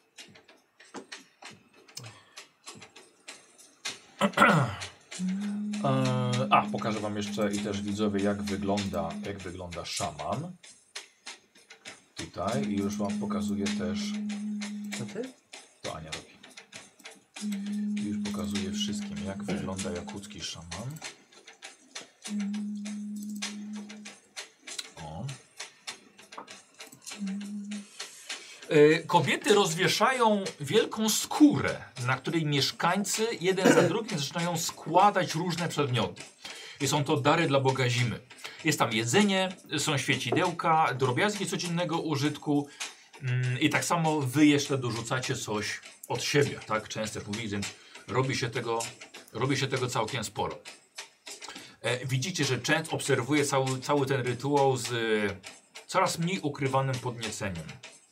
Pokażę wam jeszcze i też widzowie jak wygląda szaman. Tutaj i już wam pokazuję też. Co ty? To Ania robi. I już pokazuję wszystkim jak wygląda jakucki szaman. O. Kobiety rozwieszają wielką skórę, na której mieszkańcy jeden za drugim zaczynają składać różne przedmioty. I są to dary dla Boga Zimy. Jest tam jedzenie, są świecidełka, drobiazgi codziennego użytku i tak samo wy jeszcze dorzucacie coś od siebie, tak? Często mówić, więc robi się tego całkiem sporo. Widzicie, że Częst obserwuje cały ten rytuał z coraz mniej ukrywanym podnieceniem.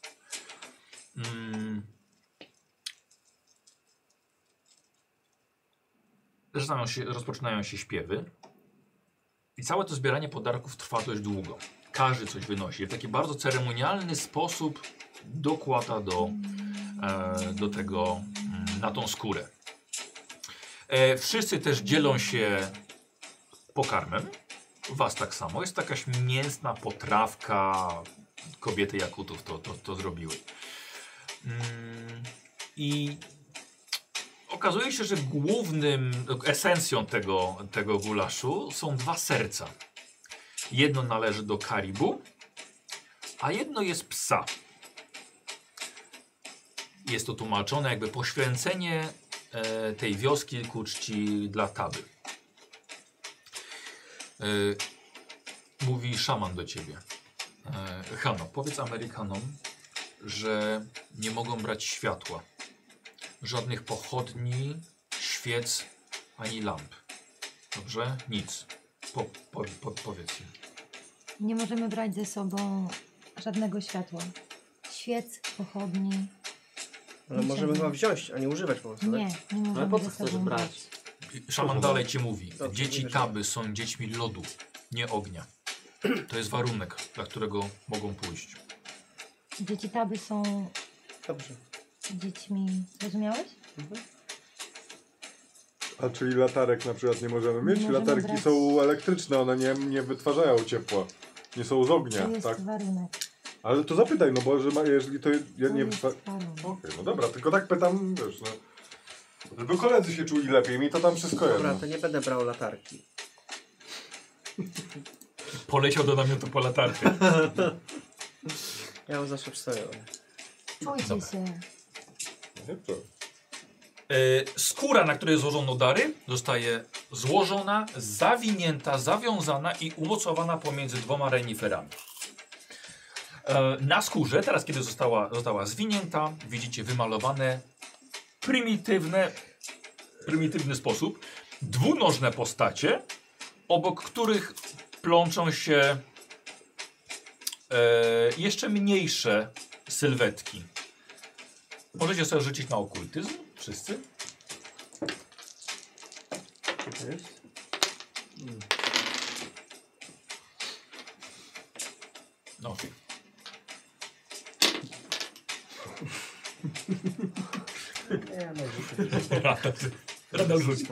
Rozpoczynają się śpiewy i całe to zbieranie podarków trwa dość długo. Każdy coś wynosi. W taki bardzo ceremonialny sposób dokłada do tego, na tą skórę. Wszyscy też dzielą się pokarmem. Was tak samo. Jest to jakaś mięsna potrawka. Kobiety Jakutów to zrobiły. I okazuje się, że esencją tego gulaszu są dwa serca. Jedno należy do Karibu, a jedno jest psa. Jest to tłumaczone jakby poświęcenie tej wioski ku czci dla Taby. Mówi szaman do ciebie. Hano, powiedz Amerykanom, że nie mogą brać światła. Żadnych pochodni, świec, ani lamp. Dobrze? Nic. Powiedz im. Nie możemy brać ze sobą żadnego światła. Świec, pochodni. Ale możemy chyba wziąć, a nie używać po prostu, Nie, tak? nie Ale możemy po co ze chcesz sobą brać? brać. Szaman dalej ci mówi. Dobrze, Dzieci nie Taby są dziećmi lodu, nie ognia. To jest warunek, dla którego mogą pójść. Dzieci Taby są Dobrze. dziećmi... Zrozumiałeś? A czyli latarek na przykład nie możemy mieć? Nie możemy Latarki brać. są elektryczne, one nie wytwarzają ciepła. Nie są z ognia, To jest tak? warunek. Ale to zapytaj, no bo jeżeli to To nie jest wytwarza... warunek. Okej, no dobra, tylko tak pytam, wiesz, no. Żeby koledzy się czuli lepiej, mi to tam wszystko Dobra, jedno. to nie będę brał latarki. Poleciał do namiotu po latarkę. Ja ją zawsze przystawiam. Czujcie Dobra. się. Nie, to. Skóra, na której złożono dary, zostaje złożona, zawinięta, zawiązana i umocowana pomiędzy dwoma reniferami. Na skórze, teraz kiedy została zwinięta, widzicie wymalowane prymitywny sposób dwunożne postacie, obok których plączą się jeszcze mniejsze sylwetki. Możecie sobie rzucić na okultyzm, wszyscy. Co to jest? No okej. Radal rzuć.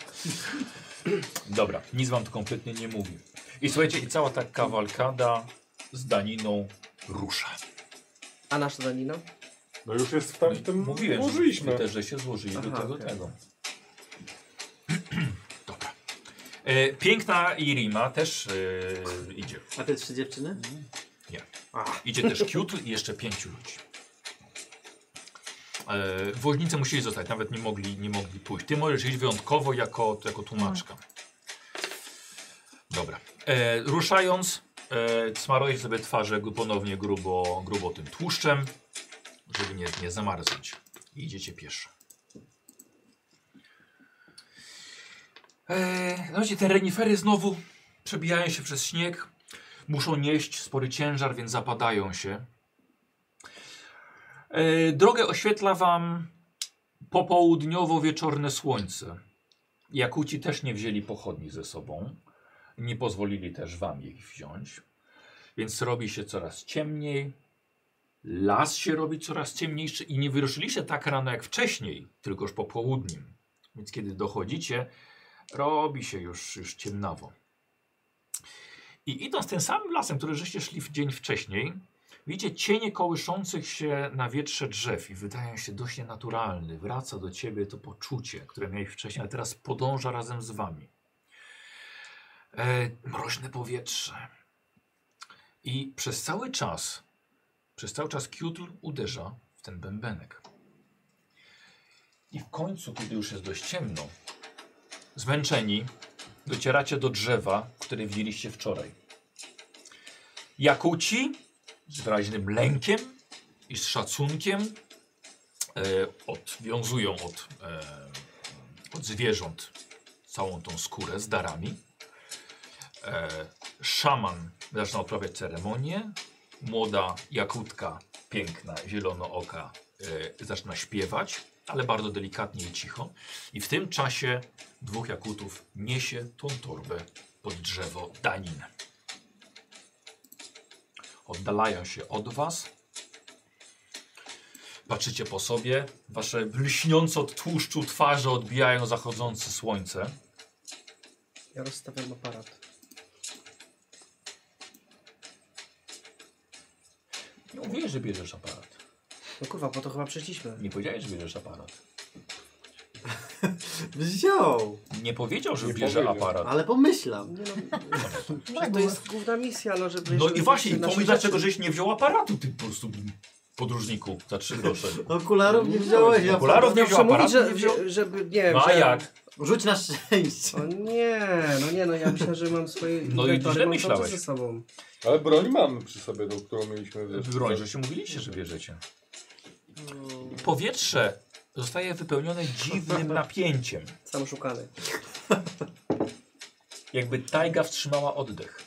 Dobra, nic wam to kompletnie nie mówi. I słuchajcie, i cała ta kawalkada z daniną rusza. A nasza danina? No już jest w tamtym... Mówiłem, że Użyliśmy. wy też, że się złożyli do Aha, tego okej. tego. Dobra. Piękna Irima też idzie. A te 3 dziewczyny? Idzie też Cute i jeszcze 5 ludzi. Woźnicy musieli zostać, nawet nie mogli pójść. Ty możesz iść wyjątkowo jako tłumaczka. Dobra. Ruszając, smarujecie sobie twarze ponownie grubo tym tłuszczem, żeby nie zamarznąć. I idziecie pieszo. Zobaczcie, te renifery znowu przebijają się przez śnieg. Muszą nieść spory ciężar, więc zapadają się. Drogę oświetla wam popołudniowo-wieczorne słońce. Jakuci też nie wzięli pochodni ze sobą. Nie pozwolili też wam ich wziąć. Więc robi się coraz ciemniej. Las się robi coraz ciemniejszy i nie wyruszyliście tak rano jak wcześniej, tylko już po południu. Więc kiedy dochodzicie, robi się już ciemnawo. I idąc tym samym lasem, który żeście szli w dzień wcześniej, widzicie cienie kołyszących się na wietrze drzew i wydają się dość nienaturalny. Wraca do ciebie to poczucie, które miałeś wcześniej, a teraz podąża razem z wami. Mroźne powietrze. I przez cały czas Cute uderza w ten bębenek. I w końcu, kiedy już jest dość ciemno, zmęczeni, docieracie do drzewa, które widzieliście wczoraj. Jakuci z wyraźnym lękiem i z szacunkiem odwiązują od zwierząt całą tą skórę z darami. Szaman zaczyna odprawiać ceremonię. Młoda Jakutka, piękna, zielonooka, zaczyna śpiewać, ale bardzo delikatnie i cicho. I w tym czasie 2 Jakutów niesie tą torbę pod drzewo danin. Oddalają się od was. Patrzycie po sobie. Wasze lśniące od tłuszczu twarze odbijają zachodzące słońce. Ja rozstawiam aparat. Nie mówiłeś, że bierzesz aparat. No kurwa, po to chyba przyszliśmy. Nie powiedziałeś, że bierzesz aparat. Wziął, Nie powiedział, że Nie bierze powiedział. aparat. ale pomyślam. Nie no, że to jest główna misja, no żeby... No żeby i właśnie, nasze pomyśl, dlaczego rzeczy- żeś nie wziął aparatu, ty po prostu podróżniku, za 3 grosze. Okularów nie wziąłeś, ja Okularów nie No, wziął, przemówić, aparatu nie wziął. żeby, nie wiem, No a że- jak? Rzuć na szczęście. O nie, no ja myślę, że mam swoje No i inwentory, źle mam cały czas myślałeś. ze sobą. Ale broń mamy przy sobie, tą, którą mieliśmy wziąć. Broń, żeście mówiliście, że bierzecie. Powietrze zostaje wypełnione dziwnym napięciem. Sam szukany. Jakby tajga wstrzymała oddech.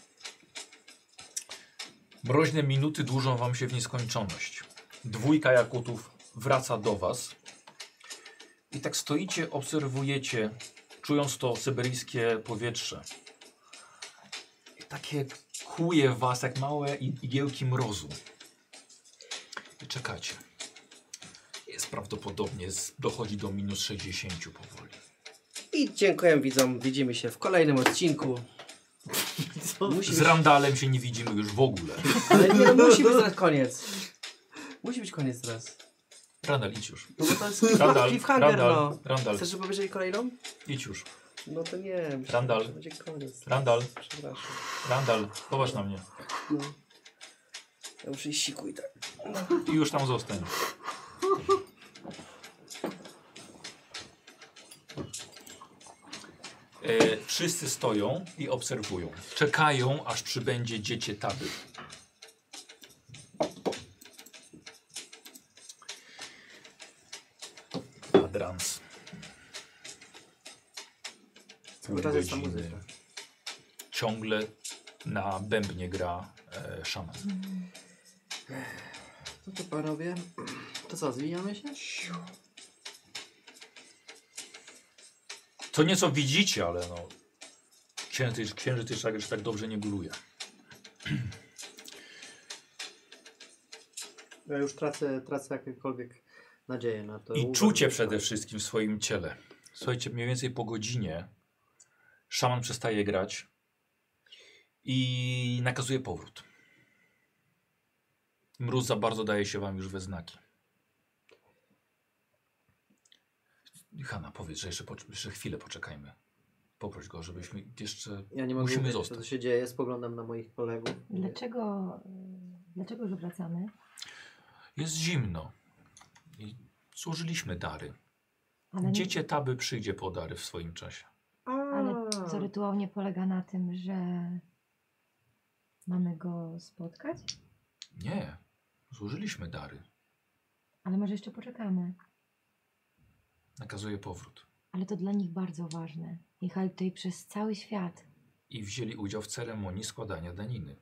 Mroźne minuty dłużą wam się w nieskończoność. 2 Jakutów wraca do was. I tak stoicie, obserwujecie, czując to syberyjskie powietrze. I takie kłuje was jak małe igiełki mrozu. I czekacie. Jest prawdopodobnie, dochodzi do -60 powoli. I dziękuję widzom, widzimy się w kolejnym odcinku. Musi Z być, Randalem się nie widzimy już w ogóle. ale nie, no, musi być teraz koniec. Musi być koniec teraz. Randal, idź już. No bo to jest Randal, cliffhanger, no. Randal, Randal, Chcesz, żeby obejrzeli kolejną? idź już. No to nie, myślę, Randal. że będzie koniec. Randal, Przepraszam. Randal, popatrz na mnie. No. Ja muszę iść siku i tak. I już tam zostań. Wszyscy stoją i obserwują. Czekają, aż przybędzie dziecię Taby. Kwadrans. Pół Teraz jest ta godziny. muzyka. Ciągle na bębnie gra szaman. Co tu panowie? To co, zwijamy się? To nieco widzicie, ale no. Księżyc jeszcze tak dobrze nie góruje. Ja już tracę jakiekolwiek nadzieję na to. I czucie przede wszystkim w swoim ciele. Słuchajcie, mniej więcej po godzinie szaman przestaje grać i nakazuje powrót. Mróz za bardzo daje się wam już we znaki. Hanna, powiedz, że jeszcze chwilę poczekajmy. Poproś go, żebyśmy jeszcze... Ja nie mogę musimy uwierzyć, zostać. co się dzieje, spoglądam na moich kolegów. Dlaczego już wracamy? Jest zimno. I złożyliśmy dary. Ale, Dziecię Taby przyjdzie po dary w swoim czasie. ale co rytuał nie polega na tym, że mamy go spotkać? Nie. Złożyliśmy dary. Ale może jeszcze poczekamy. Nakazuje powrót. Ale to dla nich bardzo ważne. Jechali tutaj przez cały świat. I wzięli udział w ceremonii składania daniny.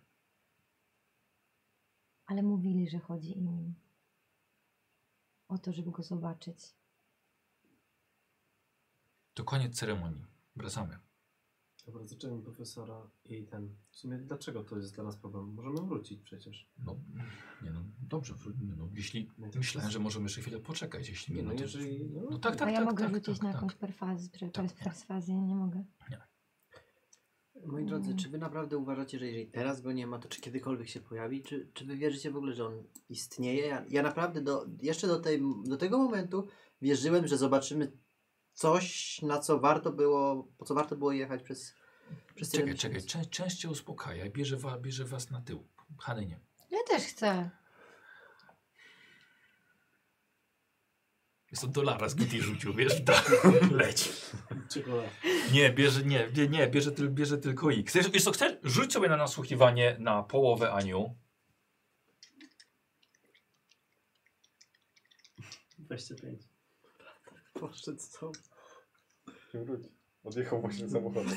Ale mówili, że chodzi im o to, żeby go zobaczyć. To koniec ceremonii. Wracamy. Dobra, zaczęliśmy profesora i w sumie dlaczego to jest dla nas problem? Możemy wrócić przecież. No, nie no, dobrze. No, jeśli myślałem, że możemy jeszcze chwilę poczekać, jeśli nie, no to... jeżeli... No tak, A ja mogę tak, rzucić na jakąś perswazję? Nie mogę. Moi drodzy, czy wy naprawdę uważacie, że jeżeli teraz go nie ma, to czy kiedykolwiek się pojawi? Czy wy wierzycie w ogóle, że on istnieje? Ja naprawdę jeszcze do tego momentu wierzyłem, że zobaczymy coś, po co warto było jechać przez Czekaj, część cię uspokaja i bierze was na tył. Hany nie. Ja też chcę. Jest to dolara z Giti rzucił, wiesz? Leć. Czekolada. Nie, bierze tylko X. Wiesz co, chcesz? Rzuć sobie na nasłuchiwanie na połowę, Aniu. 25. Poszedł z tobą. Wróć. Odjechał właśnie samochodem.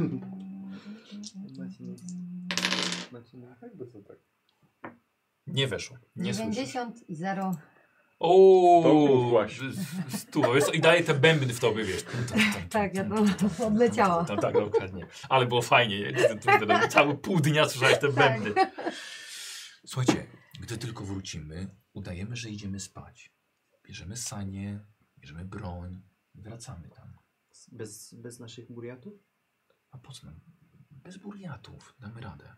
Jakby co tak. Nie weszło. Nie słyszysz. 90 i 0. Ooo, właśnie. I daje te bębny w tobie, wiesz. Tak, ja to odleciała. Tak, dokładnie. Ale było fajnie. Cały pół dnia słyszałeś te bębny. Słuchajcie, gdy tylko wrócimy, udajemy, że idziemy spać. Bierzemy sanie, bierzemy broń i wracamy tam. Bez naszych buriatów? A po co nam? Bez buriatów. Damy radę.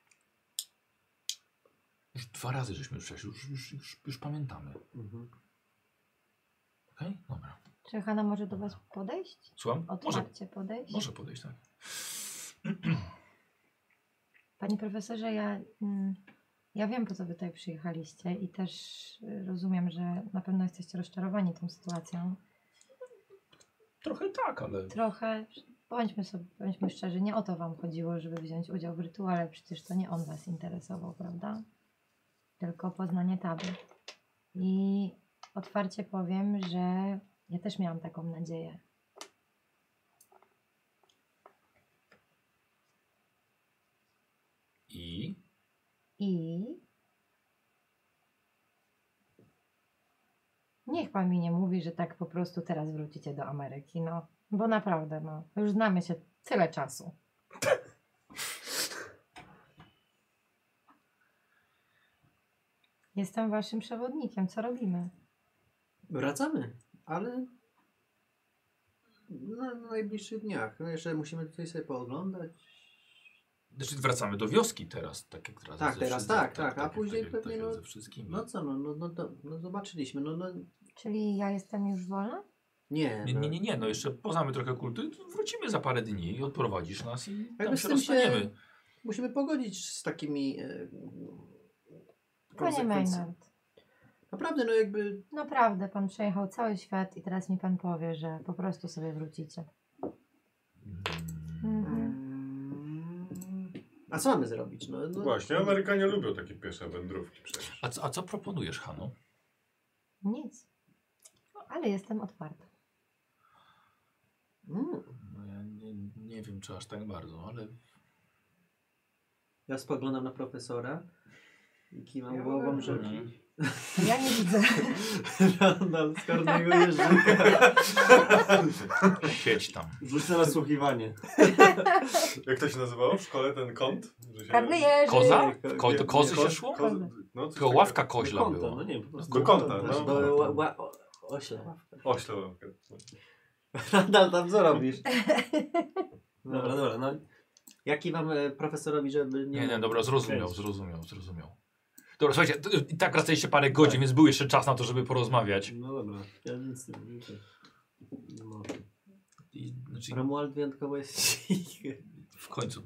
Już 2 razy żeśmy przeszli, już pamiętamy. Mhm. Okej? Dobra. Czy Hanna może do was podejść? Słucham? Otwarcie podejść? Może podejść, tak. Panie profesorze, ja wiem, po co wy tutaj przyjechaliście i też rozumiem, że na pewno jesteście rozczarowani tą sytuacją. Trochę tak, ale... Trochę, bądźmy szczerzy, nie o to wam chodziło, żeby wziąć udział w rytuale, przecież to nie on was interesował, prawda? Tylko poznanie Taby. I otwarcie powiem, że ja też miałam taką nadzieję. I? Niech pan mi nie mówi, że tak po prostu teraz wrócicie do Ameryki, no. Bo naprawdę, no. Już znamy się tyle czasu. Jestem waszym przewodnikiem. Co robimy? Wracamy, ale na najbliższych dniach. No jeszcze musimy tutaj sobie pooglądać. Znaczy wracamy do wioski teraz, tak jak teraz. Tak, ze teraz wszystkim- tak, a później tak, pewnie tak, no, ze wszystkimi. no co, no zobaczyliśmy, no Czyli ja jestem już wolna? nie. Nie, no jeszcze poznamy trochę kultury, wrócimy za parę dni i odprowadzisz nas i tam Jakby się z tym się rozstaniemy. musimy pogodzić z takimi Panie konsekwencjami. Maynard, Naprawdę, no jakby naprawdę pan przejechał cały świat i teraz mi pan powie, że po prostu sobie wrócicie. a co mamy zrobić? No, Właśnie, Amerykanie lubią takie piesze wędrówki przecież. A co proponujesz, Hanu? Nic. Ale jestem otwarta. No ja nie wiem, czy aż tak bardzo, ale... Ja spoglądam na profesora i kiwam Ja głową, mogę że... Mhm. Ja nie widzę. Randall z karnego jeżyka. Siedź tam. Rzuć na nasłuchiwanie. Jak to się nazywało w szkole, ten kąt? Że się... Karny jeżyk. Koza? Nie, Do kozy nie, się szło? No, coś Tylko ławka koźla Kąta, była. no nie, po prostu. Do kąta, no. Ośle. Ośle ławkę. Randall, tam co robisz? Dobra, no. Jaki wam profesorowi, żeby nie... Nie, dobra, zrozumiał. Dobra, słuchajcie, i tak wracaliście parę godzin, więc był jeszcze czas na to, żeby porozmawiać. No dobra, ja nic nie wiem. No. Znaczy, Romuald wyjątkowo jest w końcu.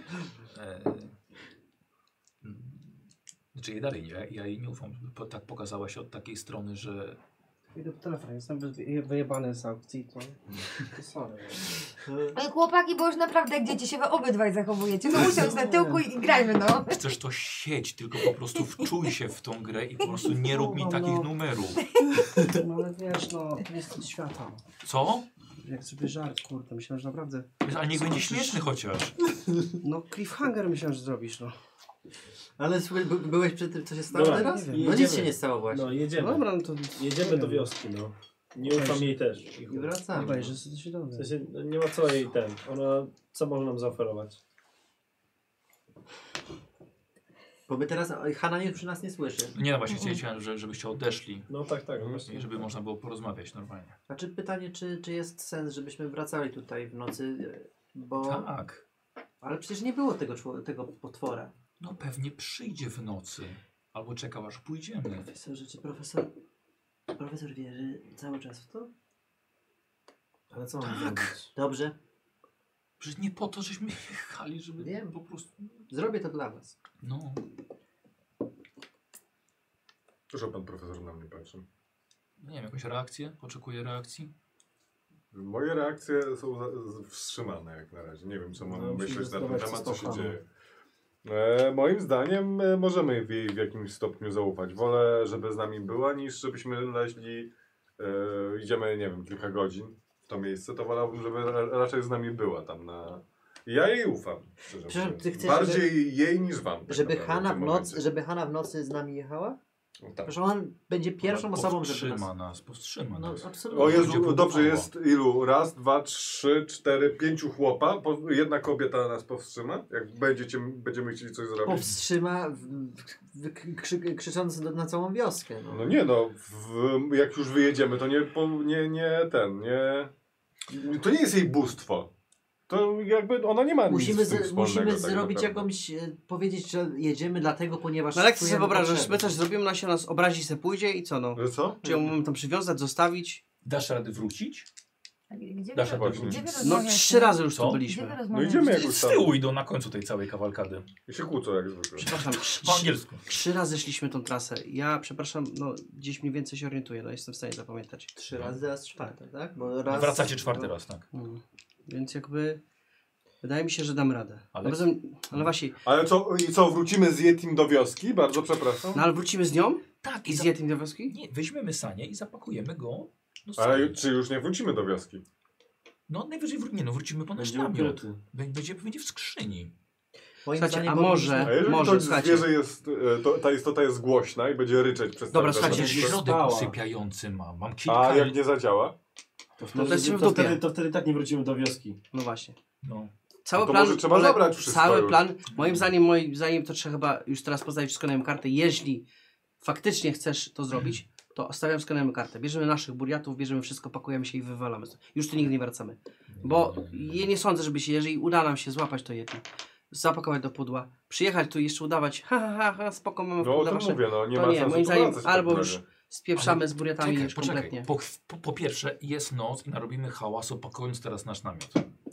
Znaczy dalej, ja jej nie ufam. Tak pokazała się od takiej strony, że... Idę po telefon, jestem wyjebany z aukcji, to sorry. Ej, chłopaki, bo już naprawdę jak dzieci się wy obydwaj zachowujecie. No usiądź na tyłku i grajmy, no. Chcesz to sieć, tylko po prostu wczuj się w tą grę i po prostu nie rób mi takich numerów. No ale wiesz, no, to jest od świata. Co? Jak sobie żart, kurde, myślałem, że naprawdę... Ale niech będzie śmieszny chociaż. No cliffhanger myślałem, że zrobisz, no. Ale słuchaj, byłeś przy tym, co się stało Dobra, teraz? nie No wiem. nic Jedziemy. się nie stało właśnie. No jedziemy. No dobra, no to... Jedziemy do wioski, no. Nie ufam jej też. I wracamy. Dobra, że to się W dowie. sensie, no nie ma co jej ten. Ona, co może nam zaoferować? Bo my teraz, Hanna już przy nas nie słyszy. Nie no właśnie, chciałem, żebyście odeszli. No tak, właśnie. I żeby można było porozmawiać normalnie. A czy pytanie, czy jest sens, żebyśmy wracali tutaj w nocy, bo... Tak. Ale przecież nie było tego potwora. No pewnie przyjdzie w nocy. Albo czekał aż pójdziemy. Profesorze, czy profesor wierzy cały czas w to? Ale co mam Tak. zrobić? Dobrze, Przecież nie po to, żeśmy jechali, żeby Wiem. po prostu... zrobię to dla was. No. Proszę, pan profesor na mnie patrzy. Nie wiem, jakąś reakcję? Oczekuję reakcji? Moje reakcje są wstrzymane jak na razie. Nie wiem, co mam No, musimy myśleć na ten zdecydować, temat, co co się słuchamy. dzieje. Moim zdaniem możemy jej w jakimś stopniu zaufać. Wolę, żeby z nami była, niż żebyśmy leźli, idziemy, nie wiem, kilka godzin w to miejsce, to wolałbym, żeby raczej z nami była tam na... Ja jej ufam, szczerze Przepraszam, mówiąc. ty chcesz, Bardziej jej niż wam. tak Żeby naprawdę Hanna, w tym momencie. żeby Hanna w nocy z nami jechała? No tak. Proszę, ona będzie pierwszą Ona osobą, żeby powstrzyma No nas. absolutnie. O Będzie Jezu, próbowała. dobrze jest ilu? Raz, dwa, trzy, cztery, pięciu chłopa. Jedna kobieta nas powstrzyma, jak będziemy chcieli coś zrobić. Powstrzyma, krzycząc na całą wioskę. No. No nie no, jak już wyjedziemy, to to nie jest jej bóstwo. To jakby ona nie ma Musimy, nic z tym wspólnego, musimy tak zrobić naprawdę. jakąś, powiedzieć, że jedziemy dlatego, ponieważ... No ale jak ty sobie czujemy wyobrażasz, potrzebę. my coś zrobimy, ona się nas obrazi, se pójdzie i co no? Że co? Czy ją mamy tam przywiązać, zostawić? Dasz radę wrócić? Gdzie Dasz wy, radę właśnie. gdzie wy No rozmawiacie? 3 razy już Co? tu Gdzie byliśmy. wy No rozmawiacie? idziemy jakoś Z tam. tyłu idą na końcu tej całej kawalkady. I się kłócą jak zwykle. Przepraszam, Po angielsku. 3 razy szliśmy tą trasę. Ja, przepraszam, no gdzieś mniej więcej się orientuję, no jestem w stanie zapamiętać. 3 razy, raz 4, tak? Bo raz, Wracacie czwarty no, raz, tak. Więc jakby wydaje mi się, że dam radę. Ale- Ale właśnie, Ale co, wrócimy z Yetim do wioski? Bardzo przepraszam. no ale wrócimy z nią? Tak, I z Yetim do wioski? Nie, weźmiemy sanie i zapakujemy go do Ale sani. czy już nie wrócimy do wioski? No najwyżej wrócimy po nasz Będzie namiot. ukryty. Będzie w skrzyni. Moim Słuchajcie, zdaniem a może- A jeżeli Może, to słuchajcie. zwierzę jest, ta istota jest głośna i będzie ryczeć przez Dobra, cały czas. słuchajcie, Będzie środek spała. usypiający mam kilka... A jak nie zadziała? No to jesteśmy w dupie. to wtedy tak nie wrócimy do wioski. No właśnie. No. Cały No to plan, może trzeba zabrać wszystko cały już. plan, moim zdaniem to trzeba chyba już teraz postawić wszystko na moją kartę. Jeśli faktycznie chcesz to zrobić, to stawiam wszystko na moją kartę. Bierzemy naszych buriatów, bierzemy wszystko, pakujemy się i wywalamy. Już tu nigdy nie wracamy. Bo ja nie sądzę, żeby się, jeżeli uda nam się złapać to jedno, zapakować do pudła, przyjechać tu i jeszcze udawać, spoko, mamy No o pudła tym wasze. mówię, no nie To ma nie, sensu moim tu zdaniem wracać w albo takim już razie. spieprzamy z buriatami już kompletnie. Po pierwsze jest noc i narobimy hałasu pakując teraz nasz namiot.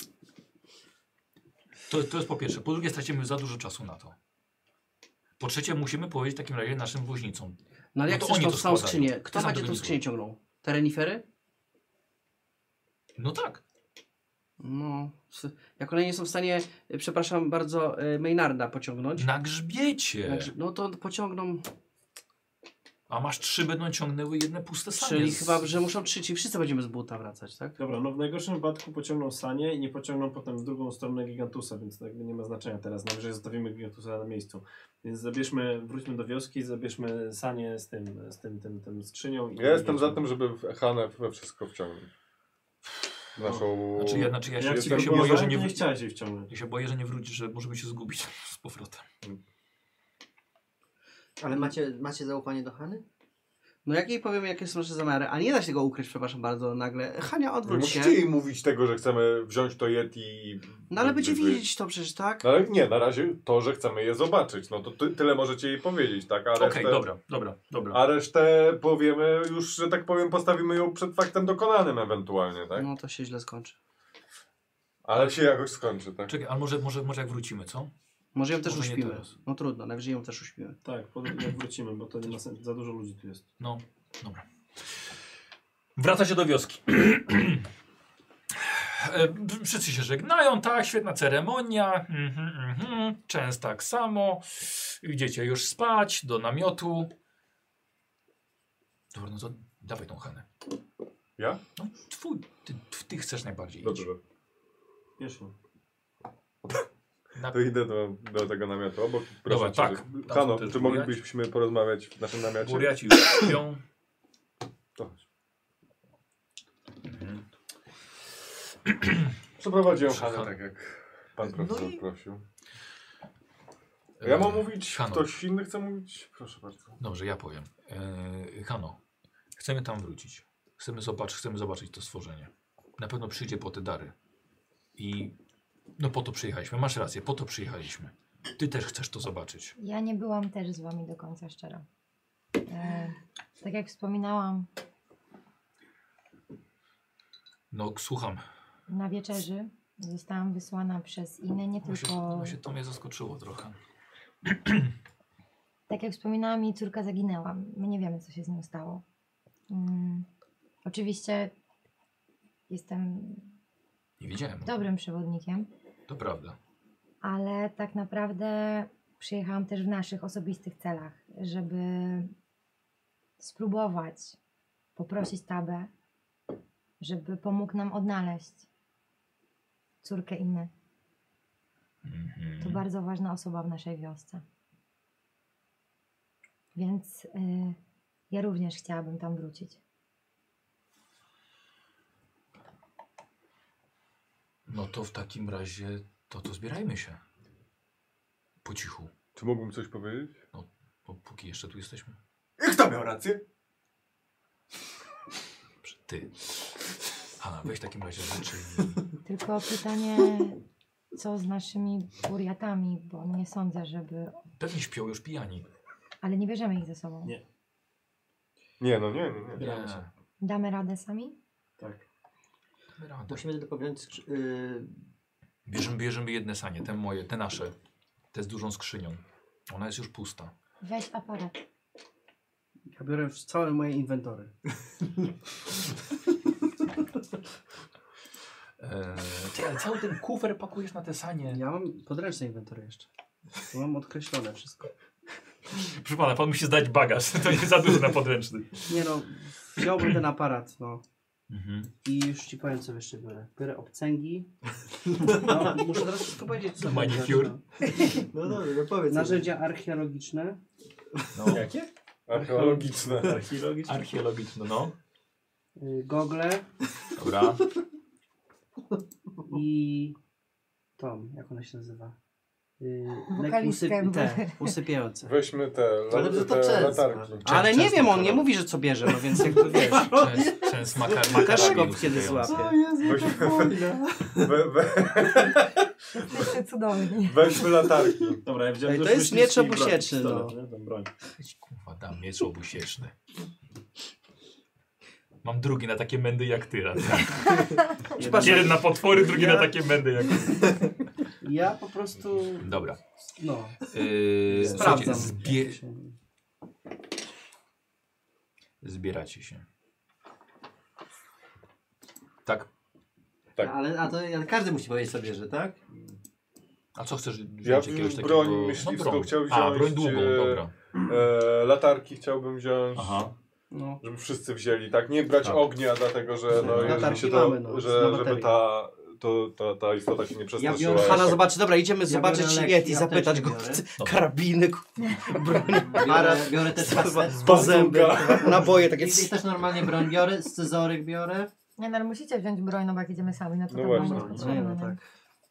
To jest po pierwsze. Po drugie stracimy za dużo czasu na to. Po trzecie musimy powiedzieć w takim razie naszym woźnicom. No ale No jak to chcesz oni tą to całą składają. skrzynię? Kto Ty sam będzie tego tą nie skrzynię ciągnął? Te renifery? No tak. No, jak one nie są w stanie, przepraszam bardzo, Maynarda pociągnąć, Na grzbiecie. no to pociągną. A masz 3 będą ciągnęły jedne puste sanie. Czyli chyba, że muszą 3, czyli wszyscy będziemy z buta wracać, tak? Dobra, no w najgorszym wypadku pociągną sanie i nie pociągną potem w drugą stronę Gigantusa, więc to jakby nie ma znaczenia teraz. Najwyżej zostawimy Gigantusa na miejscu. Więc wróćmy do wioski, zabierzmy sanie z tym skrzynią. Ja jestem za tym, żeby Hanę we wszystko wciągnąć. Naszą... Znaczy ja Jak się boję, że nie chciałeś jej wciągnąć. Ja się boję, że nie wrócisz, że możemy się zgubić z powrotem. Ale macie zaufanie do Hany? No jak jej powiemy, jakie są nasze zamiary, a nie da się tego ukryć, przepraszam bardzo, nagle. Hania, Nie odwróć się. musicie jej mówić tego, że chcemy wziąć to Yeti i... No ale będzie widzieć to przecież, tak? No ale nie, na razie to, że chcemy je zobaczyć. No to tyle możecie jej powiedzieć, tak? A Okej, resztę... dobra. A resztę powiemy już, że tak powiem, postawimy ją przed faktem dokonanym ewentualnie, tak? No to się źle skończy. Ale się jakoś skończy, tak? Czekaj, ale może jak wrócimy, co? Może ją też Może nie uśpimy. teraz. No trudno, najwyżej ją też uśpimy. Tak, jak wrócimy, bo to nie ma sensu. Za dużo ludzi tu jest. No, dobra. Wracacie do wioski. Wszyscy się żegnają, tak, świetna ceremonia. Często tak samo. Idziecie już spać, do namiotu. Dobra, no to dawaj tą Hanę. Ja? No, ty chcesz najbardziej. Dobrze. Wiesz, Na... To idę do tego namiotu obok. Proszę Dobra, cię, tak. że- Tam Hano, są też czy moglibyśmy porozmawiać w naszym namiocie? Buriaci już śpią. To chodź. Przeprowadziłem Proszę, Hanę tak, jak pan profesor prosił. E, Ja mam mówić? Hano. Ktoś inny chce mówić? Proszę bardzo. Dobrze, ja powiem. Hano, chcemy tam wrócić. Chcemy zobaczyć to stworzenie. Na pewno przyjdzie po te dary. I no po to przyjechaliśmy. Masz rację, po to przyjechaliśmy. Ty też chcesz to zobaczyć. Ja nie byłam też z wami do końca szczera. Tak jak wspominałam, No słucham. na wieczerzy zostałam wysłana przez inne, nie tylko... Właśnie to mnie zaskoczyło trochę. Tak jak wspominałam, jej córka zaginęła. My nie wiemy, co się z nią stało. Oczywiście jestem Nie wiedziałem. dobrym przewodnikiem, To prawda. ale tak naprawdę przyjechałam też w naszych osobistych celach, żeby spróbować poprosić Tabę, żeby pomógł nam odnaleźć córkę Inny. To bardzo ważna osoba w naszej wiosce. Więc ja również chciałabym tam wrócić. No to w takim razie to zbierajmy się. Po cichu. Czy mógłbym coś powiedzieć? No, póki jeszcze tu jesteśmy. I kto miał rację? Ty. Hanna, weź w takim razie rzeczy Tylko pytanie, co z naszymi furiatami, bo nie sądzę, żeby... Pewnie śpią już pijani. Ale nie bierzemy ich ze sobą. Nie. Nie. Zbieramy się. Damy radę sami? Tak. Damy radę. Musimy tylko wziąć Bierzemy jedne sanie, te moje, te nasze. Te z dużą skrzynią. Ona jest już pusta. Weź aparat. Ja biorę całe moje inwentory. Ty, ale cały ten kufer pakujesz na te sanie. Ja mam podręczne inwentory jeszcze. Tu mam odkreślone wszystko. Proszę pana, pan musi zdać bagaż. To nie za dużo na podręczny. Nie no, wziąłbym ten aparat, no. Mhm. I już ci powiem, co jeszcze biorę. Biorę obcęgi. No, muszę teraz wszystko powiedzieć, co Manicure. No dobrze, no powiedz. Narzędzia archeologiczne. No. Jakie? Archeologiczne. Archeologiczne. Archeologiczne, no. Gogle Dobra. i Tom, jak ona się nazywa? Wokalistkę. Usypiające. Weźmy te, Ale to te często. latarki. Ale nie często wiem, on to nie robi. mówi, że co bierze, no więc jakby wiesz. Częst Też makaroni go kiedy usypiający. złapie. Jesteście cudowni. Weźmy latarki. Dobra, ja wziąłem Ej, to już jest myśliwski miecz obusieczny, broń, no. pistolet, nie? Tą broń. Kurwa, dam miecz obusieczny. Mam drugi na takie mędy jak ty, Rad. Jeden na potwory, drugi na takie mędy jak ty. Ja po prostu, Dobra. no, Słuchajcie, sprawdzam. zbieracie się. Tak? Tak. Ale każdy musi powiedzieć sobie, że tak? A co chcesz wziąć Ja jakiegoś takiego... broń myśliwską chciał A, wziąć, broń długą, dobra. Latarki chciałbym wziąć. Aha. No. Żeby wszyscy wzięli, tak? Nie brać Tak. ognia, dlatego że no, jeżeli Latarki się to, mamy, no, na żeby baterii. ta istota się nie biorę- przestraszyła. Hanna zobaczy, dobra, idziemy Ja zobaczyć biorę leki, Yeti, apteczkę zapytać go, biorę. karabiny, broń, Biorę też kastę. zęby, naboje takie... I też normalnie broń biorę, scyzoryk biorę. Nie, no ale musicie wziąć broń, no bo jak idziemy sami, no to No to broń właśnie. jest Nie, potrzebna. no nie? tak.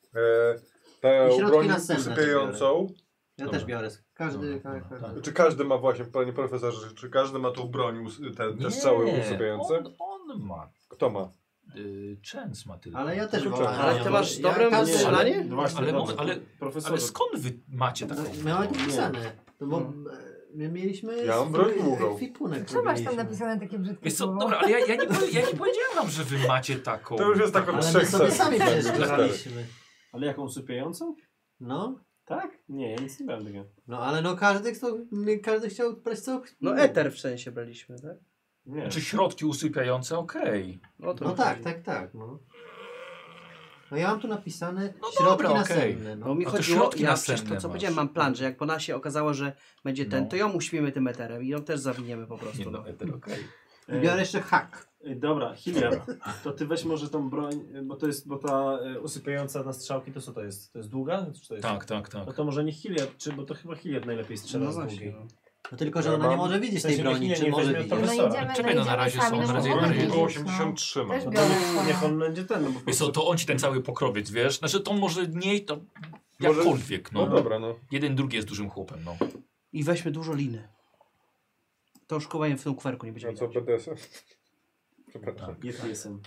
Tę I środki broń następne usypiającą. Ja Dobra. też biorę. Każdy. Dobra, tak. Czy każdy ma właśnie, panie profesorze, czy każdy ma tą broń, te strzały usypiające? On ma. Kto ma? Częs ma tylko. Ale ja też Ale wolę. Ale ty masz Ja dobre każdy- strzelanie? No właśnie, Ale dobrze, może- ale- profesorze, Ale skąd wy macie taką? Miałem napisane. No bo my mieliśmy Ja mam broń długą. ekwipunek. Czemu masz tam robiliśmy. napisane takie brzydkie Wiesz co, słowo? dobra, ale ja nie powiedziałem wam, że wy macie taką. To już jest tak od Ale my 3 sobie sesji. sami przecież jakby, graliśmy. ale jaką usypiającą? No, Tak? Nie, ja nic nie brałem takiego. no ale no każdy chciał brać co. No eter w sensie braliśmy, tak? Nie. Czy środki usypiające? Okej. No, to No tak, no. No ja mam tu napisane No środki dobra, okej. następne. No No. mi A to chodziło, środki ja przecież następne to co masz. powiedziałem, mam plan, że jak po nas się okazało, że będzie ten, No. to ją uśpimy tym eterem i ją też zawiniemy po Nie prostu. no, No. eter, okej. I biorę jeszcze hak. Dobra, Hilliard, to ty weź może tą broń, bo ta usypiająca na strzałki, to co to jest? To jest długa? Czy to jest... Tak. No to może nie Hilliard, bo to chyba Hilliard najlepiej strzela No z właśnie. długiej. No. No tylko, że Ja ona nie mam- może widzieć w sensie tej broni, nie czy może weźmie widzieć. No profesora. idziemy, Czekaj, no na idziemy razie sami, są, no na razie możemy jest. widzieć, 83 ma. Też No biorę to niech swoją. on będzie ten, no bo Wiesz co, to on ci ten cały pokrowiec, wiesz? Znaczy to może nie, to jakkolwiek, No no. dobra, no. Jeden, drugi jest dużym chłopem, no. I weźmy dużo liny. To szkołanie w tym kwerku nie będzie A co widać. BDS? Przepraszam. jest jestem.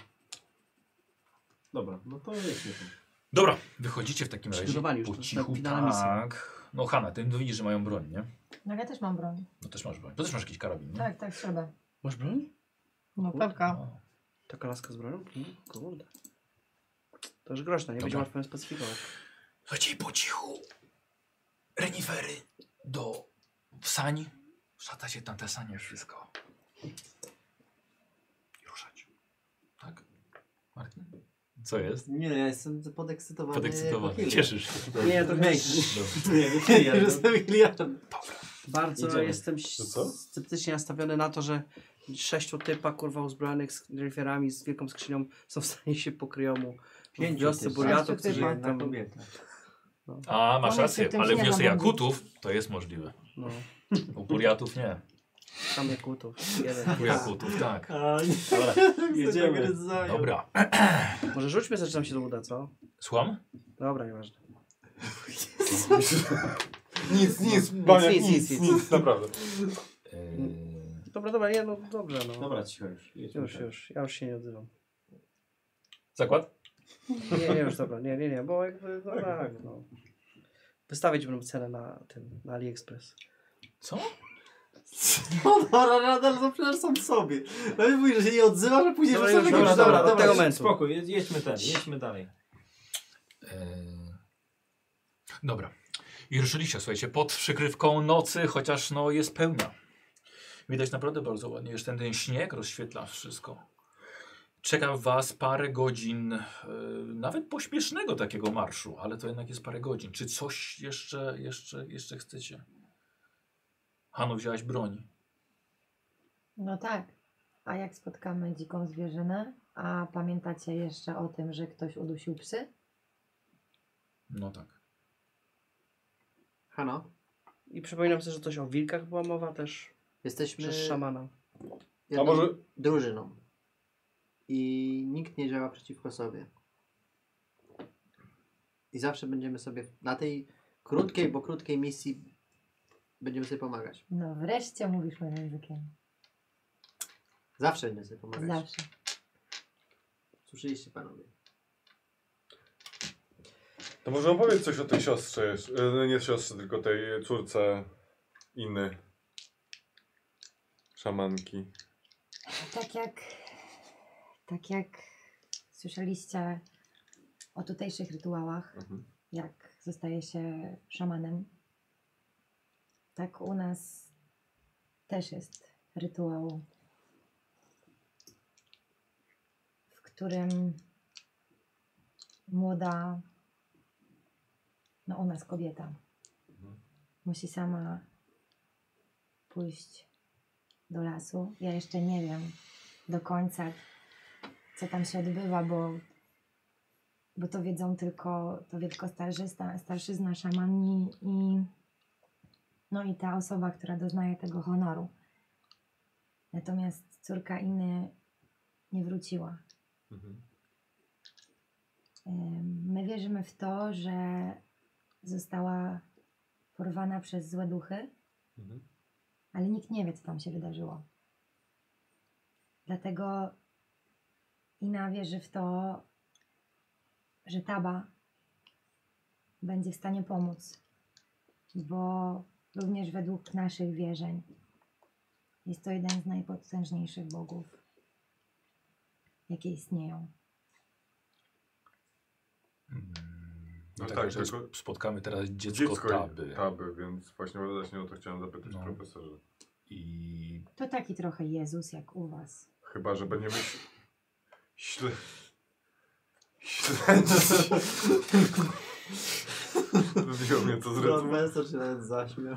Dobra, no to jedźmy tam. Dobra, wychodzicie w takim razie Przygotowani już, po to jest cichu, finalna misja. tak. No Hanna, ty widzisz, że mają broń, nie? No ja też mam broń. No też masz broń. To też masz jakiś karabin, nie? Tak, trzeba. Masz broń? No pewka. O. Taka laska z bronią? Kurde. To już groźne, nie Dobra. będzie łatwo specyfikować. Słuchajcie, i po cichu renifery w sań. Szata się na te sanie wszystko. I ruszać. Tak? Martin? Co jest? Nie, ja jestem podekscytowany. Podekscytowany. jako Hilliard. Cieszysz się. Nie, to Nie, Hilliard. że jestem Hilliardem. bardzo Idziemy. jestem To co? sceptycznie nastawiony na to, że 6 typa kurwa uzbrojonych z rifierami z wielką skrzynią są w stanie się pokryjomu w 5 wiosce buriatów, Sześciu którzy typa. tam... A, masz Pomysł rację, w tym ale w się nie wiosce ma Jakutów to jest możliwe. No, U Buriatów nie. tam Jakutów. Jeden. U Jakutów, tak. Dobra, jedziemy. Dobra. Może rzućmy, że nam się to uda, co? Słucham? Dobra, nieważne. Nic, Baniak, nic, nic, naprawdę. Dobra, nie, no dobrze, no. Dobra, cicho już. Jedźmy tam. Już, ja już się nie odzywam. Zakład? Nie, już dobra, nie, bo jakby, no tak, no. Wystawić będę cenę na AliExpress. Co? No dobra, nadal zaprzedaż sam sobie. No i mówisz, że się nie odzywa, że później Dobra, że sam już, jakieś- dobra, do tego momentu. Spokój, jedźmy dalej. Dobra. I ruszyliście, słuchajcie, pod przykrywką nocy, chociaż no jest pełna. Widać naprawdę bardzo ładnie, już ten śnieg rozświetla wszystko. Czeka was parę godzin, nawet pośpiesznego takiego marszu, ale to jednak jest parę godzin. Czy coś jeszcze chcecie? Hanu, wziąłaś broń. No tak. A jak spotkamy dziką zwierzynę? A pamiętacie jeszcze o tym, że ktoś udusił psy? No tak. Hano? I przypominam sobie, że coś o wilkach była mowa też Jesteśmy przez szamana. jedną A może- drużyną. I nikt nie działa przeciwko sobie. I zawsze będziemy sobie na tej krótkiej misji będziemy sobie pomagać. No wreszcie mówisz moim językiem. Zawsze będziemy sobie pomagać. Zawsze. Słyszeliście panowie. To może opowiedz coś o tej siostrze jeszcze. Nie siostrze, tylko tej córce Inny. Szamanki. Tak jak słyszeliście o tutejszych rytuałach, jak zostaje się szamanem, tak u nas też jest rytuał, w którym młoda, no u nas kobieta, musi sama pójść do lasu. Ja jeszcze nie wiem do końca, co tam się odbywa, bo to wiedzą tylko starszyzna, szamani i ta osoba, która doznaje tego honoru. Natomiast córka Inny nie wróciła. My wierzymy w to, że została porwana przez złe duchy, ale nikt nie wie, co tam się wydarzyło. Dlatego Ina wierzy w to, że Taba będzie w stanie pomóc, bo również według naszych wierzeń jest to jeden z najpotężniejszych bogów, jakie istnieją. No tak, tak, że tylko spotkamy teraz dziecko Taby. Taby, więc właśnie o to chciałem zapytać profesorze. I To taki trochę Jezus jak u was. chyba, że będziemy Wybiło mnie to z rytmu. Profesor się nawet zaśmiał.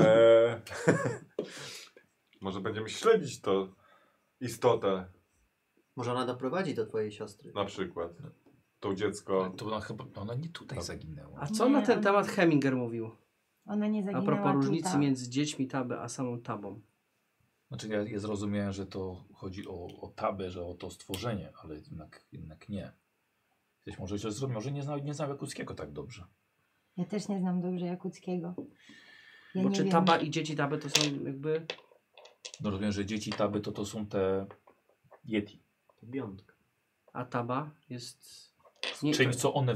Może będziemy śledzić to istotę, Może ona doprowadzi do twojej siostry. na przykład. To dziecko. to ona nie tutaj zaginęła. A co Nie, na ten ona- temat Heminger mówił? Ona nie A zaginęła propos różnicy tutaj. między dziećmi Taby a samą Tabą. Znaczy ja zrozumiałem, że to chodzi o Tabę, że o to stworzenie, ale jednak nie. Ktoś może źle zrozumiał, może nie znał Jakuckiego tak dobrze. Ja też nie znam dobrze Jakuckiego. Ja Bo nie czy wiem. Taba i dzieci Taby to są jakby... No rozumiem, że dzieci Taby to są te Yeti. To biątka. A Taba jest... Czyli co one,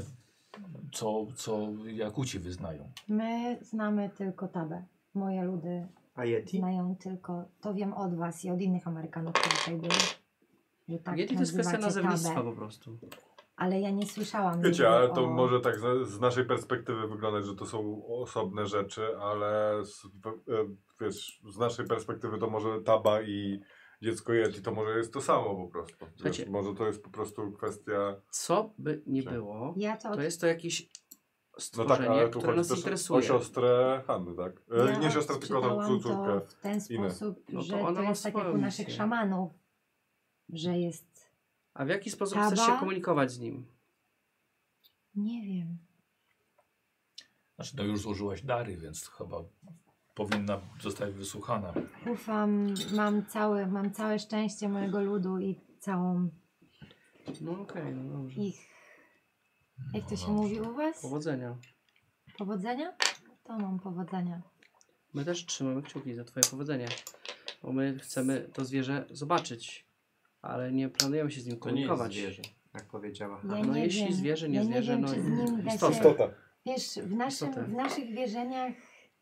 co Jakuci wyznają. My znamy tylko Tabę. Moje ludy A Yeti? znają tylko, to wiem od was i od innych Amerykanów, którzy tutaj byli. Że tak Yeti to jest kwestia nazywacie nazewnictwa Tabę. po prostu. Ale ja nie słyszałam. Wiecie, nigdy ale to o... może tak z naszej perspektywy wyglądać, że to są osobne rzeczy, ale wiesz, z naszej perspektywy to może Taba i dziecko Yeti to może jest to samo po prostu. Wiesz, Słuchajcie. może to jest po prostu kwestia... Co by nie Cie. było, Ja to to jest to jakieś No stworzenie, tak, ale tu które chodzi nas też interesuje. o siostrę Hanny, tak? Ja Nie siostrę, tylko tą odczytałam córkę. to w ten Inę. sposób, No to że ona to ma jest tak jak swoją u naszych misję. szamanów, że jest... A w jaki sposób Taba? chcesz się komunikować z nim? Nie wiem. Znaczy, no już złożyłaś dary, więc chyba powinna zostać wysłuchana. Ufam, mam całe szczęście mojego ludu i całą No okej, no dobrze. ich... Jak to się dobrze. mówi u was? Powodzenia. Powodzenia? To mam powodzenia. My też trzymamy kciuki za twoje powodzenie. Bo my chcemy to zwierzę zobaczyć, ale nie planujemy się z nim To nie jest komunikować. zwierzę, jak powiedziała Ja Hanna. No nie jeśli wiem. zwierzę, nie Ja zwierzę, nie wiem, no czy z nim da istota. się... Istota. Wiesz, Istotę. w naszych wierzeniach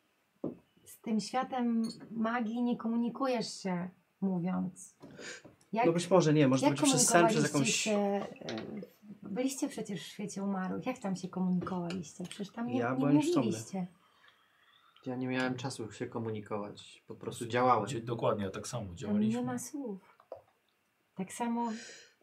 z tym światem magii nie komunikujesz się mówiąc. Jak, No być może nie, może to jak będzie przez sen, przez komunikowaliście jakąś... się... Byliście przecież w świecie umarłych. Jak tam się komunikowaliście? Przecież tam nie, Ja nie byłem niewtomny. mówiliście. Ja nie miałem czasu się komunikować. Po prostu działałem. Dokładnie, tak samo Tam działaliśmy. nie ma słów. Tak samo...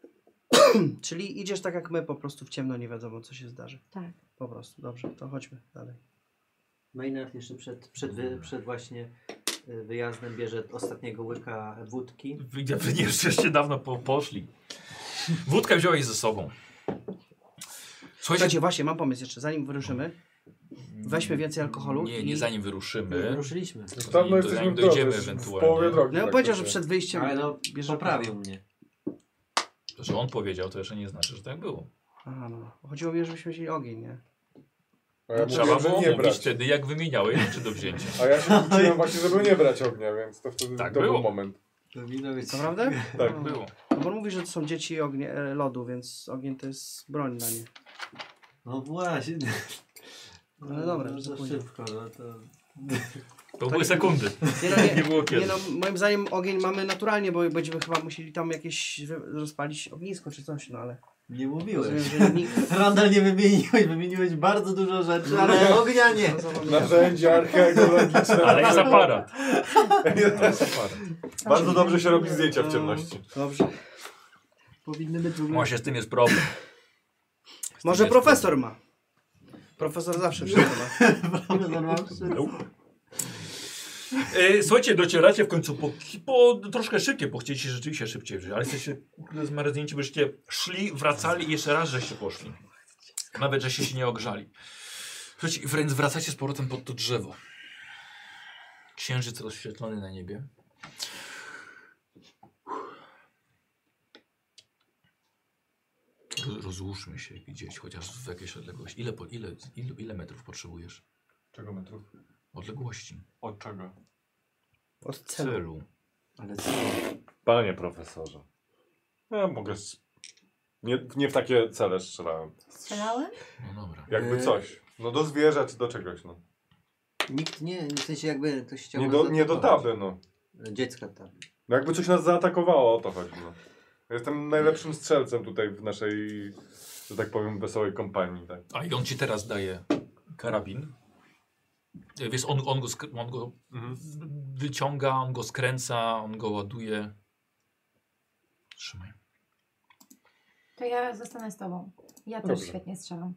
Czyli idziesz tak jak my, po prostu w ciemno, nie wiadomo co się zdarzy. Tak. Po prostu, dobrze, to chodźmy dalej. Maynard jeszcze przed właśnie wyjazdem bierze ostatniego łyka wódki. Wy nie jeszcze dawno poszli. Wódkę wziąłeś ze sobą. Słuchajcie, Słuchajcie, właśnie, mam pomysł jeszcze, zanim wyruszymy. Weźmy więcej alkoholu Nie, i- nie zanim wyruszymy. Ruszyliśmy. Tam jesteśmy zanim w drodze, dojdziemy w ewentualnie. połowie drogi. No ja tak powiedział, że to przed wyjściem Ale no, bierze poprawił alkohol. mnie. To, że on powiedział, to jeszcze nie znaczy, że tak było. Aha, no. Chodziło mi, żebyśmy wzięli ogień, nie? A ja Trzeba mówiłem, że było nie mówić brać. wtedy, jak wymieniałeś rzeczy do wzięcia. A ja się uczyłem właśnie, żeby nie brać ognia, więc to wtedy Tak to było. był moment. To winno być... Naprawdę? Tak. No. Było. No bo on mówi, że to są dzieci lodu, więc ogień to jest broń dla nie. No właśnie. Ale dobra, no, że to zapomniałem. szybko, no to... To były sekundy. Nie, no, Nie było kiedy. Nie no, moim zdaniem ogień mamy naturalnie, bo będziemy chyba musieli tam jakieś rozpalić ognisko czy coś, no ale... Nie Rozumiem, mówiłeś. że nikt... Randall nie wymieniłeś bardzo dużo rzeczy, ale ognia nie. No, zapomniałem. Narzędzia archeologiczne. Ale jest aparat. Ale jest aparat. Bardzo dobrze się robi zdjęcia w ciemności. Dobrze. Powinny być w ogóle... Właśnie z tym jest problem. Może profesor ma. Profesor zawsze wszystko ma. Profesor ma wszystko. Słuchajcie, docieracie w końcu po troszkę szybciej, bo chcieliście rzeczywiście szybciej wziąć, ale jesteście zmarznięci, byście szli, wracali i jeszcze raz żeście poszli. Nawet żeście się nie ogrzali. Słuchajcie, wręcz wracacie z powrotem pod to drzewo. Księżyc rozświetlony na niebie. Rozłóżmy się gdzieś, chociaż w jakiejś odległości. Ile metrów potrzebujesz? Czego metrów? Odległości. Od czego? Od celu. Celu. Ale co? Panie profesorze. Ja mogę... Nie w takie cele strzelałem. Strzelałem? No dobra. Jakby coś. No do zwierza czy do czegoś, no. Nikt nie, w sensie jakby ktoś chciał Nie do taby, no. Dziecka taby. No jakby coś nas zaatakowało, o to chodzi, no. Ja jestem najlepszym strzelcem tutaj w naszej, że tak powiem, wesołej kompanii, tak. A i on ci teraz daje karabin. Wiesz, on go wyciąga, on go skręca, on go ładuje. Trzymaj. To ja zostanę z tobą. Ja też Dobrze. świetnie strzelam.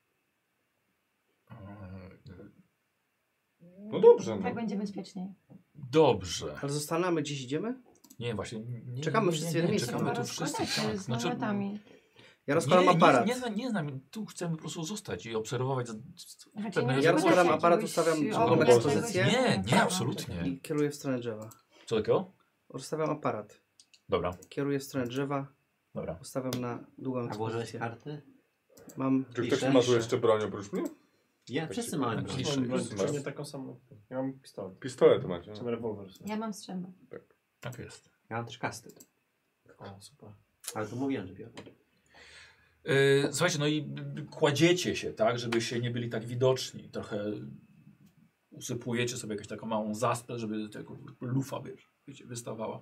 No dobrze, no. Tak będzie bezpieczniej. Dobrze. Ale zostanemy, gdzieś idziemy? Nie, właśnie. Nie, Czekamy wszyscy w jednym miejscu. Czekamy Chyba tu wszyscy. rozkładacie Tak. z Znaczy, namiotami. Ja rozpalam aparat. Nie z nami. Tu chcemy po prostu zostać i obserwować. Znaczy, pewne nie Ja rozkładacie rozpalam rozkładacie aparat, czegoś ustawiam obok na czegoś pozycję. Nie, innego. absolutnie. I kieruję w stronę drzewa. Co takiego? Rozstawiam aparat. Dobra, Kieruję w stronę drzewa. dobra. Ustawiam na długą A włożyłeś ekspozycję. karty? Mam... Czy ktoś Piszę. ma tu jeszcze broń oprócz mnie? Ja, wszyscy mamy broń. Piszę. Mam broń, Masz? przynajmniej taką samą. Ja mam pistolet. Pistolety macie. Czy rewolwer. Ja mam strzelbę. Tak jest. Ja mam też kastet. O, super. Ale to mówiłem, że biorę. Słuchajcie, no i kładziecie się, tak, żeby się nie byli tak widoczni. Trochę usypujecie sobie jakąś taką małą zaspę, żeby tego lufa, wiecie, wystawała.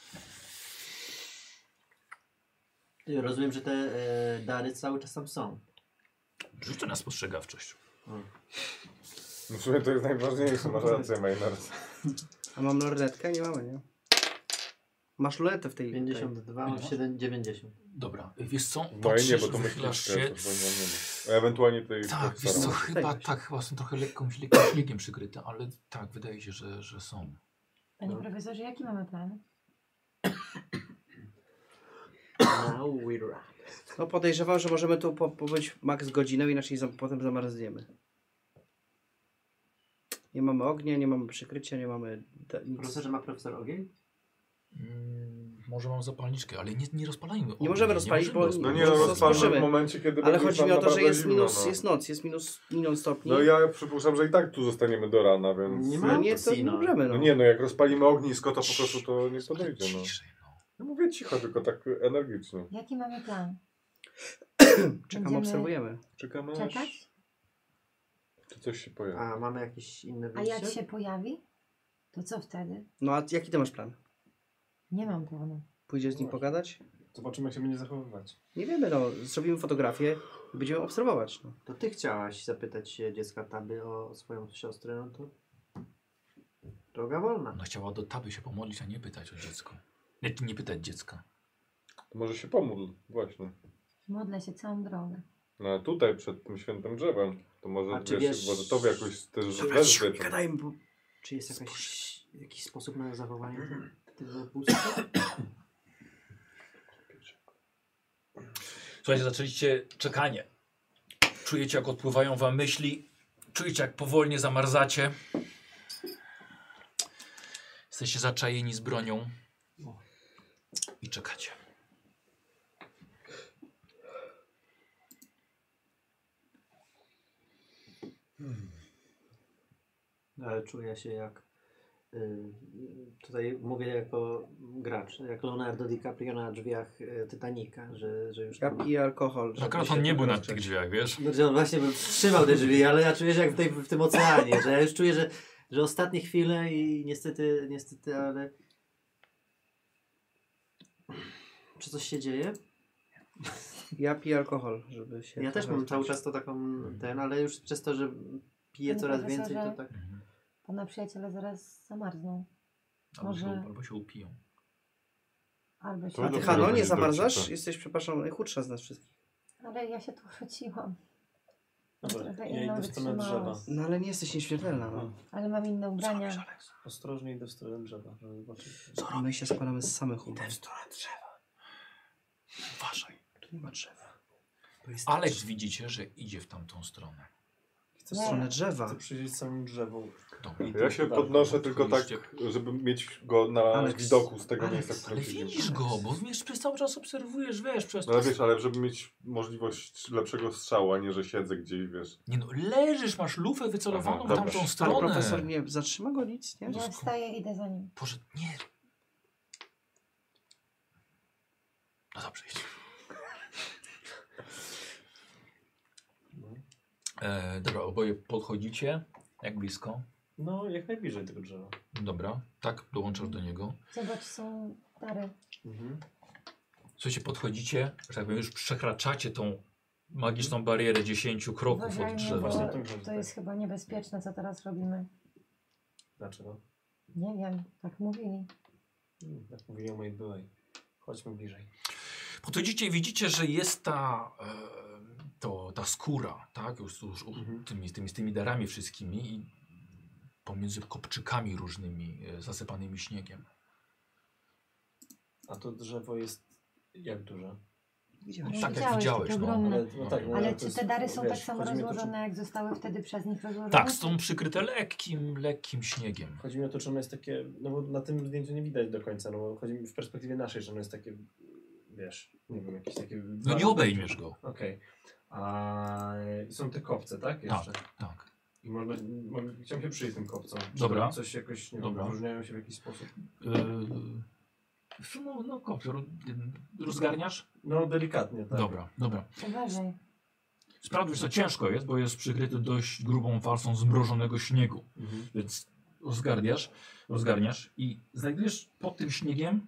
Rozumiem, że te dary cały czas tam są. Rzućcie na spostrzegawczość. No w sumie to jest najważniejsze, masz rację, Maynard. A mam lornetkę? Nie mamy, nie? Masz lunetę w tej... 52, mam 7, 90. Dobra, wiesz co? Moje nie, bo to wychylasz myślisz, się. to nie ma. A ewentualnie tutaj Tak, wiesz co, chyba są trochę lekkim śniegiem przykryte, ale tak, wydaje się, że są. Panie profesorze, jaki mamy plan? Now we run. No podejrzewam, że możemy tu pobyć max godzinę, inaczej potem zamarzniemy. Nie mamy ognia, nie mamy przykrycia, nie mamy nic. Profesorze, ma profesor ogień? Może mam zapalniczkę, ale nie rozpalajmy. Nie możemy rozpalić, bo- rozpalić. No nie, Po no prostu rozpalmy w spłoszymy. momencie, kiedy Ale będzie chodzi tam mi o to, że naprawdę jest zimno, minus, no. jest noc, jest minus milion stopni. No ja przypuszczam, że i tak tu zostaniemy do rana, więc... Nie No ma nie, to opcji, nie no. możemy, No no. nie, no jak rozpalimy ognisko, to po prostu to nie podejdzie, no. Ciszej, no. Ja mówię cicho, tylko tak energicznie. Jaki mamy plan? Czekamy, Będziemy obserwujemy. Czekamy aż czekać? to coś się pojawi. A mamy jakieś inne A wyjście? jak się pojawi? To co wtedy? No a jaki ty masz plan? Nie mam planu. Pójdziesz z nim pogadać? Zobaczymy, jak się będzie zachowywać. Nie wiemy, no. Zrobimy fotografię i będziemy obserwować, no. To ty chciałaś zapytać się dziecka Taby o swoją siostrę, no to... Droga wolna. Ona chciała do taby się pomodlić, a nie pytać o dziecko. Nie pytać dziecka. To może się pomódl, właśnie. Modlę się całą drogę. No a tutaj przed tym świętym drzewem, to może, A czy wiesz- może tobie jakoś też Dobra, wezwie. cicho, gadajmy, bo... Czy jest jakiś sposób na zachowanie tego bóstwa? Słuchajcie, zaczęliście czekanie. Czujecie, jak odpływają wam myśli. Czujecie, jak powolnie zamarzacie. Jesteście zaczajeni z bronią. I czekacie. Ale czuję się jak... tutaj mówię jako gracz, jak Leonardo DiCaprio na drzwiach Titanica, że już... Ja tam- piję alkohol. żeby Akurat się on nie tu był na rozgrzać. tych drzwiach, wiesz? Znaczy on właśnie by trzymał te drzwi, ale ja czuję się jak w tym oceanie, że ja już czuję, że ostatnie chwile i niestety, ale... Czy coś się dzieje? Ja piję alkohol, żeby się... Ja też mam cały czas to taką ale już przez to, że piję Panie coraz więcej, to profesorze, tak... Pana przyjaciele zaraz zamarzną. Albo się upiją. Albo się... To A ty, dopiero Hano, nie będzie zamarzasz? dowcip, Jesteś, przepraszam, najchudsza z nas wszystkich. Ale ja się tu urodziłam. Dobra, trochę ja inną idę w stronę drzewa. wytrzymałość. No ale nie jesteś nieśmiertelna, no. Ale mam inne ubrania. Ostrożnie idę w stronę drzewa, żeby zobaczyć. My się składamy z samych ubrań. w stronę drzewa. Uważaj. Tu nie ma drzewa. To jest Alex widzicie, że idzie w tamtą stronę. w stronę drzewa. Chcę przyjrzeć samym drzewu. Dobra. Ja się podnoszę tylko tak, żeby mieć go na Alex, widoku z tego Alex, miejsca, w którym Ale siedzimy. widzisz go, bo przez cały czas obserwujesz, wiesz, przez... No ale wiesz, ale żeby mieć możliwość lepszego strzału, a nie, że siedzę gdzieś, wiesz. Nie no, leżysz, masz lufę wycelowaną Aha, w dobra. tamtą Pan stronę. profesor nie zatrzyma go nic, nie? Ja wstaję, idę za nim. Boże, nie. No dobrze, idź. Dobra, oboje podchodzicie. Jak blisko? No, jak najbliżej tego drzewa. Dobra, tak, dołączasz do niego. Zobacz, są dary. Słuchajcie, podchodzicie, że tak powiem, już przekraczacie tą magiczną barierę 10 kroków od Uważajmy, drzewa. Właśnie bo to mi chodzi, to tak. jest chyba niebezpieczne, co teraz robimy. Dlaczego? Nie wiem, tak mówili. Jak mówili o mojej byłej. Chodźmy bliżej. Podchodzicie i widzicie, że jest ta skóra, tak? Już z tymi darami wszystkimi i pomiędzy kopczykami różnymi zasypanymi śniegiem. A to drzewo jest jak duże? Widziałeś. Tak jak Widziałeś, widziałeś, takie no. ogromne. no Ale to czy jest- te dary są wiesz, tak samo chodzi mi o to, rozłożone, jak zostały wtedy przez nich rozłożone? Tak, są przykryte lekkim śniegiem. Chodzi mi o to, czy ono jest takie, no bo na tym zdjęciu nie widać do końca, no bo chodzi mi w perspektywie naszej, że ono jest takie, wiesz, nie wiem, jakieś takie... No nie obejmiesz go. Okej. A są te kopce, tak? Jeszcze? Tak. I chciałem się przyjrzeć tym kopcom. Czy Dobra. tam coś jakoś, nie wiem, Dobra. wyróżniają się w jakiś sposób? No kopior, rozgarniasz? No delikatnie, tak. Dobra. Uważaj. Sprawdzisz, co ciężko jest, bo jest przykryty dość grubą warstwą zmrożonego śniegu. Więc rozgarniasz i znajdujesz pod tym śniegiem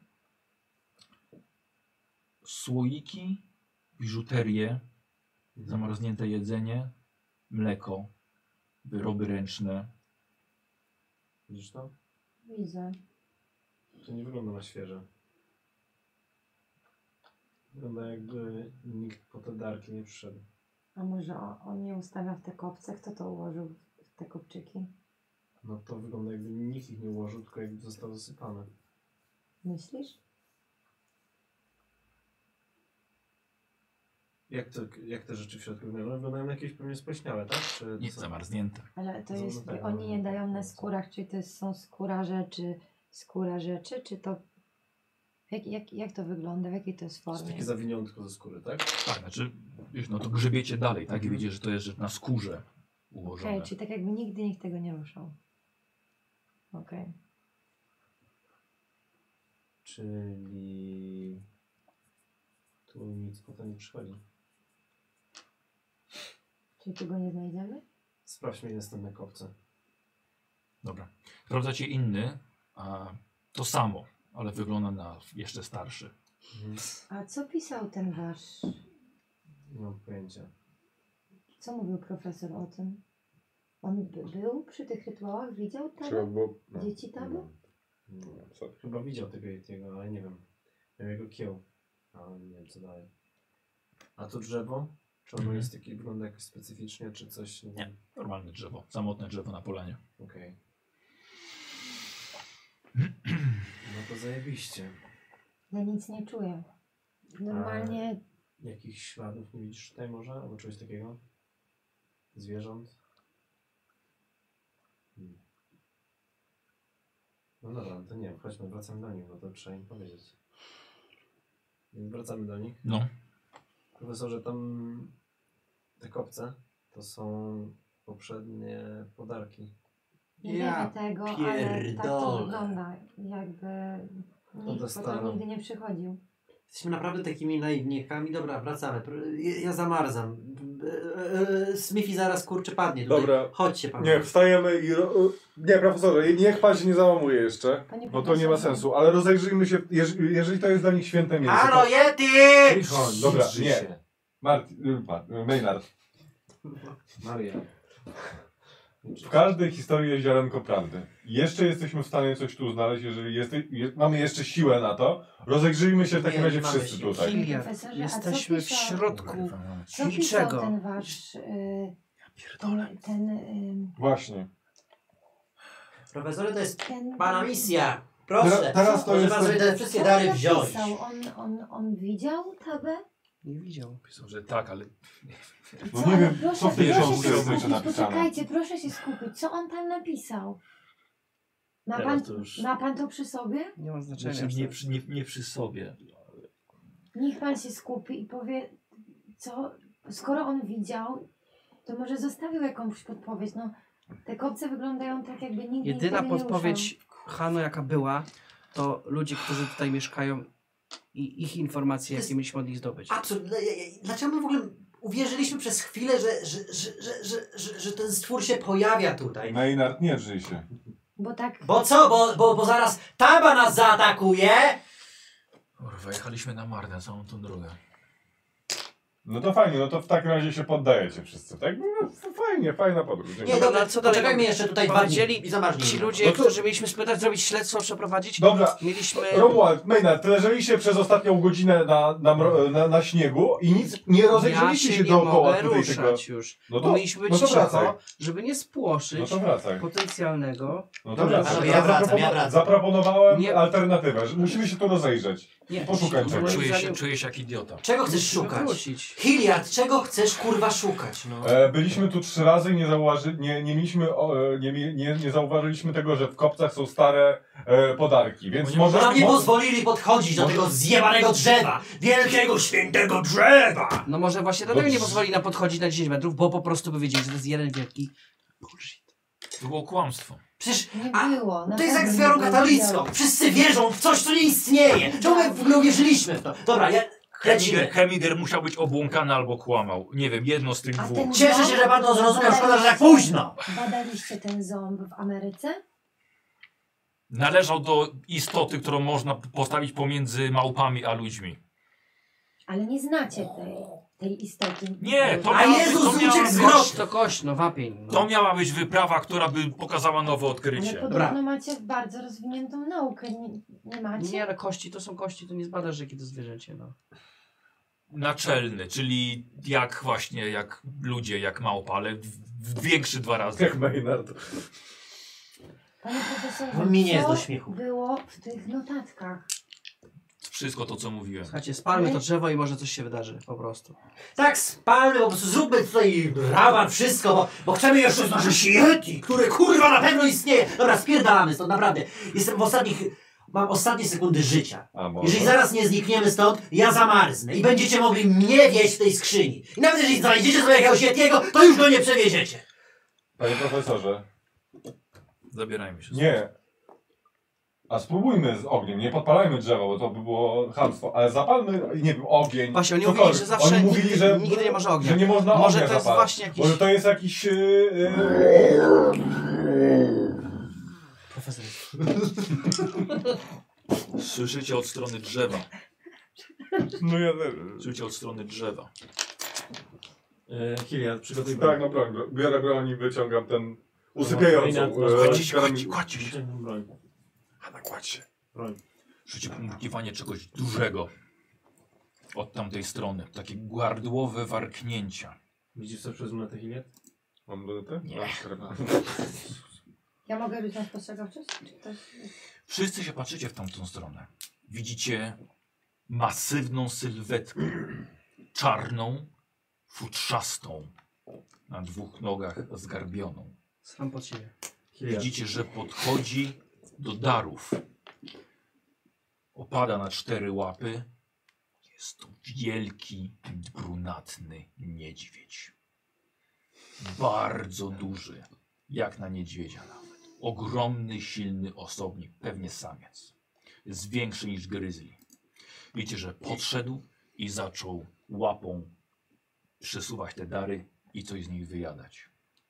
słoiki, biżuterię, zamarznięte jedzenie, mleko, wyroby ręczne. Widzisz to? Widzę. To nie wygląda na świeże. Wygląda jakby nikt po te darki nie przyszedł. A może on je ustawia w te kopce? Kto to ułożył w te kopczyki? No to wygląda jakby nikt ich nie ułożył, tylko jakby zostało zasypane. Myślisz? Jak te rzeczy w środku wyglądają? Wyglądają jakieś pewnie spleśniałe, tak? Czy Nie, co? zamarznięte. Ale to No jest, tak, oni no. je dają na skórach, czyli to są skóra rzeczy, czy to... Jak to wygląda? W jakiej to jest To jest formie? takie zawiniątko ze skóry, tak? Tak, znaczy, wiesz, no to grzebiecie dalej, tak? I widzicie, że to jest na skórze ułożone. Okej, czyli tak jakby nigdy nikt tego nie ruszał. Okej. Czyli tu nic potem nie przychodzi. Czyli tu go nie znajdziemy? Sprawdźmy następne kopce. Dobra. Sprawdzacie inny, a to samo, ale wygląda na jeszcze starszy. A co pisał ten wasz... Nie mam pojęcia. Co mówił profesor o tym? On był przy tych rytuałach? Widział Trzeba tam? było... Dzieci tam? Sorry. Chyba widział tego Yetiego, ale nie wiem. Miał jego kieł, ale nie wiem co dalej. A to drzewo? Czy ono jest takie, wygląda jakoś specyficznie, czy coś? Nie wiem. Normalne drzewo, samotne drzewo na polanie. Okej. No to zajebiście. Ja nic nie czuję. Normalnie Jakichś śladów nie widzisz tutaj może? Albo czegoś takiego? Zwierząt? No dobra, to nie wiem, chodźmy, wracamy do nich, bo to trzeba im powiedzieć. Więc wracamy do nich. No. Profesorze, tam te kopce to są poprzednie podarki. nie wiemy tego, ale tak to pierdolę. wygląda. Jakby nikt dostałem. potem nigdy nie przychodził. Jesteśmy naprawdę takimi naiwnikami. Dobra, wracamy. Ja zamarzam. Smithy zaraz kurczę padnie tutaj. Dobra. Nie, Chodźcie panowie. wstajemy i... Nie, profesorze, niech pan się nie załamuje jeszcze, Panie bo to nie ma profesorze. sensu, ale rozejrzyjmy się, jeżeli to jest dla nich święte miejsce. Halo, to... Yeti! Cicho, Dobra, drży nie. się. Maynard. Maria. W każdej historii jest ziarenko prawdy. Jeszcze jesteśmy w stanie coś tu znaleźć, jeżeli mamy jeszcze siłę na to. Rozejrzyjmy się w takim Nie, razie nie mamy wszyscy siły. tutaj. Kilian, Profesorze, a co jesteśmy w pisał- środku Co pisał niczego. ten wasz Właśnie. Profesorze, to jest ten pana misja. Proszę, Teraz to może jest pan sobie te wszystkie Co dary on wziąć. napisał? On widział tabę? Nie widział. Pisał, że tak, ale No Co? nie Ale wiem, co w tej proszę książce się jest skupić, napisane. poczekajcie, proszę się skupić. Co on tam napisał? Teraz to już- Ma pan to przy sobie? Nie ma znaczenia. znaczy, nie przy sobie. Niech pan się skupi i powie, co, skoro on widział, to może zostawił jakąś podpowiedź. No, te kopce wyglądają tak, jakby nigdy Jedyna nikogo nie podpowiedź Hano, jaka była, to ludzie, którzy tutaj mieszkają i ich informacje, jakie mieliśmy od nich zdobyć. Absolutnie. Dlaczego my w ogóle uwierzyliśmy przez chwilę, że ten stwór się pojawia tutaj? Maynard, nie drzyj się. Bo tak... Bo co? Bo zaraz Taba nas zaatakuje? Kurwa, jechaliśmy na marne całą tą drogę. No to fajnie, no to w takim razie się poddajecie wszyscy, tak? No, fajnie, fajna podróż. Nie, Dziękuję. dobra, ale co dalej? poczekajmy jeszcze tutaj 2 dni Powiedzieli i zamarznijmy. Ci ludzie, No to- którzy mieliśmy spytać, zrobić śledztwo, przeprowadzić, Dobra, mieliśmy... Romuald, Maynard, leżeliście przez ostatnią godzinę na śniegu i nic nie Ja rozejrzeliście się się nie dookoła mogę tutaj ruszać tylko. już. No Bo to, mieliśmy być no to wracaj. cicho, żeby nie No spłoszyć to wracaj. potencjalnego... No to Dobra, wracaj. ale ja wracam, ja wracam. Zaproponowałem Nie. alternatywę, że musimy się tu rozejrzeć. Nie, Poszukaj czegoś. Czuję się jak idiota. Czego chcesz musimy szukać? wrócić. Hilliard, czego chcesz kurwa szukać? No. Byliśmy tu 3 razy i nie zauważyliśmy tego, że w kopcach są stare podarki, więc może... Nam nie pozwolili podchodzić do tego zjebanego drzewa! Wielkiego, świętego drzewa! No może właśnie dlatego nie pozwoli nam podchodzić na 10 metrów, bo po prostu by wiedzieli, że to jest jeden wielki bullshit. To było kłamstwo. Przecież Nie było. to jest jak z naprawdę wiarą nie było. katolicką. Wszyscy wierzą w coś, co nie istnieje. Czemu my w ogóle uwierzyliśmy w to? Dobra, lecimy. Hemiger musiał być obłąkany albo kłamał. Nie wiem, jedno z tych A dwóch. ten Cieszę się, że pan to zrozumiał. Szkoda, że tak późno. Badaliście ten ząb w Ameryce? Należał do istoty, którą można postawić pomiędzy małpami a ludźmi. Ale nie znacie tej istoty. Nie, to A miała Jezus być, to miała, uciekł z być, grobu. Kość to kość, no wapień. No. to miała być wyprawa, która by pokazała nowe Ale odkrycie. podobno macie bardzo rozwiniętą naukę. Nie macie? Nie, ale kości to są kości, to nie zbadasz, jakie to zwierzęcie, no. Naczelny, czyli jak właśnie, jak ludzie, jak małpa, ale większy 2 razy. Jak Maynard. Panie profesorze, On mi nie jest co do śmiechu. było w tych notatkach? Wszystko to, co mówiłem. Słuchajcie, spalmy to drzewo i może coś się wydarzy, po prostu. Tak, spalmy, po prostu zróbmy tutaj raban, wszystko, bo chcemy jeszcze znaleźć Yeti, które kurwa na pewno istnieje. Dobra, spierdalamy stąd, naprawdę. Mam ostatnie sekundy życia. A może? Jeżeli zaraz nie znikniemy stąd, ja zamarznę i będziecie mogli mnie wieźć w tej skrzyni. I nawet jeżeli znajdziecie sobie jakiegoś Yetiego, to już go nie przewieziecie. Panie profesorze, Zabierajmy się. nie. A spróbujmy z ogniem, nie podpalajmy drzewa, bo to by było chamstwo, ale zapalmy, nie wiem, ogień. Właśnie, oni cokolwiek. mówili, że zawsze Oni mówili, że nigdy nie może ognia. Że nie można Może ognia to jest zapalać. właśnie jakiś... Może to jest jakiś... Profesor. Słyszycie od strony drzewa. No ja też. Słyszycie od strony drzewa. Hilliard, przygotuj Tak, no broń. Biorę broń i wyciągam ten usypiającą. Kładźcie się. Wyciągnę broń. A nakładź się. Broń. Słyszycie pomrukiwanie czegoś dużego. Od tamtej strony. Takie gardłowe warknięcia. Widzisz co przez lunetę, Hilliard? Mam lunetę? Nie. Ja mogę być na spostrzegawczość? Czy ktoś... Wszyscy się patrzycie w tamtą stronę. Widzicie masywną sylwetkę. Czarną, futrzastą. Na 2 nogach zgarbioną. Sam pod siebie. Hilliard. Widzicie, że podchodzi do darów. Opada na 4 łapy. Jest to wielki, brunatny niedźwiedź. Bardzo duży, jak na niedźwiedzia nawet. Ogromny, silny osobnik, pewnie samiec. Jest większy niż gryzli. Widzicie, że podszedł i zaczął łapą przesuwać te dary i coś z nich wyjadać.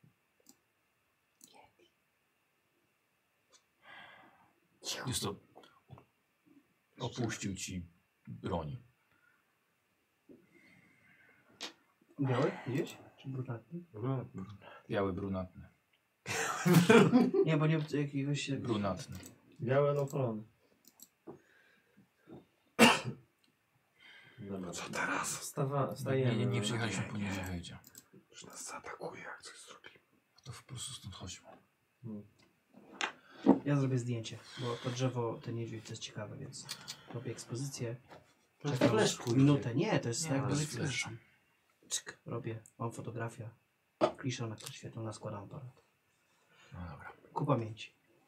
Jest to... Opuścił ci broń. Biały? Gdzieś? Czy brunatny? Biały, brunatny. Nie, bo nie jakiegoś... Brunatny. Białe lopolony. Dobra. Co teraz? Wstajemy. Nie przyjechaliśmy po niedźwiedzia. Że nas zaatakuje, jak coś zrobimy. To po prostu stąd chodźmy. Ja zrobię zdjęcie, bo to drzewo, ten niedźwiedź to jest ciekawe, więc robię ekspozycję. Czekam flash minutę. Nie, to jest Nie, jakby bez ekspozycja. Cyk, robię, mam fotografia. Kliszę na świetlną, naskładam aparat. No dobra. Ku pamięci.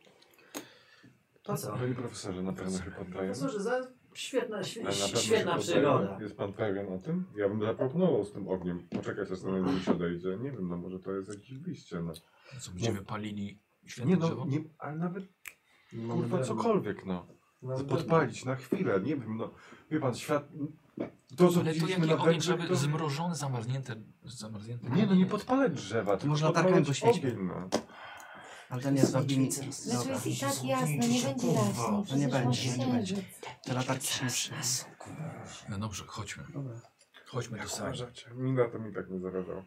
To co? Panie profesorze, na pewno się pan pewien? Profesorze, świetna, Na pewno się świetna pan przygoda. pewien? Jest pan pewien o tym? Ja bym zaproponował z tym ogniem poczekać, aż ten ogień się odejdzie. Nie wiem, no może to jest jakieś wyjście. No. Co, będziemy palili świetne Nie drzewo? no, nie, ale nawet Mamy kurwa drewno. cokolwiek, no. Mamy Podpalić na chwilę, nie wiem, no. Wie pan, świat... To, co Ale to widzieliśmy jaki na ogień węgrzech, trzeba by to... zmrożone, zamarznięte. Nie no, nie podpalać drzewa, tylko Może latarkami podpalać poświećmy. ogień, no. Ale to nie zabili. Znaczy Dobra, jest i tak jasno, nie będzie jaśniej. No nie przecież będzie, masz nie będzie. księżyc. te latarki się nie przyjmą. No dobrze, chodźmy. Dobra. Chodźmy do Jak sali. uważacie? Mina to mi tak nie zarażał.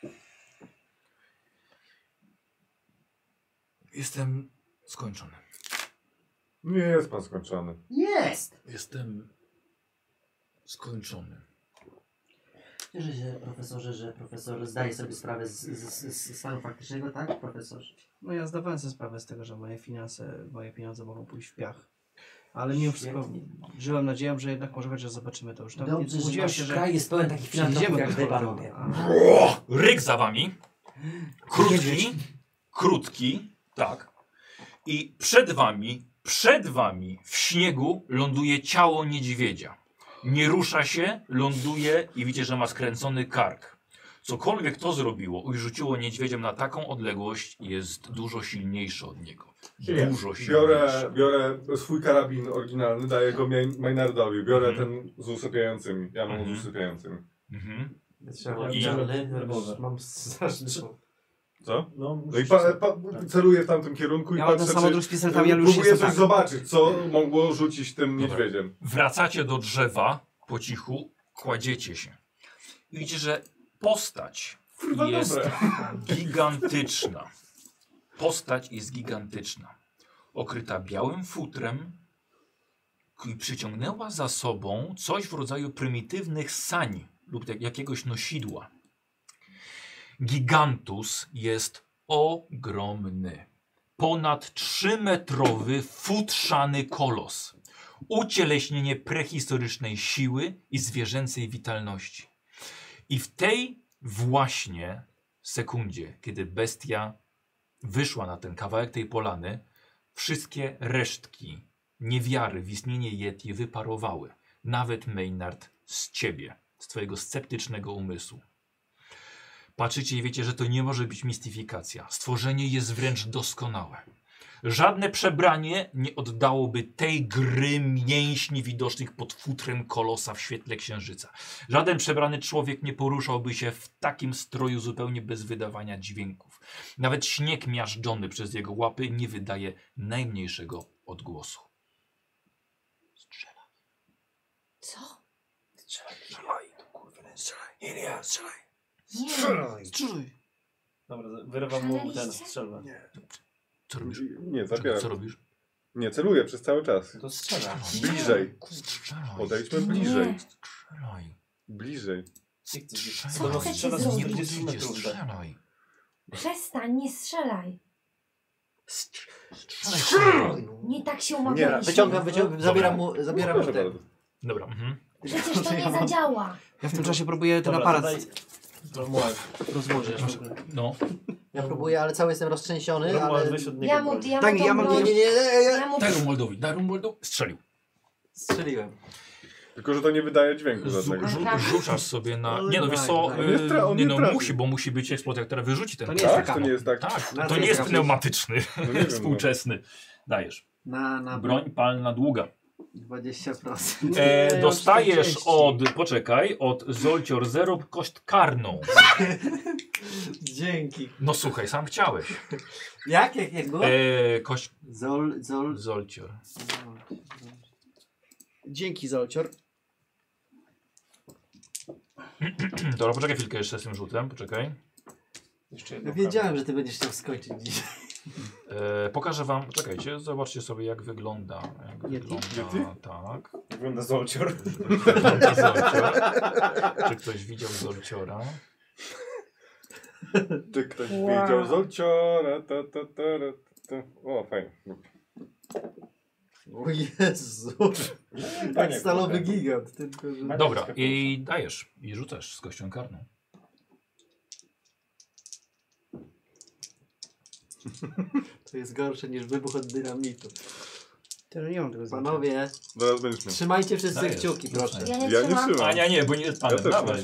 Jestem skończony. Nie jest pan skończony. Jest! Jestem skończony. Cieszę się, profesorze, że profesor zdaje sobie sprawę z stanu faktycznego, tak, profesorze? No ja zdawałem sobie sprawę z tego, że moje pieniądze mogą pójść w piach. Ale mimo wszystko Świetnie. żyłem nadzieją, że jednak może chociaż zobaczymy to już. Tam Dobrze, że budziłem nasz kraj jest pełen takich filantropów jak wy, panowie. Ryk za wami. Krótki, tak. I przed wami w śniegu ląduje ciało niedźwiedzia. Nie rusza się, ląduje i widzicie, że ma skręcony kark. Cokolwiek to zrobiło i rzuciło niedźwiedziem na taką odległość, jest dużo silniejsze od niego. Dużo silniejsze. Biorę swój karabin oryginalny, daję go Maynardowi. Biorę ten z usypiającymi. Ja mam z usypiającymi. Mhm. Trzeba I- mam straszny szok. Co? No, No i celuję w tamtym kierunku Ja i mam ten patrzę, samolot z pistoletami, ale już próbuję jestem coś tak. zobaczyć, co mogło rzucić tym niedźwiedziem. Wracacie do drzewa po cichu, kładziecie się. I widzicie, że postać Kurwa, jest dobre. gigantyczna. Postać jest gigantyczna. Okryta białym futrem i przyciągnęła za sobą coś w rodzaju prymitywnych sań lub jakiegoś nosidła. Gigantus jest ogromny. Ponad 3-metrowy, futrzany kolos. Ucieleśnienie prehistorycznej siły i zwierzęcej witalności. I w tej właśnie sekundzie, kiedy bestia wyszła na ten kawałek tej polany, wszystkie resztki niewiary w istnienie Yeti wyparowały. Nawet Maynard z ciebie, z twojego sceptycznego umysłu. Patrzycie i wiecie, że to nie może być mistyfikacja. Stworzenie jest wręcz doskonałe. Żadne przebranie nie oddałoby tej gry mięśni widocznych pod futrem kolosa w świetle księżyca. Żaden przebrany człowiek nie poruszałby się w takim stroju zupełnie bez wydawania dźwięków. Nawet śnieg miażdżony przez jego łapy nie wydaje najmniejszego odgłosu. Strzelaj. Co? Strzelaj. Strzelaj. Ilia, strzelaj. Nie. Strzelaj. Dobra, wyrywam mu ten Szaleliście? strzelbę. Co robisz? Nie, zabieram. Co robisz? Nie, celuję przez cały czas. To strzela. Bliżej. Strzelaj. Podejdźmy bliżej. Strzelaj. Bliżej. Nie chcę gdzieś. Co To no chcecie strzela z zrobić? 40 metrów. Strzelaj. Przestań, nie strzelaj. Strzelaj. Nie tak się Nie, umawialiśmy. wyciągam, zabieram mu Proszę ten. bardzo. Dobra. Mhm. Przecież to nie zadziała. Ja w tym czasie próbuję ten Dobra, aparat Romuald, rozłożyć. w ogóle. No. Ja próbuję, ale cały jestem roztrzęsiony, Romuald, ale... weź od niego Ja mu, broń. ja Tak, mu ja mam- tą broń- Nie. ja mu Daj Romualdowi. Strzelił. Strzeliłem. Tylko, że to nie wydaje dźwięku żadnego. Rzucasz sobie na... Nie no, wiesz Tak, co, tak. On nie nie no, trafi. musi być eksploatacja, która wyrzuci ten To nie jest Tak? taka. To nie jest tak. Tak, Na to co nie jest jest pneumatyczny, No nie wiem, no. współczesny. Dajesz. Na Broń palna długa. 20%. Nie, Dostajesz 40. od Zolcior 0 kość karną. Dzięki. No słuchaj, sam chciałeś. Jak było? Kość Zolcior. Dzięki, Zolcior. Dobra, poczekaj chwilkę jeszcze z tym rzutem, poczekaj. Jeszcze jedno Wiedziałem, że ty będziesz chciał skończyć dzisiaj. Pokażę wam, poczekajcie, zobaczcie sobie jak wygląda. Yeti? Tak. Wygląda Zolcior. Wygląda Zolcior. Czy ktoś widział Zolciora? Czy ktoś widział Zolciora? O, fajnie. O Jezu. Tak stalowy gigant. Tylko, że... Dobra, i dajesz. I rzucasz z kością karną. To jest gorsze niż wybuch od dynamitu. Tyle nie mam tego znaczenia. Panowie, Zaraz będziesz miał. trzymajcie wszyscy Dajesz. kciuki, proszę. Ja nie Ja nie trzymam. trzymam. Ania nie, bo nie jest panem. Ja też Dawaj.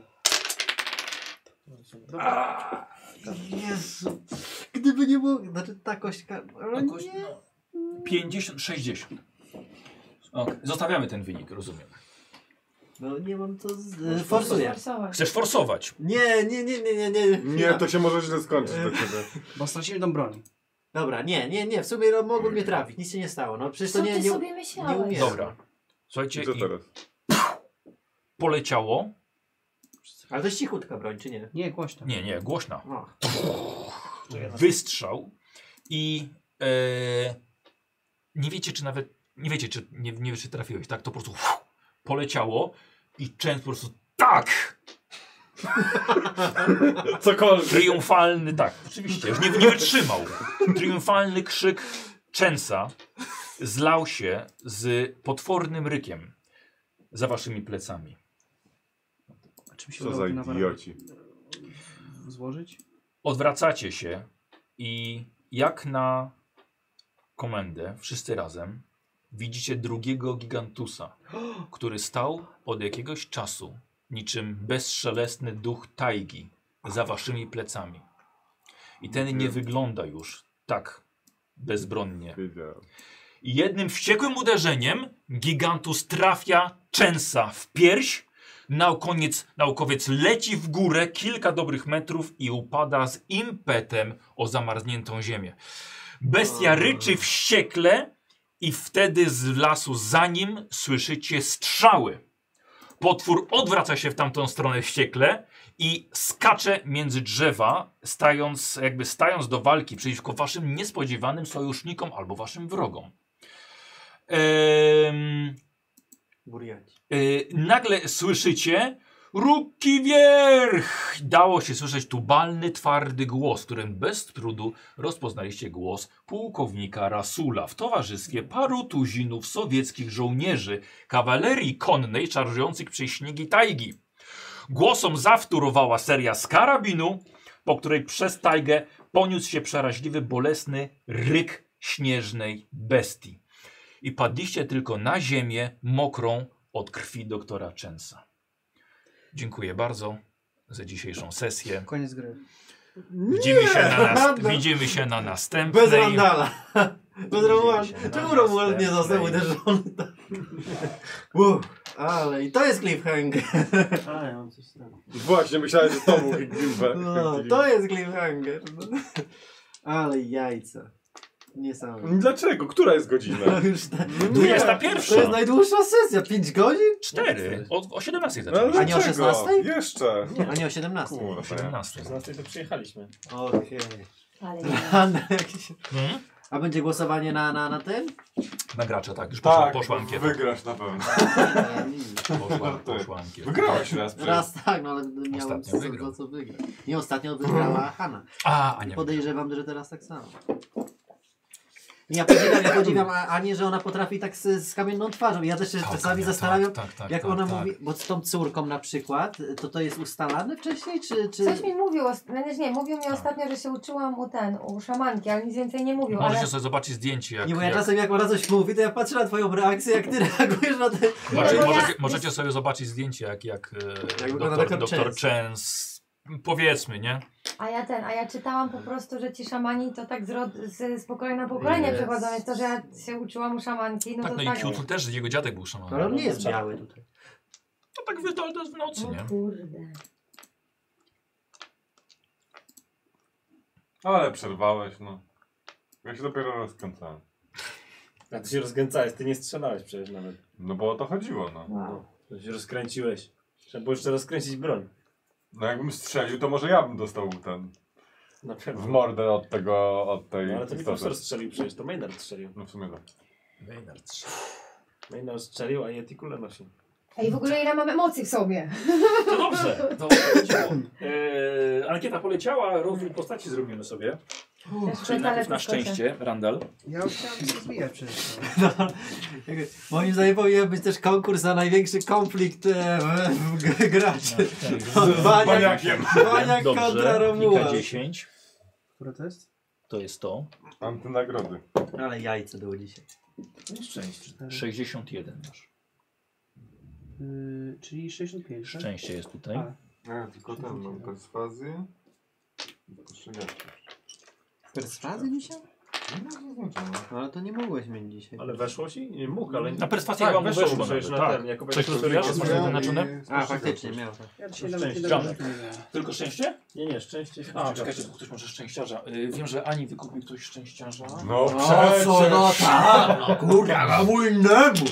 Jezu. Gdyby nie było... Znaczy ta kość... Ale Jakoś, nie. no, 50, 60. Okay. Zostawiamy ten wynik, rozumiem. No nie mam co... Forsuję. Forsować. Chcesz forsować. Nie. Nie, to się może źle skończyć do ciebie. Bo stracimy tą broń. Dobra, nie. W sumie no, mogłem mnie trafić. Nic się nie stało. No przecież to Co nie... ty nie... sobie nie myślałeś? umiem. Dobra. Słuchajcie, I co i teraz? poleciało. Ale to jest cichutka broń, czy nie? Nie, głośno. Nie, głośna. No. Wystrzał i nie wiecie, czy nawet nie wiecie, czy trafiłeś, tak? To po prostu poleciało i często po prostu tak! Cokolwiek. Triumfalny, tak, oczywiście, już nie wytrzymał. Triumfalny krzyk Częsa zlał się z potwornym rykiem za waszymi plecami. A czym się Co za udało na idioci. złożyć? Odwracacie się i jak na komendę, wszyscy razem, widzicie drugiego gigantusa, który stał od jakiegoś czasu, niczym bezszelestny duch tajgi, za waszymi plecami. I ten nie wygląda już tak bezbronnie. Wiedziałem. I jednym wściekłym uderzeniem gigantus trafia Częsa w pierś. Naukowiec leci w górę kilka dobrych metrów i upada z impetem o zamarzniętą ziemię. Bestia ryczy wściekle i wtedy z lasu za nim słyszycie strzały. Potwór odwraca się w tamtą stronę wściekle i skacze między drzewa, stając do walki przeciwko waszym niespodziewanym sojusznikom albo waszym wrogom. Buriaci. Nagle słyszycie ruki wierch! Dało się słyszeć tubalny, twardy głos, którym bez trudu rozpoznaliście głos pułkownika Rasula w towarzystwie paru tuzinów sowieckich żołnierzy kawalerii konnej szarżujących przez śniegi tajgi. Głosom zawtórowała seria z karabinu, po której przez tajgę poniósł się przeraźliwy, bolesny ryk śnieżnej bestii. I padliście tylko na ziemię mokrą od krwi doktora Częsa. Dziękuję bardzo za dzisiejszą sesję. Koniec gry. Widzimy się na następnej. Bez Randala. Bez Romuald. Widzimy się na Czemu Romuald nie został następnej. uderzony? Ale i to jest cliffhanger. A, ja mam coś tam. Właśnie, myślałem, że to był Gilbert. No, to jest cliffhanger. Ale jajca. Niesamowite. Dlaczego? Która jest godzina? No już ta, 21. To jest najdłuższa sesja. 5 godzin? 4. O 17 No, zaczęliśmy. A nie o dlaczego? 16? Jeszcze. A nie o 17. Kurwa. O 17. 16 to przyjechaliśmy. Okej. Ale Randall jakiś... Hmm? A będzie głosowanie na ten? Na gracza, tak. Już Tak, poszła ankieta. wygrasz na pewno. Poszła ankieta. Wygrałeś raz przecież. Raz tak, no ale miałem Ostatnio wygrał. co wygrać. Nie, ostatnio wygrała Hanna. A nie. Podejrzewam, że teraz tak samo. Ja podziwiam Anię, że ona potrafi tak z kamienną twarzą. Ja też się czasami zastanawiam, jak ona mówi, bo z tą córką na przykład, to jest ustalane wcześniej, czy... Coś mi mówił, mówił mi Tak. ostatnio, że się uczyłam u szamanki, ale nic więcej nie mówił. Możecie Ale sobie zobaczyć zdjęcie. Jak, Nie, bo ja czasem jak ona coś mówi, to ja patrzę na twoją reakcję, jak ty reagujesz na te... Możecie sobie zobaczyć zdjęcie, jak wygląda doktor doktor Częs, powiedzmy, nie? A ja czytałam po prostu, że ci szamani to tak z pokolenia na pokolenie Yes. przechodzą, więc to, że ja się uczyłam u szamanki, no Tak, to no tak... i Kjutl też, jego dziadek był szamanem. Ale on nie jest biały tutaj. To tak to jest w nocy, O nie? kurde. Ale przerwałeś, no. Ja się dopiero rozkręcałem. A ty się rozkręcałeś, ty nie strzelałeś przecież nawet. No bo o to chodziło, no. Wow. To się rozkręciłeś. Trzeba było jeszcze rozkręcić broń. No jakbym strzelił, to może ja bym dostał ten... Na pewno. w mordę od tej No, ale to nie istoty. profesor strzelił przecież, to Maynard strzelił. No w sumie tak. Maynard strzelił, a Yeti kulę nosi. Ej, w ogóle ile mam emocji w sobie. To dobrze, to poleciało. Ankieta poleciała, rozwój postaci zrobimy sobie. Czyli najpierw na szczęście, Randall. Ja już chciałem się rozwijać przecież. No, moim zdaniem powinien być też konkurs na największy konflikt w graczy. Baniakiem. Baniak kontra Dobrze, Romuła. Nika 10. Które to jest? To jest to. Antynagrody. Ale jajce było dzisiaj. Szczęście. 61 masz. Czyli 65, tak? Szczęście jest tutaj. A. Ja tylko ten mam perswazję. Postrzegawczość. Perswazję dzisiaj? Nie ma zaznaczone. No ale to nie mogłeś mieć dzisiaj. Ale weszło ci? Nie mógł, ale... Na perswazję tak, chyba mu weszło przecież nawet, na tak. ten, jako Coś będzie- rozwijasz? Masz Ja zaznaczone? i A, faktycznie miał. Tak. Ja dzisiaj Szczęście. nawet Janek. nie miałem. Tylko szczęście? Nie, szczęście. A, czekajcie, bo ktoś może szczęściarza. Wiem, że Ani wykupił ktoś szczęściarza. No tak? Kurwa, mój innemu!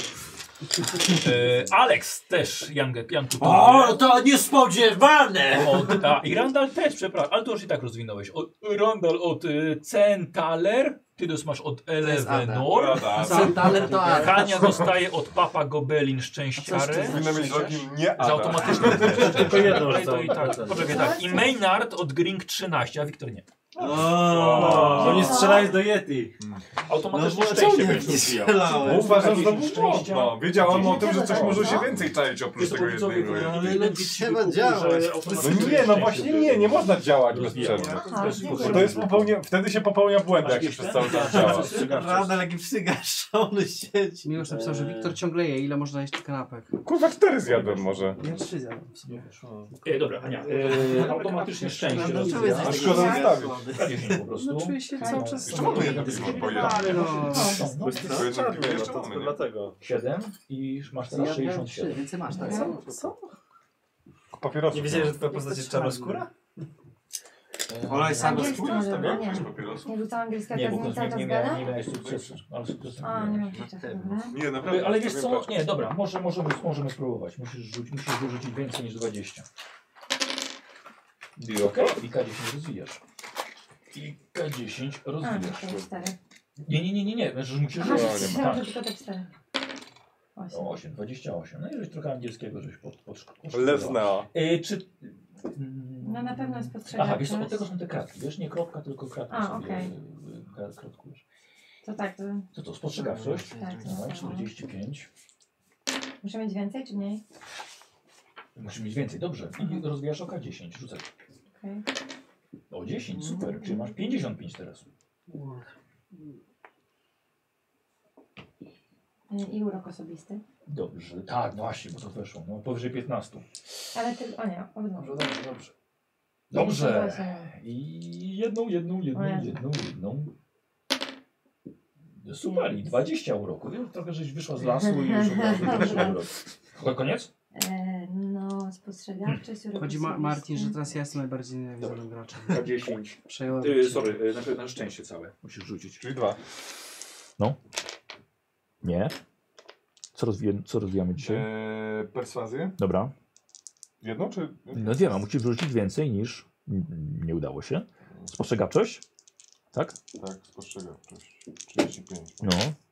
Alex też, Jan kupił. O, to niespodziewane! I Randall też, przepraszam, ale to już i tak rozwinąłeś. Randall od Centaler, ty masz od Elevenor, Centaler to Ada. Kania dostaje od Papa Gobelin szczęściarę. Powinno mieć login nie Że Ada. automatycznie Tylko jedną Ale to i tak. rzucam. Poczekaj, tak. I Maynard od Gring 13, a Wiktor nie. To nie strzelałeś do Yeti. Automatycznie No, szczęście czemu nie będzie rozwijał. Bo strzelałem? uważam, że to było Szczęścia. mocno. Wiedziałem o tym, że coś Dziesięć może się no. więcej czaić oprócz Jest to tego widzowie, jednego. Ale lepiej trzeba działać. No nie, no właśnie nie można działać bez przerwy. Aha, Bo to jest wtedy się popełnia błędy, jak się przez cały czas działa. Rada, jaki przygaszony siedzi. Miłosz napisał, że Wiktor ciągle je. Ile można jeść kanapek? Kurwa, 4 zjadłem może. Ja 3 zjadłem w sumie. Dobra, Ania. Automatycznie szczęście No, rozwija. A szkoda zostawić. K10 po prostu. No czuję się cały czas... Jeszcze mamy jedno piwo, bo jedno. Ale no... Bo jesteś czarny, Jeszcze no to mamy, tylko nie? dlatego. 7 i masz teraz 67. Więcej masz, tak? Co? Papierosów. Nie wiedziałeś, że twoja postać jest czarnoskóra? Ola jest sama Angielski skóra z może, tego? nie. Chcesz papierosów? Nie rzucałam angielskiego, Nie, bo nie cały czas gada? nie miałeś sukcesu. Ale sukcesu A, nie nie miałeś. mam sukcesu, dobra. Nie, naprawdę. Ale wiesz co? Patrz. Nie, dobra, możemy spróbować. Musisz wyrzucić więcej niż 20. I okej, i K10 rozwijasz. I K10 A, rozwijasz. to jest 4. Nie, że musisz Aha, rzucić. myślałam, Tak. że tylko te 4. 8. 8, 28. No i żeś trochę angielskiego żeś pod Lesnęła. Czy... No na pewno spostrzegam. Aha, wiesz co, od tego są te kratki. Wiesz, nie kropka, tylko kratki A, sobie okej. kratkujesz. To tak, to Co to, spostrzegawczość? Tak, Dawaj, no. 45. muszę mieć więcej czy mniej? Musisz mieć więcej, dobrze. I rozwijasz oka 10, rzucaj. Okej. O 10, super, czyli masz 55 teraz. I urok osobisty. Dobrze, tak, właśnie, bo to weszło. No, powyżej 15. Ale ty, o nie, obydwu. Dobrze. Dobrze. Właśnie. I jedną. O Jezu. Super, i 20 uroku. Wiesz, trochę żeś wyszła z lasu i już urok. Koniec? No, spostrzegawczość, urok Chodzi osobisty. Martin, że teraz ja jestem najbardziej nienawidzonym graczem. K10. Przejąłem Sorry, najpierw na szczęście całe. Musisz rzucić. Czyli 2. Nie. Co rozwijamy dzisiaj? Perswazję? Dobra. Jedną czy... No wiem, a musisz wrzucić więcej niż nie udało się. Spostrzegawczość? Tak? Tak, spostrzegawczość. 35. No.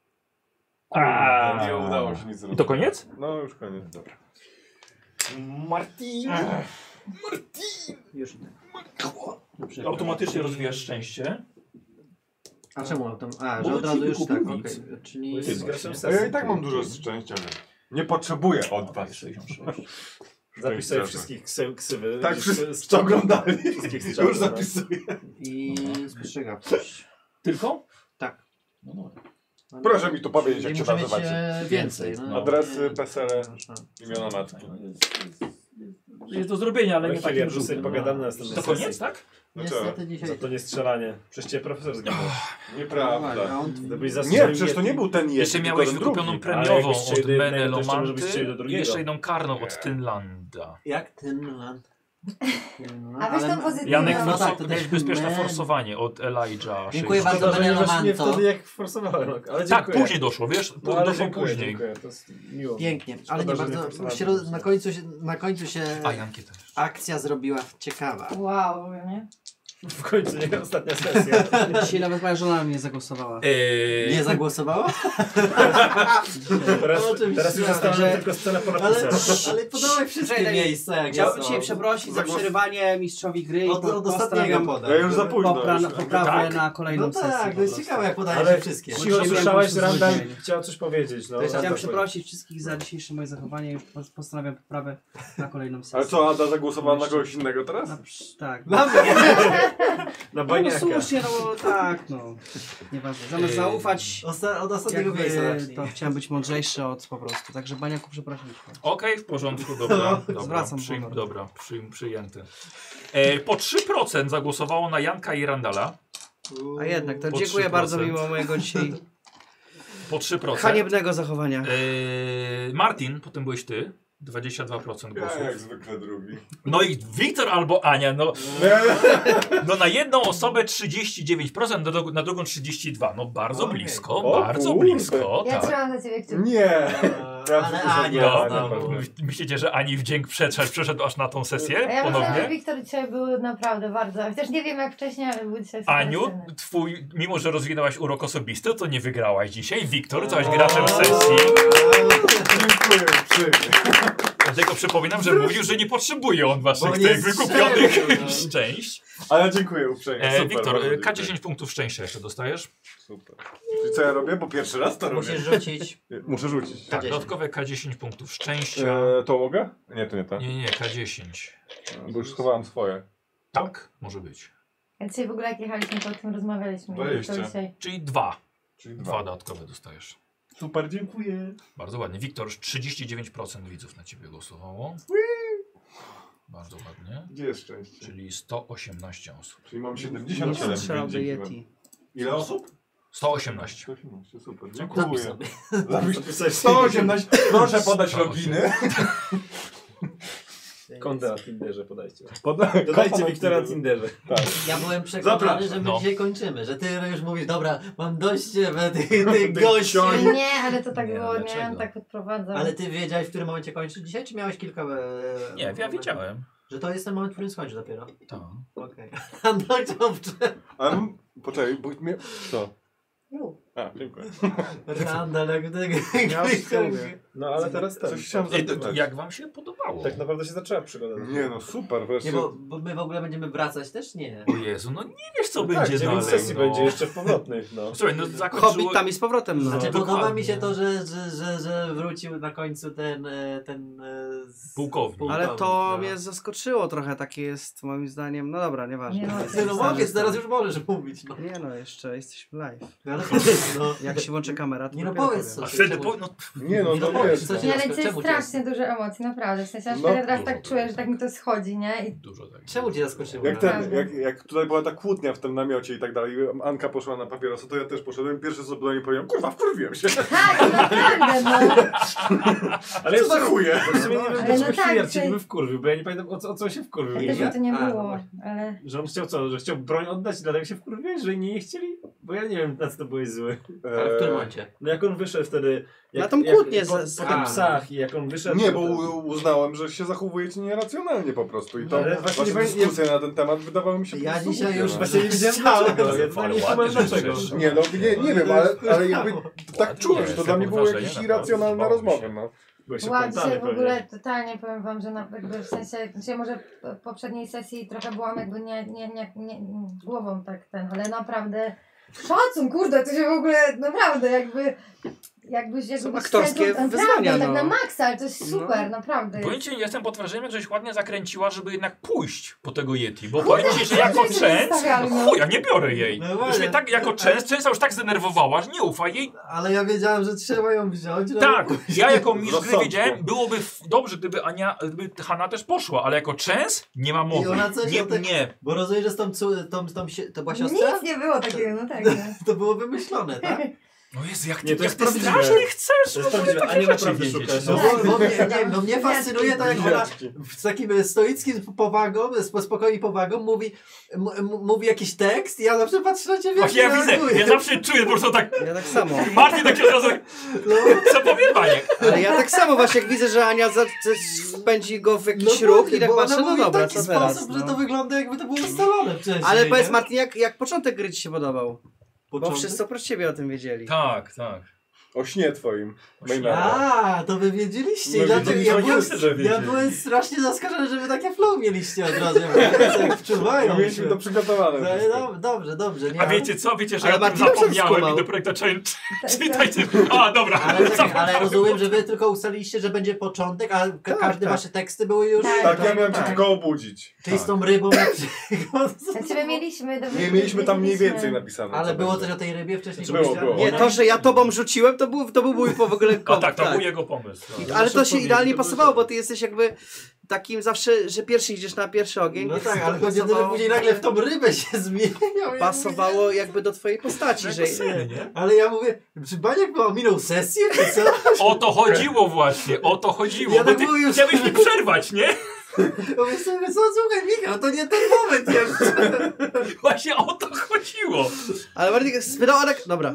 Nie udało się nic zrobić. I to koniec? No już koniec. Dobra. Martin! Już nie. Automatycznie rozwijasz szczęście. A czemu tam? A, Bo że od razu ci już wykupił tak, nic. okej. Czyli... Bo jesteś graczem A ja sesji. i tak mam dużo szczęścia, więc nie potrzebuję od was. 66. Zapisz sobie wszystkich ksywy. Tak, wszyscy oglądali. Wszystkich Już zapisuję. I spostrzegawczość. Tylko? Tak. No dobra. Proszę mi tu powiedzieć, jak Czyli się muszę mieć nazywacie. więcej. No. Adresy, PESEL, imiona matki. Jest do zrobienia, ale Ale nie nie takim tak, sobie żółtym. pogadamy na następnej To sesji. koniec, tak? Niestety dzisiaj... Za to nie strzelanie. Przecież cię profesor zginął. Nieprawda. Gdybyś Nie, przecież to nie był ten jeden, Jeszcze tylko miałeś ten wykupioną drugi. Ale premiową jakbyś strzelił od do jednego, to jeszcze może byś Menelomanty strzelił do i drugiego. jeszcze jedną karną od Tynlanda. Jak ten land? A weź tam pozytywnie. Janek, No tak, to miałeś też bezpieczne men. forsowanie od Elijah. Dziękuję 6. bardzo. Szkoda, że nie weszło mnie Menelomanto. wtedy jak forsowałem. Ale Tak, dziękuję. później doszło, wiesz? No, ale Doszło dziękuję, później. dziękuję. To jest miło. Pięknie, ale Szkoda, nie że nie bardzo. forsowałem. Na końcu się A, Janki też. akcja zrobiła ciekawa. Wow, nie? W końcu nie ostatnia sesja. Dzisiaj nawet moja żona na mnie zagłosowała. Nie zagłosowała? Teraz już została nam tylko scena po napisach. Ale podawaj wszystkie miejsca, jak Chciałbym są. dzisiaj przeprosić za przerywanie mistrzowi gry i Od ostatniego podaj. Ja już za późno. poprawę Tak? na kolejną No sesję. tak, po to jest prostu. ciekawe, jak podaje Ale się wszystkie. cicho Dzisiaj miałem słyszałeś, po prostu Randall złudzenie. chciał coś powiedzieć. No. Chciałem przeprosić wszystkich za dzisiejsze moje zachowanie i już postanawiam poprawę na kolejną sesję. Ale co, Ada zagłosowała na kogoś innego teraz? Tak. Na mnie. Na No baniaka. słusznie, no bo tak, no. Nieważne. Zamiast zaufać, Od ostatniego miejsca jakby, zacznij. to chciałem być mądrzejszy od po prostu. Także Baniaku, przepraszam. Okej, w porządku, dobra. Zwracam honor. Dobra, przyjęte. Po 3% zagłosowało na Janka i Randala. A jednak, to Po dziękuję 3%. bardzo mimo mojego dzisiaj Po 3%. haniebnego zachowania. Martin, potem byłeś ty. 22% Ja głosów. jak zwykle drugi. No i Wiktor albo Ania, no na jedną osobę 39%, na drugą 32%. No bardzo Okej. blisko, O bardzo kurde. blisko. Ja Tak. trzymam za ciebie kciuki. Nie! Ale Ania znowu. Myślicie, że Ani wdzięk przeszedł aż na tą sesję Ja myślę, że ponownie? Wiktor dzisiaj był naprawdę bardzo, chociaż nie wiem jak wcześniej, ale był dzisiaj Aniu, super. twój, mimo że rozwinęłaś urok osobisty, to nie wygrałaś dzisiaj. Wiktor, zostałaś graczem sesji. Dziękuję uprzejmie. Dlatego przypominam, że mówił, że nie potrzebuje on Bo waszych nie tych wykupionych strzelił, no. szczęść. Ale dziękuję uprzejmie. Super, Wiktor, bardzo dziękuję. K10 punktów szczęścia jeszcze dostajesz. Super. Czyli co ja robię? Bo pierwszy raz to robię. Musisz rzucić. Muszę rzucić. Tak, K10. dodatkowe K10 punktów szczęścia. To mogę? Nie, to nie to. Nie, K10. Bo już schowałem swoje. Tak, może być. Ja dzisiaj w ogóle jak jechaliśmy, to o tym rozmawialiśmy. 20. To dzisiaj. Czyli 2. Czyli 2 dodatkowe dostajesz. Super, dziękuję. Bardzo ładnie. Wiktor, 39% widzów na ciebie głosowało. Bardzo ładnie. Gdzie jest szczęście? Czyli 118 osób. Czyli mam Nie 77. strzelał do dzięki wam. Yeti. Ile osób? 118. 118, super. Zapisz Dziękuję. sobie. Zapisz 118. Proszę podać loginy. Konta na Tinderze podajcie. Konta Dodajcie na Wiktora na Tinderze. Tinderze. Tak. Ja byłem przekonany, Zapraszam. że my No. dzisiaj kończymy, że ty już mówisz, dobra, mam dość tych gości. Nie, ale to tak Nie, było, dlaczego? nie? Tak odprowadzam. Ale ty wiedziałeś, w którym momencie kończysz dzisiaj, czy miałeś kilka... Nie, ja momentów? wiedziałem. Że to jest ten moment, w którym skończysz dopiero. Tak. Okej. No dobrze. Ale poczekaj, bo mnie... Co? Ju. A, dziękuję. Randall, jak tego... No ale teraz Coś chciałem zapytać. Jak wam się podobało? Tak naprawdę się zaczęła przygoda. Nie no, super, wreszcie. Nie, bo my w ogóle będziemy wracać też? Nie. O Jezu, no nie wiesz co Tak, będzie 9 dalej. sesji no. będzie jeszcze w powrotnych, no. Słuchaj, no zakończyło... Hobbit tam i z powrotem. No. Znaczy dokładnie. podoba mi się to, że wrócił na końcu ten Pułkownik. Ale to no. mnie zaskoczyło trochę, takie jest moim zdaniem. No dobra, nieważne. Nie, no, Nie no mogę, teraz już możesz mówić. No. Nie no, jeszcze jesteśmy live. No, ale no. Jak się włączy kamera, to Nie no, dopiero powiedz powiem. A coś. wtedy no, Nie no, Nie no, to powiedz, jest. co ci Nie, ale to jest Czemu cię strasznie dużo emocji, naprawdę. W sensie aż No, teraz dużo tak czuję, że tak mi to schodzi, nie? I dużo tak. Czemu cię zaskoczyło? Jak, Naprawdę. jak tutaj była ta kłótnia w tym namiocie i tak dalej, Anka poszła na papierosa, to ja też poszedłem. Pierwsze co do niej powiedziałem, kurwa, wkurwiłem się. tak, naprawdę, no. Ale Co za chuje? w sumie nie wiem, Ale dlaczego no tak, Hilliard się czy- niby wkurwił, bo ja nie pamiętam o co się wkurwił. Też mi to nie A, no było, właśnie. ale... Że on chciał co? Że chciał broń oddać, dlatego się wkurwiłeś, że inni nie chcieli? Bo ja nie wiem, na co to byłeś zły. Ale w którym momencie? No jak on wyszedł wtedy... Jak, Na tą kłótnię po z- tym psach i jak on wyszedł... Nie, to- bo uznałem, że się zachowujecie nieracjonalnie po prostu i to Ale właśnie wasze nie wiem, dyskusje na ten temat wydawały mi się Ja po prostu dzisiaj głupie, już no. Właśnie nie wiedziałem Chciałem, dlaczego. Ja ale to nie ładnie, kumam że dlaczego. żeś- Nie no, nie wiem, ale jakby tak czułem, że to dla mnie były wrażenie, jakieś naprawdę, irracjonalne podobało mi rozmowy, się. no. Byłeś Była opętany dzisiaj w pewnie. ogóle totalnie, powiem wam, że jakby w sensie, dzisiaj może w poprzedniej sesji trochę byłam jakby nie głową tak ale naprawdę szacun, kurde, to się w ogóle naprawdę jakbyś Są aktorskie wyzwania, tak no. na maksa, ale to jest super, No. naprawdę. Powiem ci, jestem pod wrażeniem, żeś ładnie zakręciła, żeby jednak pójść po tego Yeti, bo powiem ci, że jako się częst, zostawiali, no. chuj, ja nie biorę jej. No Już właśnie. mnie tak, jako częsta już tak zdenerwowała, że nie ufa jej. Ale ja wiedziałem, że trzeba ją wziąć. no. Tak, ja jako mistrz gry Rozsądku. wiedziałem, byłoby dobrze, gdyby Hanna też poszła, ale jako częst nie ma I mowy. ona coś Nie, o tym- nie. Bo rozumiem, że to była siostra? Nic nie było takiego, no tak. No. To było wymyślone, tak? No Jezu, jak ty, Nie, to jak jest ty prawdziwe. strasznie chcesz! To jest no, prawdziwe, a takie nie rzeczy naprawdę wiedzieć, szukasz. no. Bo mnie, nie wiem, no mnie fascynuje to, jak ona Gwiazdki. z takim stoickim powagą, z spokojną powagą mówi jakiś tekst i ja zawsze patrzę na ciebie. Właśnie ja jak widzę, reaguje. ja zawsze czuję po prostu tak... Ja tak samo. Martin taki od razu... Co powie Baniek? Ale ja tak samo właśnie jak widzę, że Ania spędzi go w jakiś ruch właśnie, i tak bo patrzę, ona no mówi w dobra, taki co teraz? sposób, że No. to wygląda, jakby to było ustalone wcześniej. Ale powiedz nie? Martin, jak początek gry ci się podobał? Bo Początek? wszyscy oprócz ciebie o tym wiedzieli. Tak, tak. O śnie twoim. śnie. A, to wy wiedzieliście. My Dlatego wiedzieliśmy, ja, że ja wiedzieli. byłem strasznie zaskoczony, że wy takie flow mieliście od razu. Ja mówię, jak wczuwają No, mieliśmy się. to przygotowane. No, wszystko. dobrze. Nie, A wiecie co? Wiecie, że Ale ja o tym Martin dobrze zapomniałem skumał. i dopiero jak zacząłem czytać... A, dobra. Ale zapomniałem. rozumiem, że wy tylko ustaliliście, że będzie początek, a każde tak. wasze teksty były już... Tak, ja miałem cię tylko obudzić. Czyli z tą rybą na przykład. Znaczy my mieliśmy... Nie, mieliśmy tam mniej więcej napisane. Ale co było będzie. coś o tej rybie wcześniej? Znaczy było, powiedziałem? było. Nie, to, że ja tobą rzuciłem, to był mój w ogóle A tak, to tak. był jego pomysł. No. Ale to się Szybko idealnie wiedzieć, to pasowało, było bo ty jesteś jakby takim zawsze, że pierwszy idziesz na pierwszy ogień. No więc tak, to ale chodzi o to, że pasowało- później nagle w tą rybę się zmieniał. Ja pasowało jakby do twojej postaci, że... Syny, nie? Ale ja mówię, czy Baniak ominął sesję, czy co? O to chodziło właśnie, o to chodziło. Ja Bo tak ty mówię, chciałeś mi przerwać, nie? Mówię sobie, co, słuchaj Michał, to nie ten moment jeszcze. Właśnie o to chodziło. Ale Martin spytał, ale... Dobra.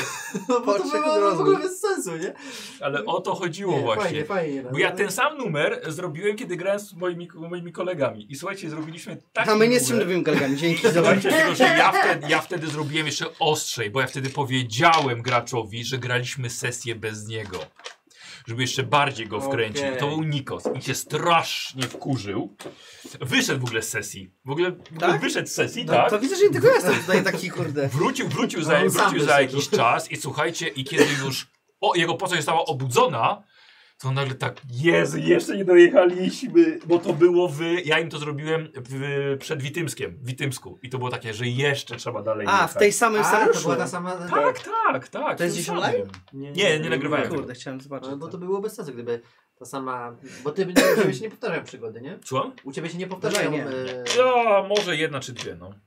No bo to Patrzę, było w ogóle bez sensu, nie? Ale o to chodziło właśnie. Fajnie. Bo ja ten sam numer zrobiłem, kiedy grałem z moimi kolegami. I słuchajcie, zrobiliśmy taki A my nie numer. jesteśmy nowymi kolegami, dzięki. Słuchajcie, tylko, że ja wtedy zrobiłem jeszcze ostrzej, bo ja wtedy powiedziałem graczowi, że graliśmy sesję bez niego. Żeby jeszcze bardziej go wkręcić. Okej. To był Nikos i się strasznie wkurzył. Wyszedł w ogóle z sesji. W ogóle Tak? wyszedł z sesji, No, tak? to widzę, że nie tylko ja jestem tutaj taki kurde. Wrócił No, on sam za wyszedł. jakiś czas i słuchajcie, i kiedy już jego postać została obudzona, to nagle tak, Jezu, jeszcze nie dojechaliśmy, bo to było ja im to zrobiłem przed Witymskiem, w Witymsku. I to było takie, że jeszcze trzeba dalej A, jechać. w tej samej A, to scenariuszu. była ta sama... Tak. To jest tym gdzieś samym. online? Nie nagrywałem tego. Kurde, chciałem zobaczyć. Bo to byłoby bez sensu, gdyby ta sama... Bo u ciebie się nie powtarzają przygody, nie? Słucham? U ciebie się nie powtarzają... Nie. Ja, może jedna czy dwie, no.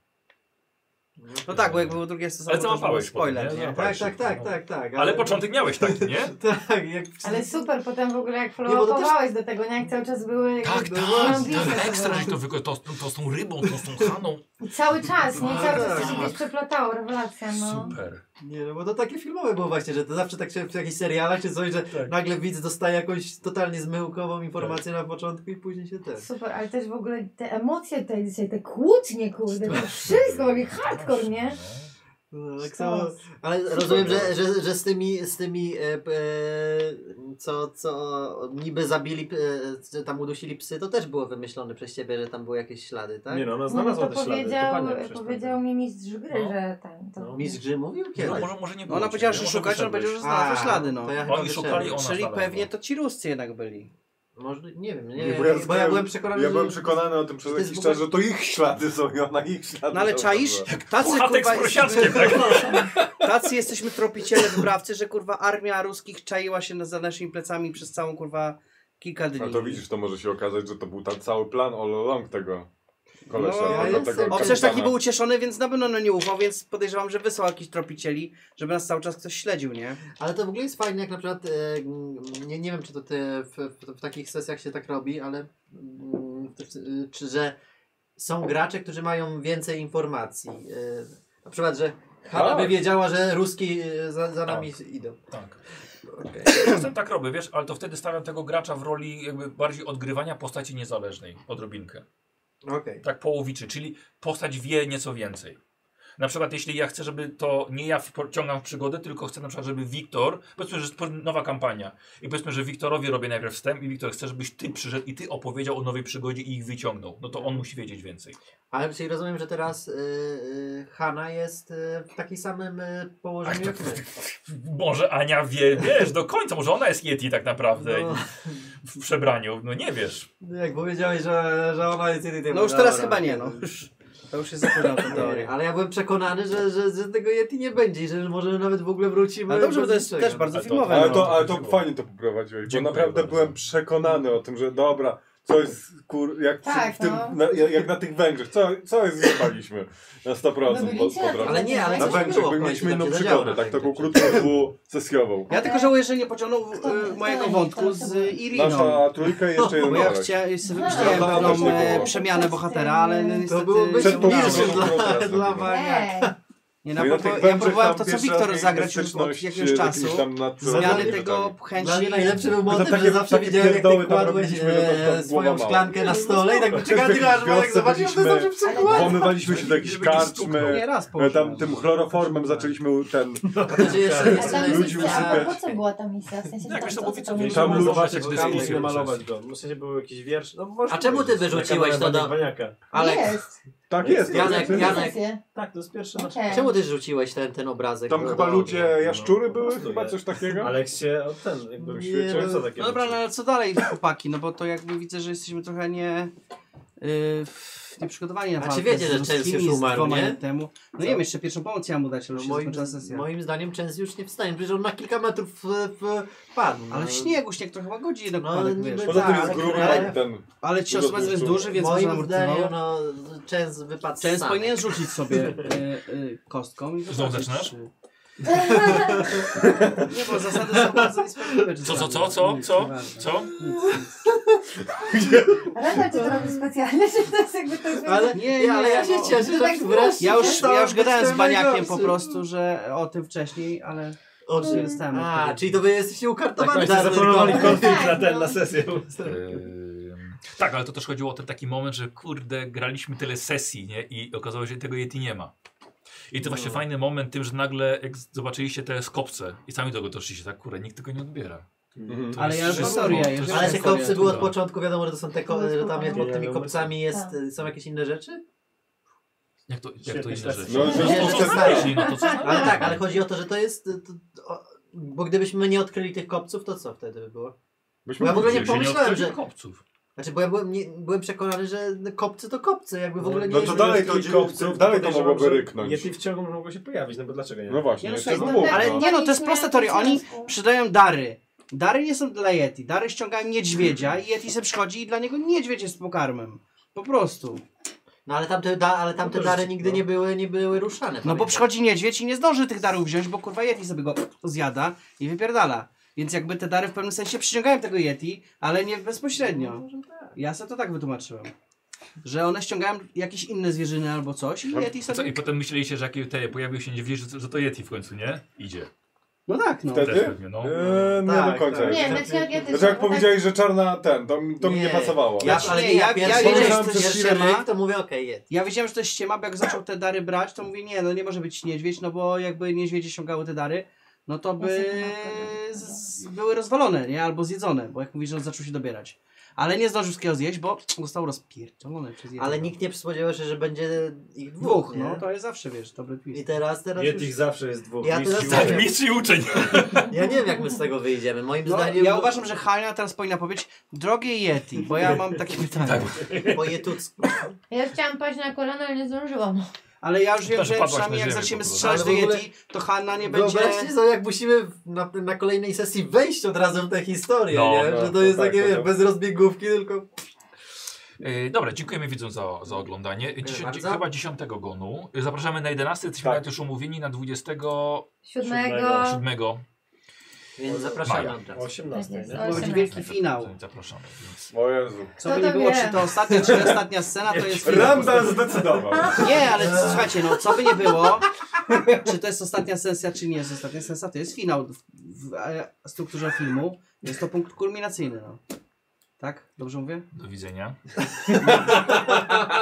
No tak, bo jak było drugie stosowanie, Ale to już był załapałeś spoiler, potem, nie? nie? Tak. Ale początek miałeś taki, nie? Tak, jak... Ale super, potem w ogóle jak Nie, bo to follow-upowałeś do tego, nie? Jak cały czas były... Tak, jakby tak, blisko ekstra, było. że to z tą rybą, to z tą Haną. I cały czas, nie? Cały czas Tak. się gdzieś przeplatało, rewelacja, no. Super. Nie, no bo to takie filmowe było właśnie, że to zawsze tak się w jakichś serialach czy coś, że Tak. nagle widz dostaje jakąś totalnie zmyłkową informację na początku i później się też. Super, ale też w ogóle te emocje tutaj dzisiaj, te kłótnie, kurde, to wszystko, jak hardcore, nie? No, tak Sztos. samo, ale rozumiem, że z tymi co niby zabili, tam udusili psy, to też było wymyślone przez ciebie, że tam były jakieś ślady, tak? Nie no, ona No, znalazła to te ślady. powiedział mi mistrz gry, No. że ten... To... No. Mistrz gry mówił kiedy? No, może nie było. Ona powiedziała, że Może szukać, on wyszedłeś. powiedział, że znalazła ślady, no. To ja chyba Oni szukali, wyszedłem. ona Czyli znalazła. pewnie to ci Ruscy jednak byli. Może, nie wiem, Bo ja byłem przekonany, Ja że... byłem przekonany o tym przez to jest jakiś w ogóle- czas, że to ich ślady są i ona ich ślady No ale czaisz? zauważyła. Tacy Puchatek z kurwa prosiaczkiem, tak? tacy jesteśmy tropiciele, wyprawcy, że kurwa armia ruskich czaiła się za naszymi plecami przez całą kurwa kilka dni. A to widzisz, to może się okazać, że to był ten cały plan all along tego kolesia. No, No, ja tego jestem- O, przecież taki kapitana. był ucieszony, więc na pewno nie ufał, więc podejrzewam, że wysłał jakichś tropicieli, żeby nas cały czas ktoś śledził, nie? Ale to w ogóle jest fajne, jak na przykład, nie wiem czy to w takich sesjach się tak robi, ale że są gracze, którzy mają więcej informacji. Na przykład, że Hanna by wiedziała, że Ruski za nami idą. Tak. Okay. Czasem tak robię, wiesz, ale to wtedy stawiam tego gracza w roli jakby bardziej odgrywania postaci niezależnej, odrobinkę. Okay. Tak połowiczy, czyli postać wie nieco więcej. Na przykład jeśli ja chcę, żeby to nie ja wciągam w przygodę, tylko chcę na przykład, żeby Wiktor, powiedzmy, że jest nowa kampania i powiedzmy, że Wiktorowi robię najpierw wstęp i Wiktor chce, żebyś ty przyszedł i ty opowiedział o nowej przygodzie i ich wyciągnął. No to on musi wiedzieć więcej. Ale czyli rozumiem, że teraz Hanna jest w takim samym położeniu jak my. Może Ania wie, wiesz, do końca, może ona jest Yeti tak naprawdę No. w przebraniu, no nie wiesz. Jak powiedziałeś, że ona jest Yeti. No już teraz chyba nie, no. To już jest zapewne ta teoria. Ale ja byłem przekonany, że tego Yeti nie będzie i że może nawet w ogóle wrócimy. Ale dobrze, bo bez to jest niczego. też bardzo Ale to- filmowe. Ale no. to, ale to fajnie to poprowadziłeś, bo Dziękuję naprawdę bardzo. byłem przekonany o tym, że dobra, Co jest, jak, Tak, w tym, no. jak na tych Węgrzech, co jest zjebaliśmy na 100% po drodze. Ale nie, ale Na coś Węgrzech było w mieliśmy końcu, inną tak się zadziało przygodę, na taką Węgrzech. krótką dwusesjową. Ja tylko żałuję, że nie pociągnął Kto- mojego kto- wątku kto- z kto- Iriną. Nasza trójka i jeszcze jeden Bo ja koleś. chciałem No, pewną to też nie było. przemianę bohatera, ale no, niestety... byłoby Przed tą bliżej grą, dla- którą teraz dla robimy. Ej, Nie, No i na tych ja Węgrzech próbowałem tam to, co pierwszy Wiktor raz zagrać już od styczność jakiegoś z czasu. jakimiś tam Zmiany nadprzyrodzenimi tego rzeczami. Dla mnie chęci... najlepszy był motyw, takie- że zawsze takie widziałem, jak ty pierdoły tam kładłeś robiliśmy, to głowa swoją mała. szklankę na stole i tak czekaliśmy, aż Marek zobaczył, to byliśmy- zawsze przykład. Włamywaliśmy się do jakiejś Żeby nie karczmy, stuknął. Nie, raz tam położyłem. tym chloroformem zaczęliśmy ten... To się jeszcze a ta Ludzi misja, a usypiać. po co była ta misja? W sensie, Jakoś co- to co mówi, to co było? wiesz, Tam można zobaczyć zobaczyć Kamień dyskusję namalować go. W sensie był jakiś wiersz. No, można A czemu ty powiedzieć, wyrzuciłeś na to do- kanale Baniaka. Ale Jest. Tak jest. Janek, tak jest. Janek. Tak, to jest pierwszy nasz. Okej. Czemu ty rzuciłeś ten obrazek? Tam do- chyba do ludzie, ognia? jaszczury No, po były, prostu chyba nie. coś takiego. Aleks się jakby Nie, wyświecił, no- co takie No dobra, no rzeczy? ale co dalej, chłopaki? No bo to jakby widzę, że jesteśmy trochę nieprzygotowani na A czy walkę wiecie, z że Częs ruskimi już z umarł, 2 nie? lat temu. No nie wiem, jeszcze pierwszą pomoc ja mu dać, ale No już się moim, skończyła sesja. moim zdaniem Częs już nie wstanie, przecież on na kilka metrów padł. Ale w śniegu, śnieg to chyba godzi jednak niby wiesz. Poza tym tak, jest gruby, ale- ten... Ale cios Dużo jest tłuszczu. duży, więc może moim zdaniem amortyzował. no Częs wypadł Często sam. powinien rzucić sobie kostką i Znowu zobaczyć, zaczynasz? czy- Nie, bo zasady są bardzo niesprawiedliwe. Co? Rafał, czy to robi specjalnie, czy to jest jakby to jest... Ale, Nie, ale ja nie, się bo- cieszę, że tak wreszcie Ja już przestałem gadałem być z ten Baniakiem najgorszy. po prostu, że o tym wcześniej, ale O nie dostałem A, odpowiedzi. czyli to wy jesteście Tak, ukartowani. właśnie na zaplanowali ten konflikt Tak, na no. na sesję. Tak, ale to też chodziło o ten taki moment, że kurde, graliśmy tyle sesji, nie? I okazało się, że tego Yeti nie ma. I to właśnie fajny moment tym, że nagle jak zobaczyliście te skopce i sami do tego doszliście, tak kurde, nikt tego nie odbiera. Mhm. To Ale jest ja już wszystko- historię, to jest już Ale te wszystko- kopce były od tego. początku, wiadomo, że to są te że tam jest pod tymi kopcami jest, są jakieś inne rzeczy? Jak to Świetnie inne śledztwo. rzeczy? No, Nie, że że to to przez- staje. No to co? Ale tak, ale chodzi o to, że to jest... bo gdybyśmy nie odkryli tych kopców, to co wtedy by było? Byśmy Ja w ogóle nie Się pomyślałem, odkryli że... kopców. Znaczy, bo ja byłem przekonany, że kopcy to kopcy, jakby w ogóle nie... No to dalej tych kopców, dalej to mogłoby ryknąć. Yeti w ciągu mogło się pojawić, no bo dlaczego nie? No właśnie, Nie, no jeszcze słuchaj, było. ale to. nie no, to jest prosta teoria. Oni przydają dary. Dary nie są dla Yeti. Dary ściągają niedźwiedzia i Yeti se przychodzi i dla niego niedźwiedź jest pokarmem. Po prostu. No ale tamte to dary życie, nigdy no. nie były ruszane. No bo pamiętam. przychodzi niedźwiedź i nie zdąży tych darów wziąć, bo kurwa Yeti sobie go zjada i wypierdala. Więc jakby te dary w pewnym sensie przyciągają tego Yeti, ale nie bezpośrednio. Ja sobie to tak wytłumaczyłem. Że one ściągają jakieś inne zwierzyny albo coś i Yeti Co, sobie... I potem myśleliście, że jak pojawił się niedźwiedź, że to Yeti w końcu, nie? Idzie. No tak, no. Wtedy? Też pewnie, no. Nie Tak, do końca. tak. Nie, jeszcze. znaczy ja też... Znaczy jak powiedziałeś, że czarna ten, to mi nie pasowało. Ja- ale nie, ja pierwszy wiedziałem, że to jest pierwszy ściema. ryk, to mówię okej, jest. Ja wiedziałem, że to jest ściema, bo jak zaczął te dary brać, to mówię, nie, no nie może być niedźwiedź, no bo jakby niedźwiedzie ściągały te dary, no to by były rozwalone, nie? Albo zjedzone, bo jak mówisz, że on zaczął się dobierać. Ale nie zdążył wszystkiego zjeść, bo został rozpierdolony przez Yeti. Ale nikt nie spodziewał się, że będzie ich Dwóch, nie? no to jest zawsze, wiesz, dobry I twist. teraz Yeti już... zawsze jest dwóch. Ja mistrz teraz i tak, uczeń. Mistrz i uczeń. Ja nie wiem, jak my z tego wyjdziemy. Moim No, zdaniem... ja uważam, że Hania teraz powinna powiedzieć, drogie Yeti, bo ja mam takie pytanie. Po jetucku. Ja już chciałam paść na kolana, ale nie zdążyłam. Ale ja już wiem, Też że padłaś przynajmniej na jak ziemię zaczniemy po prostu. strzelać do Ale w ogóle- Yeti, to Hanna nie będzie... Wyobraźcie sobie, jak musimy na kolejnej sesji wejść od razu w tę historię, No, nie? no, Że to to jest tak, takie, no wiesz, to- bez rozbiegówki, tylko... Dobra, dziękujemy widzom za oglądanie. bardzo. Chyba 10 gonu. Zapraszamy na 11, jesteśmy Tak. nawet już umówieni na 27. 7. Więc zapraszamy Maja. od razu. 18, Tak jest. nie? To będzie wielki finał. Zapraszamy. Więc... O Jezu. Co by Kto nie to było, wie? czy to ostatnia, czy nie ostatnia scena, to jest finał. Randall zdecydował. Nie, ale słuchajcie, no co by nie było, czy to jest ostatnia sesja, czy nie jest ostatnia sesja, to jest finał w strukturze filmu. Jest to punkt kulminacyjny, no. Tak? Dobrze mówię? Do widzenia.